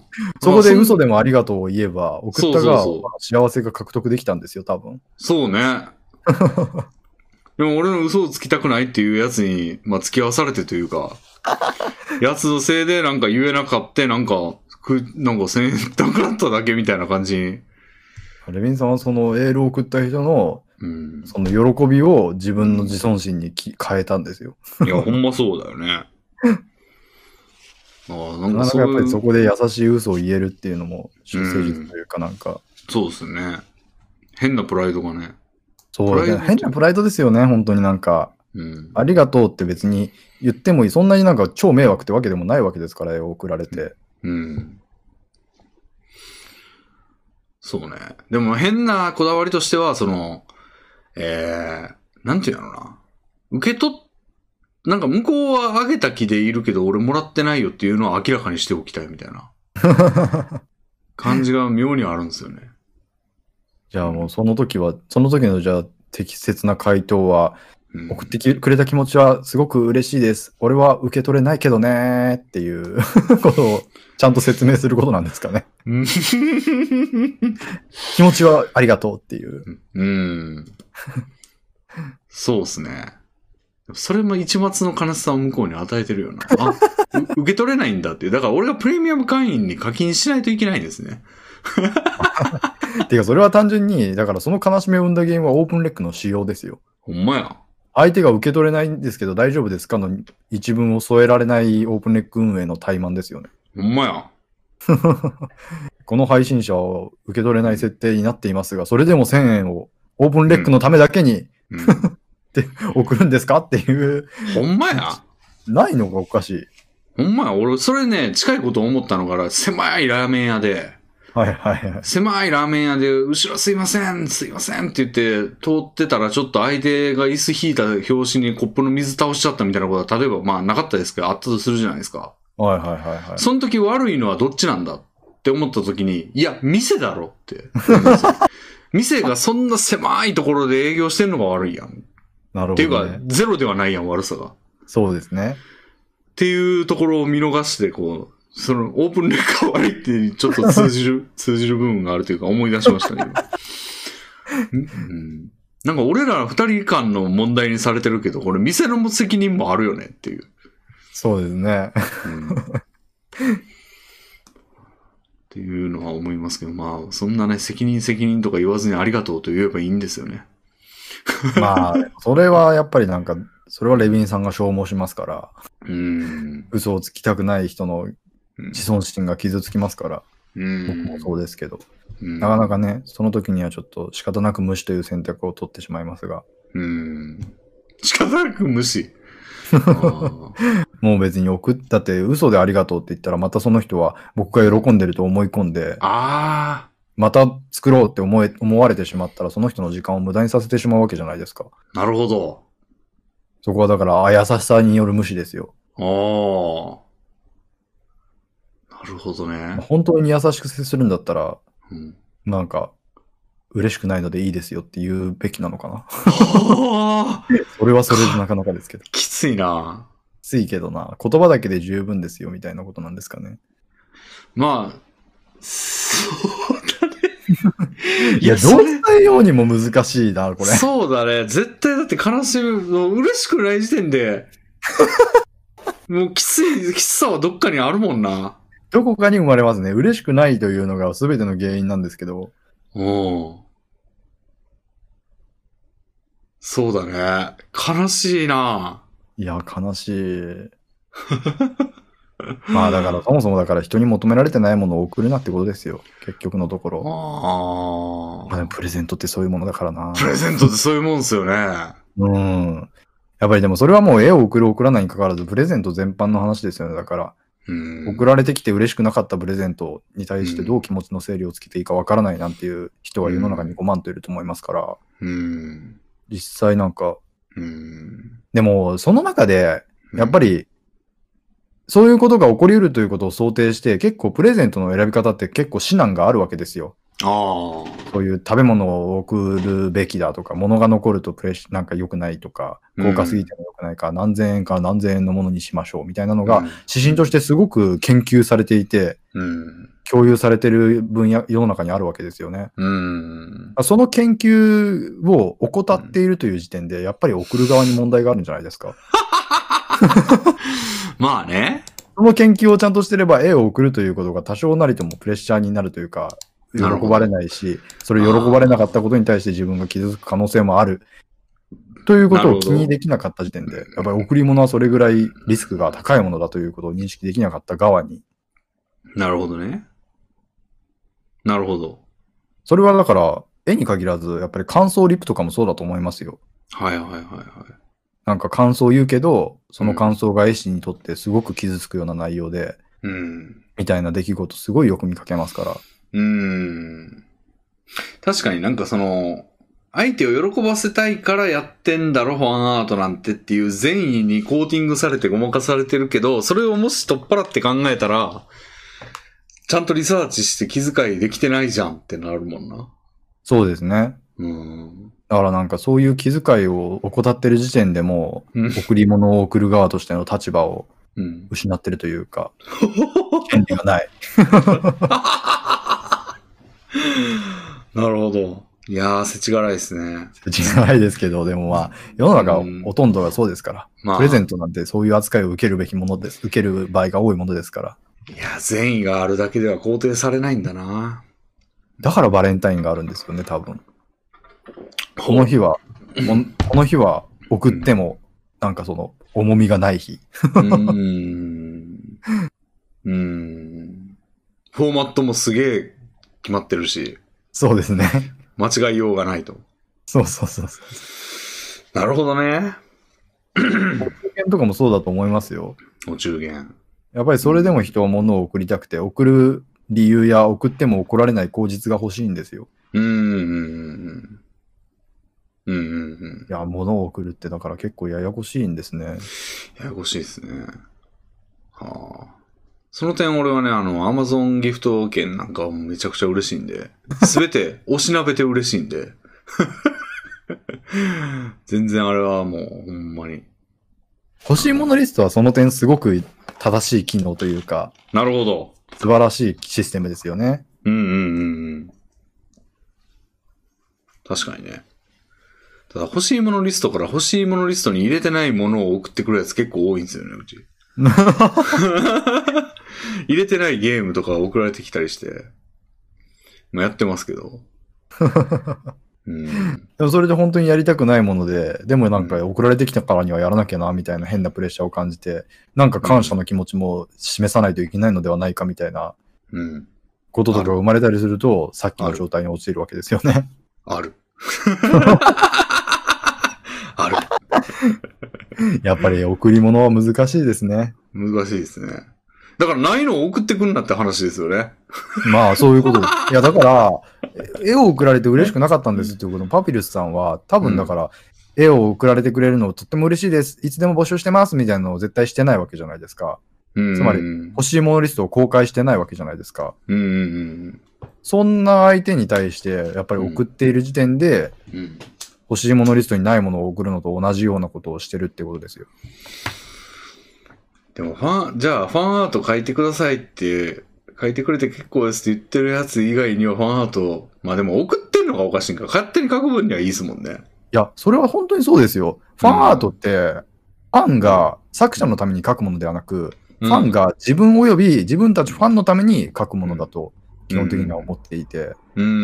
そこで嘘でもありがとうを言えば、送った側は幸せが獲得できたんですよ、多分。 そうね。でも俺の嘘をつきたくないっていうやつに、まあ、付き合わされてというか、やつのせいでなんか言えなかった、なんか、くなんかせんえんなくなっただけみたいな感じに。 レビンさんはそのエールを送った人の、 うん、 その喜びを自分の自尊心にき変えたんですよ。 いや、ほんまそうだよね。 ああ、なんかそういう。なかなかやっぱりそこで優しい嘘を言えるっていうのも、誠実というかなんか、うん。 そうですね。変なプライドがね。 そうね。変なプライドですよね、本当になんか。うん、ありがとうって別に言ってもいい。そんなになんか超迷惑ってわけでもないわけですから、絵を送られて。 うん。そうね。でも変なこだわりとしては、その、えー、なんていうのな。受け取っ、なんか向こうはあげた気でいるけど、俺もらってないよっていうのは明らかにしておきたいみたいな感じが妙にあるんですよね。 じゃあもうその時は、その時のじゃあ適切な回答は、うん、送ってくれた気持ちはすごく嬉しいです。俺は受け取れないけどねっていうことをちゃんと説明することなんですかね。気持ちはありがとうっていう。 うん。そうですね。それも一末の悲しさを向こうに与えてるよな。あ、受け取れないんだっていう。だから俺がプレミアム会員に課金しないといけないんですね。 ていうかそれは単純に、だからその悲しみを生んだ原因はオープンレックの仕様ですよ。 ほんまや。 相手が受け取れないんですけど大丈夫ですかの一文を添えられないオープンレック運営の怠慢ですよね。 ほんまや。 この配信者を受け取れない設定になっていますが、それでもせんえんをオープンレックのためだけに、うんうん、って送るんですかっていう。 ほんまや。 ないのがおかしい。 ほんまや。俺、それね、近いこと思ったのから、狭いラーメン屋で、 はいはいはい。 狭いラーメン屋で、後ろすいません、すいませんって言って、通ってたらちょっと相手が椅子引いた拍子にコップの水倒しちゃったみたいなことは、例えばまあなかったですけど、あったとするじゃないですか。 はいはいはいはい。 その時悪いのはどっちなんだって思った時に、いや、店だろって。店がそんな狭いところで営業してんのが悪いやん。 なるほど、ね。 っていうか、ゼロではないやん、悪さが。 そうですね。 っていうところを見逃して、こう、その、オープンレックが悪いって、ちょっと通じる、通じる部分があるというか思い出しましたね、今。うん、なんか俺ら二人間の問題にされてるけど、これ店の責任もあるよねっていう。 そうですね。 うん、 っていうのは思いますけど、まあ、そんなね、責任責任とか言わずにありがとうと言えばいいんですよね。 まあ、それはやっぱりなんか、それはレビンさんが消耗しますから、 うん。 嘘をつきたくない人の自尊心が傷つきますから、 うん、 僕もそうですけど、 うん、 なかなかね、その時にはちょっと仕方なく無視という選択を取ってしまいますが。 うん。仕方なく無視。 もう別に送ったって嘘でありがとうって言ったらまたその人は僕が喜んでると思い込んで、 あまた作ろうって思え、思われてしまったらその人の時間を無駄にさせてしまうわけじゃないですか。 なるほど。 そこはだからあ優しさによる無視ですよ。 ああ。なるほどね。 本当に優しく接するんだったら、 うん、 なんか嬉しくないのでいいですよって言うべきなのかな。それはそれでなかなかですけど。 きついな。 きついけどな。言葉だけで十分ですよみたいなことなんですかね。 まあ、そうだね。 いや、どう伝えようにも難しいな、これ。 そうだね。絶対だって悲しみ、もう嬉しくない時点で、もうきつい、きつさはどっかにあるもんな。 どこかに生まれますね。嬉しくないというのが全ての原因なんですけど。 うん。そうだね。悲しいな。 いや、悲しい。まあだからそもそもだから人に求められてないものを送るなってことですよ。結局のところ。 ああ。 まあでもプレゼントってそういうものだからな。 プレゼントってそういうもんですよね。 うん。やっぱりでもそれはもう絵を送る送らないに関わらずプレゼント全般の話ですよね。だから。うん、送られてきて嬉しくなかったプレゼントに対してどう気持ちの整理をつけていいかわからないなんていう人は世の中にごまんといると思いますから。うん、実際なんか。うん、でもその中でやっぱり、そういうことが起こり得るということを想定して、結構プレゼントの選び方って結構指南があるわけですよ。ああ。そういう食べ物を送るべきだとか、物が残るとプレッなんか良くないとか、高価すぎても良くないから、何千円から何千円のものにしましょうみたいなのが、指針としてすごく研究されていて、うん、共有されている分野、世の中にあるわけですよね。うん、その研究を怠っているという時点で、やっぱり送る側に問題があるんじゃないですか。 まあね。 その研究をちゃんとしてれば絵を送るということが多少なりともプレッシャーになるというか、喜ばれないし、それを喜ばれなかったことに対して自分が傷つく可能性もある。ということを気にできなかった時点で、やっぱり贈り物はそれぐらいリスクが高いものだということを認識できなかった側に。 なるほどね。なるほど。 それはだから、絵に限らず、やっぱり感想リップとかもそうだと思いますよ。 はいはいはいはい。 なんか感想を言うけど、その感想が絵師にとってすごく傷つくような内容で、うん、みたいな出来事すごいよく見かけますから。 うーん。確かになんかその、相手を喜ばせたいからやってんだろ、ファンアートなんてっていう善意にコーティングされてごまかされてるけど、それをもし取っ払って考えたら、ちゃんとリサーチして気遣いできてないじゃんってなるもんな。 そうですね。 うん。 だからなんかそういう気遣いを怠ってる時点でもう、贈り物を送る側としての立場を失ってるというか、うん、権利がない。 なるほど。いやー、世知辛いですね。 世知辛いですけど、でもまあ、世の中ほとんどがそうですから、うんまあ、プレゼントなんてそういう扱いを受けるべきものです。受ける場合が多いものですから。 いや、善意があるだけでは肯定されないんだな。 だからバレンタインがあるんですよね、多分。この日は、この日は送っても、なんかその、重みがない日。うーん。 うーん。フォーマットもすげえ決まってるし。 そうですね。 間違いようがないと。 そうそうそうそう。 なるほどね。 お中元とかもそうだと思いますよ。 お中元。 やっぱりそれでも人は物を送りたくて、送る理由や送っても怒られない口実が欲しいんですよ。 うーん。うんうんうん。 いや、物を送るってだから結構ややこしいんですね。 ややこしいですね。はあ。その点俺はね、あの、アマゾンギフト券なんかはめちゃくちゃ嬉しいんで、すべておしなべて嬉しいんで。全然あれはもうほんまに。 欲しいものリストはその点すごく正しい機能というか。 なるほど。 素晴らしいシステムですよね。 うんうんうんうん。確かにね。ただ欲しいものリストから欲しいものリストに入れてないものを送ってくるやつ結構多いんですよね、うち。 入れてないゲームとか送られてきたりして、まあ、やってますけど。うん、 でもそれで本当にやりたくないもので、でもなんか送られてきたからにはやらなきゃなみたいな変なプレッシャーを感じて、なんか感謝の気持ちも示さないといけないのではないかみたいなこととかが生まれたりすると、さっきの状態に陥るわけですよね。 ある。ある。 やっぱり贈り物は難しいですね。 難しいですね。だからないのを送ってくんなって話ですよね。 まあそういうことです。いやだから、絵を送られて嬉しくなかったんですっていうことのパピルスさんは多分だから、うん、絵を送られてくれるのをとっても嬉しいです。いつでも募集してますみたいなのを絶対してないわけじゃないですか。 うんうん、 つまり欲しいものリストを公開してないわけじゃないですか。 うんうんうん、 そんな相手に対してやっぱり送っている時点で、うんうん、欲しいものリストにないものを送るのと同じようなことをしてるってことですよ。 でもファン、じゃあファンアート書いてくださいって書いてくれて結構ですって言ってるやつ以外にはファンアート、まあでも送ってんのがおかしいんか。勝手に書く分にはいいですもんね。 いや、それは本当にそうですよ。ファンアートって、うん、ファンが作者のために書くものではなく、うん、ファンが自分及び自分たちファンのために書くものだと基本的には思っていて、 うんうん、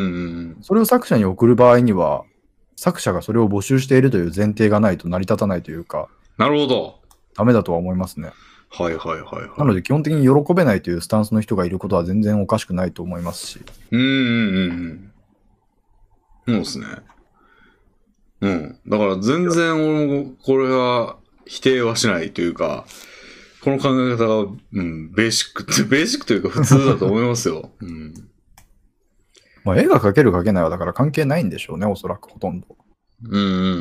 それを作者に送る場合には、作者がそれを募集しているという前提がないと成り立たないというか、 なるほど。 ダメだとは思いますね。 はいはいはいはい。 なので基本的に喜べないというスタンスの人がいることは全然おかしくないと思いますし。 うんうんうん。そうですね。うん。だから全然俺もこれは否定はしないというか、この考え方が、うん、ベーシックって、ベーシックというか普通だと思いますよ。うん。 まあ絵が描ける描けないはだから関係ないんでしょうね、おそらくほとんど。 うんうんうん。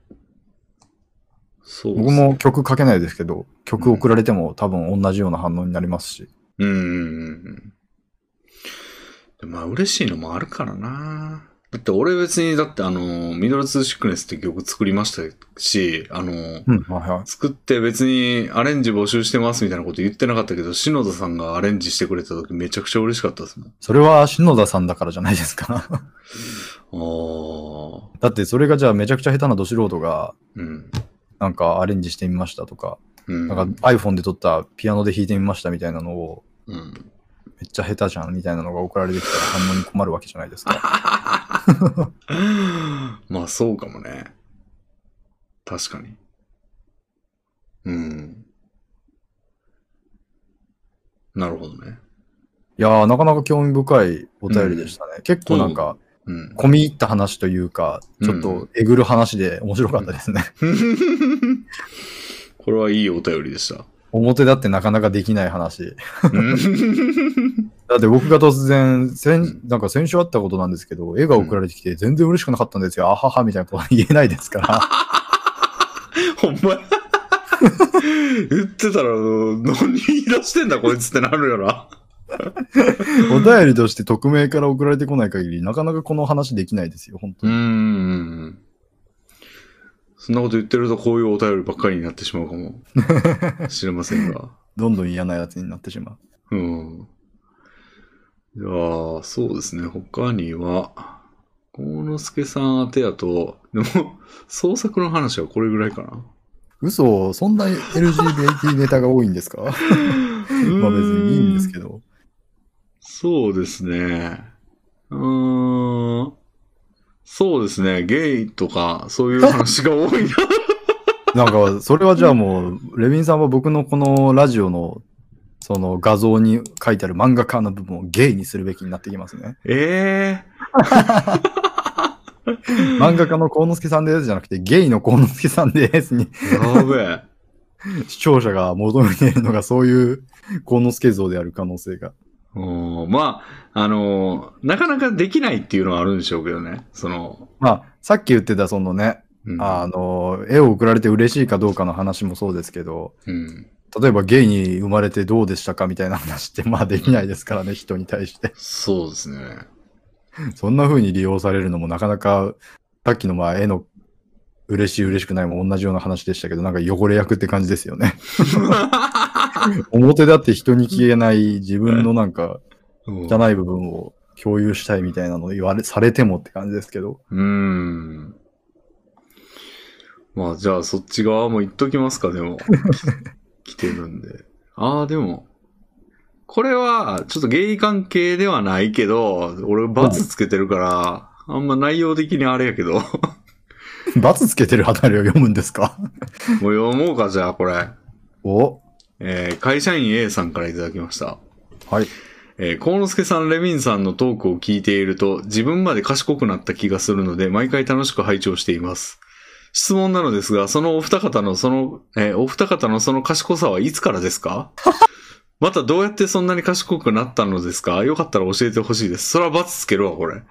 そうですね、僕も曲書けないですけど、曲送られても多分同じような反応になりますし。 うんうんうんうん。まあ嬉しいのもあるからな。だって俺別に、だってあの、ミドルツーシックネスって曲作りましたし、あの、 うんはいはい、 作って別にアレンジ募集してますみたいなこと言ってなかったけど、篠田さんがアレンジしてくれた時めちゃくちゃ嬉しかったですもん。 それは篠田さんだからじゃないですか。 あだってそれがじゃあめちゃくちゃ下手など素人が、 うん、 なんかアレンジしてみましたとか、 うん、 なんか iPhone で撮ったピアノで弾いてみましたみたいなのを、 うん、 めっちゃ下手じゃんみたいなのが送られてきたら反応に困るわけじゃないですか。 まあそうかもね。確かに。うん。なるほどね。 いやー、なかなか興味深いお便りでしたね。うん、結構なんか、うん、込み入った話というか、ちょっとえぐる話で面白かったですね。うん、 これはいいお便りでした。 表だってなかなかできない話。だって僕が突然、先なんか先週あったことなんですけど、絵が送られてきて全然嬉しくなかったんですよ。あははみたいなこと言えないですから。 ほんま言ってたら、何言い出してんだこいつってなるよな。 お便りとして匿名から送られてこない限り、なかなかこの話できないですよ、本当に。 うーん。そんなこと言ってるとこういうお便りばっかりになってしまうかもしれませんが。 どんどん嫌なやつになってしまう。うん。じゃあ、そうですね。他には、幸之助さん宛てやと、でも、創作の話はこれぐらいかな。 嘘、そんな エルジービーティー ネタが多いんですか？まあ別にいいんですけど。 そうですね。うーん。そうですね。ゲイとか、そういう話が多いな。なんか、それはじゃあもう、レビンさんは僕のこのラジオの、その画像に書いてある漫画家の部分をゲイにするべきになってきますね。 ええー。漫画家の幸之助さんですじゃなくて、ゲイの幸之助さんですに。 やべえ。 視聴者が求めているのがそういう幸之助像である可能性が。 おまあ、あのー、なかなかできないっていうのはあるんでしょうけどね。その。 まあ、さっき言ってたそのね、うん、あの、絵を送られて嬉しいかどうかの話もそうですけど、 うん、 例えばゲイに生まれてどうでしたかみたいな話ってまあできないですからね、うん、人に対して。 そうですね。 そんな風に利用されるのもなかなか、さっきのまあ絵の嬉しい嬉しくないも同じような話でしたけど、なんか汚れ役って感じですよね。表だって人に消えない自分のなんか汚い部分を共有したいみたいなのを言われ、されてもって感じですけど。 うーん。まあじゃあそっち側も言っときますか、でも。来てるんで。ああ、でも、 これは、ちょっとゲイ関係ではないけど、俺バツつけてるから、あんま内容的にあれやけど。 バツつけてるあたりを読むんですか？ もう読もうか、じゃあ、これ。 おえー、会社員 A さんからいただきました。 はい。 えー、幸之助さん、レミンさんのトークを聞いていると、自分まで賢くなった気がするので、毎回楽しく拝聴しています。質問なのですが、そのお二方のその、えー、お二方のその賢さはいつからですか？またどうやってそんなに賢くなったのですか？よかったら教えてほしいです。それはバツつけるわ、これ。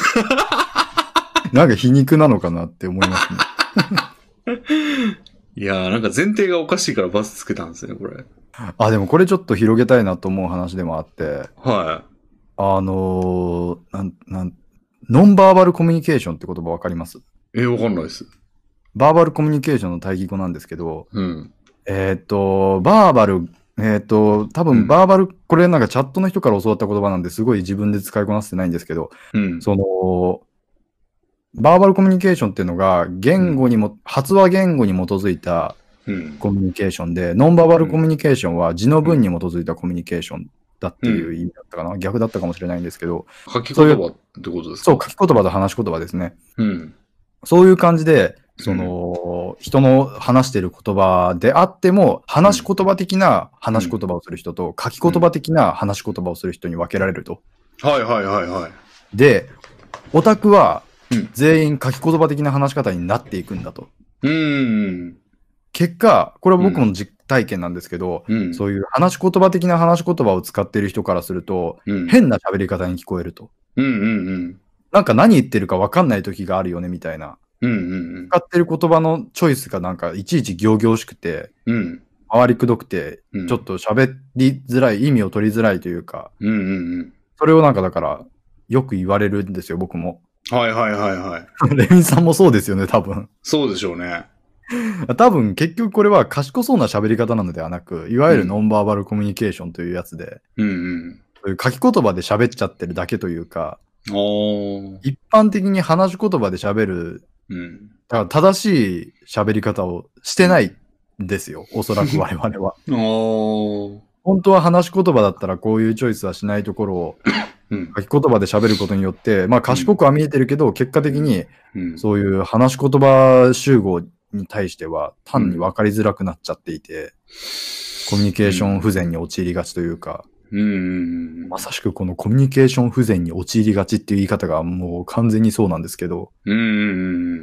なんか皮肉なのかなって思いますね。いやー、なんか前提がおかしいからバツつけたんですね、これ。 あ、でもこれちょっと広げたいなと思う話でもあって。 はい。 あのー、なん、なん、ノンバーバルコミュニケーションって言葉わかります？ えー、わかんないです。 バーバルコミュニケーションの対義語なんですけど、 うん。 えっと、バーバル、えっと、多分バーバル、うん、これなんかチャットの人から教わった言葉なんですごい自分で使いこなせてないんですけど、 うん、 その、バーバルコミュニケーションっていうのが言語にも、うん、発話言語に基づいたコミュニケーションで、うん、ノンバーバルコミュニケーションは字の文に基づいたコミュニケーションだっていう意味だったかな、うん、逆だったかもしれないんですけど、 書き言葉ってことですか？ そう、書き言葉と話し言葉ですね。 うん、 そういう感じで、その、うん、人の話している言葉であっても、話し言葉的な話し言葉をする人と、うん、書き言葉的な話し言葉をする人に分けられると。 はいはいはいはい。 で、オタクは全員書き言葉的な話し方になっていくんだと。 うん。 結果、これは僕の実体験なんですけど、うん、そういう話し言葉的な話し言葉を使っている人からすると、うん、変な喋り方に聞こえると。 うんうんうん。 なんか何言ってるか分かんない時があるよねみたいな。 うんうんうん、 使ってる言葉のチョイスがなんかいちいち行々しくて、 うん、 回りくどくて、うん、ちょっと喋りづらい、意味を取りづらいというか、 うんうんうん、 それをなんかだからよく言われるんですよ、僕も。 はいはいはいはい。 レミンさんもそうですよね、多分。 そうでしょうね。 多分結局これは賢そうな喋り方なのではなく、いわゆるノンバーバルコミュニケーションというやつで、 うんうん、 そういう書き言葉で喋っちゃってるだけというか、 お一般的に話し言葉で喋る、 うん、 だから正しい喋り方をしてないんですよ、おそらく我々は。 お本当は話し言葉だったらこういうチョイスはしないところを、 うん、 書き言葉で喋ることによって、まあ賢くは見えてるけど、うん、結果的にそういう話し言葉集合に対しては単に分かりづらくなっちゃっていて、うん、コミュニケーション不全に陥りがちというか、 うん、 まさしくこのコミュニケーション不全に陥りがちっていう言い方がもう完全にそうなんですけど、 うん、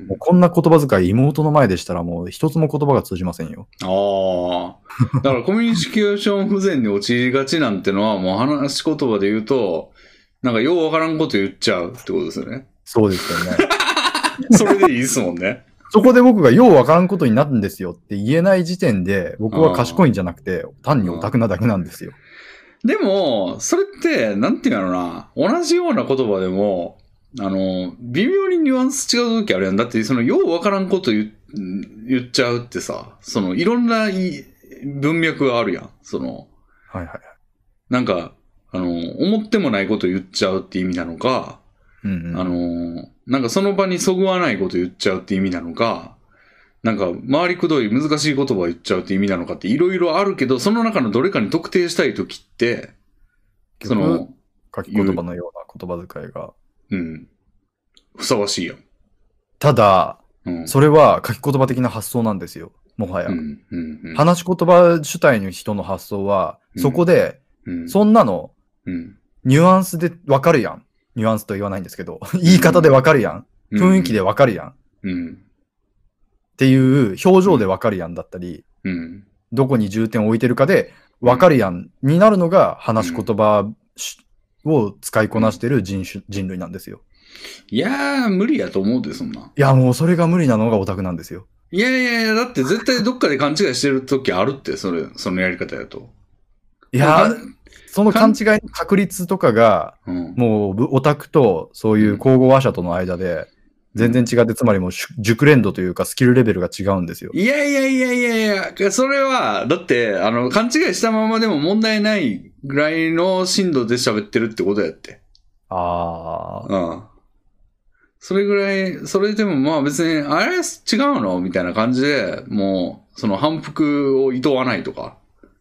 もうこんな言葉遣い妹の前でしたらもう一つも言葉が通じませんよ。 ああ。だからコミュニケーション不全に陥りがちなんてのはもう話し言葉で言うと、なんかようわからんこと言っちゃうってことですよね。 そうですよね。 それでいいですもんね。 そこで僕がようわからんことになるんですよって言えない時点で、僕は賢いんじゃなくて、単にオタクなだけなんですよ。 でも、それって、なんていうのな、同じような言葉でも、あの、微妙にニュアンス違う時あるやん。だって、その、ようわからんこと言、言っちゃうってさ、その、いろんな文脈があるやん。その、 はいはい。 なんか、あの、思ってもないこと言っちゃうって意味なのか、 うんうん、 あの、なんかその場にそぐわないこと言っちゃうって意味なのか、なんか回りくどい難しい言葉を言っちゃうって意味なのかっていろいろあるけど、その中のどれかに特定したいときって、 その、書き言葉のような言葉遣いが。 うん。ふさわしいやん。 ただ、 うん、 それは書き言葉的な発想なんですよ。もはや。 うんうんうん、 話し言葉主体の人の発想は、そこで、 うん、 そんなの、 うん、 ニュアンスでわかるやん。ニュアンスと言わないんですけど、言い方でわかるやん。 うん、 雰囲気でわかるやん。 うんっていう表情でわかるやんだったり、 うん、 どこに重点を置いてるかでわかるやんになるのが話し言葉を使いこなしてる人種、人類なんですよ。 いやー、無理やと思うで、そんな。 いや、もうそれが無理なのがオタクなんですよ。 いやいやいや、だって絶対どっかで勘違いしてる時あるって、それ、そのやり方やと。 いや、その勘違いの確率とかが、うん、もうオタクとそういう交互話者との間で、全然違って、つまりもう熟練度というかスキルレベルが違うんですよ。 いやいやいやいやいや、それは、だって、あの、勘違いしたままでも問題ないぐらいの深度で喋ってるってことやって。 ああ。 うん。それぐらい、それでもまあ別に、あれ違うのみたいな感じで、もう、その反復を厭わないとか。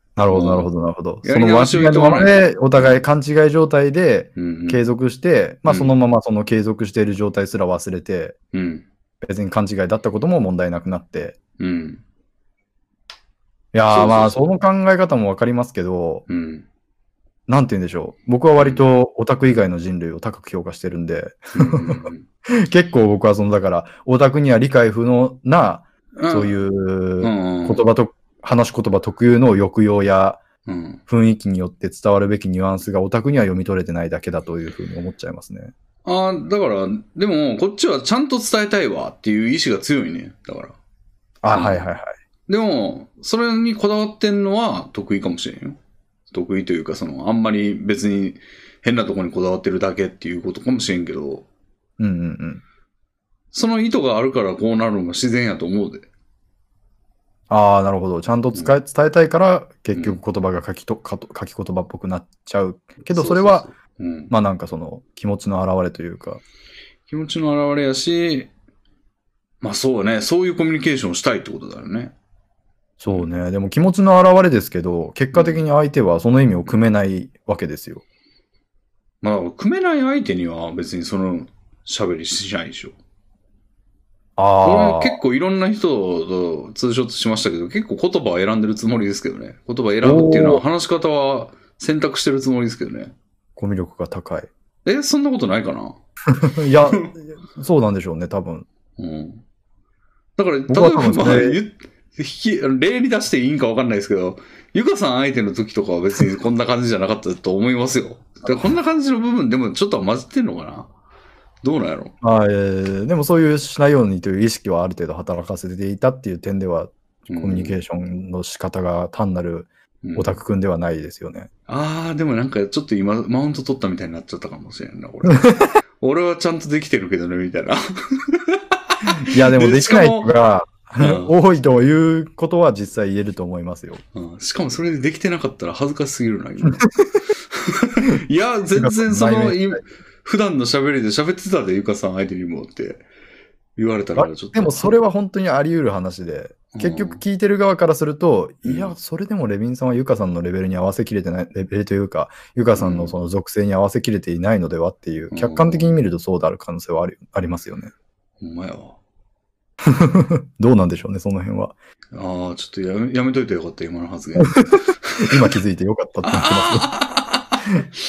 なるほど、なるほど、なるほど。 やり直その間違いのまましを認めない。 で、お互い勘違い状態でうんうん。 継続して、まあうんそのままその継続している状態すら忘れて、 うん。 別に勘違いだったことも問題なくなって。 うん。 いやー、 そうそうそうまあその考え方もわかりますけど、 うん。 なんて言うんでしょう。僕は割とオタク以外の人類を高く評価してるんで、 うんうん結構僕はその、だから、オタクには理解不能な、 うん。 そういううんうん言葉と、話し言葉特有の抑揚やうん。 雰囲気によって伝わるべきニュアンスがオタクには読み取れてないだけだというふうに思っちゃいますね。 ああ、だから、でも、こっちはちゃんと伝えたいわっていう意志が強いね。だから。 あ、 うんはいはいはい。 でも、それにこだわってんのは得意かもしれんよ。得意というか、その、あんまり別に変なとこにこだわってるだけっていうことかもしれんけど、 うんうんうん。 その意図があるからこうなるのが自然やと思うで。 ああ、なるほど。ちゃんと伝え、伝えたいから、結局言葉が書きと、かと書き言葉っぽくなっちゃう。けど、それは、 そうそうそう、うん、 まあなんかその、気持ちの表れというか。 気持ちの表れやし、まあそうね、そういうコミュニケーションをしたいってことだよね。 そうね。でも気持ちの表れですけど、結果的に相手はその意味を組めないわけですよ。 まあ、組めない相手には別にその喋りしないでしょ。 ああ。 俺結構いろんな人とツーショットしましたけど、結構言葉を選んでるつもりですけどね。言葉を選ぶっていうのは話し方は選択してるつもりですけどね。 コミュ力が高い。 え、そんなことないかな？ いや、そうなんでしょうね、多分。 うん。だから、例え僕は多ば、 分それまあ、ゆ引き例に出していいんかわかんないですけど、ゆかさん相手の時とかは別にこんな感じじゃなかったと思いますよ。だからこんな感じの部分でもちょっとは混じってんのかな？どうなんやろ？ あえーでもそういうしないようにという意識はある程度働かせていたっていう点では、コミュニケーションの仕方が単なるオタクくんではないですよね。 うん、ああ、でもなんかちょっと今、マウント取ったみたいになっちゃったかもしれんな、これ。俺はちゃんとできてるけどね、みたいな。 いや、でもできない人が、 うん、 多いということは実際言えると思いますよ。 うん、しかもそれでできてなかったら恥ずかしすぎるな、今。いや、全然その、普段の喋りで喋ってたで、ゆかさん相手にもって言われたらちょっと。 でもそれは本当にあり得る話で、結局聞いてる側からすると、うん、いや、それでもレビンさんはゆかさんのレベルに合わせきれてない、レベルというか、ゆかさんのその属性に合わせきれていないのではっていう、客観的に見るとそうである可能性はある、ありますよね。 ほんまやわ。 どうなんでしょうね、その辺は。 ああ、ちょっとやめ、やめといてよかった、今の発言。 今気づいてよかったって言ってます。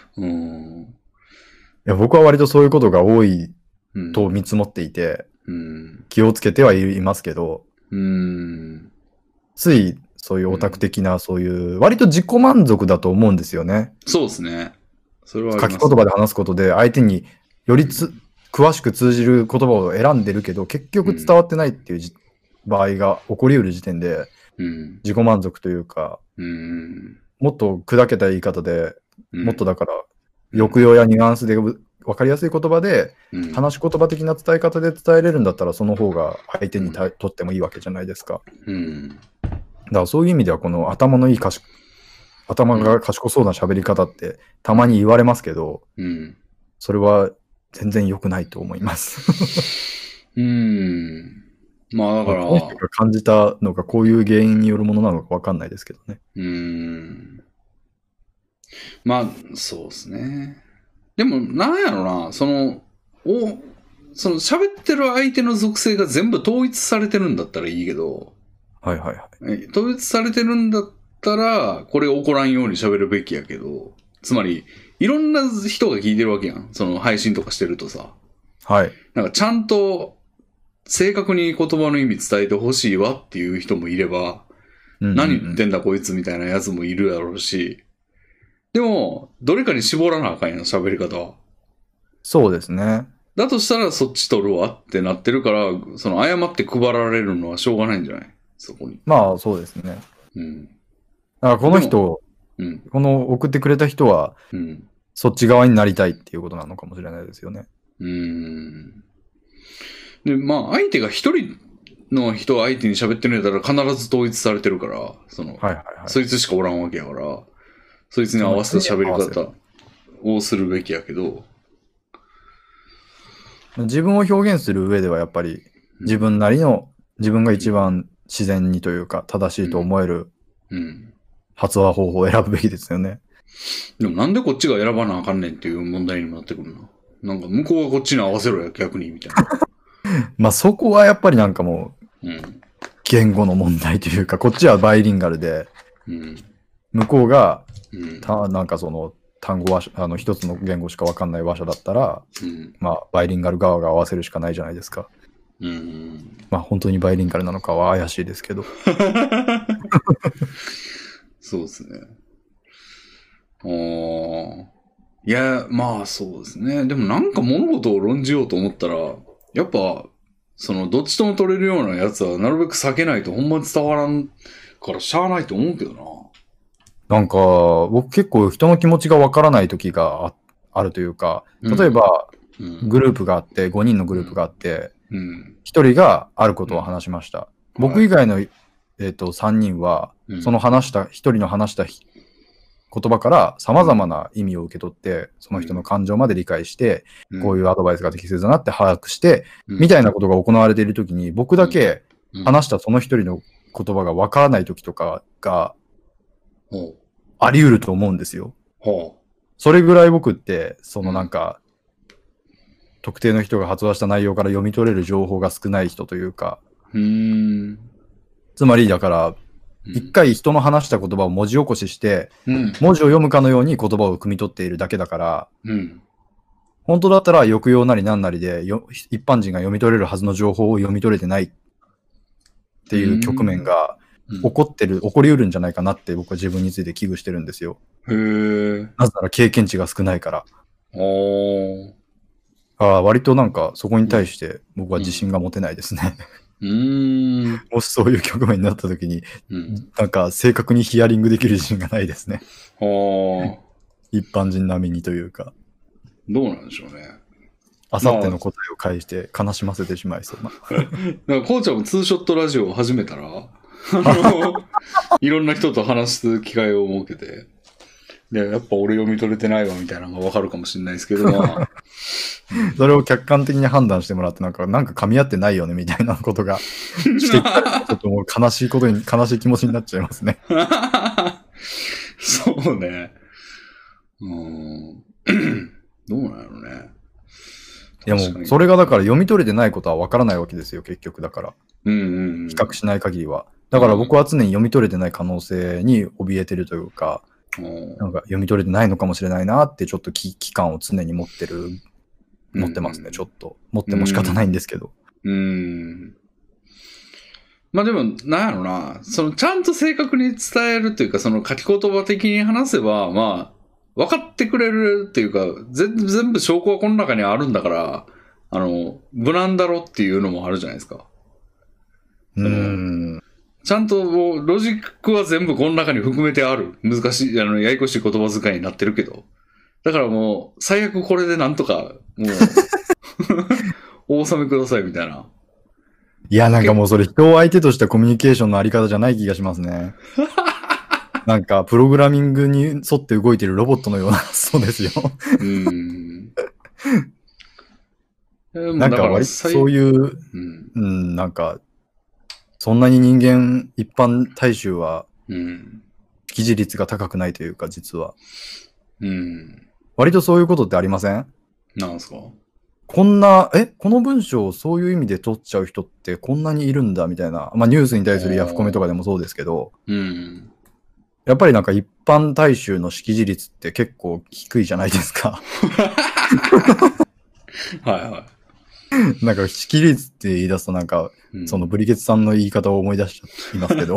うん、 いや僕は割とそういうことが多いと見積もっていて、 うん、 気をつけてはいますけど、 うん、 ついそういうオタク的な、そういう割と自己満足だと思うんですよね。 そうですね。それはあります。 書き言葉で話すことで相手によりつ、うん、詳しく通じる言葉を選んでるけど、結局伝わってないっていう、うん、場合が起こり得る時点で、うん、自己満足というか、うん、もっと砕けた言い方で、うん、もっとだから、抑揚やニュアンスで分かりやすい言葉で、うん、話し言葉的な伝え方で伝えれるんだったら、その方が相手にとってもいいわけじゃないですか。うん、だからそういう意味では、この頭のいい賢頭が賢そうな喋り方ってたまに言われますけど、うん、それは全然良くないと思います。 うーん。まあだから。 この人が感じたのがこういう原因によるものなのかわかんないですけどね。 うーん。まあ、そうですね。でも、なんやろな、その、お、その喋ってる相手の属性が全部統一されてるんだったらいいけど、 はいはいはい。 統一されてるんだったら、これ起こらんように喋るべきやけど、つまり、いろんな人が聞いてるわけやん。その配信とかしてるとさ。 はい。 なんかちゃんと正確に言葉の意味伝えてほしいわっていう人もいれば、うんうんうん、何言ってんだこいつみたいなやつもいるやろうし、でも、どれかに絞らなあかんやん、喋り方は。 そうですね。 だとしたらそっち取るわってなってるから、その誤って配られるのはしょうがないんじゃないそこに。 まあそうですね。 うん。 だからこの人、 うん、 この送ってくれた人は、うん、そっち側になりたいっていうことなのかもしれないですよね。 うーん。で、まあ、相手が一人の人を相手に喋ってるんだったら必ず統一されてるから、その、 はいはいはい、そいつしかおらんわけやから、そいつに合わせた喋り方をするべきやけど。 自分を表現する上ではやっぱり、自分なりの、自分が一番自然にというか、正しいと思える、 うんうん発話方法を選ぶべきですよね。 でもなんでこっちが選ばなあかんねんっていう問題にもなってくるな。なんか向こうはこっちに合わせろや、逆に、みたいな。 まあそこはやっぱりなんかもう、うん、 言語の問題というか、こっちはバイリンガルで、 うん、 向こうが、 うん、 たなんかその単語はあの一つの言語しか分かんない話者だったら、 うん、 まあバイリンガル側が合わせるしかないじゃないですか。 うん、 まあ本当にバイリンガルなのかは怪しいですけど。 そうですね。ああ。いや、まあそうですね。でもなんか物事を論じようと思ったら、やっぱ、そのどっちとも取れるようなやつはなるべく避けないとほんまに伝わらんからしゃあないと思うけどな。なんか、僕結構人の気持ちがわからない時が あ, あるというか、例えば、うん、グループがあって、ごにんのグループがあって、うん、ひとりがあることを話しました。うん、僕以外の、えーと、さんにんは、うん、その話した、ひとりの話した言葉から様々な意味を受け取って、その人の感情まで理解して、うん、こういうアドバイスが適切だなって把握して、うん、みたいなことが行われているときに、僕だけ話したその一人の言葉がわからないときとかがあり得ると思うんですよ。 うん、 それぐらい僕って、そのなんか、うん、特定の人が発話した内容から読み取れる情報が少ない人というか、 うーんつまりだから、一回人の話した言葉を文字起こしして、うん、文字を読むかのように言葉を汲み取っているだけだから、うん、本当だったら抑揚なり何なりでよ一般人が読み取れるはずの情報を読み取れてないっていう局面が起こってる、うん、起こりうるんじゃないかなって僕は自分について危惧してるんですよ。 へー。 なぜなら経験値が少ないから。 おー。 あ、割となんかそこに対して僕は自信が持てないですね。 うーんもしそういう局面になった時に、うん、なんか正確にヒアリングできる自信がないですね。 はあ。 一般人並みにというか。 どうなんでしょうね。 あさっての答えを返して悲しませてしまいそうな。 だからこうちゃんもツーショットラジオを始めたら、いろんな人と話す機会を設けて、でやっぱ俺読み取れてないわみたいなのがわかるかもしれないですけど、まあ、 それを客観的に判断してもらって、なんか、なんか噛み合ってないよねみたいなことがしてきたら、ちょっともう悲しいことに、悲しい気持ちになっちゃいますね。 そうね。うーん。どうなのね。 いやもう、それがだから読み取れてないことはわからないわけですよ、結局だから。 うんうんうん、 比較しない限りは。だから僕は常に読み取れてない可能性に怯えてるというか、うん、なんか読み取れてないのかもしれないなってちょっと危機感を常に持ってる。持ってますね、うん、ちょっと。持っても仕方ないんですけど。 うーん。まあでも、なんやろな。その、ちゃんと正確に伝えるというか、その書き言葉的に話せば、まあ、分かってくれるっていうか、全部証拠はこの中にあるんだから、あの、無難だろっていうのもあるじゃないですか。 うーん。 ちゃんともう、ロジックは全部この中に含めてある。難しい、あの、ややこしい言葉遣いになってるけど。だからもう、最悪これでなんとか、もう、お納めくださいみたいな。 いや、なんかもうそれ人を相手としたコミュニケーションのあり方じゃない気がしますね。なんか、プログラミングに沿って動いてるロボットのような発想ですよ。 うーん。 なんか割とそういう、うん、うん、なんか、そんなに人間、一般大衆は、識字率が高くないというか、実は。 うん。 割とそういうことってありません？ なんすか？ こんな、え、この文章をそういう意味で取っちゃう人ってこんなにいるんだみたいな。まあニュースに対するヤフコメとかでもそうですけど、 うん、 やっぱりなんか一般大衆の識字率って結構低いじゃないですか。 はいはい。 なんか識率って言い出すとなんか、うん、そのブリケツさんの言い方を思い出しちゃいますけど。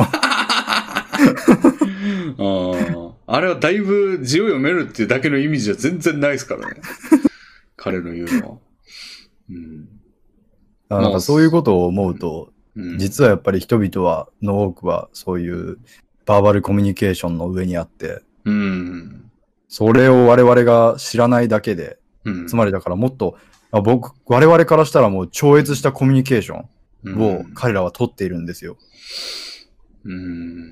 あ, あれはだいぶ字を読めるっていうだけの意味じゃ全然ないですからね。彼の言うのは。うん、 なんかそういうことを思うと、うん、実はやっぱり人々はの多くはそういうバーバルコミュニケーションの上にあって、 うん、 それを我々が知らないだけで、うん、つまりだからもっと僕我々からしたらもう超越したコミュニケーションを彼らは取っているんですよ。 うん、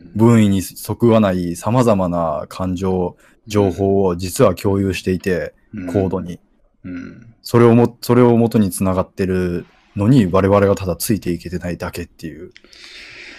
分位にそぐわない様々な感情、情報を実は共有していて、うん、高度に、 うん、 それをも、それを元に繋がってるのに我々がただついていけてないだけっていう。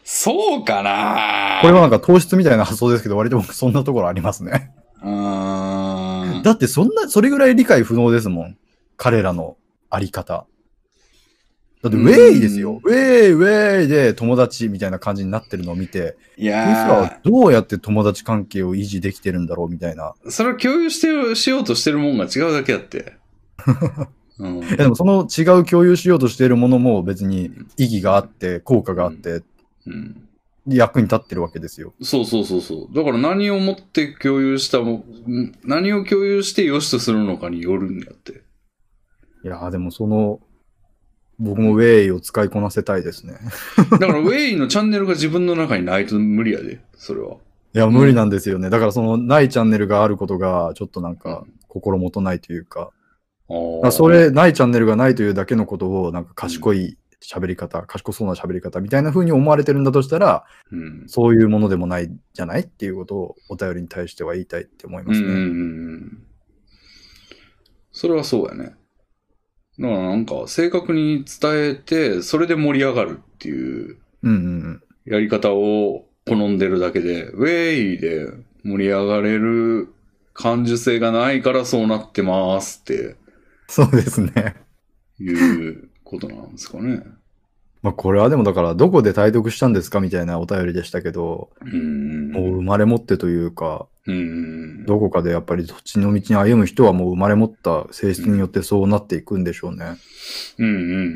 そうかな。 これはなんか糖質みたいな発想ですけど、割と僕そんなところありますね。 あだってそんな、それぐらい理解不能ですもん。彼らのあり方。だってウェイですよ。ウェイウェイで友達みたいな感じになってるのを見て、 いやこいつらはどうやって友達関係を維持できてるんだろうみたいな。 それを共有してしようとしてるもんが違うだけあって。うん、 いやでもその違う共有しようとしているものも別に意義があって、効果があって、うんうん、役に立ってるわけですよ。 そうそうそうそう。だから何をもって共有したも、何を共有して良しとするのかによるんやって。 いやでもその、僕もウェイを使いこなせたいですね。 だからウェイのチャンネルが自分の中にないと無理やで、それは。 いや、無理なんですよね。だからそのないチャンネルがあることがちょっとなんか心もとないというか、うん、それないチャンネルがないというだけのことをなんか賢い喋り方、うん、賢そうな喋り方みたいな風に思われてるんだとしたら、うん、そういうものでもないじゃないっていうことをお便りに対しては言いたいって思いますね。うんうんうん、 それはそうやね。だからなんか正確に伝えてそれで盛り上がるっていうやり方を好んでるだけで、ウェイで盛り上がれる感受性がないからそうなってますってそうですねいうことなんですかね。 まあこれはでもだからどこで体得したんですかみたいなお便りでしたけど、うんもう生まれ持ってというか、うんどこかでやっぱりどっちの道に歩む人はもう生まれ持った性質によってそうなっていくんでしょうね。 うんうんうんうん。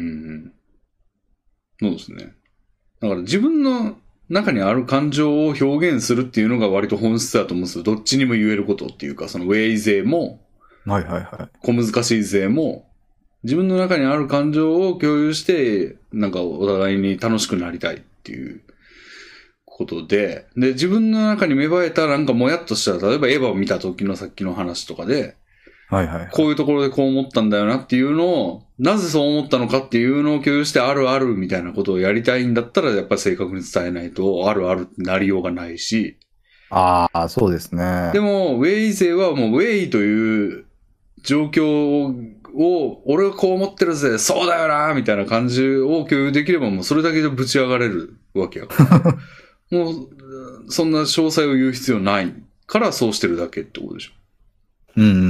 そうですね。だから自分の中にある感情を表現するっていうのが割と本質だと思うんですよ。どっちにも言えることっていうか、そのウェイ勢も、 はいはいはい。 小難しい勢も、自分の中にある感情を共有して、なんかお互いに楽しくなりたいっていうことで、で、自分の中に芽生えたなんかもやっとしたら、例えばエヴァを見た時のさっきの話とかで、 はいはいはい、 こういうところでこう思ったんだよなっていうのを、なぜそう思ったのかっていうのを共有してあるあるみたいなことをやりたいんだったら、やっぱり正確に伝えないと、あるあるってなりようがないし。 ああ、そうですね。 でも、ウェイ勢はもうウェイという状況を、俺はこう思ってるぜ、そうだよなみたいな感じを共有できれば、もうそれだけでぶち上がれるわけやから。もう、そんな詳細を言う必要ないからそうしてるだけってことでしょ。 うんうんうんうん。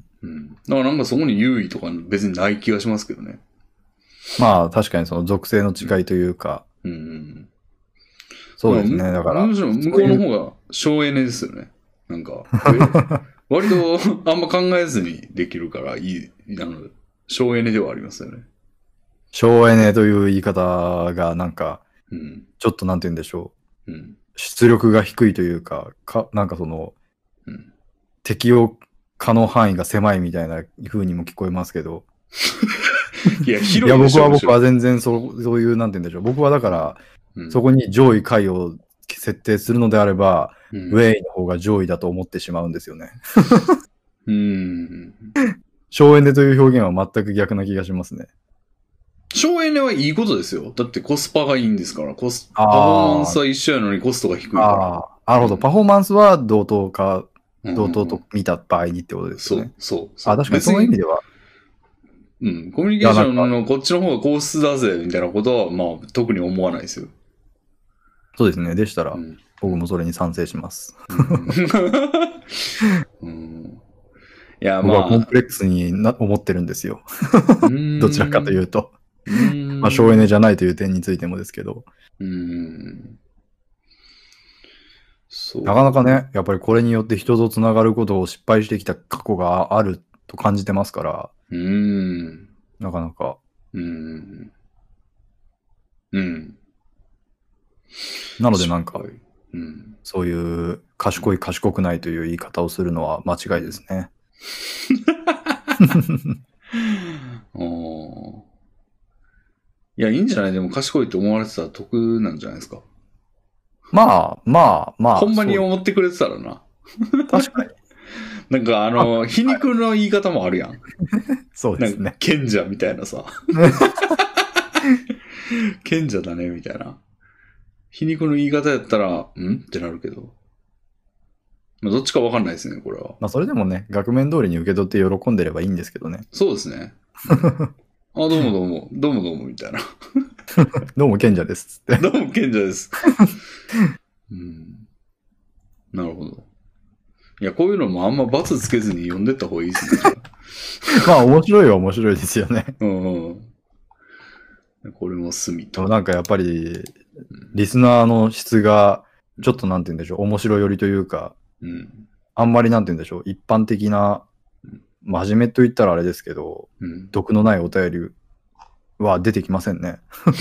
うん。だからなんかそこに優位とか別にない気がしますけどね。 まあ確かにその属性の違いというか。うん。うん、そうですね。だから。 むしろ向こうの方が省エネですよね。なんか、割とあんま考えずにできるからいい、あの、省エネではありますよね。 省エネという言い方がなんか、うん、ちょっとなんて言うんでしょう。うん、出力が低いというか、かなんかその、うん、適用可能範囲が狭いみたいな風にも聞こえますけど。 いや、広いでしょ。 いや、僕は僕は全然そう、そういう、なんて言うんでしょう。僕はだから、うん、そこに上位回を設定するのであれば、うん、ウェイの方が上位だと思ってしまうんですよね。うん。省エネという表現は全く逆な気がしますね。 省エネはいいことですよ。だってコスパがいいんですから。コスパフォーマンスは一緒やのにコストが低いから。 ああ、なるほど。パフォーマンスは同等か、同等と見た場合にってことですね。 そう、そう。そうあ、確かにその意味では。 うん。コミュニケーションのこっちの方が高質だぜ、みたいなことは、まあ、特に思わないですよ。 そうですね。でしたら、うん、僕もそれに賛成します。うん、いや、まあ。僕はコンプレックスにな思ってるんですよ。どちらかというと。まあ、省エネじゃないという点についてもですけど。うんそうなかなかね、やっぱりこれによって人とつながることを失敗してきた過去があると感じてますから。うん。なかなか。うん。うん。なのでなんか、うん、そういう賢い賢くないという言い方をするのは間違いですね。 おいや、いいんじゃない？でも賢いと思われてたら得なんじゃないですか。 まあ、まあ、まあ。 ほんまに思ってくれてたらな。 確かに。 なんかあの、皮肉の言い方もあるやん。 そうですね。 賢者みたいなさ。賢者だね、みたいな。皮肉の言い方やったら、んってなるけど。まあ、どっちかわかんないですね、これは。 まあ、それでもね、額面通りに受け取って喜んでればいいんですけどね。 そうですね。あ、どうもどうも、どうもどうも、みたいな。 どうも賢者ですっつって。 どうも賢者です。うん。なるほど。いや、こういうのもあんま罰つけずに読んでった方がいいですね。 まあ面白いは面白いですよね。 うんうん。これも隅と。 でもなんかやっぱり、リスナーの質が、ちょっとなんて言うんでしょう、面白寄りというか、うん、あんまりなんて言うんでしょう、一般的な、真面目と言ったらあれですけど、うん、毒のないお便りは出てきませんね。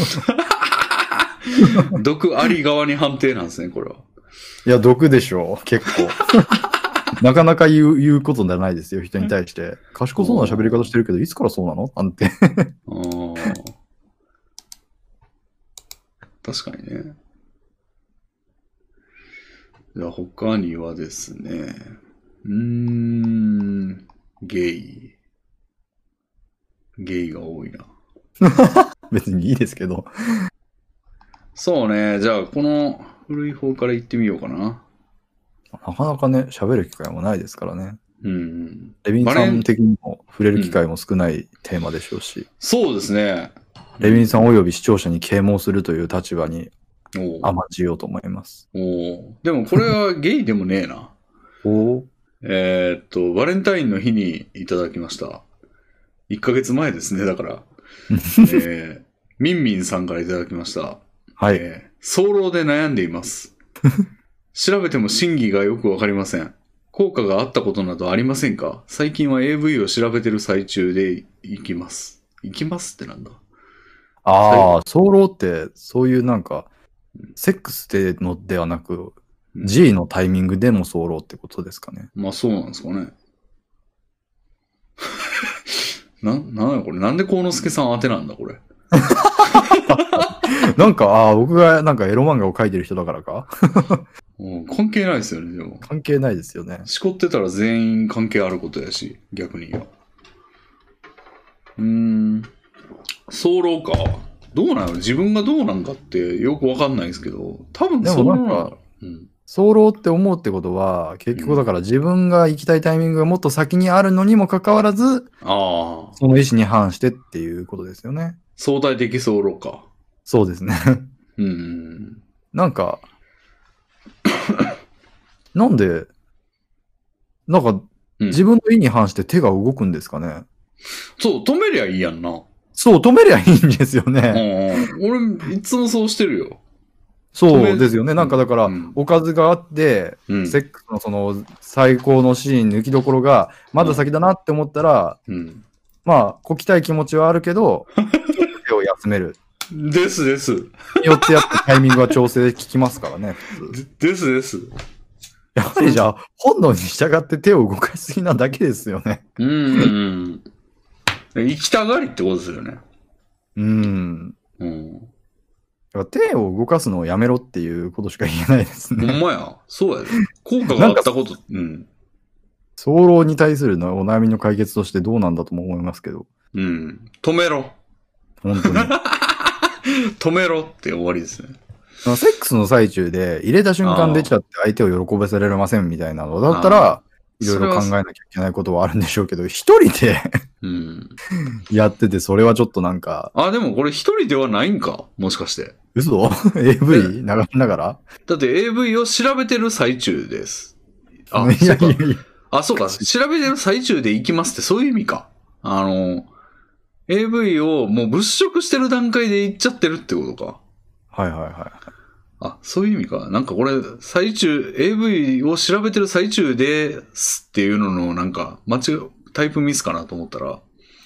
毒あり側に判定なんですね、これは。 いや、毒でしょう、結構。なかなか言う、言うことじゃないですよ、人に対して。賢そうな喋り方してるけど、いつからそうなのなんて。あ確かにね。じゃあ他にはですね、うーん、ゲイ。ゲイが多いな。 別にいいですけど。 そうね、じゃあこの古い方から行ってみようかな。 なかなかね、喋る機会もないですからね。 うん。 レビンさん的にも触れる機会も少ないテーマでしょうし。うん、 そうですね。 レビンさんおよび視聴者に啓蒙するという立場に甘んじようと思います。 おお。でもこれはゲイでもねえな。 おえーっと、バレンタインの日にいただきました。いっかげつまえですね、だから。えー、ミンミンさんからいただきました。 はい。 えー、早漏で悩んでいます。調べても真偽がよくわかりません。効果があったことなどありませんか？最近は エーブイ を調べてる最中で行きます。行きますってなんだ？ ああ、早漏って、そういうなんか、セックスでのではなく、うん、G のタイミングでも早漏ってことですかね。 まあそうなんですかね。な、なんやこれ。なんで幸之助さん当てなんだこれ。 なんか、ああ、僕がなんかエロ漫画を描いてる人だからかうん、関係ないですよね、でも。 関係ないですよね。 しこってたら全員関係あることやし、逆に。うーん。早漏か。どうなの？自分がどうなんかってよくわかんないですけど、多分そうなんか、うん、早漏って思うってことは、結局だから自分が行きたいタイミングがもっと先にあるのにもかかわらず、うん、あその意思に反してっていうことですよね。 相対的早漏か。 そうですね。 うん。 なんか、なんで、なんか、自分の意に反して手が動くんですかね。うん、 そう、止めりゃいいやんな。 そう、止めりゃいいんですよね。 うん、俺、いつもそうしてるよ。 そうですよね。なんかだから、うん、おかずがあって、うん、セックスのその最高のシーン抜きどころが、まだ先だなって思ったら、うん、まあ、こきたい気持ちはあるけど、手を休める。 ですです。 よってやってタイミングは調整効きますからね、 普通。ですです。 やっぱりじゃあ、本能に従って手を動かしすぎなだけですよね。 うん。行きたがりってことですよね。 うん。うん。手を動かすのをやめろっていうことしか言えないですね。 ほんまや。そうやで。効果があったこと。うん。 早漏に対するのお悩みの解決としてどうなんだとも思いますけど。 うん。止めろ。 本当に。 止めろって終わりですね。 セックスの最中で入れた瞬間出ちゃって相手を喜ばせられませんみたいなのだったら、いろいろ考えなきゃいけないことはあるんでしょうけど、一人でうん、やってて、それはちょっとなんか。 あ、でもこれ一人ではないんかもしかして。 嘘？ エーブイ 流しながらだって エーブイ を調べてる最中です。あ、そうか。あ、そうか。調べてる最中で行きますってそういう意味か。あの、エーブイ をもう物色してる段階で行っちゃってるってことか。 はいはいはい。 あ、そういう意味か。なんかこれ、最中、エーブイ を調べてる最中ですっていうのの、なんか、間違う、タイプミスかなと思ったら、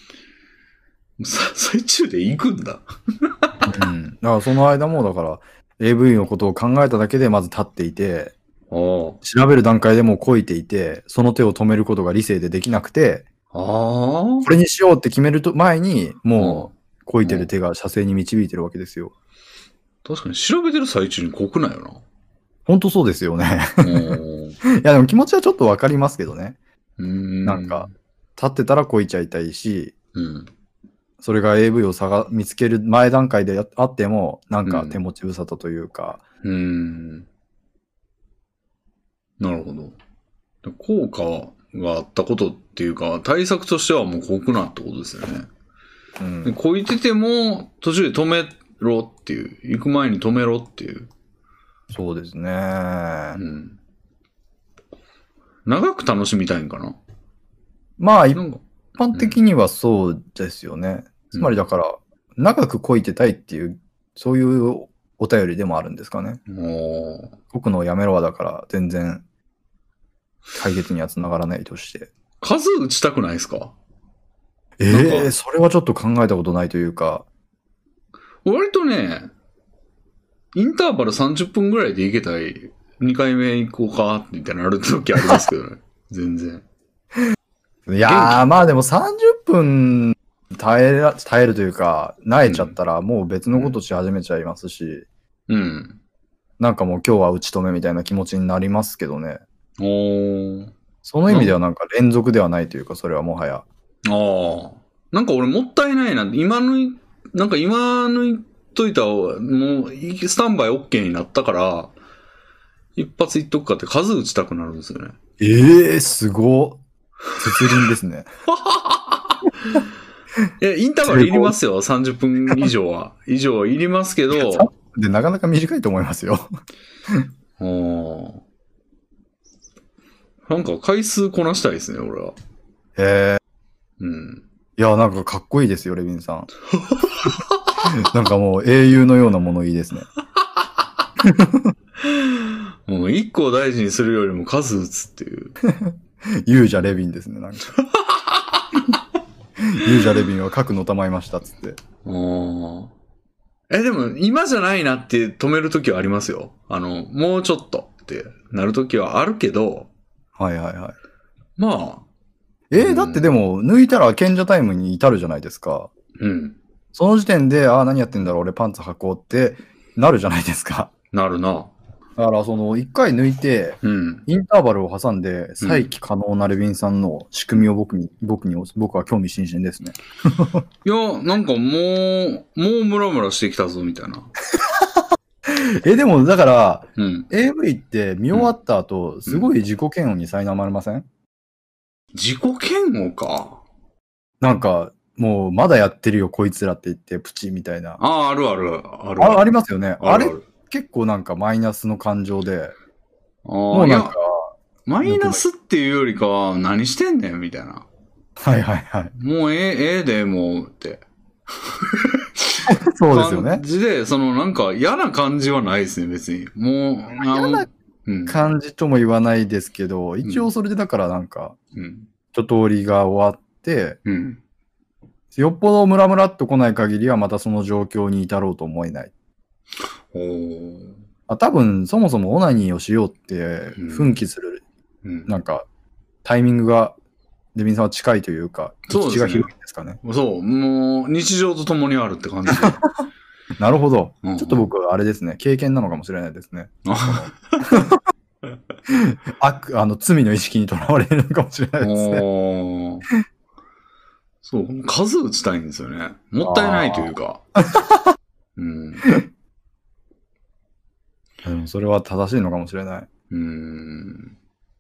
最中で行くんだ。 うん。だからその間も、だから、エーブイ のことを考えただけでまず立っていて、調べる段階でもこいていて、その手を止めることが理性でできなくて、あこれにしようって決めると前に、もう、こいてる手が射精に導いてるわけですよ。 確かに調べてる最中に濃くないよな。 ほんとそうですよね。いやでも気持ちはちょっとわかりますけどね。うんなんか、立ってたらこいちゃいたいし、うん、それが エーブイ を探見つける前段階であっても、なんか手持ち無沙汰というか。うん。うんなるほど。効果があったことっていうか、対策としてはもう濃くなってことですよね。うん、でこいてても途中で止めろっていう。行く前に止めろっていう。 そうですね。 うん。長く楽しみたいんかな。 まあ、一般的にはそうですよね。うん、つまりだから、長くこいてたいっていう、そういうお便りでもあるんですかね。僕のやめろはだから全然解決にはつながらないとして。 数打ちたくないですか？ ええー、それはちょっと考えたことないというか。 割とね、インターバルさんじゅっぷんぐらいでいけたい。にかいめ行こうか、みたいなのある時ありますけどね。全然。 いやー、まあでもさんじゅっぷん耐えら、耐えるというか、慣れちゃったらもう別のことし始めちゃいますし。 うん。 なんかもう今日は打ち止めみたいな気持ちになりますけどね。 おー。 その意味ではなんか連続ではないというか、それはもはや。 ああ。なんか俺もったいないな。今の、なんか今抜いといた方が、もうスタンバイ OK になったから、一発いっとくかって数打ちたくなるんですよね。 ええー、すご。絶倫ですね。 いや、インターバルいりますよ。さんじゅっぷん以上は。以上はいりますけど。 で、なかなか短いと思いますよ。 ああ。なんか回数こなしたいですね、俺は。 へえ。 うん。 いや、なんかかっこいいですよ、レビンさん。なんかもう英雄のような物言いですね。 もう一個大事にするよりも数打つっていう。 勇者レビンですね、なんか。勇者レビンは核の玉いましたっつって。 あえ、でも今じゃないなって止めるときはありますよ。あの、もうちょっとってなるときはあるけど。 はいはいはい。 まあ。 えー、うん、だってでも抜いたら賢者タイムに至るじゃないですか。 うん。 その時点で、ああ、何やってんだろう、俺パンツ履こうってなるじゃないですか。 なるな。 だから、その、一回抜いて、 うん、 インターバルを挟んで、再起可能なレビンさんの仕組みを僕に、僕に、僕は興味津々ですね。 いや、なんかもう、もうムラムラしてきたぞ、みたいな。 え、でも、だから、 うん、 エーブイ って見終わった後、すごい自己嫌悪に苛まれません？ 自己嫌悪か。 なんか、もう、まだやってるよ、こいつらって言って、プチみたいな。 ああ、あるある、ある。 あ、ありますよね。あれあるある結構なんかマイナスの感情で。 あもうなんか、マイナスっていうよりかは、何してんねんみたいな。 はいはいはい。 もうええ、ええで、もうって。 そうですよね。 感じで、そのなんか嫌な感じはないですね、別に。もう、 嫌な感じとも言わないですけど、うん、一応それでだからなんか、うん、一通りが終わって、うん、よっぽどムラムラっと来ない限りはまたその状況に至ろうと思えない。 おあ多分、そもそもオナニーをしようって奮起する、うん、なんか、タイミングが、レビンさんは近いというか、 そうですね。 口が広いんですかね。 そう、もう、日常と共にあるって感じ。 なるほど。うんうん、ちょっと僕、あれですね、経験なのかもしれないですね。悪、あの、罪の意識にとらわれるのかもしれないですね。 そう、数打ちたいんですよね。もったいないというか。うんうん、それは正しいのかもしれない。 うーん。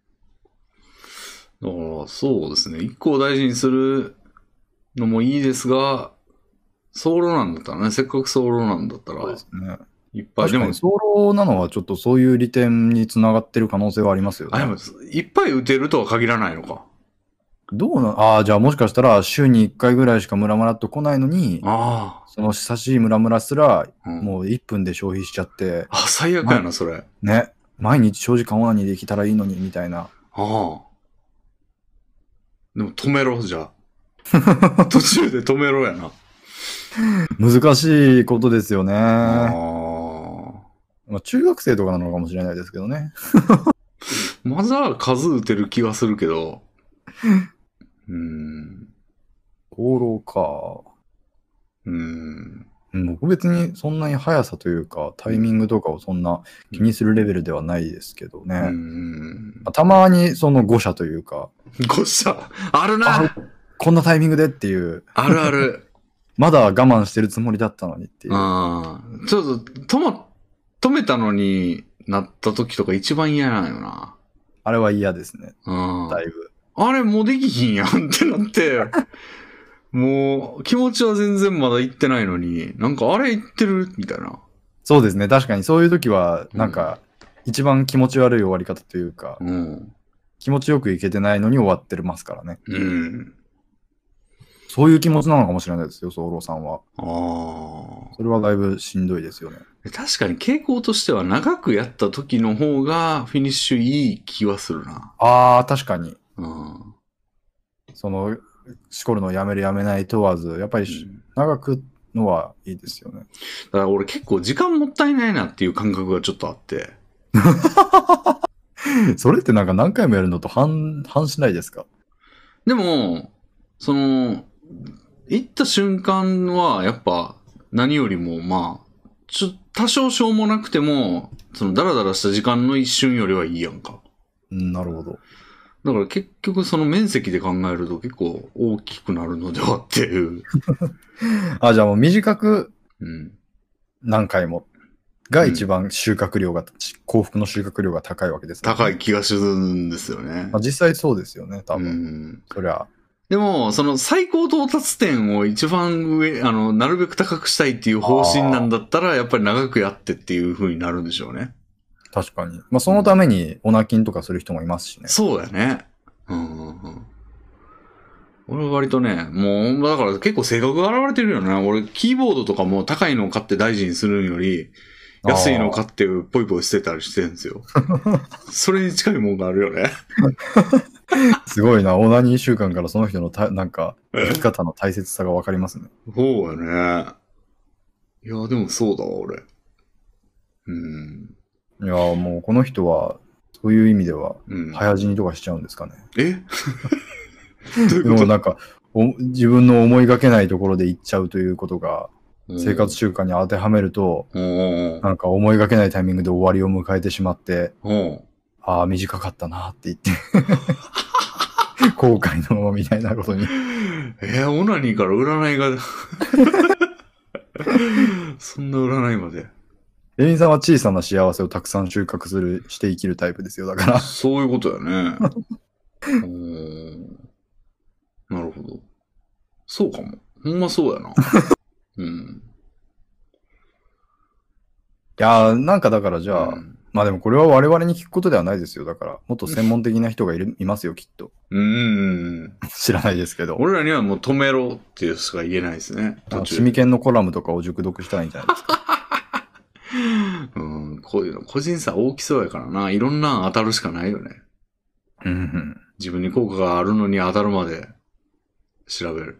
だから、そうですね。一個を大事にするのもいいですが、ソロなんだったらね、せっかくソロなんだったら、 そうですね。 いっぱいでも、ソロなのはちょっとそういう利点につながってる可能性はありますよね。 あ、でも、いっぱい打てるとは限らないのか。 どうな、ああ、じゃあもしかしたら週にいっかいぐらいしかムラムラっと来ないのに、 あその親しいムラムラすら、もういっぷんで消費しちゃって。うん、 あ、最悪やな、それ。 ね。毎日長時間オナニーできたらいいのに、みたいな。ああ。でも止めろ、じゃあ。途中で止めろやな。 難しいことですよね。ああ。 まあ、中学生とかなのかもしれないですけどね。 まだ数打てる気はするけど。うーん。 放浪か。 うーん。 僕別にそんなに速さというかタイミングとかをそんな気にするレベルではないですけどね。うん、たまにその誤射というか。 誤射あるなあこんなタイミングでっていう。 あるある。 まだ我慢してるつもりだったのにっていう。 ああ。ちょっと止ま、止めたのになった時とか一番嫌なのよな。 あれは嫌ですね。 うん。 だいぶ。 あれもうできひんやんってなって。 もう、気持ちは全然まだ行ってないのに、なんかあれ行ってるみたいな。 そうですね。確かにそういう時は、なんか、一番気持ち悪い終わり方というか、 うん、 気持ちよくいけてないのに終わってますからね。 うん。 そういう気持ちなのかもしれないですよ、ソーローさんは。 ああ。 それはだいぶしんどいですよね。 確かに傾向としては長くやった時の方がフィニッシュいい気はするな。 ああ、確かに。 うん、 その、しこるのをやめるやめない問わず、やっぱり、うん、長くのはいいですよね。 だから俺結構時間もったいないなっていう感覚がちょっとあって。 それってなんか何回もやるのと反、反しないですか？ でも、その、行った瞬間はやっぱ何よりもまあ、ちょ、多少しょうもなくても、そのダラダラした時間の一瞬よりはいいやんか。 うん、なるほど。 だから結局その面積で考えると結構大きくなるのではっていう。 あ、じゃあもう短くうん何回もが一番収穫量が、うん、幸福の収穫量が高いわけですね。 高い気がするんですよね。 まあ、実際そうですよね、多分。うん、そりゃ。 でも、その最高到達点を一番上、あの、なるべく高くしたいっていう方針なんだったら、やっぱり長くやってっていう風になるんでしょうね。 確かに。まあ、そのためにオナキンとかする人もいますしね。 そうやね。うんうんうん。俺は割とね、もう、だから結構性格が現れてるよな。俺、キーボードとかも高いのを買って大事にするより、安いのを買ってポイポイ捨てたりしてるんですよ。それに近いもんがあるよね。 すごいな。オナニー習慣からその人のた、なんか、生き方の大切さがわかりますね。 そうやね。いや、でもそうだわ、俺。うん。 いや、もうこの人は、そういう意味では、うん、早死にとかしちゃうんですかね。 えどういうこと？でもなんかお、自分の思いがけないところで行っちゃうということが、生活習慣に当てはめると、なんか思いがけないタイミングで終わりを迎えてしまって、ああ、短かったなって言って、後悔のままみたいなことに。 えー、オナニーから占いが、そんな占いまで。 レミさんは小さな幸せをたくさん収穫する、して生きるタイプですよ、だから。 そういうことやね。なるほど。そうかも。ほんまそうやな。うん。 いやー、なんかだからじゃあ、うん、まあでもこれは我々に聞くことではないですよ。だから、もっと専門的な人がいる、いますよ、きっと。 うん。 知らないですけど。 俺らにはもう止めろっていうしか言えないですね。 シミケンのコラムとかを熟読したらいいんじゃないですか。 うん、こういうの、個人差大きそうやからな。いろんな当たるしかないよね。 うんうん。 自分に効果があるのに当たるまで調べる。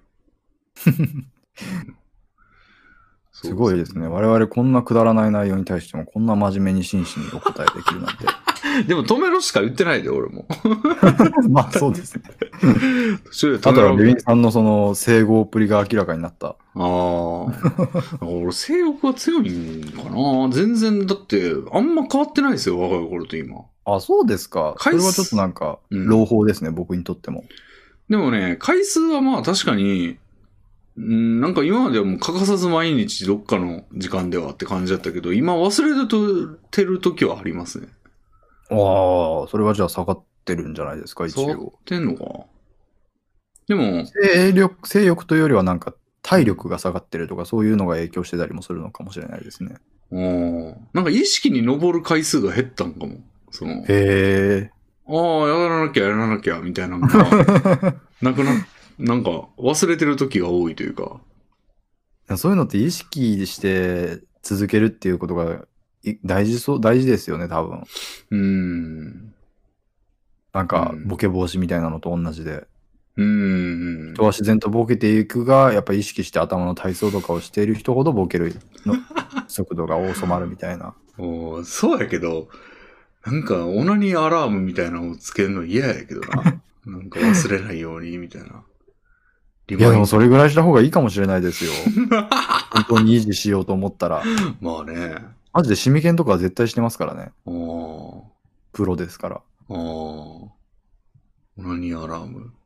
すごいですね。我々こんなくだらない内容に対してもこんな真面目に真摯にお答えできるなんて。 でも止めろしか言ってないで、俺も。 まあそうですね。あとはレビンさんのその性欲っぷりが明らかになった。ああ。俺性欲は強いんかな。全然、だってあんま変わってないですよ、若い頃と今。 あ、そうですか。それはちょっとなんか、朗報ですね、うん、僕にとっても。 でもね、回数はまあ確かに、んなんか今まではもう欠かさず毎日どっかの時間ではって感じだったけど、今忘れてる時はありますね。 ああ、それはじゃあ下がってるんじゃないですか、一応。 下がってんのかな。でも、 性欲、性欲というよりはなんか体力が下がってるとかそういうのが影響してたりもするのかもしれないですね。 ああ、なんか意識に上る回数が減ったんかも。その、 へえ。 ああ、やらなきゃやらなきゃみたいなのが、なくな、なんか忘れてる時が多いというか。 そういうのって意識して続けるっていうことが大事そう、大事ですよね、多分。 うーん。 なんか、ボケ防止みたいなのと同じで。 うーん。 人は自然とボケていくが、やっぱり意識して頭の体操とかをしている人ほどボケるの速度が遅まるみたいな。 おー、そうやけど、なんか、オナニーアラームみたいなのをつけるの嫌やけどな。なんか忘れないように、みたいな。 いや、でもそれぐらいした方がいいかもしれないですよ。本当に維持しようと思ったら。 まあね。 マジでシミケンとかは絶対してますからね。 おー。 プロですから。 おー。オナニーアラーム。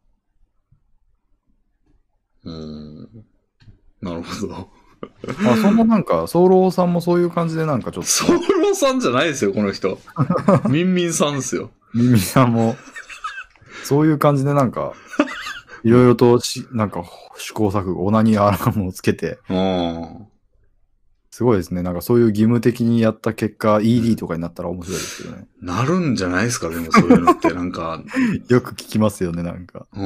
うーん。なるほど。 あ、そんななんか、ソウローさんもそういう感じでなんかちょっと。 ソウローさんじゃないですよ、この人。ミンミンさんですよ。 ミンミンさんも、そういう感じでなんか、 いろいろとし、なんか試行錯誤、オナニーアラームをつけて、すごいですね。なんかそういう義務的にやった結果、イーディー とかになったら面白いですけどね。 なるんじゃないですか、でもそういうのって、なんか。 よく聞きますよね、なんか。 うん。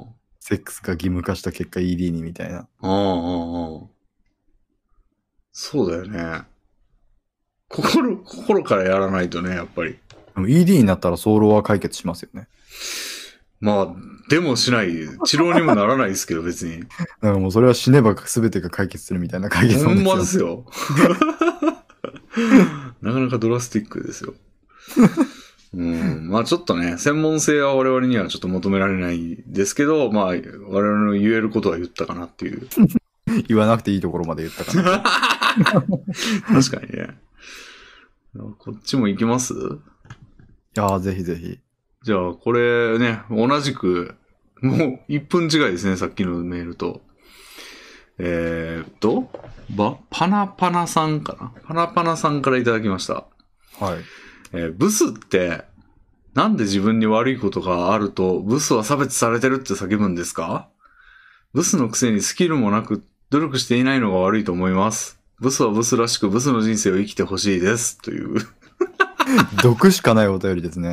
セックスが義務化した結果 イーディー にみたいな。 うんうんうん。そうだよね。心、心からやらないとね、やっぱり。 でも イーディー になったら早漏は解決しますよね。 まあ、でもしない。治療にもならないですけど、別に。 だからもうそれは死ねば全てが解決するみたいな解決ほんまでですよ。なかなかドラスティックですよ。うん、まあちょっとね、専門性は我々にはちょっと求められないですけど、まあ我々の言えることは言ったかなっていう。 言わなくていいところまで言ったかな。 確かにね。こっちも行きます？いやー、ぜひぜひ。 じゃあこれね、同じく、もういっぷん違いですね、さっきのメールと。えー、っと、ば、パナパナさんかなパナパナさんからいただきました。 はい。 えー、ブスって、なんで自分に悪いことがあると、ブスは差別されてるって叫ぶんですか？ブスのくせにスキルもなく、努力していないのが悪いと思います。ブスはブスらしく、ブスの人生を生きてほしいです。という。 毒しかないお便りですね。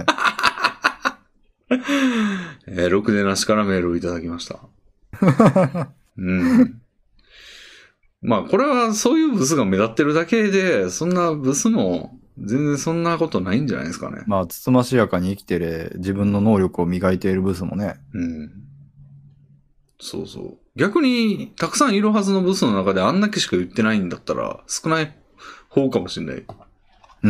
えー、ろくでなしからメールをいただきました。うん。まあ、これはそういうブスが目立ってるだけで、そんなブスも全然そんなことないんじゃないですかね。 まあ、つつましやかに生きてる自分の能力を磨いているブスもね。 うん。そうそう。逆に、たくさんいるはずのブスの中であんだけしか言ってないんだったら、少ない方かもしれない。 うん。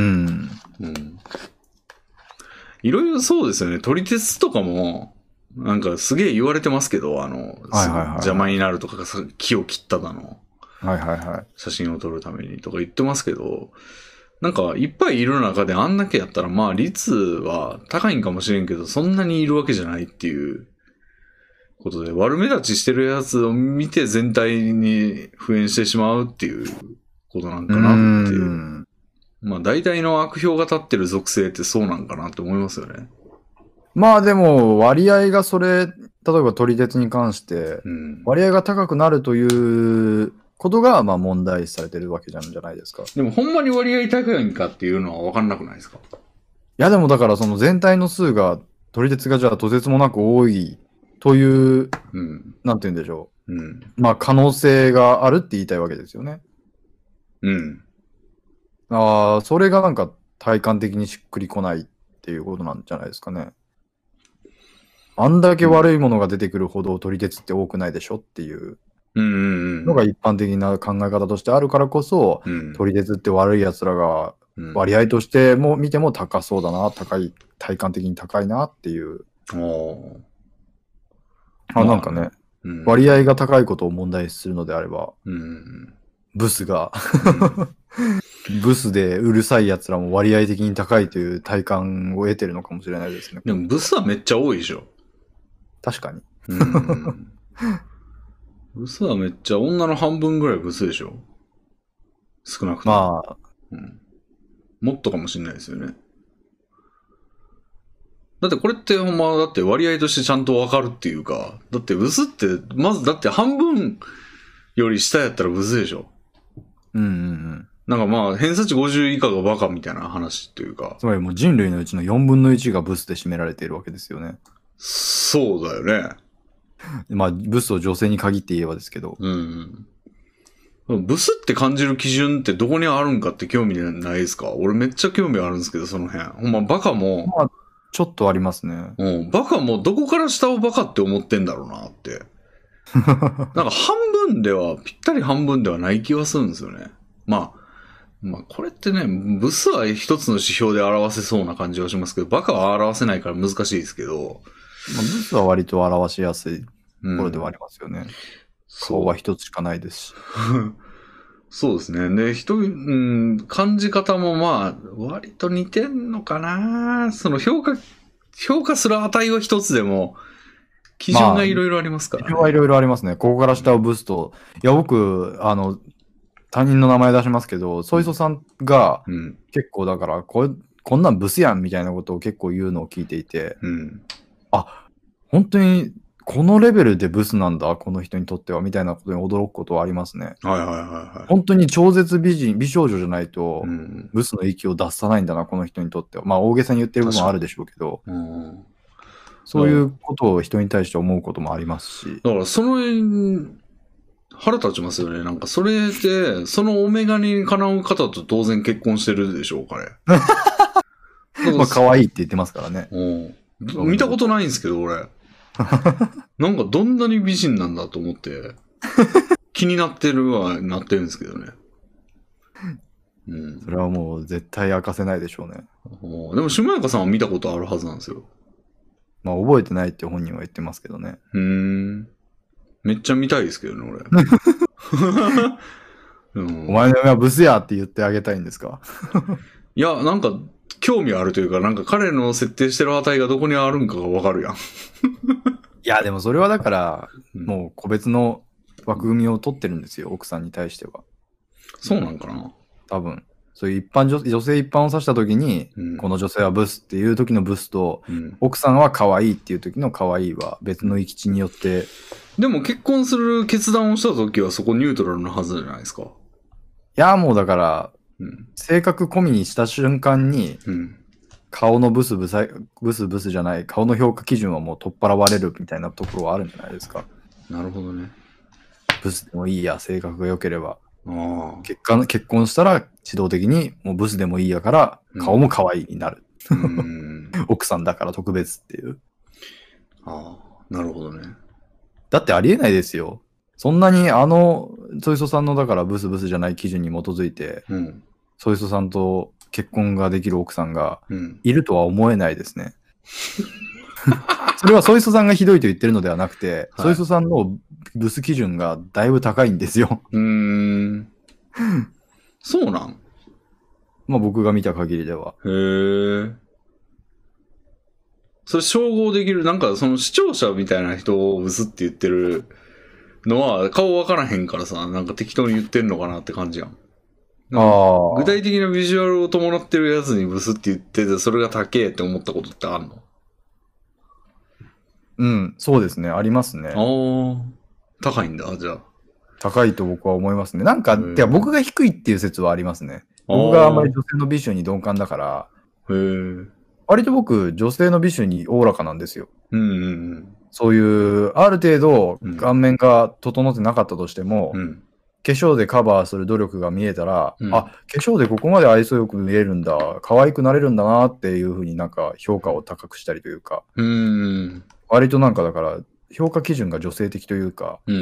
うん。いろいろそうですよね。撮り鉄とかも、なんかすげえ言われてますけど、あの、 はいはいはいはい、 邪魔になるとか、木を切っただの。 はいはいはい。 写真を撮るためにとか言ってますけど、なんかいっぱいいる中であんだけやったら、まあ率は高いんかもしれんけど、そんなにいるわけじゃないっていうことで、悪目立ちしてるやつを見て全体に普遍してしまうっていうことなんかなっていう。うまあ大体の悪評が立ってる属性ってそうなんかなって思いますよね。 まあでも割合がそれ、例えば撮り鉄に関して、割合が高くなるということがまあ問題視されてるわけじゃんじゃないですか。 でもほんまに割合高いんかっていうのは分かんなくないですか？いやでもだからその全体の数が、撮り鉄がじゃあとてつもなく多いという、うん、なんて言うんでしょう。うん、まあ可能性があるって言いたいわけですよね。うん。ああ、それがなんか体感的にしっくりこないっていうことなんじゃないですかね。あんだけ悪いものが出てくるほど撮り鉄って多くないでしょっていうのが一般的な考え方としてあるからこそ、撮り鉄って悪い奴らが割合としても見ても高そうだな、高い、体感的に高いなっていう。あ、なんかね、うん、割合が高いことを問題視するのであれば、うん、ブスが、うん、ブスでうるさい奴らも割合的に高いという体感を得てるのかもしれないですね。 でもブスはめっちゃ多いでしょ。 確かに。 うん、ブスはめっちゃ女の半分ぐらいブスでしょ。少なくとも。まあ、うん、もっとかもしれないですよね。だってこれってほんまだって割合としてちゃんとわかるっていうか、だってブスってまずだって半分より下やったらブスでしょ。うんうんうん。なんかまあ偏差値ごじゅう以下がバカみたいな話というか。 つまりもう人類のうちのよんぶんのいちがブスで占められているわけですよね。 そうだよね。 まあブスを女性に限って言えばですけど。うん、うん。ブスって感じる基準ってどこにあるんかって興味ないですか？俺めっちゃ興味あるんですけど、その辺。ほんまバカも。 まあちょっとありますね。 うん。バカもどこから下をバカって思ってんだろうなって。なんか半分では、ぴったり半分ではない気はするんですよね。まあ、まあこれってね、ブスは一つの指標で表せそうな感じはしますけど、バカは表せないから難しいですけど。 まあ、ブスは割と表しやすいところではありますよね。うん、顔は一つしかないですし。 そうですね。で、人、うん、感じ方もまあ、割と似てんのかな。その評価、評価する値は一つでも、基準がいろいろありますからね。 基準はいろいろありますね。ここから下をブスと。いや、僕、あの、他人の名前出しますけど、ソイソさんが、結構だから、ここんなんブスやんみたいなことを結構言うのを聞いていて、うん、あ、本当にこのレベルでブスなんだ、この人にとっては、みたいなことに驚くことはありますね。 はいはいはいはい。 本当に超絶美人、美少女じゃないと、 うん、 ブスの域を脱さないんだな、この人にとっては。まあ大げさに言ってる部分はあるでしょうけど、 うん、 そういうことを人に対して思うこともありますし。 だからその辺、腹立ちますよね。なんかそれで、そのオメガにかなう方と当然結婚してるでしょう、彼。 まあ可愛いって言ってますからね。 うん。見たことないんですけど、俺。なんかどんなに美人なんだと思って、気になってるはなってるんですけどね。 うん。それはもう絶対明かせないでしょうね。 でも、下中さんは見たことあるはずなんですよ。 まあ覚えてないって本人は言ってますけどね。 うーん。めっちゃ見たいですけどね、俺。 うん、お前の嫁はブスやって言ってあげたいんですか？ いや、なんか、興味あるというか、なんか彼の設定してる値がどこにあるんかがわかるやん。いや、でもそれはだから、うん、もう個別の枠組みを取ってるんですよ、奥さんに対しては。 そうなんかな？ 多分。そういう一般女、女性一般を指したときに、うん、この女性はブスっていう時のブスと、うん、奥さんは可愛いっていう時の可愛いは別の域地によって。 でも結婚する決断をした時はそこニュートラルなはずじゃないですか。いや、もうだから、うん、性格込みにした瞬間に、うん、顔のブスブサ、ブスブスじゃない、顔の評価基準はもう取っ払われるみたいなところはあるんじゃないですか。 なるほどね。 ブスでもいいや、性格が良ければ。 あ結果結婚したら自動的にもうブスでもいいやから顔も可愛いになる、うん、奥さんだから特別っていう。 ああ、なるほどね。 だってありえないですよ。そんなにあのソイソさんのだからブスブスじゃない基準に基づいて、うん、ソイソさんと結婚ができる奥さんがいるとは思えないですね。うん、それはソイソさんがひどいと言ってるのではなくて、はい、ソイソさんのブス基準がだいぶ高いんですよ。 うーん。そうなん？ まあ僕が見た限りでは。 へえ。それ照合できる、なんかその視聴者みたいな人をブスって言ってるのは顔わからへんからさ、なんか適当に言ってんのかなって感じやん。あ具体的なビジュアルを伴ってるやつにブスって言ってて、それが高えって思ったことってあるの？ うん、そうですね。ありますね。 ああ。高いんだ、じゃあ。 高いと僕は思いますね。なんか、てか僕が低いっていう説はありますね。僕があんまり女性の美醜に鈍感だから、 へー割と僕、女性の美醜におおらかなんですよ。 うんうんうん、 そういう、ある程度、顔面が整ってなかったとしても、うん、化粧でカバーする努力が見えたら、うん、あ、化粧でここまで愛想よく見えるんだ、可愛くなれるんだなっていうふうになんか評価を高くしたりというか、 うん割となんかだから、評価基準が女性的というか、 うん、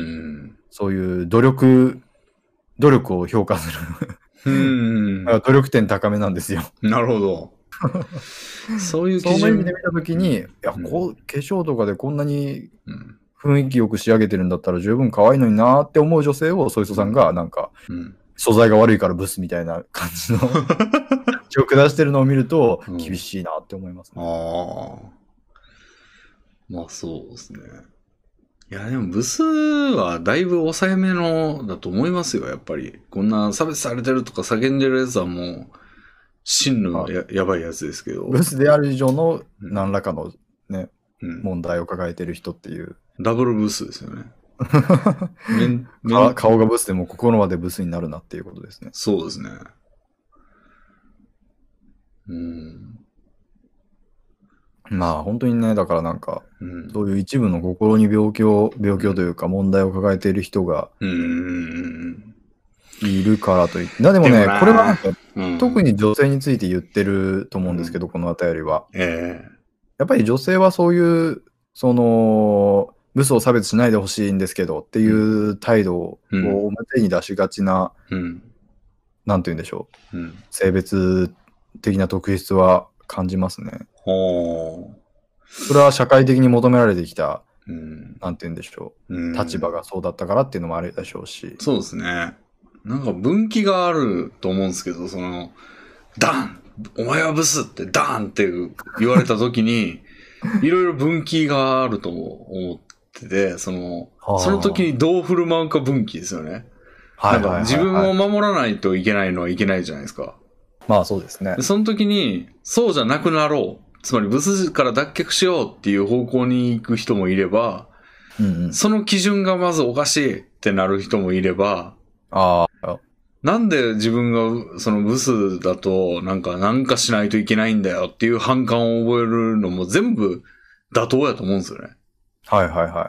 そういう努力、努力を評価するうん努力点高めなんですよ。 なるほど。そういう基準。 その意味で見たときに、うん、いや、こう、化粧とかでこんなに雰囲気よく仕上げてるんだったら十分可愛いのになーって思う女性を、ソイソさんがなんか、うん、素材が悪いからブスみたいな感じの記憶出してるのを見ると、厳しいなって思いますね。 うん、ああ。まあそうですね。いやでもブスはだいぶ抑えめのだと思いますよ、やっぱり。こんな差別されてるとか叫んでるやつはもう、真の や, やばいやつですけど。 ブスである以上の何らかのね、うん、問題を抱えてる人っていう。 ダブルブスですよね。 顔がブスでも心までブスになるなっていうことですね。 そうですね。うん。 まあ本当にね、だからなんか、うん、そういう一部の心に病気を、病気をというか問題を抱えている人がいるからといって。でもね、これはなんか、うん、特に女性について言ってると思うんですけど、うん、このあたりは、 えー。 やっぱり女性はそういう、その、ブスを差別しないでほしいんですけどっていう態度を表に出しがちな、うん、なんて言うんでしょう、うん、性別的な特質は感じますね。それは社会的に求められてきた、うん、なんて言うんでしょう、うん、立場がそうだったからっていうのもあるでしょうし。 そうですね。なんか分岐があると思うんですけど、その、ダンお前はブスってダンって言われた時に、いろいろ分岐があると思ってて、その、その時にどう振る舞うか分岐ですよね。はいはいはいはい、なんか自分を守らないといけないのはいけないじゃないですか。 まあそうですね。 その時に、そうじゃなくなろう。つまりブスから脱却しようっていう方向に行く人もいれば、 うんうん、 その基準がまずおかしいってなる人もいれば、 ああ。 なんで自分がそのブスだとなんかなんかしないといけないんだよっていう反感を覚えるのも全部妥当やと思うんですよね。 はいはいはい。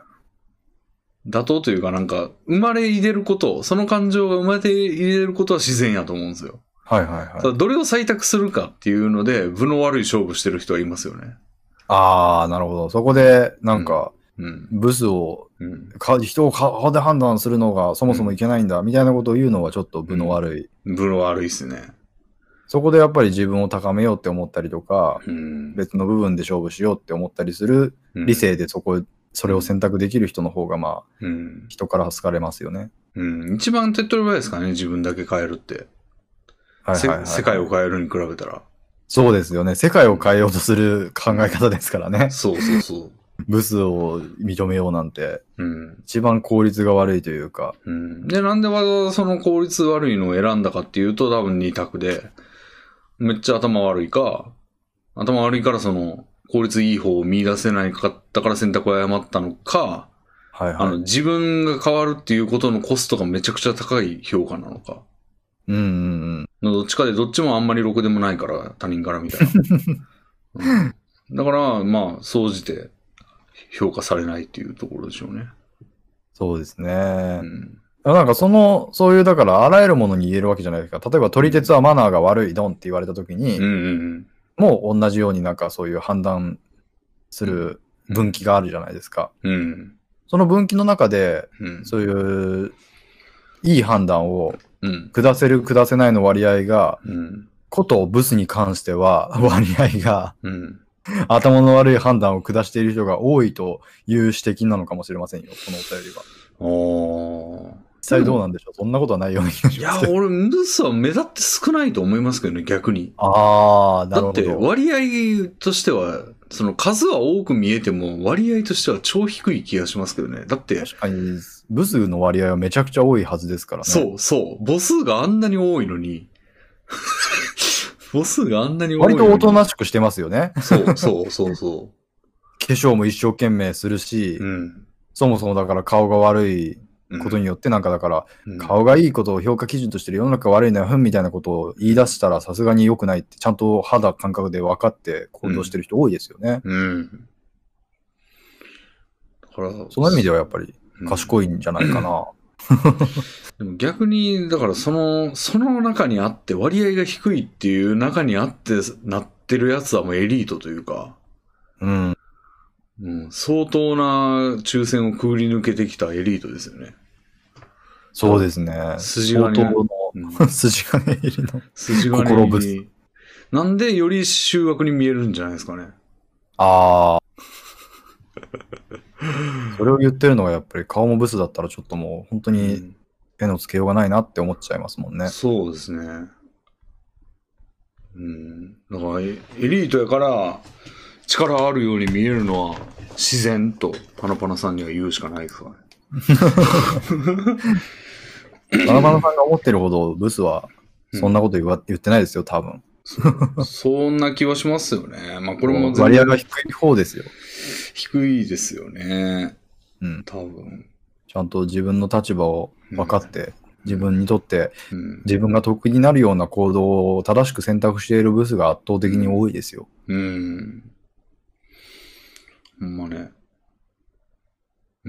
妥当というかなんか生まれ入れること、その感情が生まれ入れることは自然やと思うんですよ。 はいはいはい。 どれを採択するかっていうので、分の悪い勝負してる人はいますよね。 ああ、なるほど。そこで、なんか、 うん、 ブスを、 うん、 か人を顔で判断するのがそもそもいけないんだ、みたいなことを言うのはちょっと分の悪い。 うん、分の悪いっすね。 そこでやっぱり自分を高めようって思ったりとか、 うん、 別の部分で勝負しようって思ったりする、理性でそこ、それを選択できる人の方が、まあ、うん、人から好かれますよね。 うん。一番手っ取り早いですかね、自分だけ変えるって。はいはいはいはい、世界を変えるに比べたら。 そうですよね。世界を変えようとする考え方ですからね。 そうそうそう。 ブスを認めようなんて、 うん、 一番効率が悪いというか。 うん、で、なんでわざわざその効率悪いのを選んだかっていうと、多分二択で、めっちゃ頭悪いか、頭悪いからその効率いい方を見出せないかったから選択を誤ったのか、 はいはい、 あの自分が変わるっていうことのコストがめちゃくちゃ高い評価なのか。 うんうんうん。どっちかでどっちもあんまりろくでもないから他人から見たら。うん、だからまあ総じて評価されないっていうところでしょうね。 そうですね。 うん、 なんかその、そういうだからあらゆるものに言えるわけじゃないですか。例えば撮り鉄はマナーが悪いドンって言われたときに、 うんうんうん、 もう同じようになんかそういう判断する分岐があるじゃないですか。 うんうん、 その分岐の中で、うん、そういういい判断を下せる下せないの割合が、うん、ことブスに関しては割合が、うん、頭の悪い判断を下している人が多いという指摘なのかもしれませんよ、このお便りは。 おー。 実際どうなんでしょう、そんなことはないような気がします。 いや、俺、ブスは目立って少ないと思いますけどね、逆に。 ああ、なるほど。 だって割合としては、その数は多く見えても割合としては超低い気がしますけどね。だって。 確かに、ブスの割合はめちゃくちゃ多いはずですからね。 そうそう。母数があんなに多いのに。母数があんなに多いのに。 割とおとなしくしてますよね。 そうそうそうそう。 化粧も一生懸命するし、 うん、 そもそもだから顔が悪いことによってなんかだから、うん、顔がいいことを評価基準としてる世の中悪いのよ、ふんみたいなことを言い出したらさすがに良くないってちゃんと肌感覚で分かって行動してる人多いですよね。 うん。うん、 だからその意味ではやっぱり賢いんじゃないかな。 うん、でも逆に、だからその、その中にあって割合が低いっていう中にあってなってるやつはもうエリートというか、 うん。 うん、相当な抽選をくぐり抜けてきたエリートですよね。 そうですね。 筋金入りの、 うん、筋金入りの筋金入り。なんでより醜悪に見えるんじゃないですかね。 ああ。それを言ってるのがやっぱり顔もブスだったらちょっともう本当に絵のつけようがないなって思っちゃいますもんね。 うん、そうですね。うん。だからエリートやから力あるように見えるのは自然とパナパナさんには言うしかないですかね。 パナパナさんが思ってるほどブスはそんなこと言わ、うん、言ってないですよ、多分。 そ, そんな気はしますよね。まあこれも割合が低い方ですよ。 低いですよね。 うん。 多分。 ちゃんと自分の立場を分かって、うん、自分にとって、うん、自分が得意になるような行動を正しく選択しているブスが圧倒的に多いですよ。 うん。うんほんまね。うん、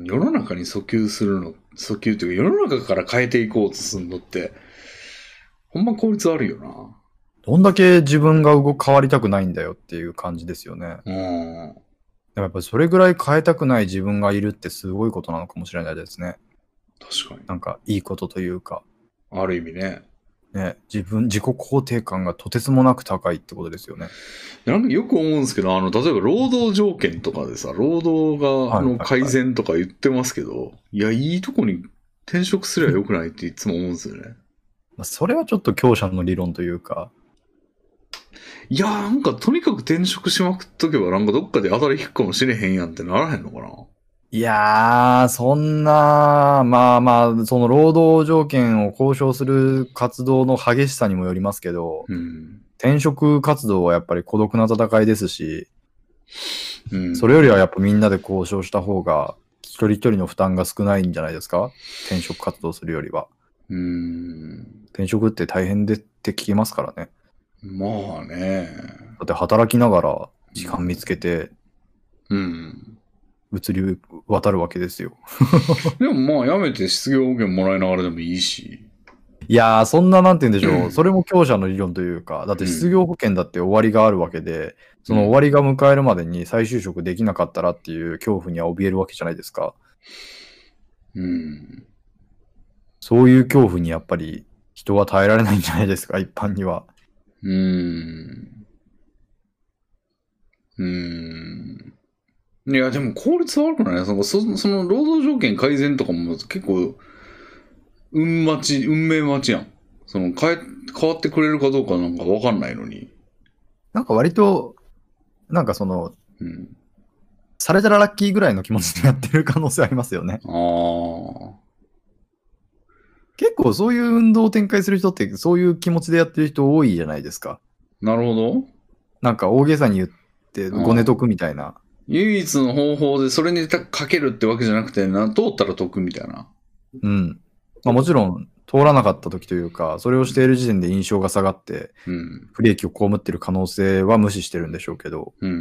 世の中に訴求するの、訴求というか世の中から変えていこうとするのって、ほんま効率悪いよな。 どんだけ自分が動変わりたくないんだよっていう感じですよね。 うん。 でもやっぱりそれぐらい変えたくない自分がいるってすごいことなのかもしれないですね。 確かに。 なんかいいことというか。 ある意味ね。 ね、自分、自己肯定感がとてつもなく高いってことですよね。 なんかよく思うんですけど、あの、例えば労働条件とかでさ、労働が、の改善とか言ってますけど、はいはいはい、いや、いいとこに転職すればよくないっていつも思うんですよね。 それはちょっと強者の理論というか。 いやー、なんかとにかく転職しまくっとけば、なんかどっかで当たり引くかもしれへんやんってならへんのかな。 いやー、そんな、まあまあ、その労働条件を交渉する活動の激しさにもよりますけど、 うん、 転職活動はやっぱり孤独な戦いですし、 うん、 それよりはやっぱみんなで交渉した方が一人一人の負担が少ないんじゃないですか？転職活動するよりは。 うーん。 転職って大変でって聞きますからね。 まあね。 だって働きながら時間見つけて、 うん。 移り渡るわけですよ。 でもまあ、辞めて失業保険もらいながらでもいいし。 いやー、そんななんて言うんでしょう。それも強者の理論というか、だって失業保険だって終わりがあるわけで、その終わりが迎えるまでに再就職できなかったらっていう恐怖には怯えるわけじゃないですか。 うん。 そういう恐怖にやっぱり人は耐えられないんじゃないですか、一般には。 うーん。うーん。いや、でも効率悪くないその、そその労働条件改善とかも結構、運待ち、運命待ちやん。その、変え、変わってくれるかどうかなんかわかんないのに。 なんか割と、なんかその、 うん。 されたらラッキーぐらいの気持ちでやってる可能性ありますよね。 ああ。 結構そういう運動を展開する人ってそういう気持ちでやってる人多いじゃないですか。 なるほど。 なんか大げさに言ってごね得みたいな。 唯一の方法でそれにかけるってわけじゃなくてな、通ったら得みたいな。 うん。まあもちろん通らなかった時というか、それをしている時点で印象が下がって、 うん。 不利益を被っている可能性は無視してるんでしょうけど、 うん。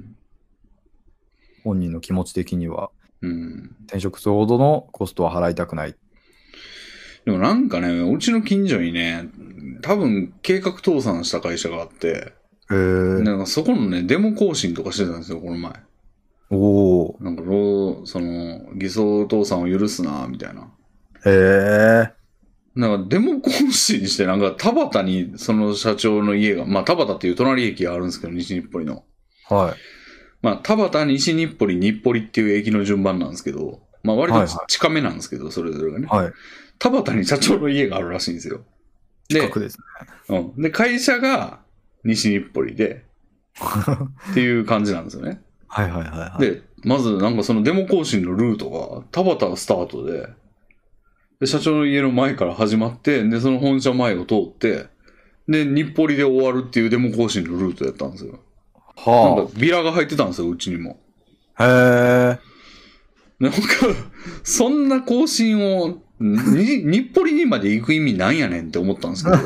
本人の気持ち的には、 うん。 転職するほどのコストは払いたくない。 でもなんかね、うちの近所にね、多分計画倒産した会社があって、 へー。 なんかそこのね、デモ更新とかしてたんですよ、この前。 おー。 なんか、労その、偽装倒産を許すな、みたいな。 へー。 なんか、デモ更新して、なんか、田端にその社長の家が、まあ、田端っていう隣駅があるんですけど、西日暮里の。 はい。 まあ、田端、西日暮里、日暮里っていう駅の順番なんですけど、まあ、割と近めなんですけど、それぞれがね。 はい。 田端に社長の家があるらしいんですよ。 近くですね。うん。で、会社が西日暮里で、っていう感じなんですよね。 はいはいはい、はい。 で、まずなんかそのデモ更新のルートが田端スタートで、で、社長の家の前から始まって、で、その本社前を通って、で、日暮里で終わるっていうデモ更新のルートやったんですよ。はあ。なんかビラが入ってたんですよ、うちにも。 へー。 なんか、そんな更新を、に日暮里にまで行く意味なんやねんって思ったんですけ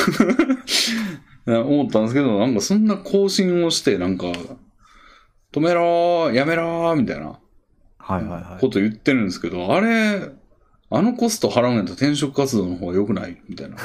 ど。思ったんですけど、なんかそんな更新をして、なんか、止めろー、やめろー、みたいな。 はいはいはい。 こと言ってるんですけど、あれ、あのコスト払うんやったら転職活動の方が良くないみたいな。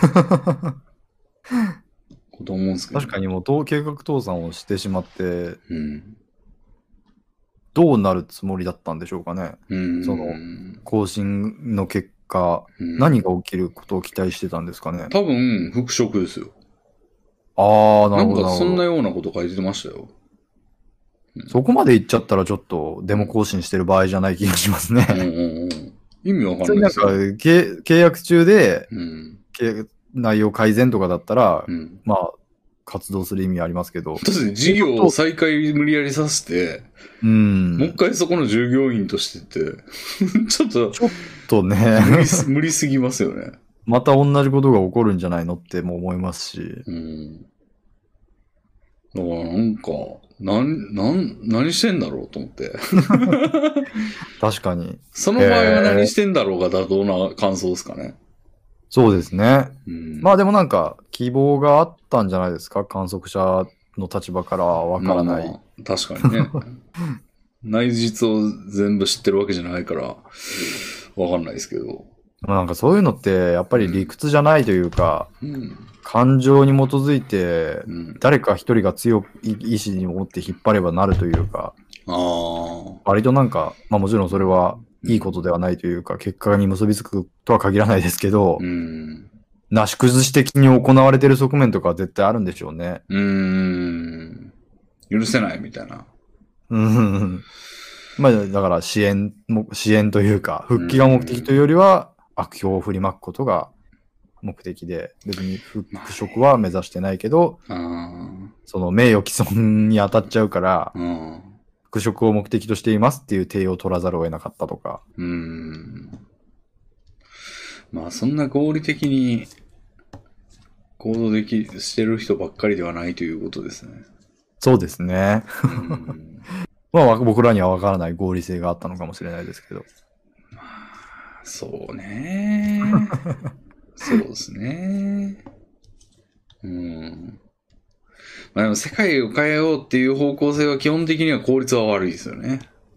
こと思うんですけど、ね。 確かにもう計画倒産をしてしまって、 うん、 どうなるつもりだったんでしょうかね。 うん、 その、更新の結果、うん、何が起きることを期待してたんですかね。 多分、復職ですよ。 ああ、なるほど。 なんかそんなようなこと書いてましたよ。 うん、そこまで言っちゃったらちょっとデモ更新してる場合じゃない気がしますね。 うんうんうん、意味わかんないですよ。 なんか契約中で、うん、内容改善とかだったら、うん、まあ、活動する意味ありますけど。 だって事業を再開無理やりさせて、うん、もう一回そこの従業員としてて、ちょっと、 ちょっとね無理す、無理すぎますよね。 また同じことが起こるんじゃないのっても思いますし。うん、 だからなんか、なん、なん、何してんだろうと思って。 確かに。 その場合は何してんだろうが妥当な感想ですかね。 そうですね。うん、まあでもなんか、希望があったんじゃないですか、観測者の立場からはわからない。まあまあ、確かにね。内実を全部知ってるわけじゃないから、わかんないですけど。 まあなんかそういうのって、やっぱり理屈じゃないというか、うん、感情に基づいて、誰か一人が強い意志に持って引っ張ればなるというか、あ割となんか、まあもちろんそれはいいことではないというか、結果に結びつくとは限らないですけど、うん、なし崩し的に行われている側面とかは絶対あるんでしょうね。 うーん。許せないみたいな。 うん。まあだから支援も、支援というか、復帰が目的というよりは、悪評を振りまくことが目的で、別に復職は目指してないけど、その名誉毀損に当たっちゃうから、復職を目的としていますっていう体を取らざるを得なかったとか。 うーん。まあそんな合理的に行動でき、してる人ばっかりではないということですね。 そうですね。 まあ僕らにはわからない合理性があったのかもしれないですけど。 まあ、そうね。そうですね。うん。まあでも世界を変えようっていう方向性は基本的には効率は悪いですよね。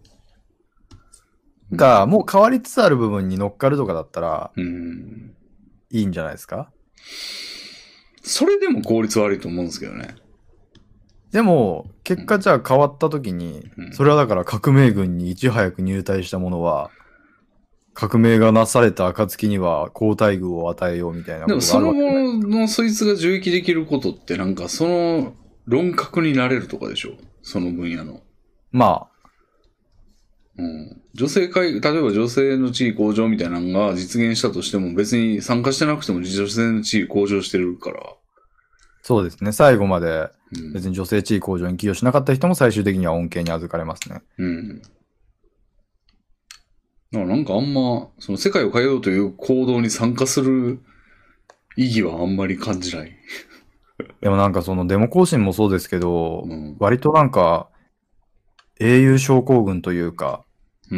が、もう変わりつつある部分に乗っかるとかだったら、 うん。 いいんじゃないですか？ それでも効率悪いと思うんですけどね。 でも、結果じゃあ変わった時に、 うん、 それはだから革命軍にいち早く入隊した者は、革命がなされた暁には好待遇を与えようみたいなことがあるわけじゃないですか。 でもそののそいつが受益できることってなんかその論客になれるとかでしょ、その分野の。 まあ。 うん。女性会、例えば女性の地位向上みたいなのが実現したとしても別に参加してなくても女性の地位向上してるから。 そうですね。最後まで別に女性地位向上に寄与しなかった人も最終的には恩恵に預かれますね。 うん。だからなんかあんま、その世界を変えようという行動に参加する意義はあんまり感じない。 でもなんかそのデモ行進もそうですけど、 うん、 割となんか英雄症候群というか、 うん、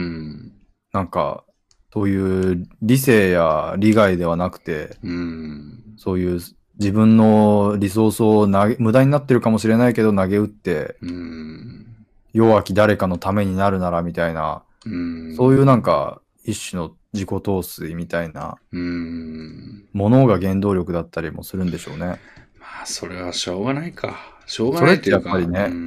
なんかそういう理性や利害ではなくて、 うん、 そういう自分のリソースを投げ無駄になってるかもしれないけど投げ打って、 うん、 弱き誰かのためになるならみたいな、 うん、 そういうなんか一種の自己陶酔みたいなものが原動力だったりもするんでしょうね。 まあそれはしょうがないか。しょうがないというか。 それってやっぱりね、うん、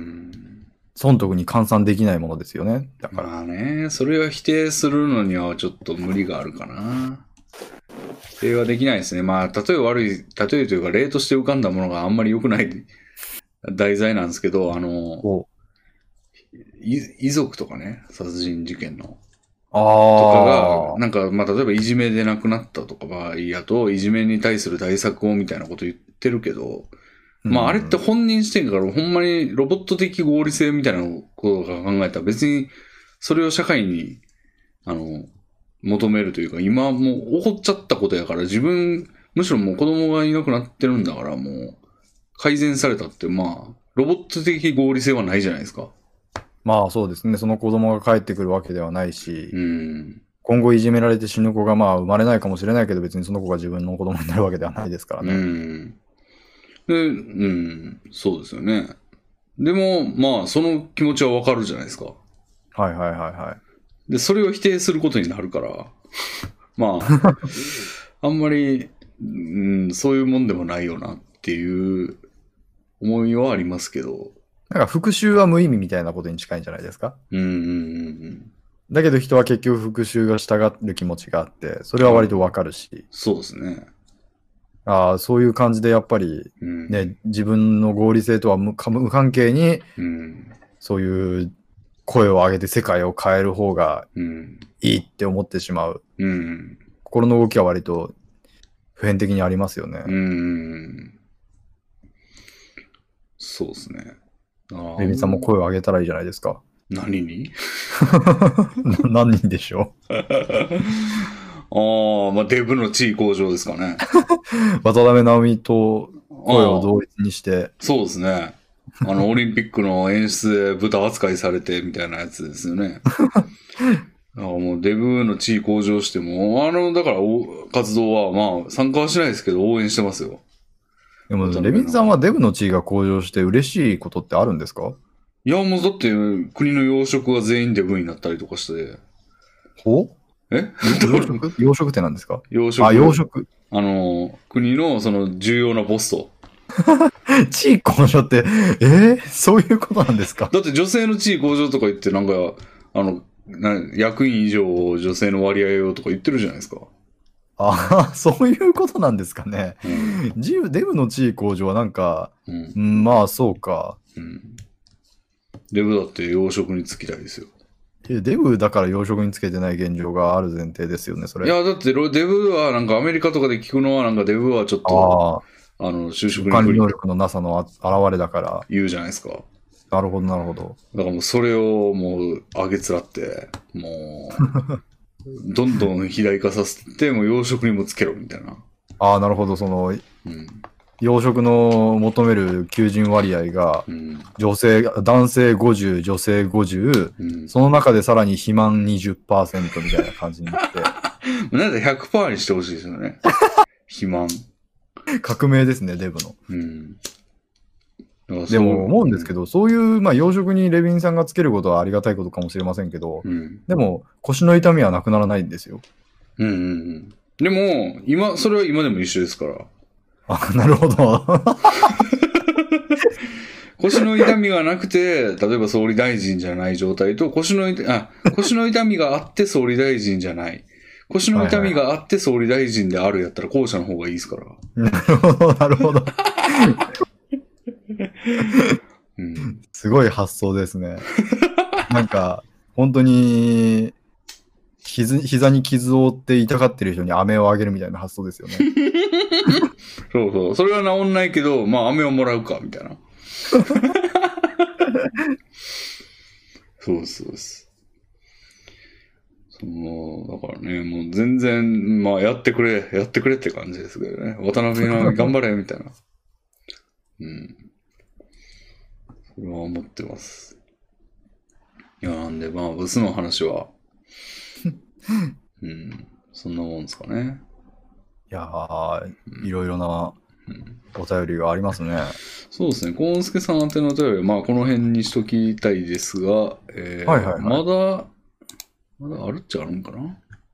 損得に換算できないものですよね。だから。 まあね、それは否定するのにはちょっと無理があるかな。否定はできないですね。まあ、例え悪い、例えというか例として浮かんだものがあんまり良くない題材なんですけど、あの、遺族とかね、殺人事件の。 あとかが、なんか、まあ、例えばいじめで亡くなったとか場合やと、いじめに対する対策をみたいなこと言ってるけど、まあ、あれって本人視点からほんまにロボット的合理性みたいなことが考えたら別にそれを社会に、あの、求めるというか、今もう起こっちゃったことやから自分、むしろもう子供がいなくなってるんだからもう改善されたってまあ、ロボット的合理性はないじゃないですか。 まあそうですね。その子供が帰ってくるわけではないし、 うん、 今後いじめられて死ぬ子がまあ生まれないかもしれないけど、別にその子が自分の子供になるわけではないですからね。 うん。で、うん、そうですよね。でも、まあ、その気持ちはわかるじゃないですか。 はいはいはいはい。 で、それを否定することになるから、まあ、あんまり、うん、そういうもんでもないよなっていう思いはありますけど。 なんか復讐は無意味みたいなことに近いんじゃないですか。 うんうんうん。 だけど人は結局復讐が従る気持ちがあって、それは割とわかるし。うん、 そうですね。 ああ、そういう感じでやっぱり、ね、うん、自分の合理性とは 無, 無関係に、うん、そういう声を上げて世界を変える方がいいって思ってしまう。うん、心の動きは割と普遍的にありますよね。 うん、そうですね。 レミさんも声を上げたらいいじゃないですか。 何に何人でしょうああ、まあデブの地位向上ですかね。 渡辺直美と声を同一にして。 そうですね。あの、オリンピックの演出で豚扱いされてみたいなやつですよね。あもうデブの地位向上しても、あの、だから活動はまあ参加はしないですけど応援してますよ。 でも、レビンさんはデブの地位が向上して嬉しいことってあるんですか？ いや、もうだって国の要職が全員デブになったりとかして。 ほえ養殖養殖って何ですか？ 養殖。 あ、養殖。 あの、国のその重要なポスト。 地位向上って、えー、そういうことなんですか？ だって女性の地位向上とか言ってなんか、あの、な役員以上女性の割合をとか言ってるじゃないですか。 ああ、そういうことなんですかね。うん、デブの地位向上はなんか、うん、まあそうか。うん、 デブだって養殖に就きたいですよ。 デブだから養殖につけてない現状がある前提ですよね、それ。 いや、だってデブはなんかアメリカとかで聞くのはなんかデブはちょっと、あ, あの、就職に管理能力のなさの現れだから。 言うじゃないですか。 なるほど、なるほど。 だからもうそれをもう上げつらって、もう、どんどん肥大化させて、もう養殖にもつけろみたいな。 ああ、なるほど、その、うん、 養殖の求める求人割合が、女性、男性ごじゅう、女性ごじゅう、うん、その中でさらに肥満 にじゅっパーセント みたいな感じになって。 なんで ひゃくパーセント にしてほしいですよね。肥満。 革命ですね、デブの。 うん、 でも思うんですけど、うん、そういう、まあ、養殖にレビンさんがつけることはありがたいことかもしれませんけど、うん、でも腰の痛みはなくならないんですよ。 うんうんうん。でも、今、それは今でも一緒ですから。 あ、なるほど。 腰の痛みがなくて、例えば総理大臣じゃない状態と、腰の痛、あ、腰の痛みがあって総理大臣じゃない。腰の痛みがあって総理大臣であるやったら後者の方がいいですから。 なるほど、なるほど。うん、すごい発想ですね。なんか、本当に、膝、膝に傷を負って痛がってる人に飴をあげるみたいな発想ですよね。 そうそう。それは治んないけど、まあ飴をもらうか、みたいな。そうそうです。その、だからね、もう全然、まあやってくれ、やってくれって感じですけどね。渡辺直美頑張れ、みたいな。うん。それは思ってます。いや、なんで、まあ、ブスの話は、うん、そんなもんですかね。 いやー、うん、いろいろなお便りがありますね。うん、 そうですね。コウンスケさん宛てのお便りは、まあ、この辺にしときたいですが、えーはいはいはい、まだ、まだあるっちゃあるんかな。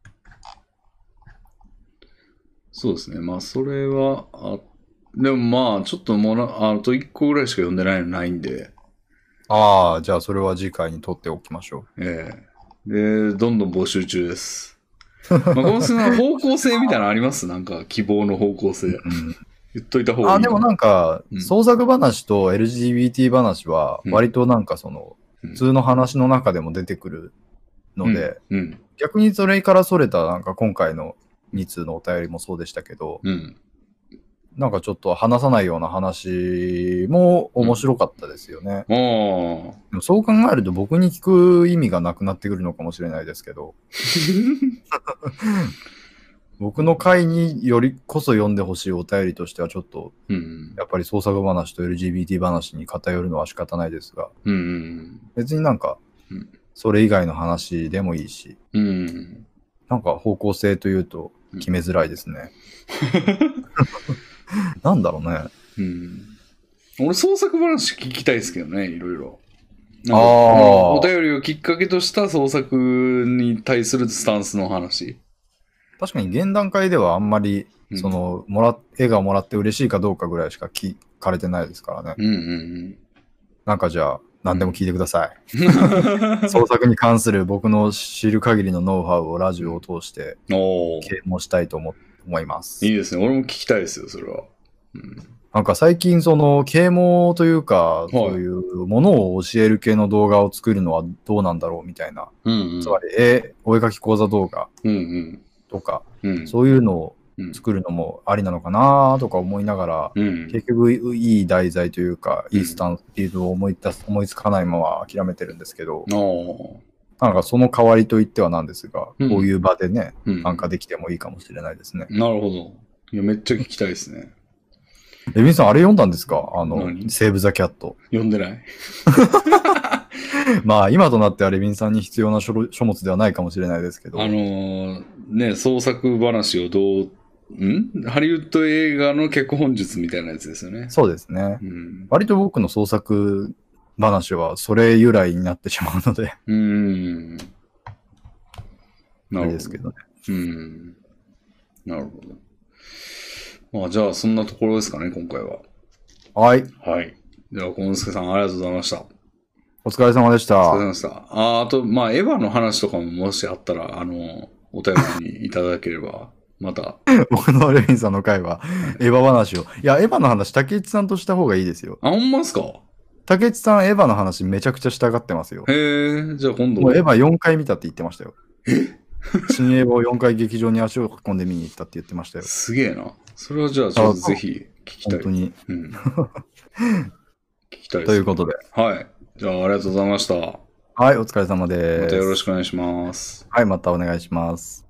そうですね。まあ、それは、あ、でもまあ、ちょっともうな、あといっこぐらいしか読んでないのないんで。 ああ、じゃあそれは次回に取っておきましょう。ええー。で、どんどん募集中です。まあ、この方向性みたいなのありますなんか、希望の方向性。うん、言っといた方がいい。 あ、でもなんか、うん、創作話と エルジービーティー 話は、割となんかその、うん、普通の話の中でも出てくるので、うんうん、逆にそれからそれたなんか今回のに通のお便りもそうでしたけど、うん、なんかちょっと話さないような話も面白かったですよね。うん、でもそう考えると僕に聞く意味がなくなってくるのかもしれないですけど。僕の回によりこそ読んでほしいお便りとしてはちょっと、うん、やっぱり創作話と エルジービーティー 話に偏るのは仕方ないですが、うん、別になんか、それ以外の話でもいいし、うん、なんか方向性というと決めづらいですね。なんだろうね。 うん。俺、創作話聞きたいですけどね、いろいろ。 ああ。 お便りをきっかけとした創作に対するスタンスの話。 確かに現段階ではあんまり、うん、その、もら、絵がもらって嬉しいかどうかぐらいしか聞かれてないですからね。うんうんうん。なんかじゃあ、何でも聞いてください。創作に関する僕の知る限りのノウハウをラジオを通して、啓蒙したいと思って、思います。 いいですね。俺も聞きたいですよ、それは。うん、 なんか最近その啓蒙というか、はい、そういうものを教える系の動画を作るのはどうなんだろうみたいな。うんうん、つまり絵、お絵描き講座動画とか、うんうん、そういうのを作るのもありなのかなとか思いながら、うん、結局いい題材というか、いいスタンスっていうのを思い出す、思いつかないまま諦めてるんですけど、なんかその代わりといってはなんですが、うん、こういう場でね、うん、参加できてもいいかもしれないですね。 なるほど。いや、めっちゃ聞きたいですね。 レビンさん、あれ読んだんですか？あの、セーブ・ザ・キャット。 読んでない。 まあ、今となってはレビンさんに必要な書物ではないかもしれないですけど。 あのー、ね、創作話をどう、んハリウッド映画の脚本術みたいなやつですよね。 そうですね。うん、割と僕の創作話はそれ由来になってしまうので。うーん。 なるほど。 あれですけどね。 うん。なるほど。まあ、じゃあ、そんなところですかね、今回は。 はい。 はい。では、コンスケさん、ありがとうございました。 お疲れ様でした。 お疲れ様でした。あ、あと、まあ、エヴァの話とかももしあったら、あの、お便りにいただければ、また。 僕のレインさんの回は、エヴァ話を。いや、エヴァの話、竹内さんとした方がいいですよ。 あ、ほんまですか？ 竹内さん、エヴァの話めちゃくちゃしたがってますよ。 へえ、じゃあ今度。 もうエヴァよんかい見たって言ってましたよ。え新エヴァをよんかい劇場に足を運んで見に行ったって言ってましたよ。 すげえな。それはじゃあ、ちょっとぜひ聞きたい。 本当に。 うん。聞きたいです、ね。 ということで。 はい。じゃあ、ありがとうございました。 はい、お疲れ様です。 またよろしくお願いします。 はい、またお願いします。